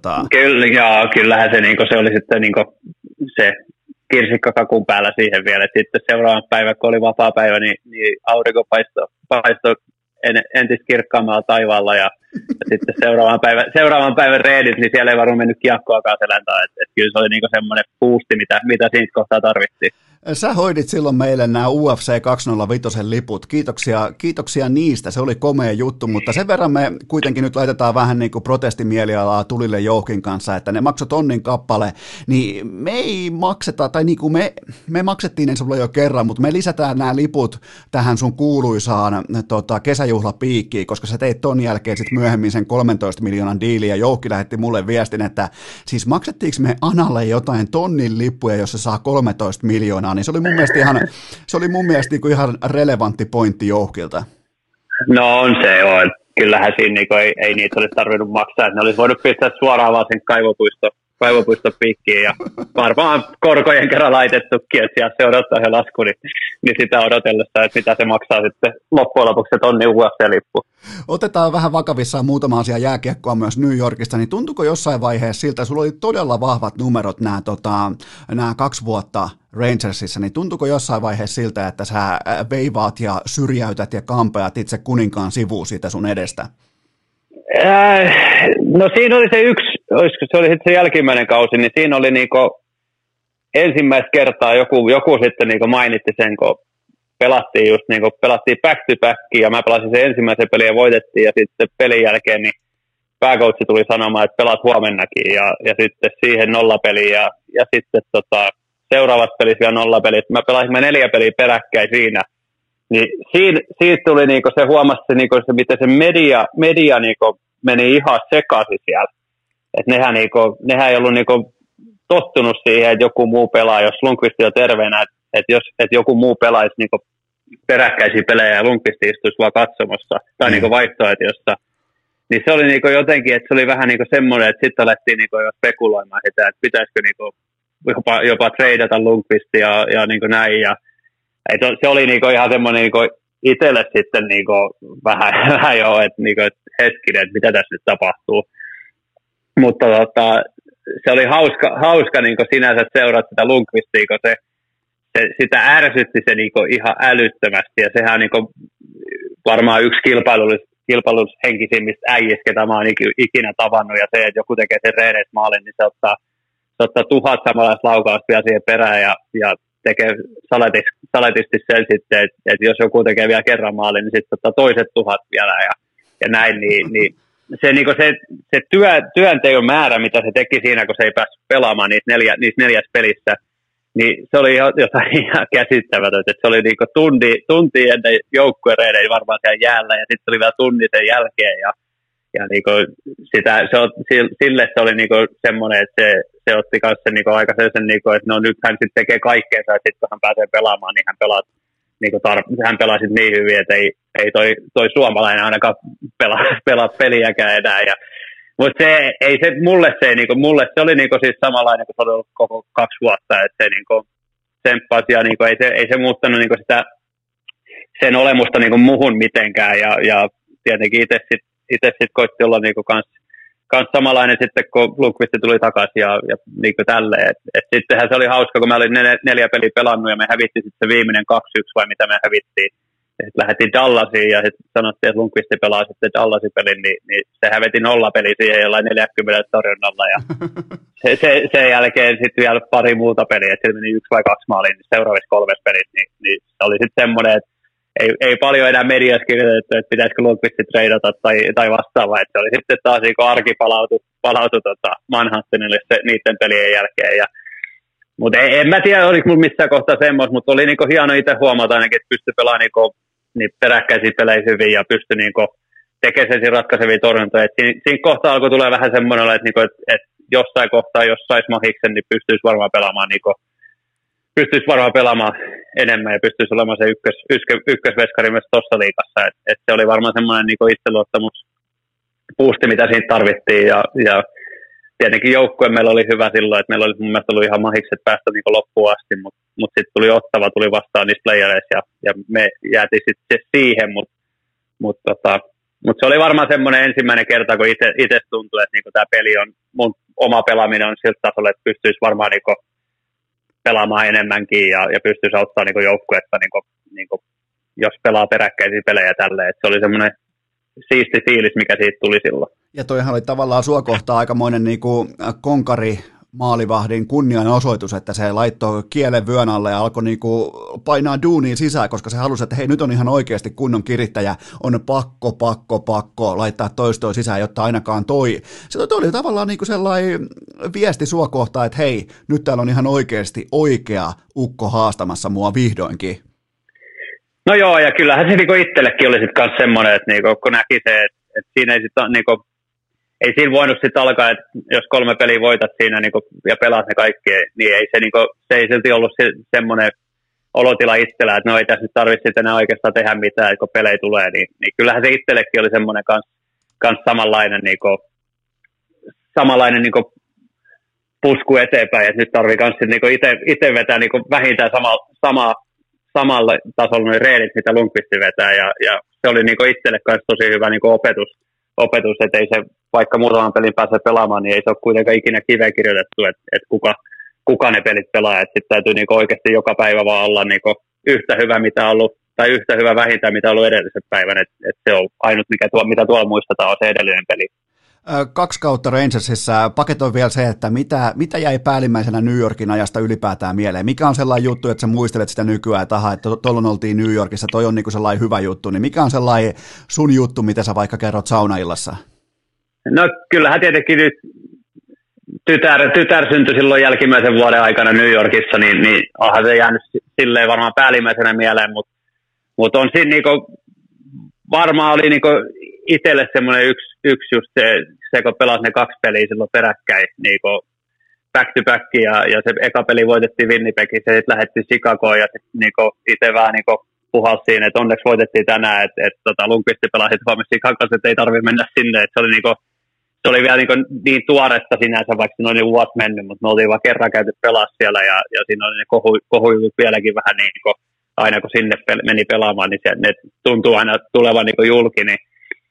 Kyllähän se oli sitten niin se kirsikkakakun päällä siihen vielä. Et sitten seuraavan päivän, kun oli vapaa päivä, niin aurinko paistoi entistä kirkkaammalla taivaalla ja sitten seuraavan päivän reedit, niin siellä ei varmaan mennyt kiekkoakaan seläntaan. Et kyllä se oli niinku semmoinen boosti, mitä siitä kohtaa tarvittiin. Sä hoidit silloin meille nämä UFC 205 liput. Kiitoksia niistä, se oli komea juttu, mutta sen verran me kuitenkin nyt laitetaan vähän niin kuin protestimielialaa tulille Joukin kanssa, että ne maksoi tonnin kappale, niin me ei makseta, tai niin kuin me maksettiin ne sulle jo kerran, mutta me lisätään nämä liput tähän sun kuuluisaan kesäjuhlapiikkiin, koska sä teit ton jälkeen sitten myöhemmin sen 13 miljoonan diiliä, ja Joukki lähetti mulle viestin, että siis maksettiinko me Analle jotain tonnin lippuja, jos se saa 13 miljoonaa, niin se oli mun mielestä niin kuin ihan relevantti pointti Joukilta. No on se joo, kyllähän siinä niin ei niitä olisi tarvinnut maksaa, että ne olisi voinut pistää suoraan vaan sen kaivopuiston piikkiin ja varmaan korkojen kerran laitettukin, että siellä se odottaa se lasku, niin sitä odotellessa, että mitä se maksaa sitten loppujen lopuksi se tonni UFC-lippu. Otetaan vähän vakavissaan muutama asia jääkiekkoa myös New Yorkista, niin tuntuiko jossain vaiheessa siltä, sulla oli todella vahvat numerot nämä 2 vuotta Rangersissa, niin tuntuiko jossain vaiheessa siltä, että sä veivaat ja syrjäytät ja kampeat itse kuninkaan sivuun siitä sun edestä? No siinä oli se yksi, olisiko se oli sitten se jälkimmäinen kausi, niin siinä oli niinku ensimmäistä kertaa joku sitten niinku mainitti sen, kun pelattiin back to back ja mä pelasin sen ensimmäisen pelin ja voitettiin ja sitten pelin jälkeen niin pääkoutsi tuli sanomaan, että pelaat huomennakin ja sitten siihen nollapeliin ja sitten seuraavassa pelissä vielä nollapeli. Mä pelasin 4 peliä peräkkäin siinä. Niin siitä tuli niinku se huomasi se, niinku se miten se media niinku meni ihan sekaisin siellä. Että nehän ei ollut niinku tottunut siihen, että joku muu pelaa, jos Lundqvist on terveenä, että joku muu pelaisi niinku peräkkäisiä pelejä ja Lundqvist istuisi vaan katsomassa tai niinku vaihtoehtoissa. Niin se oli niinku jotenkin, että se oli vähän niinku semmoinen, että sitten alettiin niinku jo spekuloimaan sitä, että pitäisikö niinku jopa treidata Lundqvistia ja niinku näin. Ja se oli niinku ihan semmoinen niinku itselle sitten niinku vähän jo, että niinku, et hetkinen, että mitä tässä nyt tapahtuu. Mutta se oli hauska niinku sinänsä seurata sitä Lundqvistia, kun se sitä ärsytti se niinku ihan älyttömästi. Ja sehän on niinku varmaan yksi kilpailushenkisimmistä äijistä, ketä mä oon ikinä tavannut. Ja se, että joku tekee sen reeneistä maalin, niin se ottaa 1000 samanlaista laukausta vielä siihen perään ja tekee saletisti sen sitten, että jos joku tekee vielä kerran maalin, niin sitten ottaa toiset 1000 vielä ja näin, niin se työnteon määrä, mitä se teki siinä, kun se ei päässyt pelaamaan niissä 4 pelissä, niin se oli jotain ihan käsittämätöntä, että se oli niinku tunti ennen joukkuereiden varmaan siellä jäällä ja sitten oli vielä tunnin sen jälkeen ja niinku sille se oli niinku semmoinen, että se otti kanssa niinku aika sen niinku, että no nyt hän sitten tekee kaikkeensa ja sitten kun hän pääsee pelaamaan, niin hän pelaa sitten niin hyvin, että ei toi suomalainen ainakaan pelaa peliäkään enää. Mutta mulle se oli niinku siis samanlainen kuin se oli ollut koko 2 vuotta, että se niinku tsemppasi ja niinku ei se muuttanut niinku sitä sen olemusta niinku muhun mitenkään ja tietenkin itse sit koitti olla niinku kans samanlainen sitten, kun Lundqvist tuli takaisin ja niinku tälleen. Et sittenhän se oli hauska, kun mä olin 4 peliä pelannut ja me hävittiin sitten se viimeinen 2-1 vai mitä me hävittiin. Ja sitten lähdettiin Dallasiin ja sitten sanottiin, että Lundqvist pelaa sitten Dallasin pelin, niin se hävetti 0 peli siihen jollain 40 torjunnalla. Ja sen jälkeen sitten vielä pari muuta peliä, että sillä meni 1 vai 2 maalia niin seuraavissa 3 pelissä, niin se oli sitten semmoinen, ei paljon enää mediassa kirjoitettu, että pitäisikö Lundqvist treidata tai vastaavaa, että se oli sitten taas niin arki palautui Manhattanille niiden pelien jälkeen. Mutta en mä tiedä, oliko mulla missään kohtaa semmoista, mutta oli niinku hieno itse huomata ainakin, että pystyi pelaamaan niinku niitä peräkkäisiä pelejä hyvin ja pystyi niinku tekemään sen ratkaisevia torjuntoja. Siinä kohtaa alkoi tulla vähän semmoinen, että niinku, et jossain kohtaa, jos saisi mahiksen, niin pystyisi varmaan pelaamaan enemmän ja pystyisi olemaan se ykkösveskari myös tuossa liigassa. Et se oli varmaan semmoinen niinku itseluottamuspuusti, mitä siitä tarvittiin ja tietenkin joukkue meillä oli hyvä silloin, että meillä oli mun mielestä ollut ihan mahikset päästä niin loppuun asti, mutta sitten tuli Ottava, tuli vastaan niissä playereissa ja me jäätiin sitten siihen, mutta se oli varmaan semmoinen ensimmäinen kerta, kun itse tuntui, että niinku tämä peli on, mun oma pelaaminen on siltä tasolla, että pystyisi varmaan niinku pelaamaan enemmänkin ja pystyisi auttamaan niinku joukkuetta, niinku, jos pelaa peräkkäisiä pelejä tälleen, että se oli semmoinen siisti fiilis, mikä siitä tuli silloin. Ja toihan oli tavallaan sua kohtaa aikamoinen niinku konkari maalivahdin kunnianosoitus, että se laittoi kielen vyön alle ja alkoi niinku painaa duunia sisään, koska se halusi, että hei, nyt on ihan oikeasti kunnon kirittäjä, on pakko laittaa toistoa sisään, jotta ainakaan se oli tavallaan niinku sellainen viesti sua kohtaan, että hei, nyt täällä on ihan oikeasti oikea ukko haastamassa mua vihdoinkin. No joo, ja kyllähän se niinku itsellekin oli sitten myös semmoinen, että niinku, kun näki se, että siinä ei sitten niinku, ei siinä voinut sitten alkaa, että jos 3 peliä voitat siinä niinku, ja pelaat ne kaikki, niin ei se, niinku, se ei silti ollut semmoinen olotila itsellä, että no ei tässä nyt tarvitse enää oikeastaan tehdä mitään, kun pelejä tulee, niin kyllähän se itsellekin oli semmoinen kans samanlainen niinku pusku eteenpäin, että nyt tarvii kans niinku itse vetää niinku vähintään samalla tasolla ne reenit, mitä Lundqvist vetää, ja se oli niinku itselle kanssa tosi hyvä niinku opetus, että ei se, vaikka muutaman pelin pääsee pelaamaan, niin ei se ole kuitenkaan ikinä kiveen kirjoitettu, että kuka ne pelit pelaa, että sitten täytyy niinku oikeasti joka päivä vaan olla niinku yhtä hyvä, mitä on ollut, tai yhtä hyvä vähintään, mitä on ollut edelliset päivän, että se on ainut, mitä tuolla muistetaan, on se edellinen peli. 2 kautta Rangersissa, paketoi vielä se, että mitä jäi päällimmäisenä New Yorkin ajasta ylipäätään mieleen? Mikä on sellainen juttu, että sä muistelet sitä nykyään, että tuolloin oltiin New Yorkissa, toi on niinku sellainen hyvä juttu, niin mikä on sellainen sun juttu, mitä sä vaikka kerrot saunaillassa? No kyllähän tietenkin nyt tytär syntyi silloin jälkimmäisen vuoden aikana New Yorkissa, niin onhan se jäänyt silleen varmaan päällimmäisenä mieleen, mutta on siinä niinku, varmaan oli niinku itselle semmoinen yksi just se, kun pelasi ne 2 peliä silloin peräkkäin, niinku back to back, ja se eka peli voitettiin Winnipegissä, ja sitten lähdettiin Chicagoon, ja sitten niinku itse vähän niinku puhalsi siinä, että onneksi voitettiin tänään, että Lundqvist pelasi huomioon Chicagossa, että ei tarvitse mennä sinne, että se oli vielä niin tuoretta sinänsä, vaikka siinä oli vuosi mennyt, mutta me oltiin vaan kerran käyty pelaa siellä, ja siinä oli ne kohujutut vieläkin vähän niin kuin, aina kun sinne meni pelaamaan, niin ne tuntuu aina tulevan niin julki, niin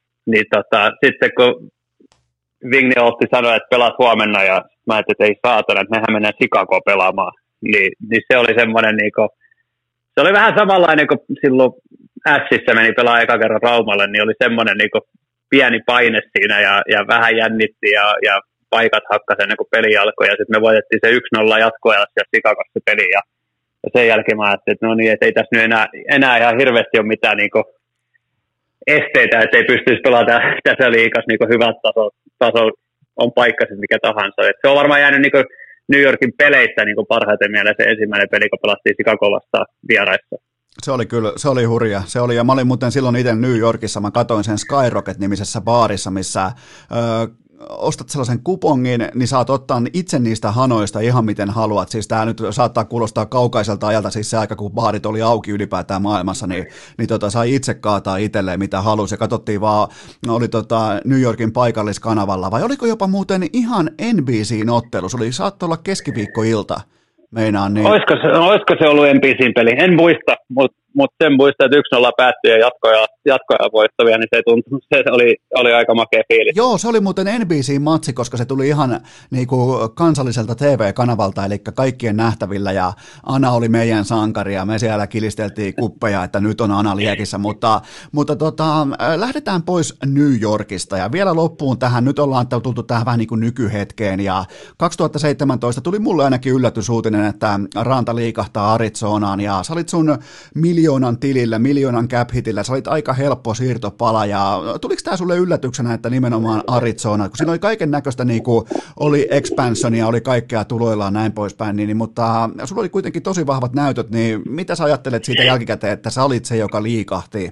sitten kun Vigni otti sanoa, että pelaat huomenna, ja mä ajattelin, että ei saatana, että mehän mennään Chicagoon pelaamaan, niin se oli semmoinen, niin kuin, se oli vähän samanlainen kuin silloin Ässissä meni pelaa eka kerran Raumalle, niin oli semmoinen niin kuin pieni paine siinä, ja vähän jännitti, ja paikat hakkasi ennen kuin peli alkoi, ja sitten me voitettiin se 1-0 jatkoajassa ja Chicagossa peli, ja sen jälkeen mä ajattelin, että no niin, että ei tässä nyt enää ihan hirveästi ole mitään niin kuin esteitä, että ei pystyisi pelaamaan tässä liigassa niin hyvät taso on paikka mikä tahansa. Et se on varmaan jäänyt niin New Yorkin peleissä niin parhaiten mieleen se ensimmäinen peli, kun pelattiin Chicago vastaan vieraissa. Se oli kyllä, se oli hurja. Se oli, ja mä olin muuten silloin itse New Yorkissa, mä katsoin sen Skyrocket-nimisessä baarissa, missä ostat sellaisen kupongin, niin saat ottaa itse niistä hanoista ihan miten haluat. Siis tämä nyt saattaa kuulostaa kaukaiselta ajalta, siis se aika kun baarit oli auki ylipäätään maailmassa, niin sai itse kaataa itselleen mitä halusi. Ja katsottiin vaan, oli New Yorkin paikalliskanavalla, vai oliko jopa muuten ihan NBC:n ottelu? Se oli, saattoi olla keskiviikkoilta. Meinaan niin. Olisiko se ollut NBC:n peli? En muista, mutta sen muista, että 1-0 päättyi ja jatkoja voittovia, niin se oli aika makea fiilis. Joo, se oli muuten NBC-matsi, koska se tuli ihan niinku kansalliselta TV-kanavalta, eli kaikkien nähtävillä, ja Ana oli meidän sankari, ja me siellä kilisteltiin kuppeja, että nyt on Ana liekissä, mutta lähdetään pois New Yorkista, ja vielä loppuun tähän, nyt ollaan tultu tähän vähän niin kuin nykyhetkeen, ja 2017 tuli mulle ainakin yllätysuutinen, että Ranta liikahtaa Arizonaan, ja sä olit sun 1 miljoonan tilillä, miljoonan cap-hitillä, sä olit aika helppo siirtopala, ja tuliko tämä sulle yllätyksenä, että nimenomaan Arizona, kun siinä oli kaiken näköistä, niin kuin oli expansionia, oli kaikkea tuloillaan näin poispäin, mutta sulla oli kuitenkin tosi vahvat näytöt, niin mitä sä ajattelet siitä jälkikäteen, että sä olit se, joka liikahti?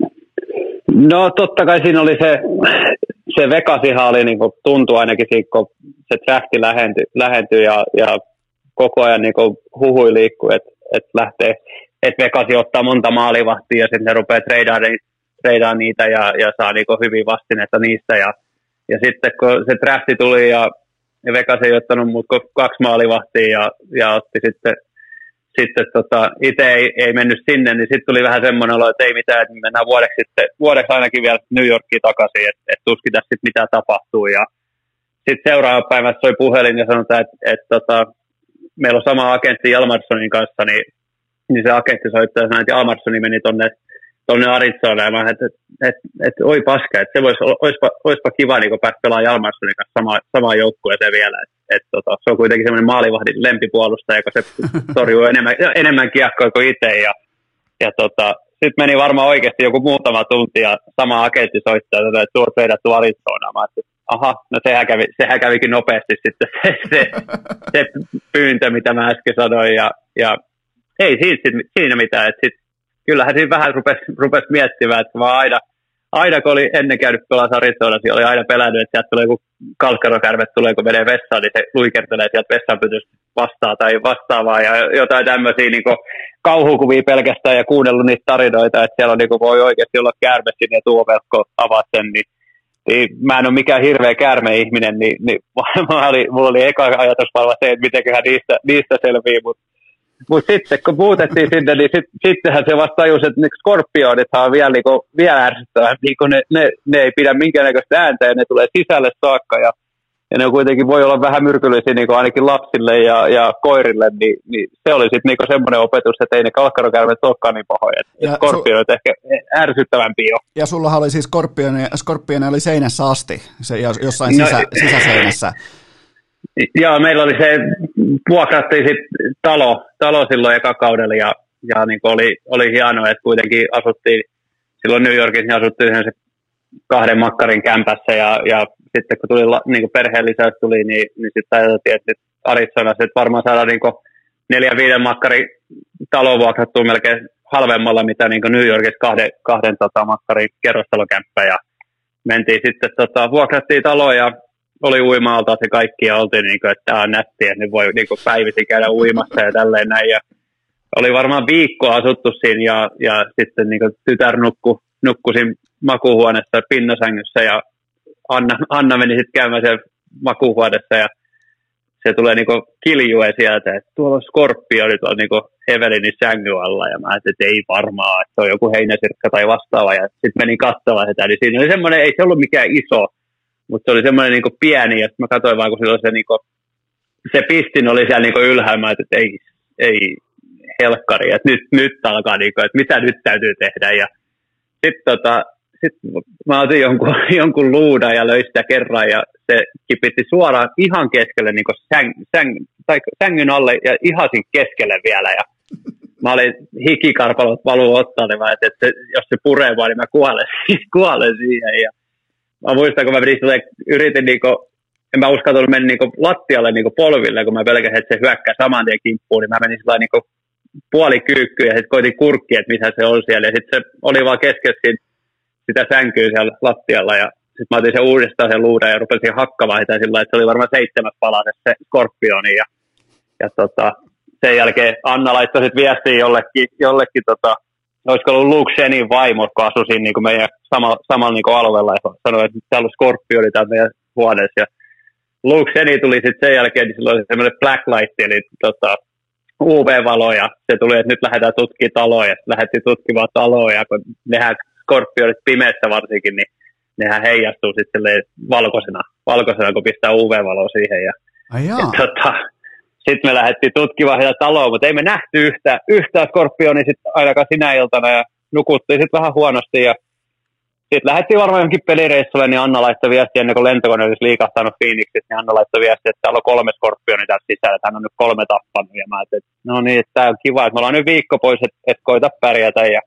No totta kai siinä oli se Vegasihan oli niin kuin, tuntui ainakin siitä, kun se drafti lähentyi ja koko ajan niin kuin, huhui liikkuu, että lähtee, että Vegasi ottaa monta maalivahtia ja sitten ne rupeaa treidaamaan niitä ja saa niin kuin, hyvin vastinetta niistä ja sitten kun se drafti tuli ja Vegas ei ottanut muuta kuin 2 maalivahtia ja otti sitten itse ei mennyt sinne, niin sitten tuli vähän semmoinen olo, että ei mitään, että mennään vuodeksi ainakin vielä New Yorkiin takaisin, että tuskin tässä sitten mitä tapahtuu. Ja sitten seuraava päivässä soi puhelin ja sanotaan, että meillä on sama agentti Jalmarssonin kanssa, niin se agentti soittaa ja sanoi, että Jalmarssoni meni tonne Arizonaan, ja mä että oi paska, että se olisipa kiva niin päästä pelaamaan Jalmarssonin kanssa samaan joukkueeseen vielä, se on kuitenkin semmoinen maalivahdin lempipuolustaja, joka se torjuu enemmän kiekkoa kuin itse, ja sitten meni varmaan oikeasti joku muutama tunti, ja sama agentti soittaa, että tuo treidattu Arizonaan, mä ajattelin, aha, no sehän kävikin nopeasti sitten se pyyntö, mitä mä äsken sanoin, ja ei siinä mitään, että sitten kyllähän siinä vähän rupesi miettimään, että mä aina kun oli ennen käynyt pelaa Arizonassa, oli aina pelännyt, että sieltä tulee joku kalkkarokärme, kun menee vessaan, niin se luikertelee sieltä vessanpytystä tai vastaavaa ja jotain tämmöisiä niin kauhukuvia pelkästään ja kuunnellut niitä tarinoita, että siellä on, niin voi oikeasti olla käärme sinne ja tuovelkko avaa sen, niin mä en ole mikään hirveä käärmeihminen, niin mulla oli eka ajatus varmaan se, että mitenköhän niistä selvii, mutta sitten kun muutettiin sinne, niin sittenhän se vasta tajusi, että ne skorpionithan on vielä ärsyttävää. Ne ei pidä minkäännäköistä ääntä ja ne tulee sisälle saakka ja ne on kuitenkin voi olla vähän myrkyllisiä niin ainakin lapsille ja koirille, niin se oli sitten niin semmoinen opetus, että ei ne kalkkarokärmet olekaan niin pahoja. Skorpionit ehkä ärsyttävämpiä jo. Ja sullahan oli siis skorpioni oli seinässä asti, se jossain sisäseinässä. Joo, meillä oli se, vuokrattiin sitten talo silloin ekakaudella ja niin oli hienoa, että kuitenkin asuttiin silloin New Yorkissa, niin asuttiin se 2 makkarin kämpässä ja sitten kun tuli niin perheen lisäys tuli, niin sitten ajateltiin, että Arizonassa, että varmaan saadaan niin 4-5 makkarin talo vuokrattua melkein halvemmalla, mitä niin New Yorkissa 2 makkarin kerrostalokämppä ja mentiin sitten, vuokrattiin taloja. Oli uima-alta se kaikki ja oltiin, että tämä on nättiä, että nyt voi päivisin käydä uimassa ja tälleen näin. Ja oli varmaan viikko asuttu siinä ja sitten tytär nukkui siinä makuuhuoneessa pinnasängyssä ja Anna meni sitten käymään siellä makuuhuoneessa ja se tulee kiljue sieltä, että tuolla on skorpioni tuolla Evelinin sängyn alla ja mä ajattelin, että ei varmaan, että se on joku heinäsirkka tai vastaava ja sitten menin katsomaan sitä, niin siinä oli semmoinen, ei se ollut mikään iso, mutta se oli semmoinen pieni, ja mä katsoin vaan, kun silloin se pistin oli siellä ylhäällä, että ei helkkari, että nyt alkaa, että mitä nyt täytyy tehdä. Ja sitten mä otin jonkun luudan ja löin sitä kerran, ja se kipitti suoraan ihan keskelle sängyn alle, ja ihan siinä keskelle vielä. Ja mä olin hikikarpalot valuu ottaa, niin että jos se puree vaan, niin mä kuolen siihen. Ja mä muistan, kun mä yritin, en mä uskaltanut mennä lattialle polville, kun mä pelkäsin, että se hyökkää saman tien kimppuun, niin mä menin sillä puoli kyykkyä ja sitten koitin kurkkia, että mitä se on siellä. Ja sitten se oli vaan keskellä sitä sänkyä siellä lattialla ja sitten mä otin sen uudestaan sen luudan ja rupesin hakkamaan sitä sillä, että se oli varmaan 7 palanen se skorpioni. Ja sen jälkeen Anna laittoi sitten viestiä jollekin olisiko ollut Luke Shenin vaimo, kun asui siinä meidän samalla alueella, ja sanoi, että täällä on skorpioni täällä meidän huoneessa. Ja Luke Sheni tuli sitten sen jälkeen, niin silloin oli semmoinen blacklight, eli UV-valo, ja se tuli, että nyt lähdetään tutkimaan taloja. Ja lähdettiin tutkimaan taloja, ja kun nehän skorpionit pimeässä varsinkin, niin nehän heijastuu sitten valkoisena, kun pistää UV-valoa siihen. Ja sitten me lähdettiin tutkimaan sitä taloa, mutta ei me nähty yhtään skorpionia sitten ainakaan sinä iltana ja nukuttiin sitten vähän huonosti ja sitten lähdettiin varmaan johonkin pelireissulle, niin Anna laittoi viestiä ennen kuin lentokone olisi liikahtanut Phoenixissa, niin Anna laittoi viestiä, että täällä on 3 skorpionia täällä sisällä, että hän on nyt 3 tappanut. Ja mä ajattelin, että no niin, että tää on kiva, että me ollaan nyt viikko pois, että koita pärjätä. Ja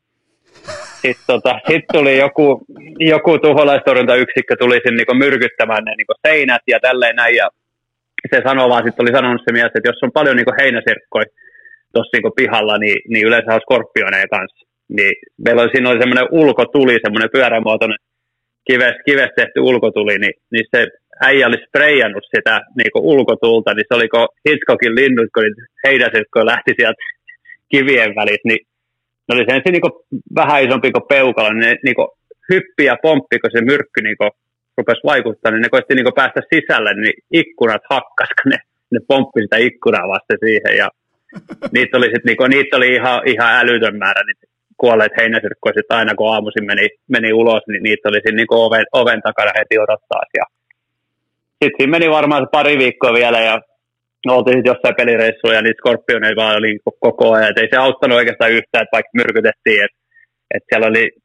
sit tuli joku tuholaistorjuntayksikkö tuli sinne niin myrkyttämään ne niin seinät ja tälleen näin. Ja se sanoi vaan, sitten oli sanonut se mies, että jos on paljon niin heinäsirkkoja tuossa niin pihalla, niin yleensä on skorpioneja kanssa. Niin meillä siinä oli semmoinen ulkotuli, semmoinen pyörämuotoinen kives tehty ulkotuli, niin se äijä oli spreijannut sitä niin ulkotulta, niin se oliko Hitchcockin linnut, kun heinäsirkkoja lähti sieltä kivien välistä, niin ne oli sen niin vähän isompi kuin peukalo, niin ne niin hyppi ja pomppi, kun se myrkky niin rupesi vaikuttaa, niin ne koitti niin päästä sisälle, niin ikkunat hakkas, kun ne pomppi sitä ikkunaa vasten siihen, ja niitä oli ihan älytön määrä, niitä kuolleet heinäsirkkoja sitten aina, kun aamuisin meni ulos, niin niitä oli siinä niin oven takana heti odottaa. Ja sitten siinä meni varmaan pari viikkoa vielä, ja oltiin sitten jossain pelireissuilla, ja niitä skorpioneja vaan oli koko ajan. Et ei se auttanut oikeastaan yhtään, että vaikka myrkytettiin, että siellä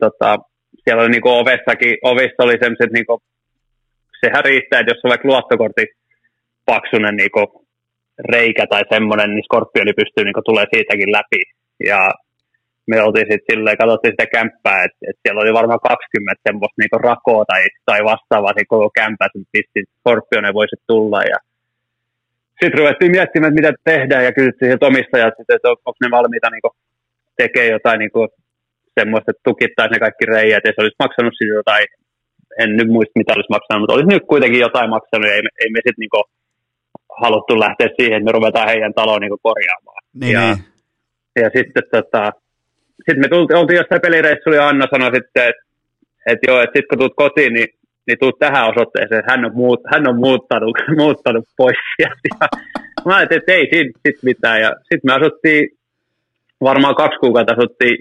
oli niin ovissa oli sellaiset, niin sehän riittää, että jos on vaikka luottokortin paksunen niin reikä tai semmoinen, niin skorpioni pystyy niin tulee siitäkin läpi. Ja me oltiin sitten silleen, katsottiin sitä kämppää, että siellä oli varmaan 20 semmoista niinku rakoa tai vastaavaa siinä koko kämpässä, missä skorpione voisi tulla. Ja sitten ruvettiin miettimään, että mitä tehdään, ja kysyttiin sieltä omistajat, että onko ne valmiita niinku tekemään jotain niinku semmoista, että tukittaisi ne kaikki reijät, ja se olisi maksanut siitä jotain, en nyt muista mitä olisi maksanut, mutta olisi nyt kuitenkin jotain maksanut, ja ei me sitten niinku haluttu lähteä siihen, että me ruvetaan heidän taloon niinku korjaamaan. Niin. Ja sitten sitten me oltiin jossain pelireissulla, ja Anna sanoi sitten, että joo, että sitten kun tulet kotiin, niin tulet tähän osoitteeseen, että hän on muuttanut pois sieltä. Ja mä ajattelin, että ei siinä sit mitään. Ja sitten me asuttiin, varmaan 2 kuukautta asuttiin,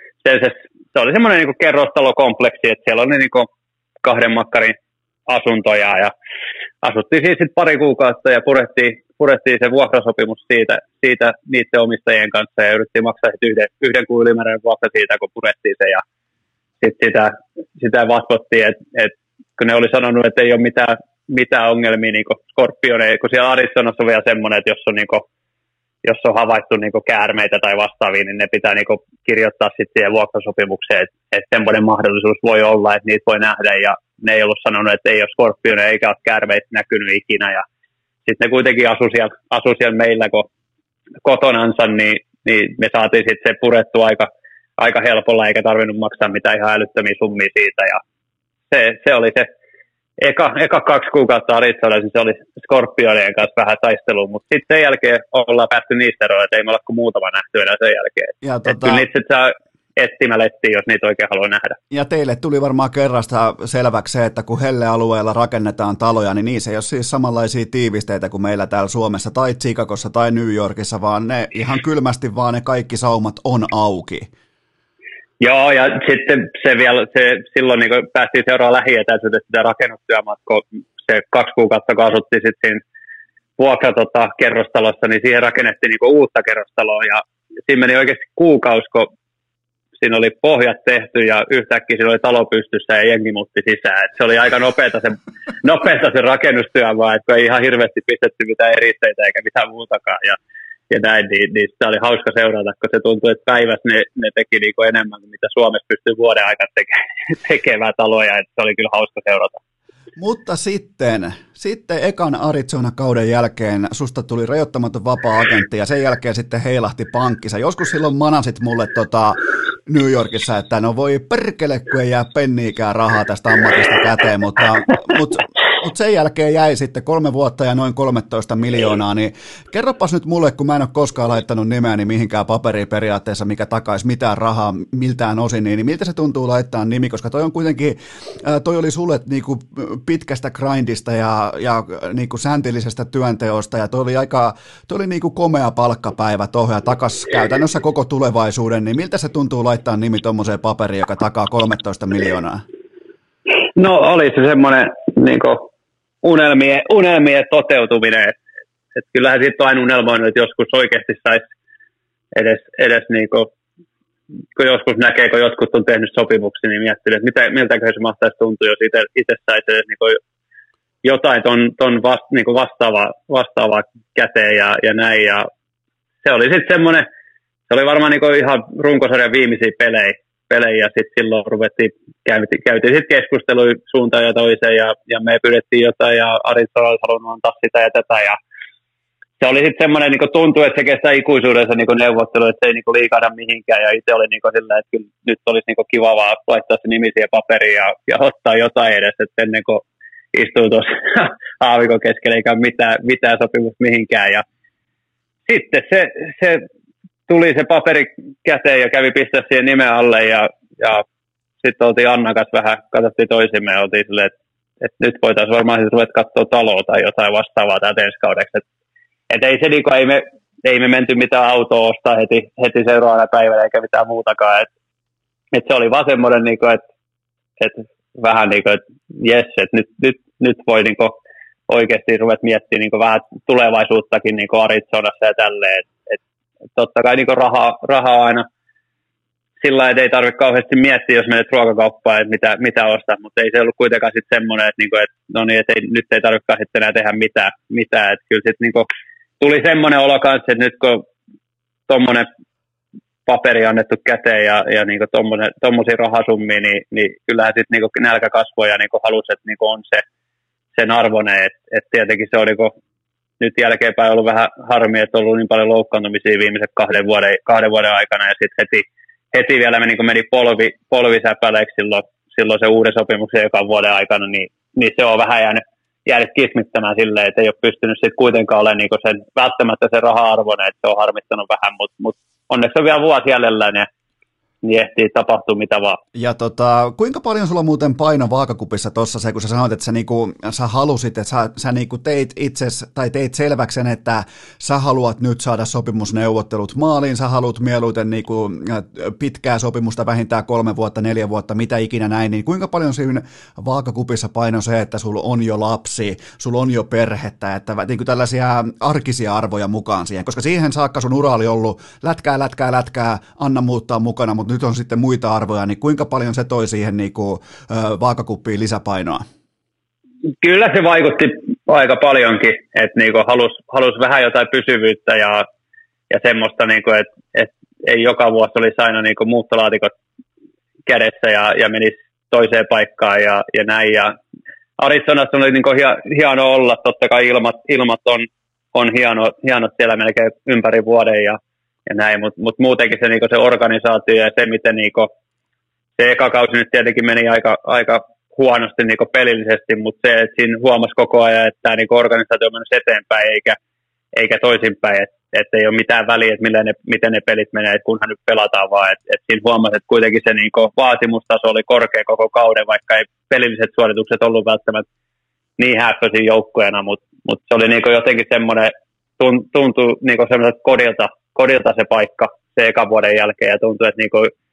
se oli semmoinen niin kerrostalokompleksi, että siellä oli niin 2 makkarin asuntoja, ja asuttiin siis sitten pari kuukautta, ja purettiin se vuokrasopimus siitä niiden omistajien kanssa, ja yritettiin maksaa yhden kuun ylimääräinen vuokra siitä, kun purettiin se, ja sitten sitä vatvottiin, että kun ne oli sanonut, että ei ole mitään ongelmia niin skorpioneja, kun siellä Arizonassa on vielä semmoinen, että jos on havaittu niin käärmeitä tai vastaavia, niin ne pitää niin kirjoittaa sitten siihen vuokrasopimukseen, että semmoinen mahdollisuus voi olla, että niitä voi nähdä, ja ne ei ollut sanonut, että ei ole skorpioneja eikä ole käärmeitä näkynyt ikinä, ja sitten ne kuitenkin asui siellä meillä kotonansa, niin me saatiin sitten se purettu aika helpolla, eikä tarvinnut maksaa mitään ihan älyttömiä summia siitä. Ja se oli se eka 2 kuukautta Arizonassa, niin se oli skorpionien kanssa vähän taistelua, mutta sitten sen jälkeen ollaan päästy niistä eroon, että ei me olla kuin muutama nähty enää sen jälkeen. Ja kyllä niitä sitten saa etsimällä etsiä, jos niitä oikein haluaa nähdä. Ja teille tuli varmaan kerrasta selväksi se, että kun hellealueella rakennetaan taloja, niin niissä ei ole siis samanlaisia tiivisteitä kuin meillä täällä Suomessa tai Chicagossa tai New Yorkissa, vaan ne ihan kylmästi vaan ne kaikki saumat on auki. Joo, ja sitten silloin niin päästiin seuraamaan lähietäisyydestä sitä rakennustyömatkoa, se 2 kuukautta, kun asuttiin sitten siinä vuokrakerrostalossa, niin siihen rakennettiin niin uutta kerrostaloa, ja siinä meni oikeasti kuukausi, kun siinä oli pohjat tehty ja yhtäkkiä siinä oli talo pystyssä ja jengi muutti sisään. Et se oli aika nopeata se rakennustyö vaan, että ei ihan hirveästi pistetty mitään eristeitä eikä mitään muutakaan. Ja näin, niin sitä oli hauska seurata, kun se tuntui, että päivässä ne teki niinku enemmän kuin mitä Suomessa pystyy vuoden aikana tekemään taloja. Et se oli kyllä hauska seurata. Mutta sitten ekan Arizona-kauden jälkeen susta tuli rajoittamaton vapaa-agentti ja sen jälkeen sitten heilahti pankki. Sä joskus silloin manasit mulle New Yorkissa, että no voi perkele, kun ei jää penniikään rahaa tästä ammatista käteen, mutta sen jälkeen jäi sitten 3 vuotta ja noin 13 miljoonaa, niin kerropas nyt mulle, kun mä en ole koskaan laittanut nimeäni mihinkään paperiin periaatteessa, mikä takaisi mitään rahaa miltään osin, niin miltä se tuntuu laittaa nimi, koska toi on kuitenkin, toi oli sulle niinku pitkästä grindista ja niinku sääntillisestä työnteosta ja toi oli niinku komea palkkapäivä tohon ja takas käytännössä koko tulevaisuuden, niin miltä se tuntuu laittaa nimi tommoseen paperiin, joka takaa 13 miljoonaa? No oli se semmoinen niinku unelmien toteutuminen, että kyllähän siitä on aina unelmoinut, että joskus oikeasti saisi edes niinku kun joskus näkee, kun jotkut on tehnyt sopimuksia, niin miettii, että miltäköhän se mahtaisi tuntua, jos itse saisi edes niin jotain ton niin vastaavaa käteen ja näin. Ja se oli sitten semmoinen, se oli varmaan niin ihan runkosarjan viimeisiä pelejä ja sitten silloin käytiin sitten keskustelua suuntaan ja toiseen ja me pyydettiin jotain ja Arizona olisi halunnut antaa sitä ja tätä ja se oli sitten semmoinen, niin tuntuu, että se kestää ikuisuudessa niin neuvottelu, että se ei niin liikahda mihinkään ja itse oli niin sillä, että kyllä nyt olisi niin kiva vaan laittaa se nimi siihen paperiin ja ottaa jotain edes, että ennen kuin istuu tuossa aavikon keskellä eikä mitään sopimusta mihinkään ja sitten se tuli se paperi käteen ja kävi pistää siihen nimen alle ja sitten oltiin Annan kanssa vähän, katsottiin toisimme ja oltiin silleen, että nyt voitaisiin varmaan siis ruveta katsoa taloa tai jotain vastaavaa täältä ensi kaudeksi. Että ei se niinku, ei me menty mitään autoa ostaa heti seuraavana päivänä eikä mitään muutakaan. Et se oli vaan semmoinen, niinku, että vähän niin kuin, että jes, että nyt voi niinku oikeasti ruveta miettimään niinku vähän tulevaisuuttakin niinku Arizonassa ja tälleen. Totta kai niin rahaa aina sillä ei tarvitse kauheasti miettiä, jos menet ruokakauppaan, että mitä ostaa, mutta ei se ollut kuitenkaan sitten semmoinen, että, no niin, että nyt ei tarvitsekaan sitten enää tehdä mitään. Että kyllä sitten niin tuli semmoinen olo kanssa, että nyt kun tuommoinen paperi annettu käteen ja niin tuommoisia rahasummia, niin kyllähän sitten niin nälkä kasvoi ja niin halusi, että niin on sen arvoinen, että tietenkin se on niin nyt jälkeenpäin ollut vähän harmi, että on ollut niin paljon loukkaantumisia viimeiset 2 vuoden aikana, ja sitten heti vielä meni polvisäpäleeksi silloin se uuden sopimuksen joka vuoden aikana, niin se on vähän jäänyt kismittämään silleen, että ei ole pystynyt sitten kuitenkaan olemaan niin välttämättä sen raha-arvoinen, että se on harmittanut vähän, mutta onneksi on vielä vuosi jäljellä, niin ehtii tapahtua mitä vaan. Ja kuinka paljon sulla muuten paino vaakakupissa tuossa se, kun sä sanoit, että sä halusit, että sä niinku teit selväksen, että sä haluat nyt saada sopimusneuvottelut maaliin, sä haluat mieluiten niinku pitkää sopimusta, vähintään 3 vuotta, 4 vuotta, mitä ikinä näin, niin kuinka paljon siinä vaakakupissa paino se, että sulla on jo lapsi, sulla on jo perhettä, että niinku tällaisia arkisia arvoja mukaan siihen, koska siihen saakka sun ura oli ollut lätkää, anna muuttaa mukana, mutta nyt on sitten muita arvoja, niin kuinka paljon se toi siihen vaakakuppiin lisäpainoa? Kyllä se vaikutti aika paljonkin, että niinku halusi vähän jotain pysyvyyttä ja semmoista, niinku, että ei joka vuosi olisi aina niinku muuttolaatikot kädessä ja menisi toiseen paikkaan ja näin. Ja Arizonassa oli niinku hieno olla, totta kai ilmat on hienot siellä melkein ympäri vuoden ja näin, mutta muutenkin se organisaatio ja se, miten se eka kausi nyt tietenkin meni aika huonosti pelillisesti, mutta se, että siinä huomasi koko ajan, että tämä organisaatio on mennyt eteenpäin eikä toisinpäin, että ei ole mitään väliä, että miten ne pelit menee, että kunhan nyt pelataan vaan, että siinä huomasi, että kuitenkin se vaatimustaso oli korkea koko kauden, vaikka ei pelilliset suoritukset ollut välttämättä niin häppöisiä joukkueena, mutta se oli jotenkin semmoinen, tuntui semmoiselta kodilta se paikka se ekan vuoden jälkeen ja tuntui, että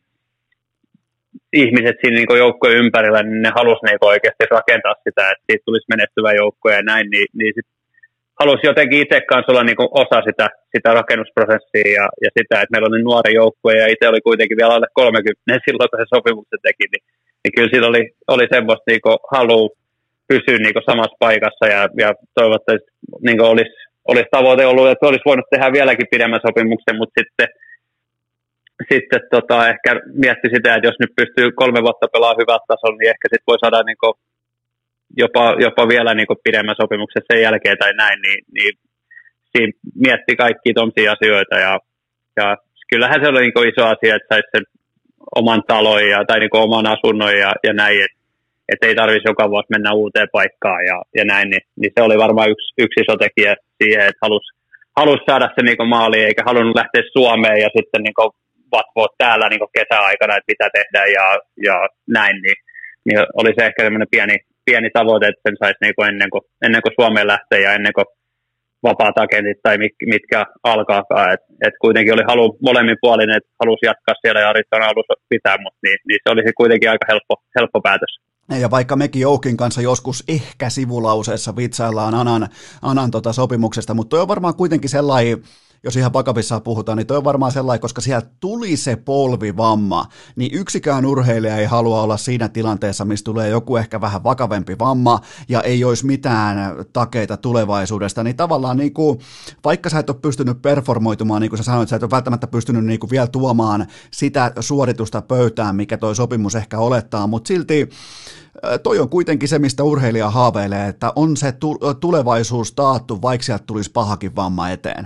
ihmiset siinä joukkojen ympärillä, niin ne halusi oikeasti rakentaa sitä, että siitä tulisi menestyvä joukkue ja näin, niin sit halusi jotenkin itse kanssa olla osa sitä rakennusprosessia ja sitä, että meillä oli nuori joukkue ja itse oli kuitenkin vielä alle 30 silloin, kun se sopimuksen teki, niin kyllä siinä oli semmoista halua pysyä samassa paikassa ja toivottavasti olisi tavoite ollut, että olisi voinut tehdä vieläkin pidemmän sopimuksen, mutta sitten ehkä mietti sitä, että jos nyt pystyy 3 vuotta pelaamaan hyvällä tasolla, niin ehkä sitten voi saada jopa vielä pidemmän sopimuksen sen jälkeen tai näin, niin siinä mietti kaikkia tuommoisia asioita ja kyllähän se oli iso asia, että saisi sen oman talon tai oman asunnon ja näin, että ei tarvitsisi joka vuosi mennä uuteen paikkaan ja näin, niin se oli varmaan yksi iso tekijä siihen, että halusi saada se maaliin, eikä halunnut lähteä Suomeen ja sitten vatvoa täällä kesäaikana, että mitä tehdään ja näin, niin oli se ehkä semmoinen pieni tavoite, että sen saisi ennen kuin Suomeen lähtee ja ennen kuin vapaat agentit tai mitkä alkaakaan, että kuitenkin oli halu molemminpuolinen, että halusi jatkaa siellä ja Arizona halusi pitää, mutta niin se olisi kuitenkin aika helppo päätös. Ja vaikka mekin Joukin kanssa joskus ehkä sivulauseessa vitsaillaan Anan sopimuksesta, mutta toi on varmaan kuitenkin sellainen jos ihan vakavissaan puhutaan, niin toi on varmaan sellainen, koska siellä tuli se polvivamma, niin yksikään urheilija ei halua olla siinä tilanteessa, missä tulee joku ehkä vähän vakavempi vamma ja ei olisi mitään takeita tulevaisuudesta, niin tavallaan niin kuin, vaikka sä et ole pystynyt performoitumaan, niin kuin sä sanoit, sä et ole välttämättä pystynyt niin kuin vielä tuomaan sitä suoritusta pöytään, mikä toi sopimus ehkä olettaa, mutta silti toi on kuitenkin se, mistä urheilija haaveilee, että on se tulevaisuus taattu, vaikka sieltä tulisi pahakin vamma eteen.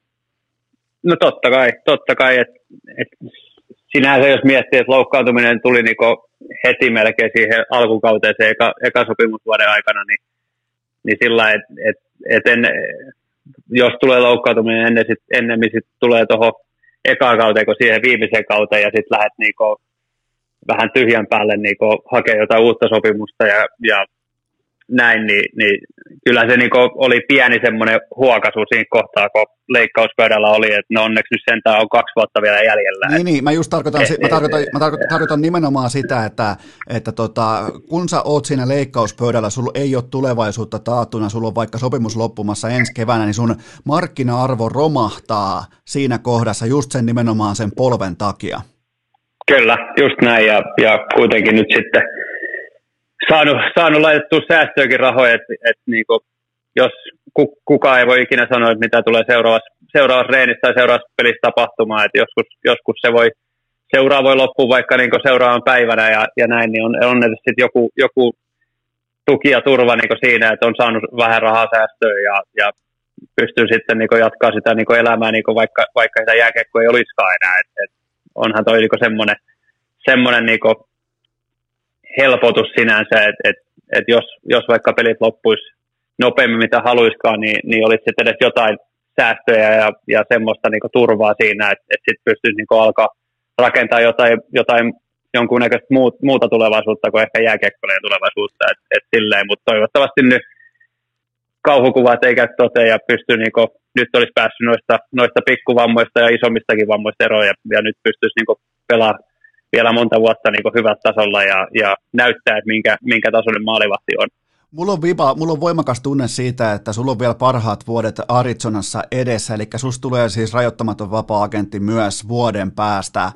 No totta kai, että sinänsä jos miettii, että loukkaantuminen tuli niinku heti melkein siihen alkukauteen se eka sopimusvuoden aikana, niin sillä että jos tulee loukkaantuminen ennemmin sit tulee tuohon ekaan kauteen kuin siihen viimeiseen kauteen ja sitten lähdet niinku vähän tyhjän päälle niinku hakea jotain uutta sopimusta ja näin, niin kyllä se niinku oli pieni semmoinen huokaisu siinä kohtaa, kun leikkauspöydällä oli, että no onneksi nyt sentään on 2 vuotta vielä jäljellä. Niin, mä just tarkoitan nimenomaan sitä, että kun sä oot siinä leikkauspöydällä, sulla ei ole tulevaisuutta taattuna, sulla on vaikka sopimus loppumassa ensi keväänä, niin sun markkina-arvo romahtaa siinä kohdassa just sen nimenomaan sen polven takia. Kyllä, just näin, ja kuitenkin nyt sitten saanut laitettua säästöäkin rahoja, että niinku, jos kukaan ei voi ikinä sanoa, että mitä tulee seuraavassa reenissä tai seuraavassa pelissä tapahtumaan, että joskus se voi loppua vaikka niinku seuraavan päivänä ja näin, niin on sitten joku tuki ja turva niinku siinä, että on saanut vähän rahaa säästöön ja pystyy sitten niinku jatkaa sitä niinku elämää niinku vaikka sitä jääkiekkoa ei olisikaan enää, et onhan toi niinku semmoinen niinku helpotus sinänsä, että jos vaikka pelit loppuisi nopeammin mitä haluiskaan, niin olisi sitten edes jotain säästöjä ja semmoista niinku turvaa siinä, että sitten pystyisi niinku alkaa rakentaa jotain jonkunnäköistä muuta tulevaisuutta kuin ehkä jääkiekkojen tulevaisuutta, silleen, mutta toivottavasti nyt kauhukuvat ei käy toteen ja pystyy niinku, nyt olisi päässyt noista pikkuvammoista ja isommistakin vammoista eroon ja nyt pystyisi niinku pelaamaan vielä monta vuotta niin hyvällä tasolla ja näyttää, että minkä tasoinen maalivahti on. Mulla on voimakas tunne siitä, että sulla on vielä parhaat vuodet Arizonassa edessä, eli susta tulee siis rajoittamaton vapaa-agentti myös vuoden päästä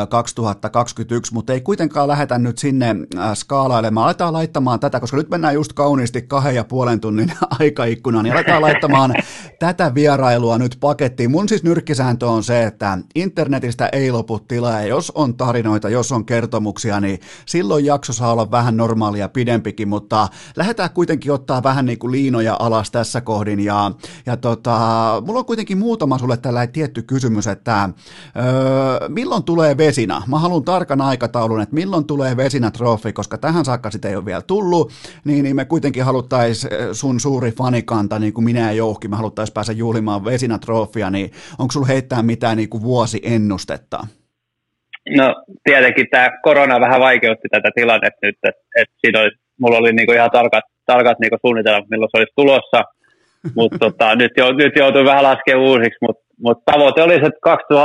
2021, mutta ei kuitenkaan lähetä nyt sinne skaalailemaan. Aletaan laittamaan tätä, koska nyt mennään just kauniisti 2,5 tunnin aikaikkunaan, niin aletaan laittamaan tätä vierailua nyt pakettiin. Mun siis nyrkkisääntö on se, että internetistä ei lopu tilaa, ja jos on tarinoita, jos on kertomuksia, niin silloin jakso saa olla vähän normaalia pidempikin, mutta lähdetään kuitenkin ottaa vähän niin kuin liinoja alas tässä kohdin ja mulla on kuitenkin muutama sulle tällainen tietty kysymys, että milloin tulee Vezina? Mä haluan tarkan aikataulun, että milloin tulee Vezina-trofi, koska tähän saakka sitä ei ole vielä tullut, niin me kuitenkin haluttaisiin sun suuri fanikanta, niin kuin minä ja Jouhki, me haluttaisiin päästä juhlimaan Vezina-trofia, niin onko sulla heittää mitään niin kuin vuosiennustetta? No tietenkin tämä korona vähän vaikeutti tätä tilannetta nyt, että siinä oli, mulla oli niinku ihan tarkat niinku suunnitelmat, milloin se olisi tulossa, mutta nyt joutuu vähän laskemaan uusiksi, mutta tavoite olisi, että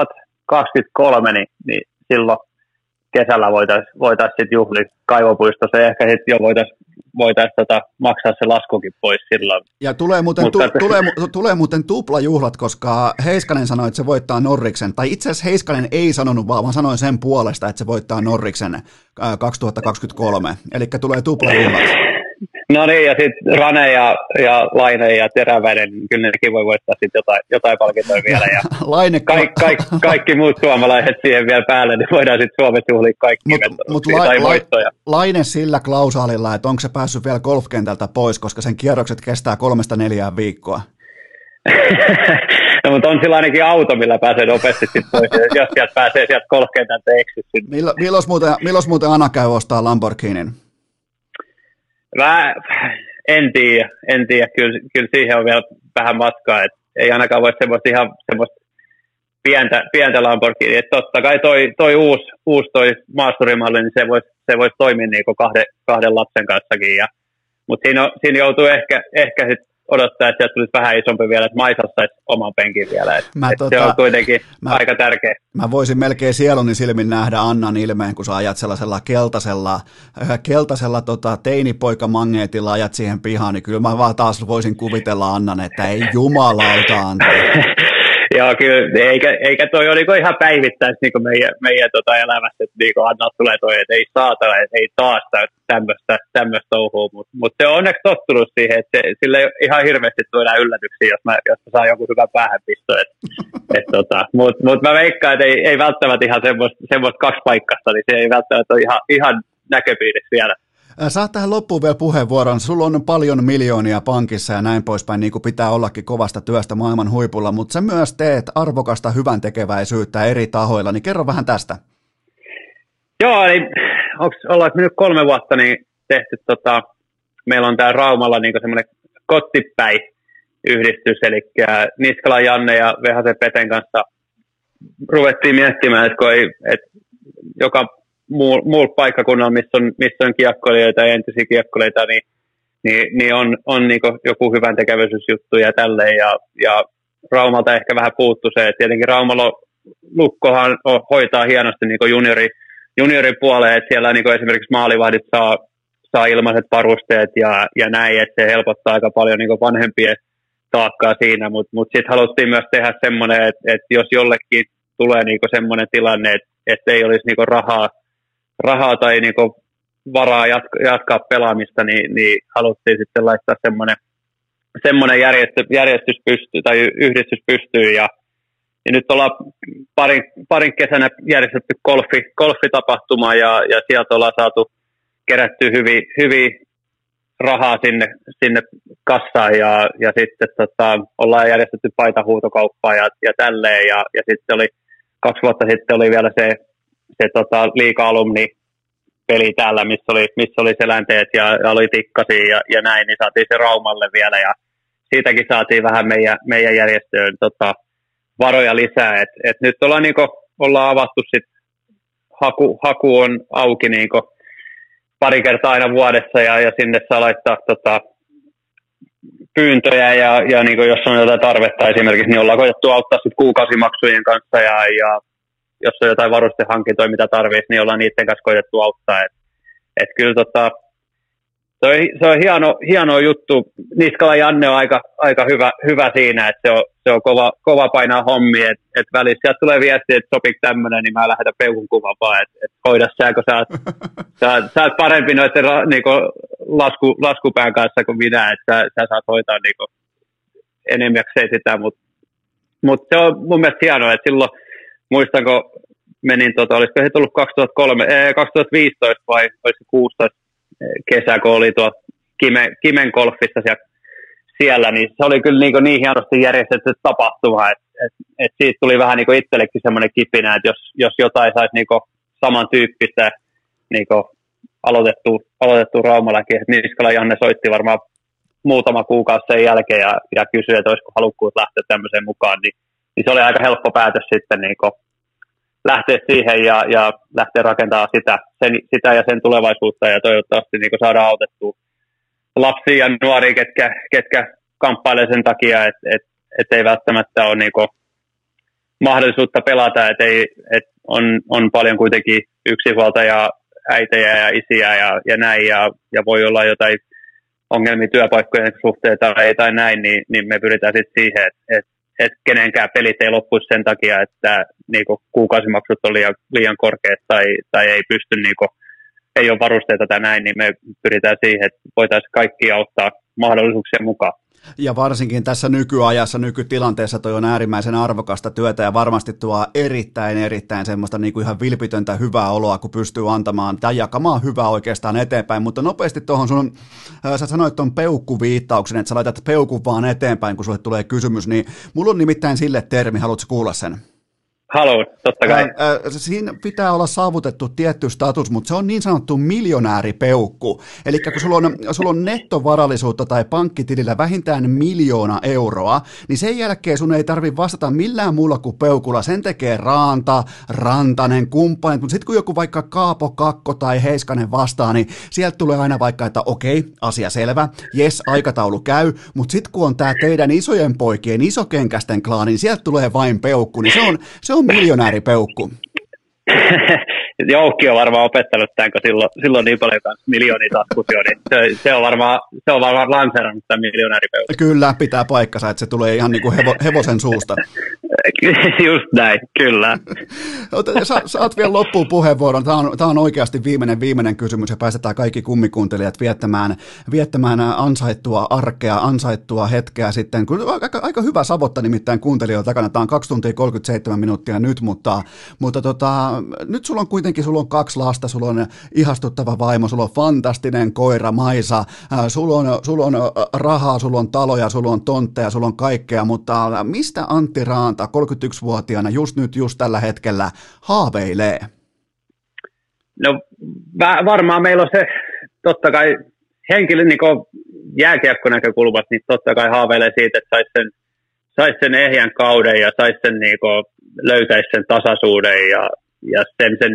2023, niin silloin kesällä voitaisiin sitten juhlia Kaivopuistossa ja ehkä sitten jo voitaisiin maksaa se laskukin pois silloin. Ja tulee muuten tuplajuhlat, koska Heiskanen sanoi, että se voittaa Norriksen, tai itse asiassa Heiskanen ei sanonut, vaan sanoin sen puolesta, että se voittaa Norriksen 2023, eli tulee tuplajuhlat. No niin, ja sitten Rane ja Laine ja Teräväinen, niin kyllä nekin voi voittaa sitten jotain palkintoja vielä. Ja kaikki muut suomalaiset siihen vielä päälle, niin voidaan sitten Suomessa juhlia kaikki tai voittoja. Laine sillä klausaalilla, että onko se päässyt vielä golfkentältä pois, koska sen kierrokset kestää 3-4 viikkoa. No, mutta on sillä ainakin auto, millä pääsee nopeasti sitten pois, jos sieltä pääsee sieltä golfkentältä eksy. Milloin muuten Ana käy ostaa Lamborghinin? En tiedä. Kyllä siihen on vielä vähän matkaa, että ei ainakaan voi semmoista pientä Lamborghini. Että totta kai toi uusi maasturimalli, niin se voisi toimia niinku kahden lapsen kanssakin. Mutta siinä joutuu ehkä sit odottaa, että sieltä tulisi vähän isompi vielä, että Maisassa saisi oman penkin vielä. Se on kuitenkin aika tärkeä. Mä voisin melkein sieluni silmin nähdä Annan ilmeen, kun sä ajat sellaisella keltaisella teinipoikamagneetilla ajat siihen pihaan, niin kyllä mä vaan taas voisin kuvitella Annan, että ei jumalauta antaa. Joo, kyllä, eikä toi ole niinku ihan päivittäis niinku meidän elämässä, että niinku anna tulee toi, että ei saatana, että ei taas tämmöistä touhua, mutta se on onneksi tottunut siihen, että sille ei ihan hirveästi tule yllätyksiä, jos mä saan joku hyvän päähänpisto. Mutta mä veikkaan, että ei välttämättä ihan semmoista kaksipaikkaista, niin se ei välttämättä ole ihan näköpiirissä vielä. Saat tähän loppuun vielä puheenvuoron. Sulla on paljon miljoonia pankissa ja näin poispäin, niin kuin pitää ollakin kovasta työstä maailman huipulla, mutta sä myös teet arvokasta hyvän tekeväisyyttä eri tahoilla, niin kerro vähän tästä. Joo, eli ollaanko me nyt 3 vuotta niin tehty, meillä on täällä Raumalla niin semmoinen Kottipäi-yhdistys, eli Niskalan Janne ja Vehasen Peten kanssa ruvettiin miettimään, että joka muulla paikkakunnalla, missä on kiekkoilijoita ja entisiä kiekkoilijoita, niin on niin joku hyvän tekeväisyysjuttu ja tälleen. Ja Raumalta ehkä vähän puuttu se, että tietenkin Raumalla Lukkohan hoitaa hienosti niin junioripuoleen, että siellä niin esimerkiksi maalivahdit saa ilmaiset varusteet ja näin, että se helpottaa aika paljon niin vanhempien taakkaa siinä, mutta sitten haluttiin myös tehdä semmoinen, että jos jollekin tulee niin semmoinen tilanne, että ei olisi niin rahaa tai niinku varaa jatkaa pelaamista, niin haluttiin sitten laittaa semmoinen järjestys pystyy tai yhdistys pystyy ja nyt ollaan parin kesänä järjestetty golfitapahtuma ja sieltä ollaan saatu kerätty hyvin rahaa sinne kassaan ja sitten ollaan järjestetty paitahuutokauppaa ja tälleen ja sitten oli 2 vuotta sitten oli vielä se liiga-alumni peli täällä, missä oli selänteet ja oli tikkasia ja näin, niin saatiin se Raumalle vielä ja siitäkin saatiin vähän meidän järjestöön varoja lisää. Et nyt ollaan avattu sit haku on auki pari kertaa aina vuodessa ja sinne saa laittaa pyyntöjä ja jos on jotain tarvetta esimerkiksi, niin ollaan koetettu auttaa sit kuukausimaksujen kanssa ja jos on jotain varustehankintoja, mitä tarvitsisi, niin ollaan niiden kanssa koetettu auttaa. Et kyllä se on hieno juttu. Niskala Janne on aika hyvä siinä, että se on kova painaa hommia. Et välissä sieltä tulee viesti, että sopiiko tämmöinen, niin mä lähetän peukun kuvan vaan, että hoida sä, kun sä oot parempi noiden laskupään kanssa kuin minä, että sä saat hoitaa enemmäkseen sitä. Mutta se on mun mielestä hienoa, että silloin muistanko menin, olisiko se tullut 2015 vai olisiko 16 kesä, kun oli tuo Kimen golfissa siellä, niin se oli kyllä niin hienosti järjestetty tapahtuma, että siitä tuli vähän itsellekin semmoinen kipinä, että jos jotain saisi samantyyppistä aloitettua Raumallakin, että Niskala Janne soitti varmaan muutama kuukausi sen jälkeen ja kysyi, että olisiko halukkuus lähteä tämmöiseen mukaan, niin se oli aika helppo päätös sitten lähteä siihen ja lähteä rakentamaan sitä ja sen tulevaisuutta ja toivottavasti saadaan autettua lapsia ja nuoria, ketkä kamppailee sen takia, että ei välttämättä ole mahdollisuutta pelata, että on paljon kuitenkin yksinhuoltajia, äitejä ja isiä ja näin ja voi olla jotain ongelmia työpaikkojen suhteen tai näin, niin me pyritään sitten siihen, että kenenkään pelit ei loppuisi sen takia, että kuukausimaksut on liian korkeat tai ei pysty, ei ole varusteita tai näin, niin me pyritään siihen, että voitaisiin kaikki auttaa mahdollisuuksien mukaan. Ja varsinkin tässä nykyajassa, nykytilanteessa toi on äärimmäisen arvokasta työtä ja varmasti tuo erittäin semmoista ihan vilpitöntä hyvää oloa, kun pystyy antamaan tai jakamaan hyvää oikeastaan eteenpäin, mutta nopeasti tuohon sä sanoit tuon peukkuviittauksen, että sä laitat peukun vaan eteenpäin, kun sulle tulee kysymys, niin mulla on nimittäin sille termi, haluatko kuulla sen? Haluan, totta kai. Siinä pitää olla saavutettu tietty status, mutta se on niin sanottu miljonääripeukku. Eli kun sulla on nettovarallisuutta tai pankkitilillä vähintään 1 000 000 euroa, niin sen jälkeen sun ei tarvitse vastata millään muulla kuin peukulla. Sen tekee Rantanen, kumppanit, mutta sitten kun joku vaikka Kaapo Kakko tai Heiskanen vastaa, niin sieltä tulee aina vaikka, että okei, asia selvä, jes, aikataulu käy, mutta sitten kun on tämä teidän isojen poikien, isokenkästen klaani, niin sieltä tulee vain peukku, niin se on miljonääripeukku. Joukki on varmaan opettanut tämän, kun silloin niin paljon miljoonia taskusia, niin se on varmaan lanseerannut tämän miljonääripeukku. Kyllä, pitää paikkansa, että se tulee ihan niin kuin hevosen suusta. Just näin, kyllä. Saat vielä loppuun puheenvuoron. Tämä on oikeasti viimeinen kysymys ja päästetään kaikki kummikuuntelijat viettämään ansaittua arkea, ansaittua hetkeä sitten. Aika hyvä savotta nimittäin kuuntelijoilla takana. Tämä on 2 tuntia 37 minuuttia nyt, mutta nyt sulla on 2 lasta, sulla on ihastuttava vaimo, sulla on fantastinen koira Maisa, sulla on rahaa, sulla on taloja, sulla on tontteja, sulla on kaikkea, mutta mistä Antti Raanta 31-vuotiaana just nyt, just tällä hetkellä haaveilee? No varmaan meillä on se, totta kai henkilön niin jääkiekkonäkökulmasta, niin totta kai haaveilee siitä, että sais sen ehjän kauden ja löytäisi sen tasaisuuden ja sen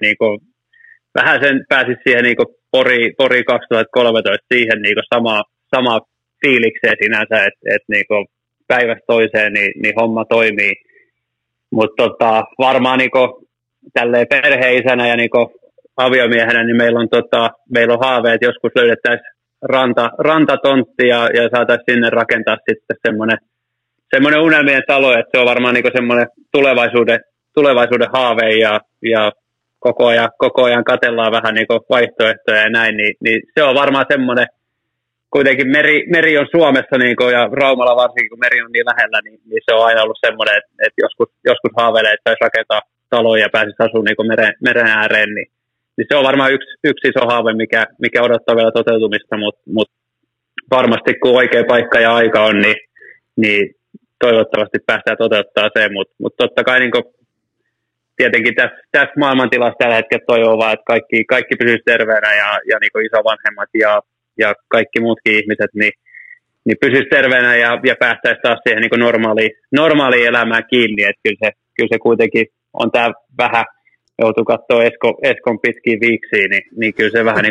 vähän sen pääsisi siihen Pori 2013 siihen sama fiilikseen sinänsä, että päivästä toiseen niin homma toimii. Mutta varmaan tälleen perheisänä ja aviomiehenä niin meillä on haave, että joskus löydettäisiin rantatontti ja saataisiin sinne rakentaa sitten semmoinen unelmien talo, että se on varmaan semmoinen tulevaisuuden haave ja koko ajan katsellaan vähän vaihtoehtoja ja näin, niin se on varmaan semmoinen, kuitenkin meri on Suomessa ja Raumalla varsinkin, kun meri on niin lähellä, niin se on aina ollut semmoinen, että joskus haaveilee, että saisi rakentaa taloja ja pääsisi asumaan meren ääreen, niin se on varmaan yksi iso haave, mikä odottaa vielä toteutumista, mutta varmasti kun oikea paikka ja aika on, niin toivottavasti päästään toteuttaa se, mutta totta kai tietenkin tässä maailmantilassa tällä hetkellä toivoo vaan, että kaikki pysyisi terveenä ja isovanhemmat ja kaikki muutkin ihmiset niin pysyisi terveenä ja päästäisiin taas siihen normaaliin elämään kiinni, että kyllä se kuitenkin on tämä vähän, joutuu katsoa Eskon pitkiä viiksiä, niin kyllä se vähän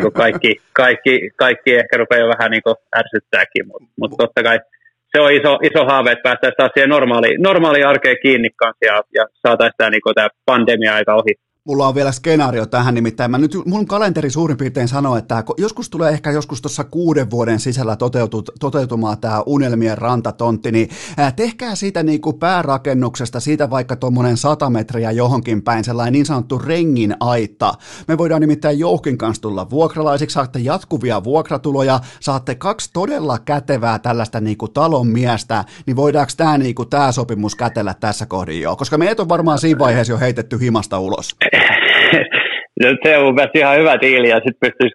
kaikki ehkä rupeaa vähän ärsyttääkin, mutta totta kai se on iso haave, että päästäisiin taas siihen normaaliin arkeen kiinni kanssa ja saataisiin tämä pandemia-aika ohi. Mulla on vielä skenaario tähän, nimittäin mun kalenteri suurin piirtein sanoo, että joskus tulee ehkä joskus tuossa 6 vuoden sisällä toteutumaan tämä unelmien rantatontti, niin tehkää siitä päärakennuksesta, siitä vaikka tuommoinen 100 metriä johonkin päin, sellainen niin sanottu rengin aitta. Me voidaan nimittäin Jouhkin kanssa tulla vuokralaisiksi, saatte jatkuvia vuokratuloja, saatte 2 todella kätevää tällaista talon miestä, niin voidaanko tämä sopimus kätellä tässä kohdin jo? Koska meidät on varmaan siinä vaiheessa jo heitetty himasta ulos. Se on mun mielestä ihan hyvä diili, ja sitten pystyisi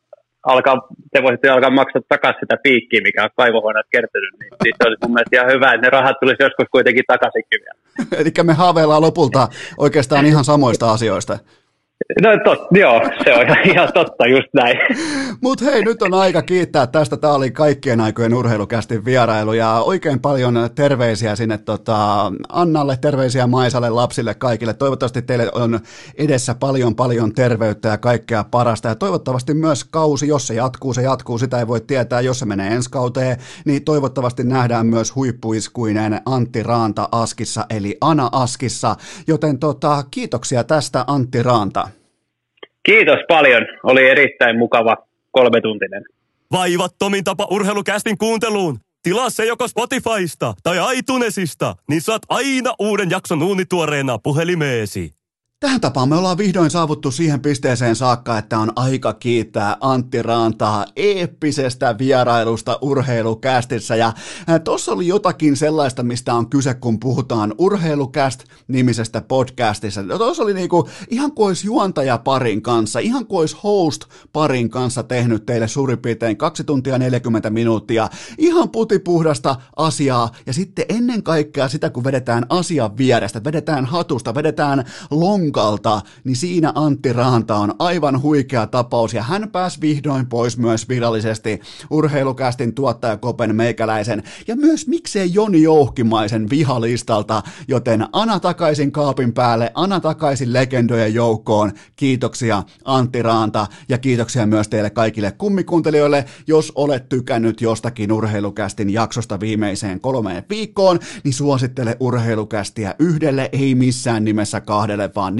te voisitte alkaa maksaa takaisin sitä piikkiä, mikä on kaivohuoneet kertynyt, niin se olisi mun mielestä ihan hyvä, että ne rahat tulisi joskus kuitenkin takaisinkin vielä. Eli me haaveillaan lopulta oikeastaan ihan samoista asioista. No joo, se on ihan totta, just näin. Mutta hei, nyt on aika kiittää tästä. Tämä oli kaikkien aikojen urheilukästin vierailu ja oikein paljon terveisiä sinne Annalle, terveisiä Maisalle, lapsille, kaikille. Toivottavasti teille on edessä paljon terveyttä ja kaikkea parasta ja toivottavasti myös kausi, jos se jatkuu, sitä ei voi tietää, jos se menee ensi kauteen, niin toivottavasti nähdään myös huippuiskuinen Antti Raanta Askissa, eli Ana Askissa, joten kiitoksia tästä Antti Raanta. Kiitos paljon. Oli erittäin mukava 3-tuntinen. Vaivattomin tapa urheilukästin kuunteluun. Tilaa se joko Spotifysta tai iTunesista, niin saat aina uuden jakson uunituoreena puhelimeesi. Tähän tapaan me ollaan vihdoin saavuttu siihen pisteeseen saakka, että on aika kiittää Antti Raantaa eeppisestä vierailusta urheilukästissä. Ja tossa oli jotakin sellaista, mistä on kyse, kun puhutaan Urheilukäst-nimisestä podcastissa. Tossa oli ihan kuin olisi juontaja parin kanssa, ihan kuin olisi host parin kanssa tehnyt teille suurin piirtein 2 tuntia 40 minuuttia. Ihan putipuhdasta asiaa ja sitten ennen kaikkea sitä, kun vedetään asian vierestä, vedetään hatusta, vedetään lonkalta, niin siinä Antti Raanta on aivan huikea tapaus ja hän pääsi vihdoin pois myös virallisesti Urheilukästin tuottaja Kopen meikäläisen ja myös miksei Joni Jouhkimaisen vihalistalta, joten Ana takaisin kaapin päälle, Ana takaisin legendojen joukkoon. Kiitoksia Antti Raanta ja kiitoksia myös teille kaikille kummikuuntelijoille. Jos olet tykännyt jostakin Urheilukästin jaksosta viimeiseen 3 viikkoon, niin suosittele Urheilukästiä 1, ei missään nimessä 2, vaan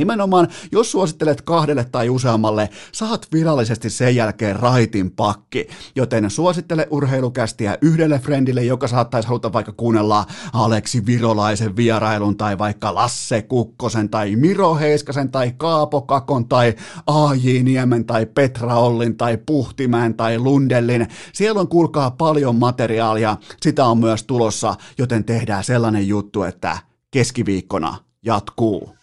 Nimenomaan, jos suosittelet 2 tai useammalle, saat virallisesti sen jälkeen raitin pakki, joten suosittele urheilukästiä 1 friendille, joka saattaisi haluta vaikka kuunnella Aleksi Virolaisen vierailun tai vaikka Lasse Kukkosen tai Miro Heiskasen tai Kaapo Kakon tai A.J. Niemen tai Petra Ollin tai Puhtimäen tai Lundellin. Siellä on kuulkaa paljon materiaalia, sitä on myös tulossa, joten tehdään sellainen juttu, että keskiviikkona jatkuu.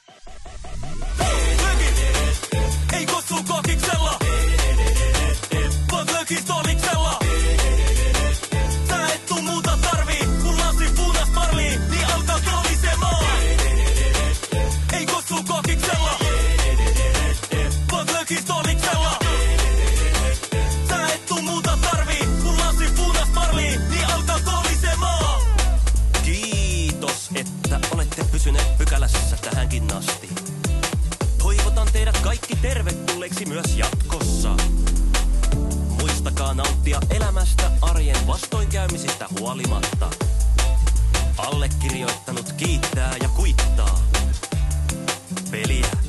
Ei kossu kokiksella, vaan lökistoliksella. Sä et tuu muuta tarvii, kun lasi punas marlii, niin alkaa kolisemaan. Ei kossu kokiksella, vaan lökistoliksella. Sä et tuu muuta tarvii, kun lasi punas marlii, niin alkaa kolisemaan. Kiitos, että olette pysyneet pykälässä tähänkin asti. Toivotan teidät kaikki tervetulleiksi myös jatkossa. Muistakaa nauttia elämästä arjen vastoinkäymisistä huolimatta. Allekirjoittanut kiittää ja kuittaa. Peliä